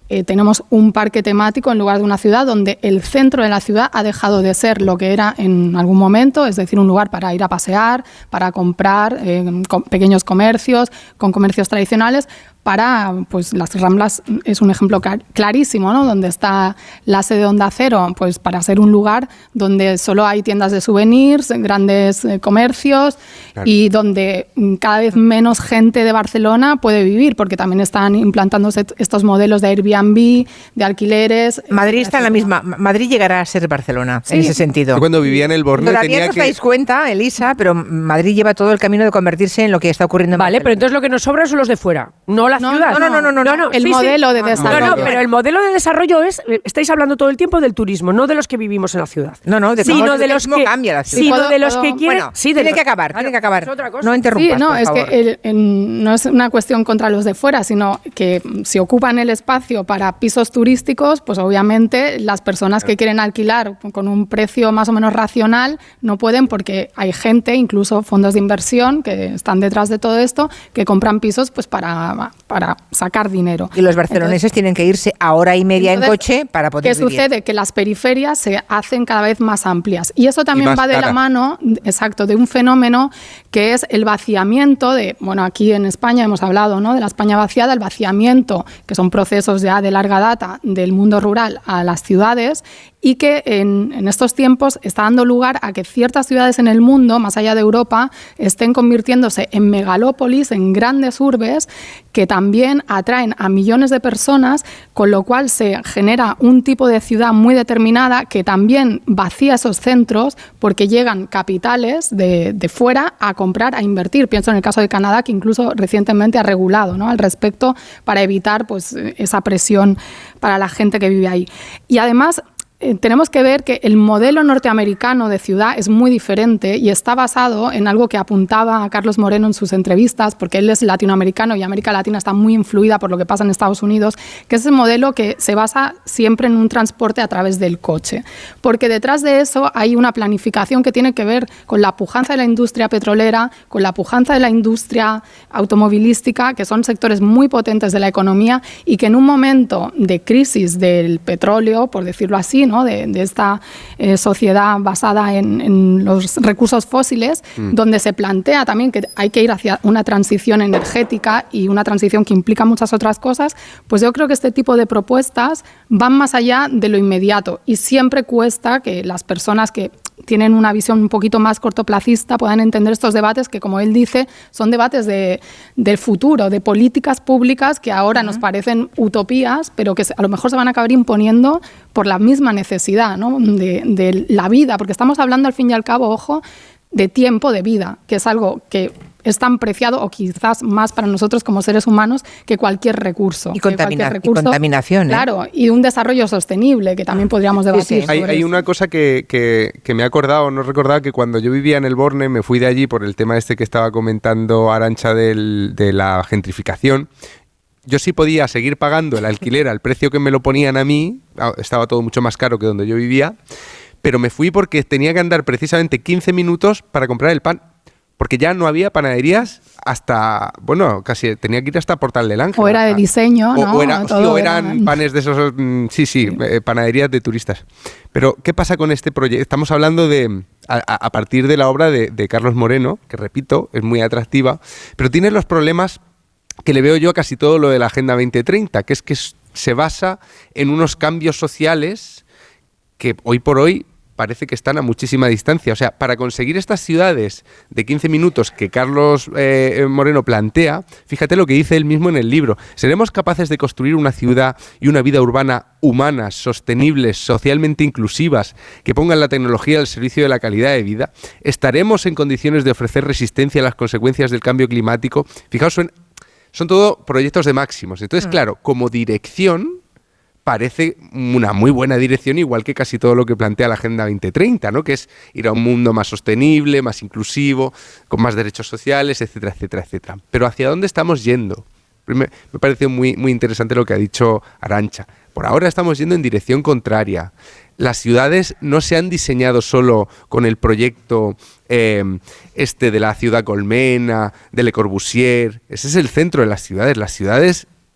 eh, tenemos un parque temático en lugar de una ciudad donde el centro de la ciudad ha dejado de ser lo que era en algún momento, es decir, un lugar para ir a pasear, para comprar, eh, con pequeños comercios, con comercios tradicionales, para, pues las Ramblas es un ejemplo clarísimo, ¿no? Donde está la sede de Onda Cero, pues para ser un lugar donde solo hay tiendas de souvenirs, grandes eh, comercios, claro, y donde cada vez menos gente de Barcelona puede vivir, porque también están implantándose estos modelos de Airbnb, de alquileres. Madrid está en la misma, Madrid llegará a ser Barcelona, sí, en ese sentido. Yo cuando vivía en el Borne Todavía tenía no os que... dais cuenta, Elisa, pero Madrid lleva todo el camino de convertirse en lo que está ocurriendo en Vale, Barcelona. pero entonces lo que nos sobra son los de fuera, no la No, ciudad. No, no, no, no, no, no, el sí, modelo sí. de desarrollo. No, no, pero el modelo de desarrollo es, estáis hablando todo el tiempo del turismo, no de los que vivimos en la ciudad. No, no, de sino cómo de el los turismo que cambia la ciudad. sino ¿Puedo- de los puedo- que quieren, Bueno, sí, de tiene los- que acabar, claro, tiene que acabar. es otra cosa. No interrumpas, Sí, no, por es favor. que el- el- no es una cuestión contra los de fuera, sino que si ocupan el espacio para pisos turísticos, pues obviamente las personas que quieren alquilar con un precio más o menos racional no pueden, porque hay gente, incluso fondos de inversión que están detrás de todo esto, que compran pisos pues para, para sacar dinero. Y los barceloneses tienen que irse a hora y media en Entonces, coche para poder ¿qué vivir. sucede? Que las periferias se hacen cada vez más amplias. Y eso también más va de la caras. mano, exacto, de un fenómeno que es el vaciamiento de, bueno, aquí en España hemos hablado, ¿no?, de la España vaciada, el vaciamiento, que son procesos ya de larga data del mundo rural a las ciudades, y que en, en estos tiempos está dando lugar a que ciertas ciudades en el mundo, más allá de Europa, estén convirtiéndose en megalópolis, en grandes urbes, que también atraen a millones de personas, con lo cual se genera un tipo de ciudad muy determinada que también vacía esos centros porque llegan capitales de, de fuera a comprar, a invertir. Pienso en el caso de Canadá, que incluso recientemente ha regulado, ¿no?, al respecto, para evitar pues, esa presión para la gente que vive ahí. Y además, Eh, tenemos que ver que el modelo norteamericano de ciudad es muy diferente y está basado en algo que apuntaba a Carlos Moreno en sus entrevistas, porque él es latinoamericano y América Latina está muy influida por lo que pasa en Estados Unidos, que es el modelo que se basa siempre en un transporte a través del coche. Porque detrás de eso hay una planificación que tiene que ver con la pujanza de la industria petrolera, con la pujanza de la industria automovilística, que son sectores muy potentes de la economía y que en un momento de crisis del petróleo, por decirlo así, ¿no?, de, de esta eh, sociedad basada en, en los recursos fósiles, mm. donde se plantea también que hay que ir hacia una transición energética y una transición que implica muchas otras cosas, pues yo creo que este tipo de propuestas van más allá de lo inmediato y siempre cuesta que las personas que tienen una visión un poquito más cortoplacista puedan entender estos debates que, como él dice, son debates de, del futuro, de políticas públicas que ahora uh-huh. nos parecen utopías, pero que a lo mejor se van a acabar imponiendo por la misma necesidad, ¿no?, de, de la vida, porque estamos hablando al fin y al cabo, ojo, de tiempo de vida, que es algo que es tan preciado o quizás más para nosotros como seres humanos que cualquier recurso. Y, contamina- cualquier recurso, y contaminación. ¿eh? Claro, y un desarrollo sostenible que también podríamos debatir. Sí, sí. sobre Hay, hay eso. una cosa que, que, que me he acordado, no recordaba, que cuando yo vivía en el Borne, me fui de allí por el tema este que estaba comentando Arantxa del, de la gentrificación. Yo sí podía seguir pagando el alquiler al precio que me lo ponían a mí, estaba todo mucho más caro que donde yo vivía, pero me fui porque tenía que andar precisamente quince minutos para comprar el pan. Porque ya no había panaderías hasta, bueno, casi tenía que ir hasta Portal del Ángel. O era de diseño, o, ¿no? O, era, sí, o eran era... panes de esos, mm, sí, sí, eh, panaderías de turistas. Pero, ¿qué pasa con este proyecto? Estamos hablando de, a, a partir de la obra de, de Carlos Moreno, que repito, es muy atractiva, pero tiene los problemas que le veo yo a casi todo lo de la Agenda veinte treinta, que es que se basa en unos cambios sociales que hoy por hoy parece que están a muchísima distancia. O sea, para conseguir estas ciudades de quince minutos que Carlos eh, Moreno plantea, fíjate lo que dice él mismo en el libro. ¿Seremos capaces de construir una ciudad y una vida urbana humanas, sostenibles, socialmente inclusivas, que pongan la tecnología al servicio de la calidad de vida? ¿Estaremos en condiciones de ofrecer resistencia a las consecuencias del cambio climático? Fijaos, son, son todo proyectos de máximos. Entonces, mm. claro, como dirección parece una muy buena dirección, igual que casi todo lo que plantea la Agenda veinte treinta, ¿no?, que es ir a un mundo más sostenible, más inclusivo, con más derechos sociales, etcétera, etcétera, etcétera. Pero ¿hacia dónde estamos yendo? Me, me pareció muy, muy interesante lo que ha dicho Arantxa. Por ahora estamos yendo en dirección contraria. Las ciudades no se han diseñado solo con el proyecto eh, este de la ciudad colmena, de Le Corbusier. Ese es el centro de las ciudades. Las ciudades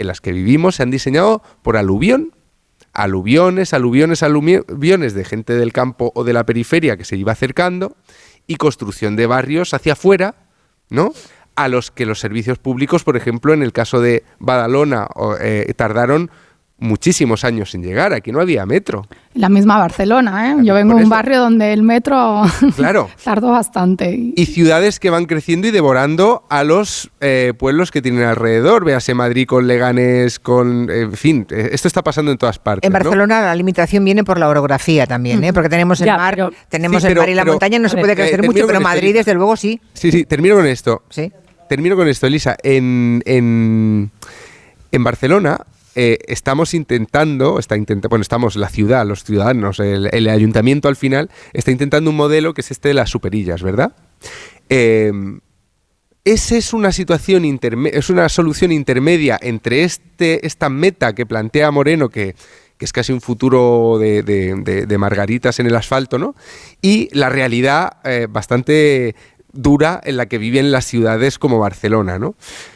en las que vivimos se han diseñado por aluvión, aluviones, aluviones, aluviones de gente del campo o de la periferia que se iba acercando y construcción de barrios hacia afuera, ¿no?, a los que los servicios públicos, por ejemplo, en el caso de Badalona, eh, tardaron muchísimos años en llegar. Aquí no había metro. La misma Barcelona, ¿eh? Yo vengo de un barrio donde el metro claro. tardó bastante. Y ciudades que van creciendo y devorando a los eh, pueblos que tienen alrededor. Véase Madrid con Leganés, con... En fin, esto está pasando en todas partes. En Barcelona, ¿no?, la limitación viene por la orografía también, ¿eh? Porque tenemos el ya, mar, pero, tenemos sí, pero, el mar y la pero, montaña, no se puede crecer eh, mucho, pero Madrid, esto, desde luego, sí. Sí, sí, termino con esto. Sí. Termino con esto, Elisa. En, en, en Barcelona... Eh, estamos intentando, está intenta, bueno, estamos, la ciudad, los ciudadanos, el, el ayuntamiento al final, está intentando un modelo que es este de las superillas, ¿verdad? Eh, esa es una situación interme- es una solución intermedia entre este, esta meta que plantea Moreno, que, que es casi un futuro de, de, de, de margaritas en el asfalto, ¿no? Y la realidad eh, bastante dura en la que viven las ciudades como Barcelona, ¿no?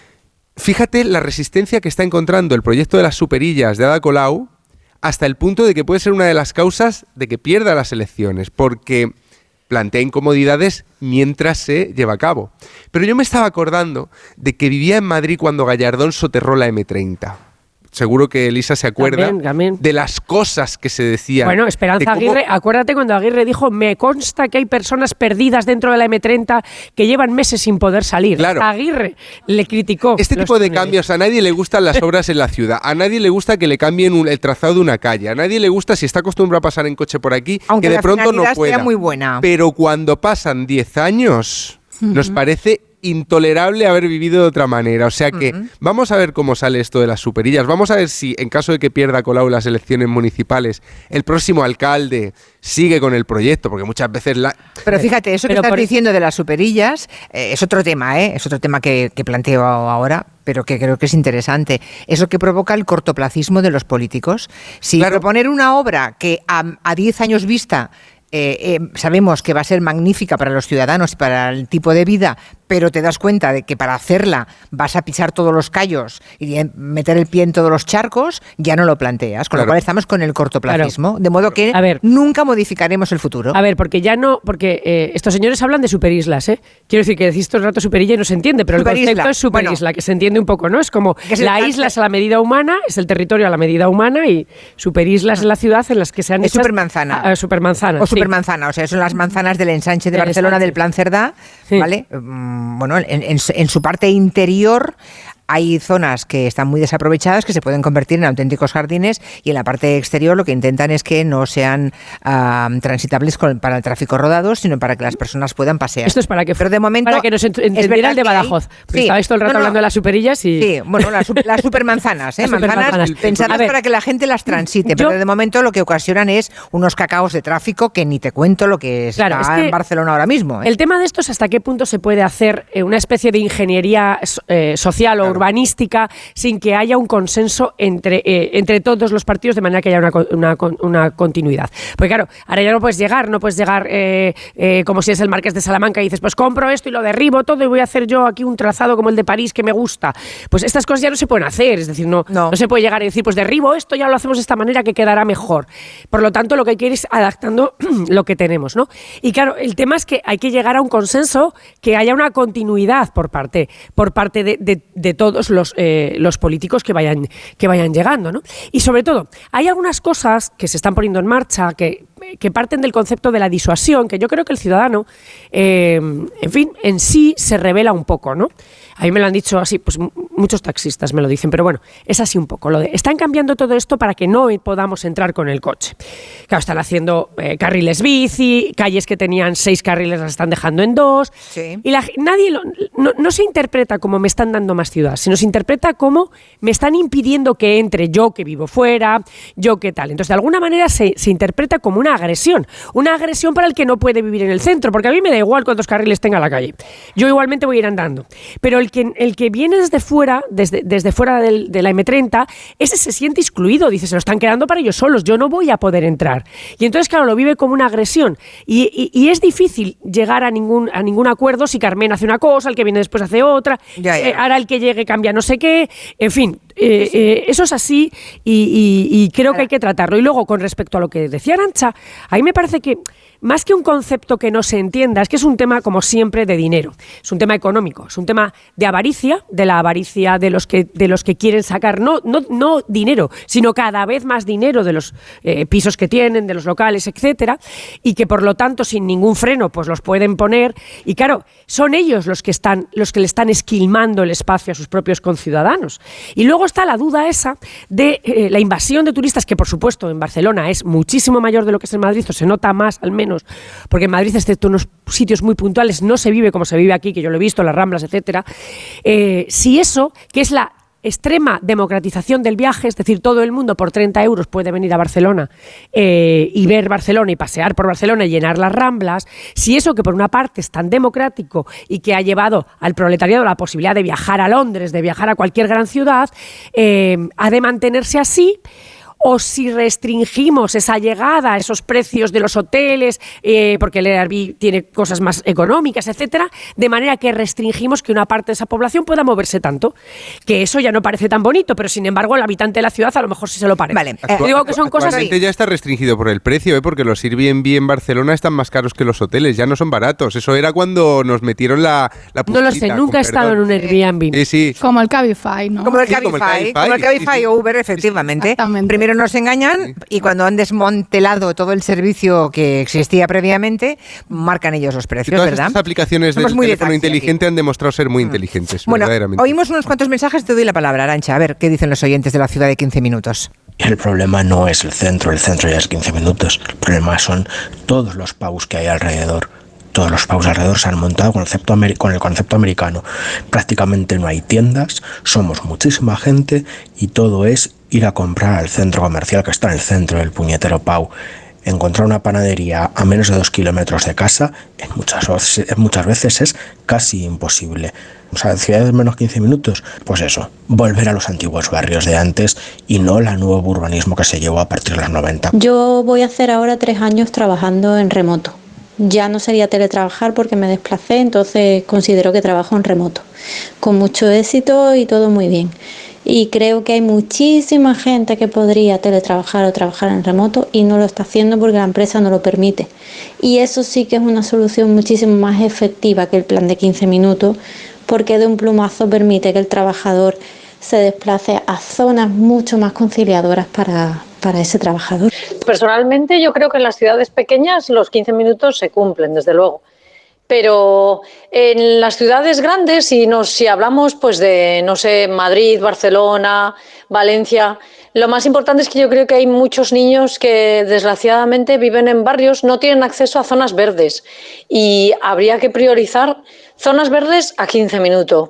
Fíjate la resistencia que está encontrando el proyecto de las superillas de Ada Colau hasta el punto de que puede ser una de las causas de que pierda las elecciones, porque plantea incomodidades mientras se lleva a cabo. Pero yo me estaba acordando de que vivía en Madrid cuando Gallardón soterró la eme treinta. Seguro que Elisa se acuerda también, también. de las cosas que se decían. Bueno, Esperanza cómo... Aguirre, acuérdate cuando Aguirre dijo, me consta que hay personas perdidas dentro de la eme treinta que llevan meses sin poder salir. Claro. Aguirre le criticó. Este tipo de cambios, a nadie le gustan las obras en la ciudad, a nadie le gusta que le cambien un, el trazado de una calle, a nadie le gusta, si está acostumbrado a pasar en coche por aquí, aunque que de pronto no pueda. Sea muy buena. Pero cuando pasan diez años, uh-huh. nos parece intolerable haber vivido de otra manera. O sea que uh-huh. vamos a ver cómo sale esto de las superillas. Vamos a ver si, en caso de que pierda Colau las elecciones municipales, el próximo alcalde sigue con el proyecto, porque muchas veces... La... Pero fíjate, eso pero que estás por... diciendo de las superillas eh, es otro tema, ¿eh? Es otro tema que, que planteo ahora, pero que creo que es interesante. Eso que provoca el cortoplacismo de los políticos. Si claro. proponer una obra que a, a diez años vista... Eh, eh, sabemos que va a ser magnífica para los ciudadanos y para el tipo de vida, pero te das cuenta de que para hacerla vas a pisar todos los callos y meter el pie en todos los charcos, ya no lo planteas, con claro. lo cual estamos con el cortoplacismo, claro. de modo que a ver, nunca modificaremos el futuro. A ver, porque ya no, porque eh, estos señores hablan de superislas, ¿eh? Quiero decir que decís todo el rato superilla y no se entiende, pero superisla. El concepto es superisla, bueno, que se entiende un poco, ¿no? Es como es la el, isla es a la medida humana, es el territorio a la medida humana y superislas es la ciudad en las que se han hecho supermanzana. A, a supermanzana. O sí. supermanzana, o sea, son las manzanas del ensanche de el Barcelona ensanche. Del Plan Cerdá, sí. ¿vale? Bueno, en, en, en su parte interior hay zonas que están muy desaprovechadas que se pueden convertir en auténticos jardines y en la parte exterior lo que intentan es que no sean uh, transitables con, para el tráfico rodado, sino para que las personas puedan pasear. Esto es para que, Pero de momento, para que nos entendiera el de Badajoz. Porque sí, estabais todo el rato no, no, hablando de las superillas y... Sí, bueno, las, las supermanzanas, ¿eh? Las manzanas supermanzanas. pensadas para que la gente las transite, pero yo, de momento lo que ocasionan es unos cacaos de tráfico que ni te cuento lo que está claro, es que en Barcelona ahora mismo. ¿eh? El tema de esto es hasta qué punto se puede hacer eh, una especie de ingeniería eh, social o urbanística sin que haya un consenso entre, eh, entre todos los partidos de manera que haya una, una, una continuidad. Porque claro, ahora ya no puedes llegar, no puedes llegar eh, eh, como si es el Marqués de Salamanca y dices, pues compro esto y lo derribo todo y voy a hacer yo aquí un trazado como el de París que me gusta. Pues estas cosas ya no se pueden hacer, es decir, no, no. no se puede llegar y decir, pues derribo esto, ya lo hacemos de esta manera que quedará mejor. Por lo tanto, lo que hay que ir es adaptando lo que tenemos, ¿no? Y claro, el tema es que hay que llegar a un consenso, que haya una continuidad por parte, por parte de, de, de todos los Los, eh, los políticos que vayan, que vayan llegando, ¿no? Y sobre todo, hay algunas cosas que se están poniendo en marcha que, que parten del concepto de la disuasión, que yo creo que el ciudadano, eh, en fin, en sí se revela un poco, ¿no? A mí me lo han dicho así, pues muchos taxistas me lo dicen, pero bueno, es así un poco. Lo de, están cambiando todo esto para que no podamos entrar con el coche. Claro, están haciendo eh, carriles bici, calles que tenían seis carriles las están dejando en dos. Sí. Y la, nadie lo, no, no se interpreta como me están dando más ciudad, sino se interpreta como me están impidiendo que entre yo que vivo fuera, yo que tal. Entonces, de alguna manera se, se interpreta como una agresión. Una agresión para el que no puede vivir en el centro, porque a mí me da igual cuántos carriles tenga la calle. Yo igualmente voy a ir andando. Pero el que, el que viene desde fuera, desde, desde fuera del, de la eme treinta, ese se siente excluido. Dice, se lo están quedando para ellos solos, yo no voy a poder entrar. Y entonces, claro, lo vive como una agresión. Y, y, y es difícil llegar a ningún, a ningún acuerdo si Carmen hace una cosa, el que viene después hace otra, ya, ya. Eh, ahora el que llegue cambia no sé qué, en fin. Eh, eh, eso es así y, y, y creo que hay que tratarlo. Y luego, con respecto a lo que decía Arantxa, a mí me parece que más que un concepto que no se entienda, es que es un tema, como siempre, de dinero. Es un tema económico, es un tema de avaricia, de la avaricia de los que, de los que quieren sacar, no, no, no dinero, sino cada vez más dinero de los eh, pisos que tienen, de los locales, etcétera, y que, por lo tanto, sin ningún freno, pues los pueden poner. Y claro, son ellos los que están, los que le están esquilmando el espacio a sus propios conciudadanos. Y luego está la duda esa de eh, la invasión de turistas, que, por supuesto, en Barcelona es muchísimo mayor de lo que es en Madrid, o se nota más, al menos, porque en Madrid, excepto unos sitios muy puntuales, no se vive como se vive aquí, que yo lo he visto, las Ramblas, etcétera. Eh, si eso, que es la extrema democratización del viaje, es decir, todo el mundo por treinta euros puede venir a Barcelona eh, y ver Barcelona y pasear por Barcelona y llenar las Ramblas, si eso, que por una parte es tan democrático y que ha llevado al proletariado la posibilidad de viajar a Londres, de viajar a cualquier gran ciudad, eh, ha de mantenerse así, o si restringimos esa llegada a esos precios de los hoteles, eh, porque el Airbnb tiene cosas más económicas, etcétera, de manera que restringimos que una parte de esa población pueda moverse tanto, que eso ya no parece tan bonito, pero sin embargo el habitante de la ciudad a lo mejor sí se lo parece. Vale. Eh, digo que son cosas Actualmente ya está restringido por el precio, ¿eh? Porque los Airbnb en Barcelona están más caros que los hoteles, ya no son baratos. Eso era cuando nos metieron la, la No lo sé, nunca he estado en un Airbnb. Sí, sí. Como el Cabify, ¿no? Como el Sí, como el Cabify, Cabify, como el Cabify sí, sí. o Uber, efectivamente. Exactamente. Primero nos engañan y cuando han desmantelado todo el servicio que existía previamente, marcan ellos los precios, Todas ¿verdad? estas aplicaciones Somos del muy de teléfono taxi inteligente han demostrado ser muy inteligentes, Bueno, verdaderamente. oímos unos cuantos mensajes, te doy la palabra, Arantxa. A ver, ¿qué dicen los oyentes de la ciudad de quince minutos? El problema no es el centro, el centro ya es quince minutos. El problema son todos los pubs que hay alrededor. Todos los pubs alrededor se han montado con el, concepto con el concepto americano. Prácticamente no hay tiendas, somos muchísima gente y todo es ir a comprar al centro comercial que está en el centro del puñetero pub. Encontrar una panadería a menos de dos kilómetros de casa en muchas, en muchas veces es casi imposible. O sea, ciudades de menos quince minutos, pues eso, volver a los antiguos barrios de antes y no el nuevo urbanismo que se llevó a partir de los noventa. Yo voy a hacer ahora tres años trabajando en remoto. Ya no sería teletrabajar porque me desplacé, entonces considero que trabajo en remoto, con mucho éxito y todo muy bien. Y creo que hay muchísima gente que podría teletrabajar o trabajar en remoto y no lo está haciendo porque la empresa no lo permite. Y eso sí que es una solución muchísimo más efectiva que el plan de quince minutos, porque de un plumazo permite que el trabajador se desplace a zonas mucho más conciliadoras para, para ese trabajador. Personalmente yo creo que en las ciudades pequeñas los quince minutos se cumplen, desde luego. Pero en las ciudades grandes, si, nos, si hablamos pues de, no sé, Madrid, Barcelona, Valencia, lo más importante es que yo creo que hay muchos niños que desgraciadamente viven en barrios, no tienen acceso a zonas verdes y habría que priorizar zonas verdes a quince minutos.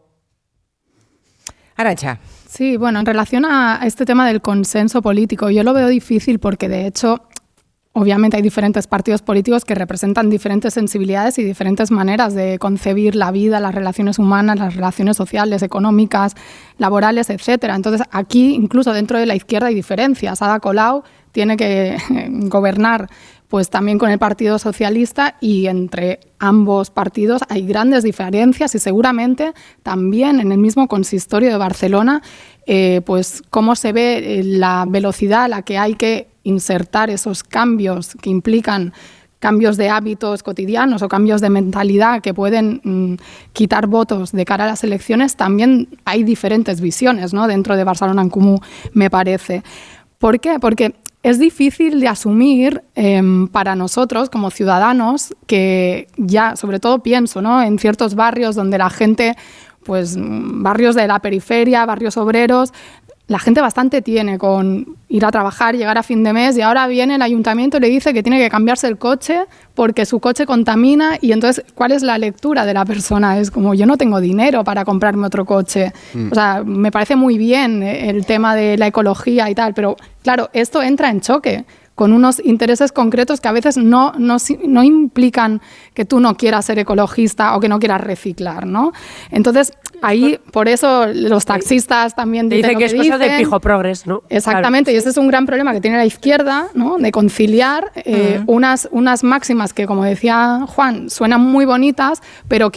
Arantxa. Sí, bueno, en relación a este tema del consenso político, yo lo veo difícil porque de hecho, obviamente hay diferentes partidos políticos que representan diferentes sensibilidades y diferentes maneras de concebir la vida, las relaciones humanas, las relaciones sociales, económicas, laborales, etcétera. Entonces, aquí, incluso dentro de la izquierda, hay diferencias. Ada Colau tiene que gobernar pues también con el Partido Socialista y entre ambos partidos hay grandes diferencias y seguramente también en el mismo consistorio de Barcelona, eh, pues cómo se ve la velocidad a la que hay que insertar esos cambios que implican cambios de hábitos cotidianos o cambios de mentalidad que pueden mmm, quitar votos de cara a las elecciones, también hay diferentes visiones, ¿no? Dentro de Barcelona en Comú, me parece. ¿Por qué? Porque es difícil de asumir eh, para nosotros como ciudadanos que ya, sobre todo pienso, ¿no? En ciertos barrios donde la gente, pues barrios de la periferia, barrios obreros, la gente bastante tiene con ir a trabajar, llegar a fin de mes y ahora viene el ayuntamiento y le dice que tiene que cambiarse el coche porque su coche contamina y entonces, ¿cuál es la lectura de la persona? Es como, yo no tengo dinero para comprarme otro coche. Mm. O sea, me parece muy bien el tema de la ecología y tal, pero claro, esto entra en choque con unos intereses concretos que a veces no, no, no implican que tú no quieras ser ecologista o que no quieras reciclar, ¿no? Entonces, ahí, por eso los taxistas también dicen, dicen que, que es cosa de pijo progres, ¿no? Exactamente, claro. Y ese es un gran problema que tiene la izquierda, ¿no? De conciliar eh, uh-huh. unas, unas máximas que, como decía Juan, suenan muy bonitas, pero que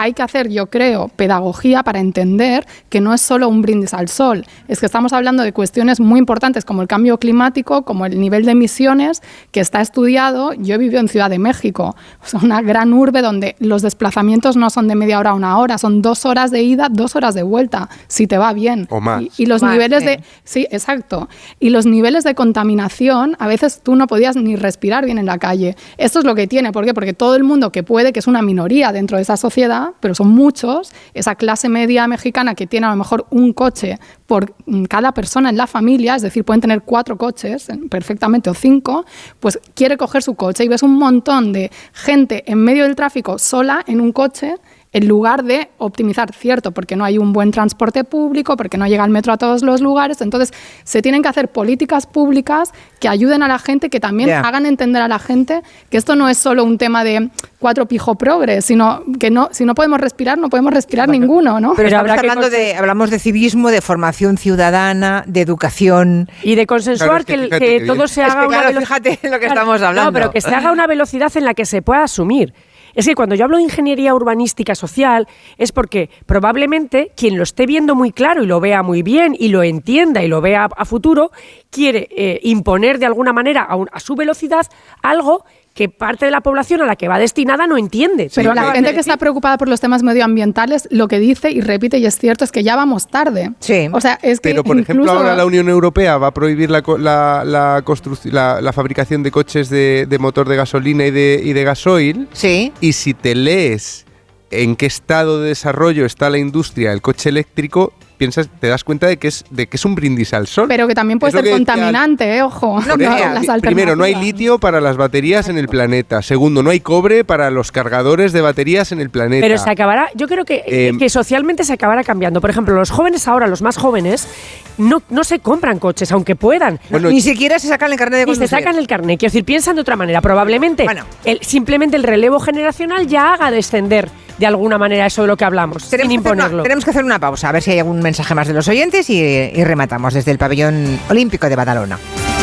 hay que hacer, yo creo, pedagogía para entender que no es solo un brindis al sol, es que estamos hablando de cuestiones muy importantes como el cambio climático, como el nivel de emisiones que está estudiado. Yo he vivido en Ciudad de México, o sea, una gran urbe donde los desplazamientos no son de media hora a una hora, son dos horas de ida, dos horas de vuelta, si te va bien. O más. Y, y los Más, niveles sí. de... Sí, exacto. Y los niveles de contaminación, a veces tú no podías ni respirar bien en la calle. Esto es lo que tiene, ¿por qué? Porque todo el mundo que puede, que es una minoría dentro de esa sociedad, pero son muchos, esa clase media mexicana que tiene a lo mejor un coche por cada persona en la familia, es decir, pueden tener cuatro coches perfectamente o cinco, pues quiere coger su coche y ves un montón de gente en medio del tráfico sola en un coche, en lugar de optimizar, cierto, porque no hay un buen transporte público, porque no llega el metro a todos los lugares. Entonces, se tienen que hacer políticas públicas que ayuden a la gente, que también Yeah. hagan entender a la gente que esto no es solo un tema de cuatro pijo progres, sino que no, si no podemos respirar, no podemos respirar bueno, ninguno, ¿no? Pero, pero estamos hablando de, hablamos de civismo, de formación ciudadana, de educación. Y de consensuar claro, es que, que, que, que todo se haga es que, una claro, velocidad. Fíjate en lo que claro, estamos hablando. No, pero que se haga una velocidad en la que se pueda asumir. Es que cuando yo hablo de ingeniería urbanística social es porque probablemente quien lo esté viendo muy claro y lo vea muy bien y lo entienda y lo vea a futuro, quiere eh, imponer de alguna manera a, un, a su velocidad algo que parte de la población a la que va destinada no entiende. Pero sí, la gente decir. que está preocupada por los temas medioambientales lo que dice y repite, y es cierto, es que ya vamos tarde. Sí. O sea, es que Pero, por incluso... ejemplo, ahora la Unión Europea va a prohibir la, la, la, la, la fabricación de coches de, de motor de gasolina y de, y de gasoil. Sí. Y si te lees en qué estado de desarrollo está la industria del coche eléctrico, piensas, te das cuenta de que es de que es un brindis al sol. Pero que también puede ser contaminante, decía, eh, ojo. No, no, las primero, no hay litio para las baterías en el planeta. Segundo, no hay cobre para los cargadores de baterías en el planeta. Pero se acabará, yo creo que, eh, que socialmente se acabará cambiando. Por ejemplo, los jóvenes ahora, los más jóvenes, no, no se compran coches, aunque puedan. Bueno, ni siquiera se sacan el carnet de conducir. Ni se sacan el carnet. Quiero decir, piensan de otra manera. Probablemente bueno. el, simplemente el relevo generacional ya haga descender de alguna manera eso de lo que hablamos, tenemos sin imponerlo. Una, tenemos que hacer una pausa, a ver si hay algún mensaje más de los oyentes y, y rematamos desde el pabellón olímpico de Badalona.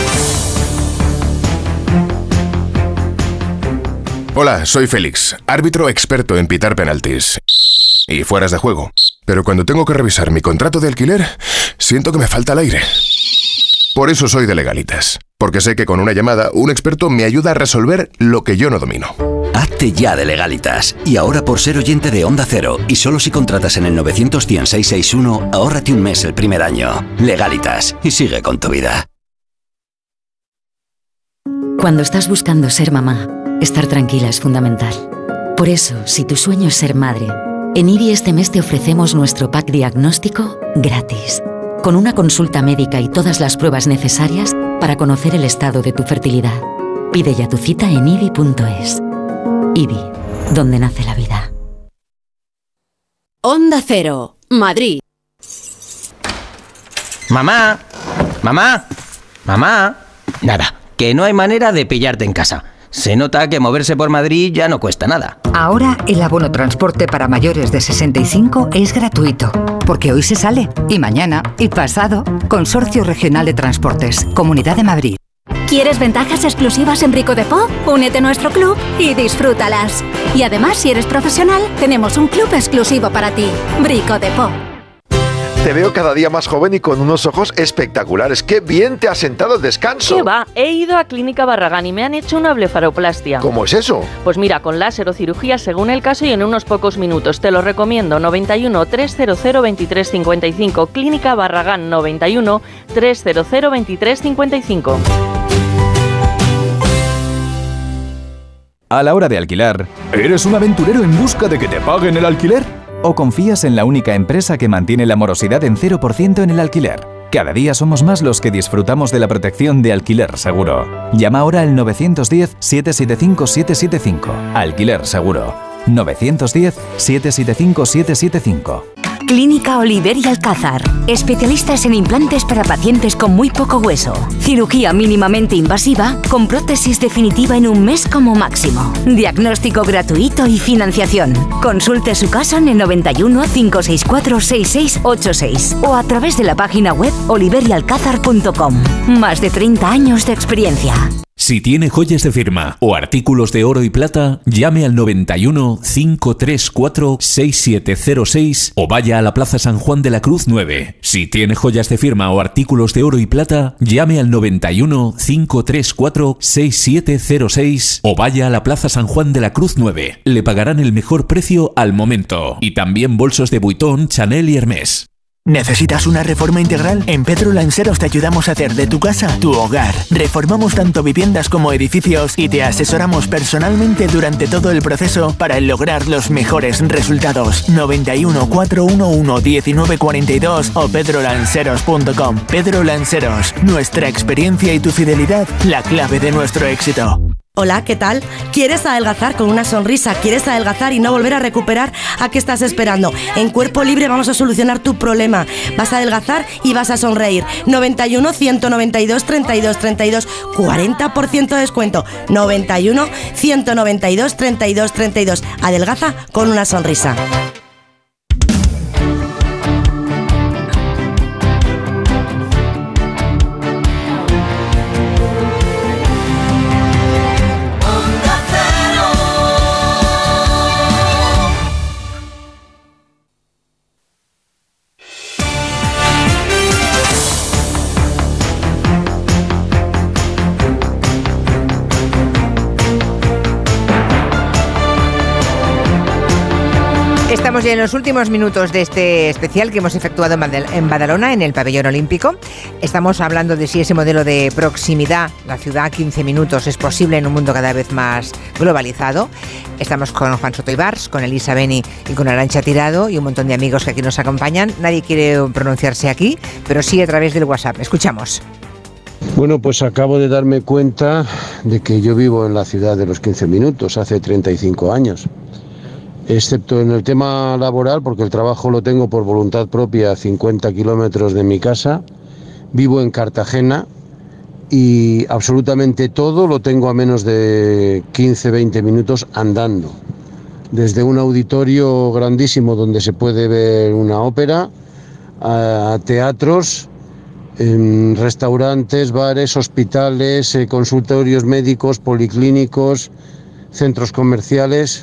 Hola, soy Félix, árbitro experto en pitar penaltis y fueras de juego. Pero cuando tengo que revisar mi contrato de alquiler, siento que me falta el aire. Por eso soy de Legalitas, porque sé que con una llamada un experto me ayuda a resolver lo que yo no domino. Hazte ya de Legalitas. Y ahora, por ser oyente de Onda Cero, y solo si contratas en el novecientos cien seiscientos sesenta y uno, ahórrate un mes el primer año. Legalitas. Y sigue con tu vida. Cuando estás buscando ser mamá, estar tranquila es fundamental. Por eso, si tu sueño es ser madre, en I B I este mes te ofrecemos nuestro pack diagnóstico gratis, con una consulta médica y todas las pruebas necesarias para conocer el estado de tu fertilidad. Pide ya tu cita en I B I punto es. I B I, donde nace la vida. Onda Cero, Madrid. Mamá, mamá, mamá. Nada, que no hay manera de pillarte en casa. Se nota que moverse por Madrid ya no cuesta nada. Ahora el abono transporte para mayores de sesenta y cinco es gratuito, porque hoy se sale, y mañana, y pasado. Consorcio Regional de Transportes, Comunidad de Madrid. ¿Quieres ventajas exclusivas en Brico Dépôt? Únete a nuestro club y disfrútalas. Y además, si eres profesional, tenemos un club exclusivo para ti, Brico Dépôt. Te veo cada día más joven y con unos ojos espectaculares. ¡Qué bien te ha sentado el descanso! ¿Qué va? He ido a Clínica Barragán y me han hecho una blefaroplastia. ¿Cómo es eso? Pues mira, con láser o cirugía según el caso y en unos pocos minutos. Te lo recomiendo. noventa y uno, trescientos veintitrés cincuenta y cinco. Clínica Barragán noventa y uno, trescientos veintitrés cincuenta y cinco. A la hora de alquilar, ¿eres un aventurero en busca de que te paguen el alquiler? ¿O confías en la única empresa que mantiene la morosidad en cero por ciento en el alquiler? Cada día somos más los que disfrutamos de la protección de Alquiler Seguro. Llama ahora al nueve uno cero, siete siete cinco, siete siete cinco. Alquiler Seguro. nueve uno cero, siete siete cinco, siete siete cinco. Clínica Oliver y Alcázar. Especialistas en implantes para pacientes con muy poco hueso. Cirugía mínimamente invasiva con prótesis definitiva en un mes como máximo. Diagnóstico gratuito y financiación. Consulte su caso en el noventa y uno, cinco seis cuatro, seis seis ocho seis o a través de la página web oliver y alcázar punto com. Más de treinta años de experiencia. Si tiene joyas de firma o artículos de oro y plata, llame al noventa y uno, cinco tres cuatro, seis siete cero seis o vaya a la Plaza San Juan de la Cruz nueve. Si tiene joyas de firma o artículos de oro y plata, llame al noventa y uno, cinco tres cuatro, seis siete cero seis o vaya a la Plaza San Juan de la Cruz nueve. Le pagarán el mejor precio al momento. Y también bolsos de Vuitton, Chanel y Hermès. ¿Necesitas una reforma integral? En Pedro Lanceros te ayudamos a hacer de tu casa tu hogar. Reformamos tanto viviendas como edificios y te asesoramos personalmente durante todo el proceso para lograr los mejores resultados. noventa y uno, cuatrocientos once, diecinueve cuarenta y dos o pedro lanceros punto com. Pedro Lanceros, nuestra experiencia y tu fidelidad, la clave de nuestro éxito. Hola, ¿qué tal? ¿Quieres adelgazar con una sonrisa? ¿Quieres adelgazar y no volver a recuperar? ¿A qué estás esperando? En Cuerpo Libre vamos a solucionar tu problema. Vas a adelgazar y vas a sonreír. noventa y uno, ciento noventa y dos, treinta y dos, treinta y dos. cuarenta por ciento de descuento. noventa y uno, ciento noventa y dos, treinta y dos, treinta y dos. Adelgaza con una sonrisa. Estamos ya en los últimos minutos de este especial que hemos efectuado en Badalona, en el Pabellón Olímpico. Estamos hablando de si ese modelo de proximidad, la ciudad a quince minutos, es posible en un mundo cada vez más globalizado. Estamos con Juan Soto Ibars, con Elisa Beni y con Arantxa Tirado y un montón de amigos que aquí nos acompañan. Nadie quiere pronunciarse aquí, pero sí a través del WhatsApp. Escuchamos. Bueno, pues acabo de darme cuenta de que yo vivo en la ciudad de los quince minutos, hace treinta y cinco años. Excepto en el tema laboral, porque el trabajo lo tengo por voluntad propia a cincuenta kilómetros de mi casa. Vivo en Cartagena y absolutamente todo lo tengo a menos de quince a veinte minutos andando. Desde un auditorio grandísimo donde se puede ver una ópera, a teatros, en restaurantes, bares, hospitales, eh, consultorios médicos, policlínicos, centros comerciales.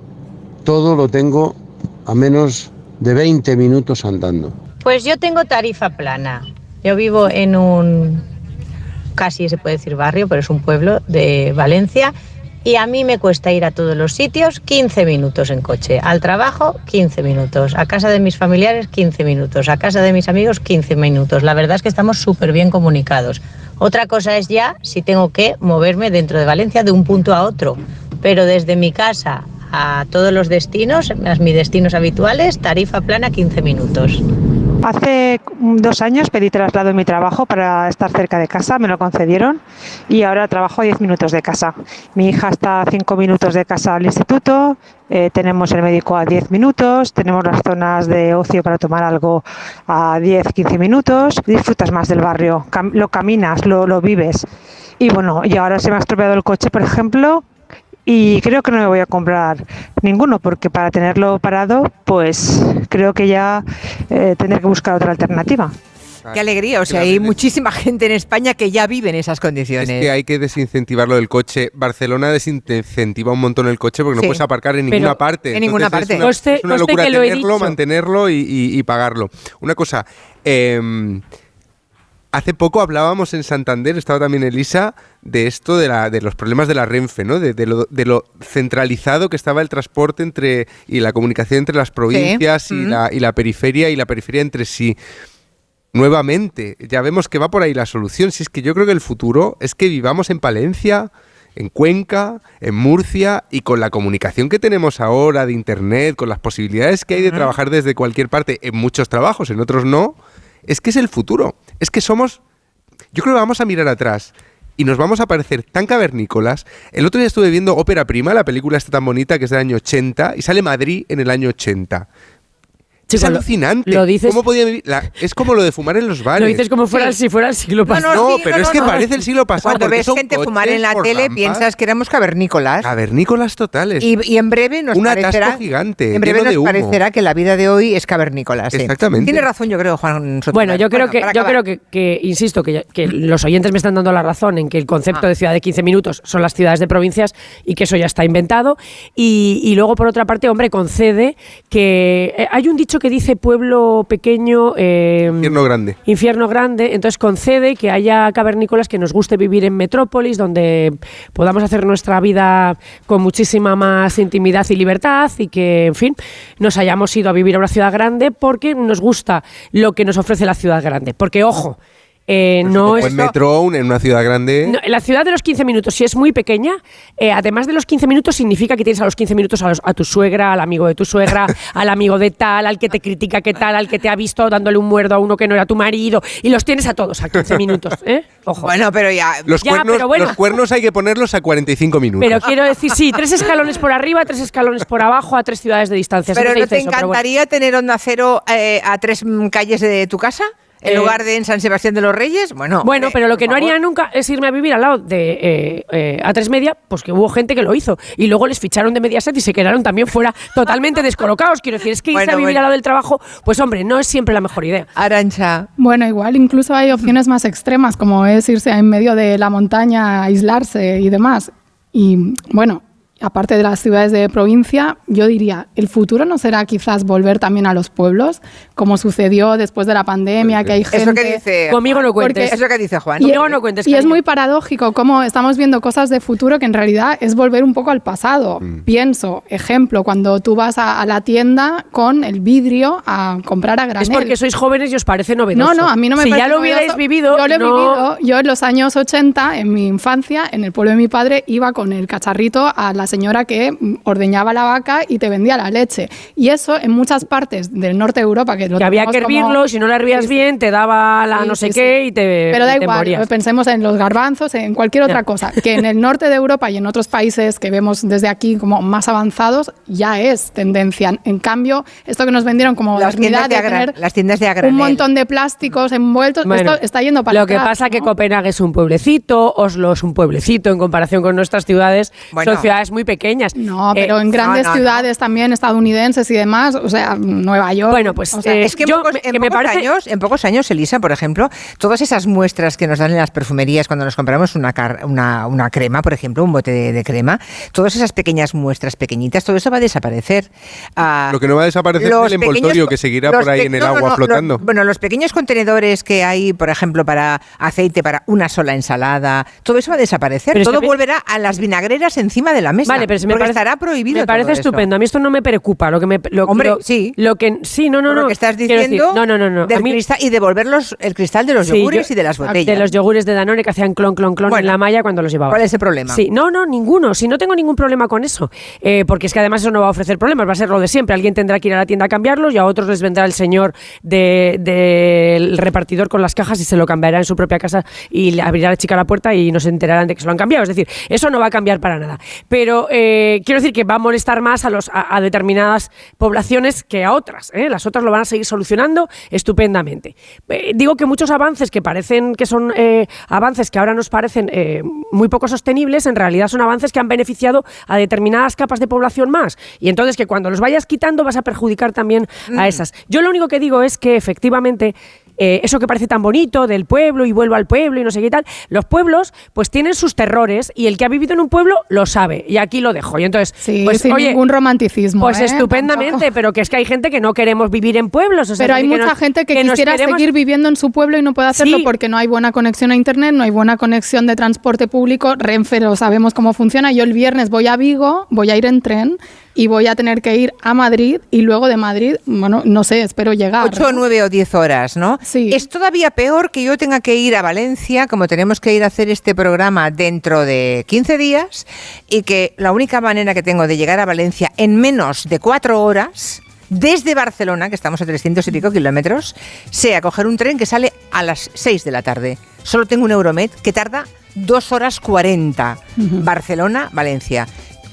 Todo lo tengo a menos de veinte minutos andando. Pues yo tengo tarifa plana. Yo vivo en un, casi se puede decir barrio, pero es un pueblo de Valencia, y a mí me cuesta ir a todos los sitios quince minutos en coche. Al trabajo, quince minutos. A casa de mis familiares, quince minutos. A casa de mis amigos, quince minutos. La verdad es que estamos súper bien comunicados. Otra cosa es ya si tengo que moverme dentro de Valencia de un punto a otro. Pero desde mi casa a todos los destinos, a mis destinos habituales, tarifa plana quince minutos. Hace dos años pedí traslado en mi trabajo para estar cerca de casa, me lo concedieron y ahora trabajo a diez minutos de casa. Mi hija está a cinco minutos de casa al instituto, eh, tenemos el médico a diez minutos, tenemos las zonas de ocio para tomar algo a diez a quince minutos. Disfrutas más del barrio, cam- lo caminas, lo, lo vives. Y bueno, y ahora se me ha estropeado el coche, por ejemplo, y creo que no me voy a comprar ninguno porque para tenerlo parado pues creo que ya eh, tendré que buscar otra alternativa. Qué alegría, o sea, hay muchísima gente en España que ya vive en esas condiciones. Es que hay que desincentivar lo del coche. Barcelona desincentiva un montón el coche porque sí. No puedes aparcar en ninguna Pero parte. En ninguna Entonces parte. Es una, Coste, es una coste locura que lo he tenerlo, dicho. mantenerlo y, y, y pagarlo. Una cosa, eh, hace poco hablábamos en Santander, estaba también Elisa, de esto de, la, de los problemas de la Renfe, ¿no? De, de, lo, de lo centralizado que estaba el transporte entre y la comunicación entre las provincias sí. y, mm. la, y la periferia y la periferia entre sí. Nuevamente, ya vemos que va por ahí la solución. Si es que yo creo que el futuro es que vivamos en Palencia, en Cuenca, en Murcia, y con la comunicación que tenemos ahora de internet, con las posibilidades que hay de uh-huh. trabajar desde cualquier parte, en muchos trabajos, en otros no, es que es el futuro. Es que somos... Yo creo que vamos a mirar atrás y nos vamos a parecer tan cavernícolas. El otro día estuve viendo Ópera Prima, la película está tan bonita que es del año ochenta, y sale Madrid en el año ochenta. Es alucinante. Lo dices, ¿Cómo podía vivir? La, es como lo de fumar en los bares. Lo dices como fuera, sí. si fuera el siglo pasado. No, no, sí, pero no, es no, que no, parece el siglo pasado. Cuando ves gente fumar en la tele, rampas, piensas que éramos cavernícolas. Cavernícolas totales. Y, y en breve nos Un parecerá... atasco gigante, en breve nos parecerá que la vida de hoy es cavernícola. Sí. Exactamente. Tiene razón, yo creo, Juan Soto. Bueno, yo creo bueno, que, yo creo que, que insisto, que, que los oyentes me están dando la razón en que el concepto ah. de ciudad de quince minutos son las ciudades de provincias y que eso ya está inventado. Y, y luego, por otra parte, hombre, concede que... Eh, hay un dicho que dice pueblo pequeño... Eh, infierno grande. Infierno grande. Entonces concede que haya cavernícolas que nos guste vivir en metrópolis, donde podamos hacer nuestra vida con muchísima más intimidad y libertad y que, en fin, nos hayamos ido a vivir a una ciudad grande porque nos gusta lo que nos ofrece la ciudad grande. Porque, ojo... Eh, no es metro en una ciudad grande. No, la ciudad de los quince minutos, si es muy pequeña, eh, además de los quince minutos, significa que tienes a los quince minutos a, los, a tu suegra, al amigo de tu suegra, al amigo de tal, al que te critica que tal, al que te ha visto dándole un muerdo a uno que no era tu marido, y los tienes a todos a quince minutos. ¿eh? Ojo. Bueno, pero ya. Los, ya, cuernos, pero bueno. los cuernos hay que ponerlos a cuarenta y cinco minutos. Pero quiero decir, sí, tres escalones por arriba, tres escalones por abajo, a tres ciudades de distancia. Pero ¿no te eso, encantaría pero bueno. tener Onda Cero eh, a tres calles de tu casa? ¿En eh, lugar de en San Sebastián de los Reyes? Bueno, bueno eh, pero lo que no haría nunca es irme a vivir al lado de eh, eh, A tres Media, pues que hubo gente que lo hizo. Y luego les ficharon de Mediaset y se quedaron también fuera totalmente descolocados. Quiero decir, es que irse bueno, a vivir bueno. al lado del trabajo, pues hombre, no es siempre la mejor idea. Arantxa. Bueno, igual incluso hay opciones más extremas, como es irse en medio de la montaña, aislarse y demás. Y bueno... Aparte de las ciudades de provincia, yo diría, ¿el futuro no será quizás volver también a los pueblos? Como sucedió después de la pandemia, que hay gente... Eso que dice... Conmigo no cuentes. Eso que dice Juan. Y, Conmigo no cuentes, y es muy paradójico cómo estamos viendo cosas de futuro que en realidad es volver un poco al pasado. Mm. Pienso, ejemplo, cuando tú vas a, a la tienda con el vidrio a comprar a granel. Es porque sois jóvenes y os parece novedoso. No, no, a mí no me si parece ya lo hubierais novedoso. vivido... Yo lo he no... vivido. Yo en los años ochenta, en mi infancia, en el pueblo de mi padre, iba con el cacharrito a la señora que... ordeñaba la vaca y te vendía la leche. Y eso en muchas partes del norte de Europa, que, lo que había que hervirlo, como... si no la hervías bien, te daba la sí, no sé sí, qué sí. y te Pero da te igual, morías. Pensemos en los garbanzos, en cualquier otra cosa. Que en el norte de Europa y en otros países que vemos desde aquí como más avanzados, ya es tendencia. En cambio, esto que nos vendieron como las tiendas de, de tener las tiendas de a granel. Un montón de plásticos envueltos, bueno, esto está yendo para Lo que atrás, pasa es ¿no? que Copenhague es un pueblecito, Oslo es un pueblecito en comparación con nuestras ciudades. Bueno, son ciudades muy pequeñas. No, pero eh, en grandes no, no, ciudades no. también estadounidenses y demás, o sea, Nueva York. Bueno, pues o sea, eh, es que en, yo, pocos, me, en, que pocos me parece... años, en pocos años, Elisa, por ejemplo, todas esas muestras que nos dan en las perfumerías cuando nos compramos una, car una, una crema, por ejemplo, un bote de, de crema, todas esas pequeñas muestras pequeñitas, todo eso va a desaparecer. Uh, Lo que no va a desaparecer es el envoltorio que seguirá por ahí en el no, agua no, no, flotando. Los, bueno, los pequeños contenedores que hay, por ejemplo, para aceite, para una sola ensalada, todo eso va a desaparecer. Pero todo volverá a las vinagreras encima de la mesa. Vale, pero si me porque parece, estará prohibido. Me parece estupendo. Eso. A mí esto no me preocupa. Lo que me, lo, Hombre, lo, sí. Lo que, sí, no, no, no. Lo que estás diciendo decir, no, no, no, no. Del a mí, cristal, y devolver los, el cristal de los sí, yogures yo, y de las botellas. De los yogures de Danone que hacían clon, clon, clon bueno, en la malla cuando los llevaba. ¿Cuál es el problema? Sí, no, no, ninguno. Si no tengo ningún problema con eso. Eh, porque es que además eso no va a ofrecer problemas. Va a ser lo de siempre. Alguien tendrá que ir a la tienda a cambiarlos y a otros les vendrá el señor del de, de repartidor con las cajas y se lo cambiará en su propia casa y le abrirá la chica la puerta y no se enterarán de que se lo han cambiado. Es decir, eso no va a cambiar para nada. Pero eh, quiero decir que va a molestar más a, los, a, a determinadas poblaciones que a otras. ¿eh? Las otras lo van a seguir solucionando estupendamente. Eh, digo que muchos avances que parecen que son eh, avances que ahora nos parecen eh, muy poco sostenibles, en realidad son avances que han beneficiado a determinadas capas de población más. Y entonces que cuando los vayas quitando vas a perjudicar también mm. a esas. Yo lo único que digo es que efectivamente Eh, eso que parece tan bonito del pueblo y vuelvo al pueblo y no sé qué tal, los pueblos pues tienen sus terrores y el que ha vivido en un pueblo lo sabe y aquí lo dejo y entonces sí, pues, sin oye, ningún romanticismo pues ¿eh? estupendamente, Tampoco. Pero que es que hay gente que no queremos vivir en pueblos, o sea, pero hay que mucha nos, gente que, que quisiera queremos... seguir viviendo en su pueblo y no puede hacerlo sí. porque no hay buena conexión a internet, no hay buena conexión de transporte público. Renfe lo sabemos cómo funciona. Yo el viernes voy a Vigo, voy a ir en tren y voy a tener que ir a Madrid y luego de Madrid, bueno, no sé, espero llegar. Ocho, ¿no? nueve o diez horas, ¿no? Sí. Es todavía peor que yo tenga que ir a Valencia, como tenemos que ir a hacer este programa dentro de quince días, y que la única manera que tengo de llegar a Valencia en menos de cuatro horas, desde Barcelona, que estamos a trescientos y pico kilómetros, sea coger un tren que sale a las seis de la tarde. Solo tengo un Euromed que tarda dos horas cuarenta. Uh-huh. Barcelona, Valencia.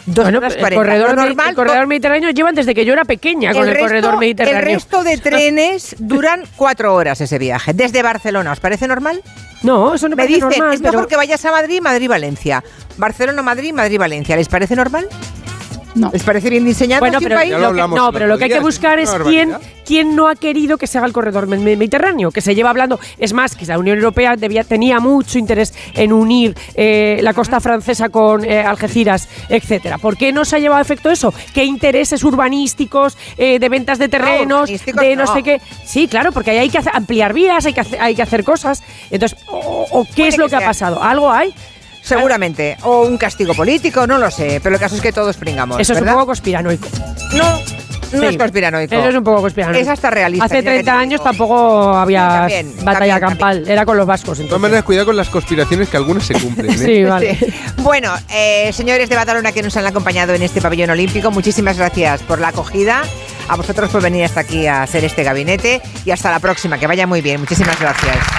dos bueno, horas el cuarenta. corredor, Lo normal, el corredor mediterráneo llevan desde que yo era pequeña con el, resto, corredor mediterráneo. El resto de trenes duran cuatro horas ese viaje, desde Barcelona. ¿Os parece normal? No, eso no me parece dicen, normal. es mejor pero... que vayas a Madrid, Madrid-Valencia. Barcelona-Madrid, Madrid-Valencia. ¿Les parece normal? No. ¿Les parece bien diseñado Bueno, así pero, un país? lo que, no, pero lo que hay que buscar es quién, quién no ha querido que se haga el corredor mediterráneo, que se lleva hablando. Es más, que la Unión Europea debía, tenía mucho interés en unir eh, la costa francesa con eh, Algeciras, etcétera. ¿Por qué no se ha llevado a efecto eso? ¿Qué intereses urbanísticos, eh, de ventas de terrenos, no, de no, no sé qué? Sí, claro, porque ahí hay que hacer, ampliar vías, hay que hacer, hay que hacer cosas. Entonces, o, o ¿qué Puede es lo que que ha sea. pasado? ¿Algo hay? Seguramente. O un castigo político, no lo sé. Pero el caso es que todos pringamos. Eso ¿verdad? es un poco conspiranoico. No, no Sí. es conspiranoico. Eso es un poco conspiranoico. Es hasta realista. Hace ya que treinta te años digo. tampoco había También, batalla también, campal. Era con los vascos. De todas Entonces. maneras, cuidado con las conspiraciones que algunas se cumplen. ¿eh? Sí, vale. Sí. Bueno, eh, señores de Badalona que nos han acompañado en este pabellón olímpico, muchísimas gracias por la acogida. A vosotros por venir hasta aquí a hacer este gabinete. Y hasta la próxima. Que vaya muy bien. Muchísimas gracias.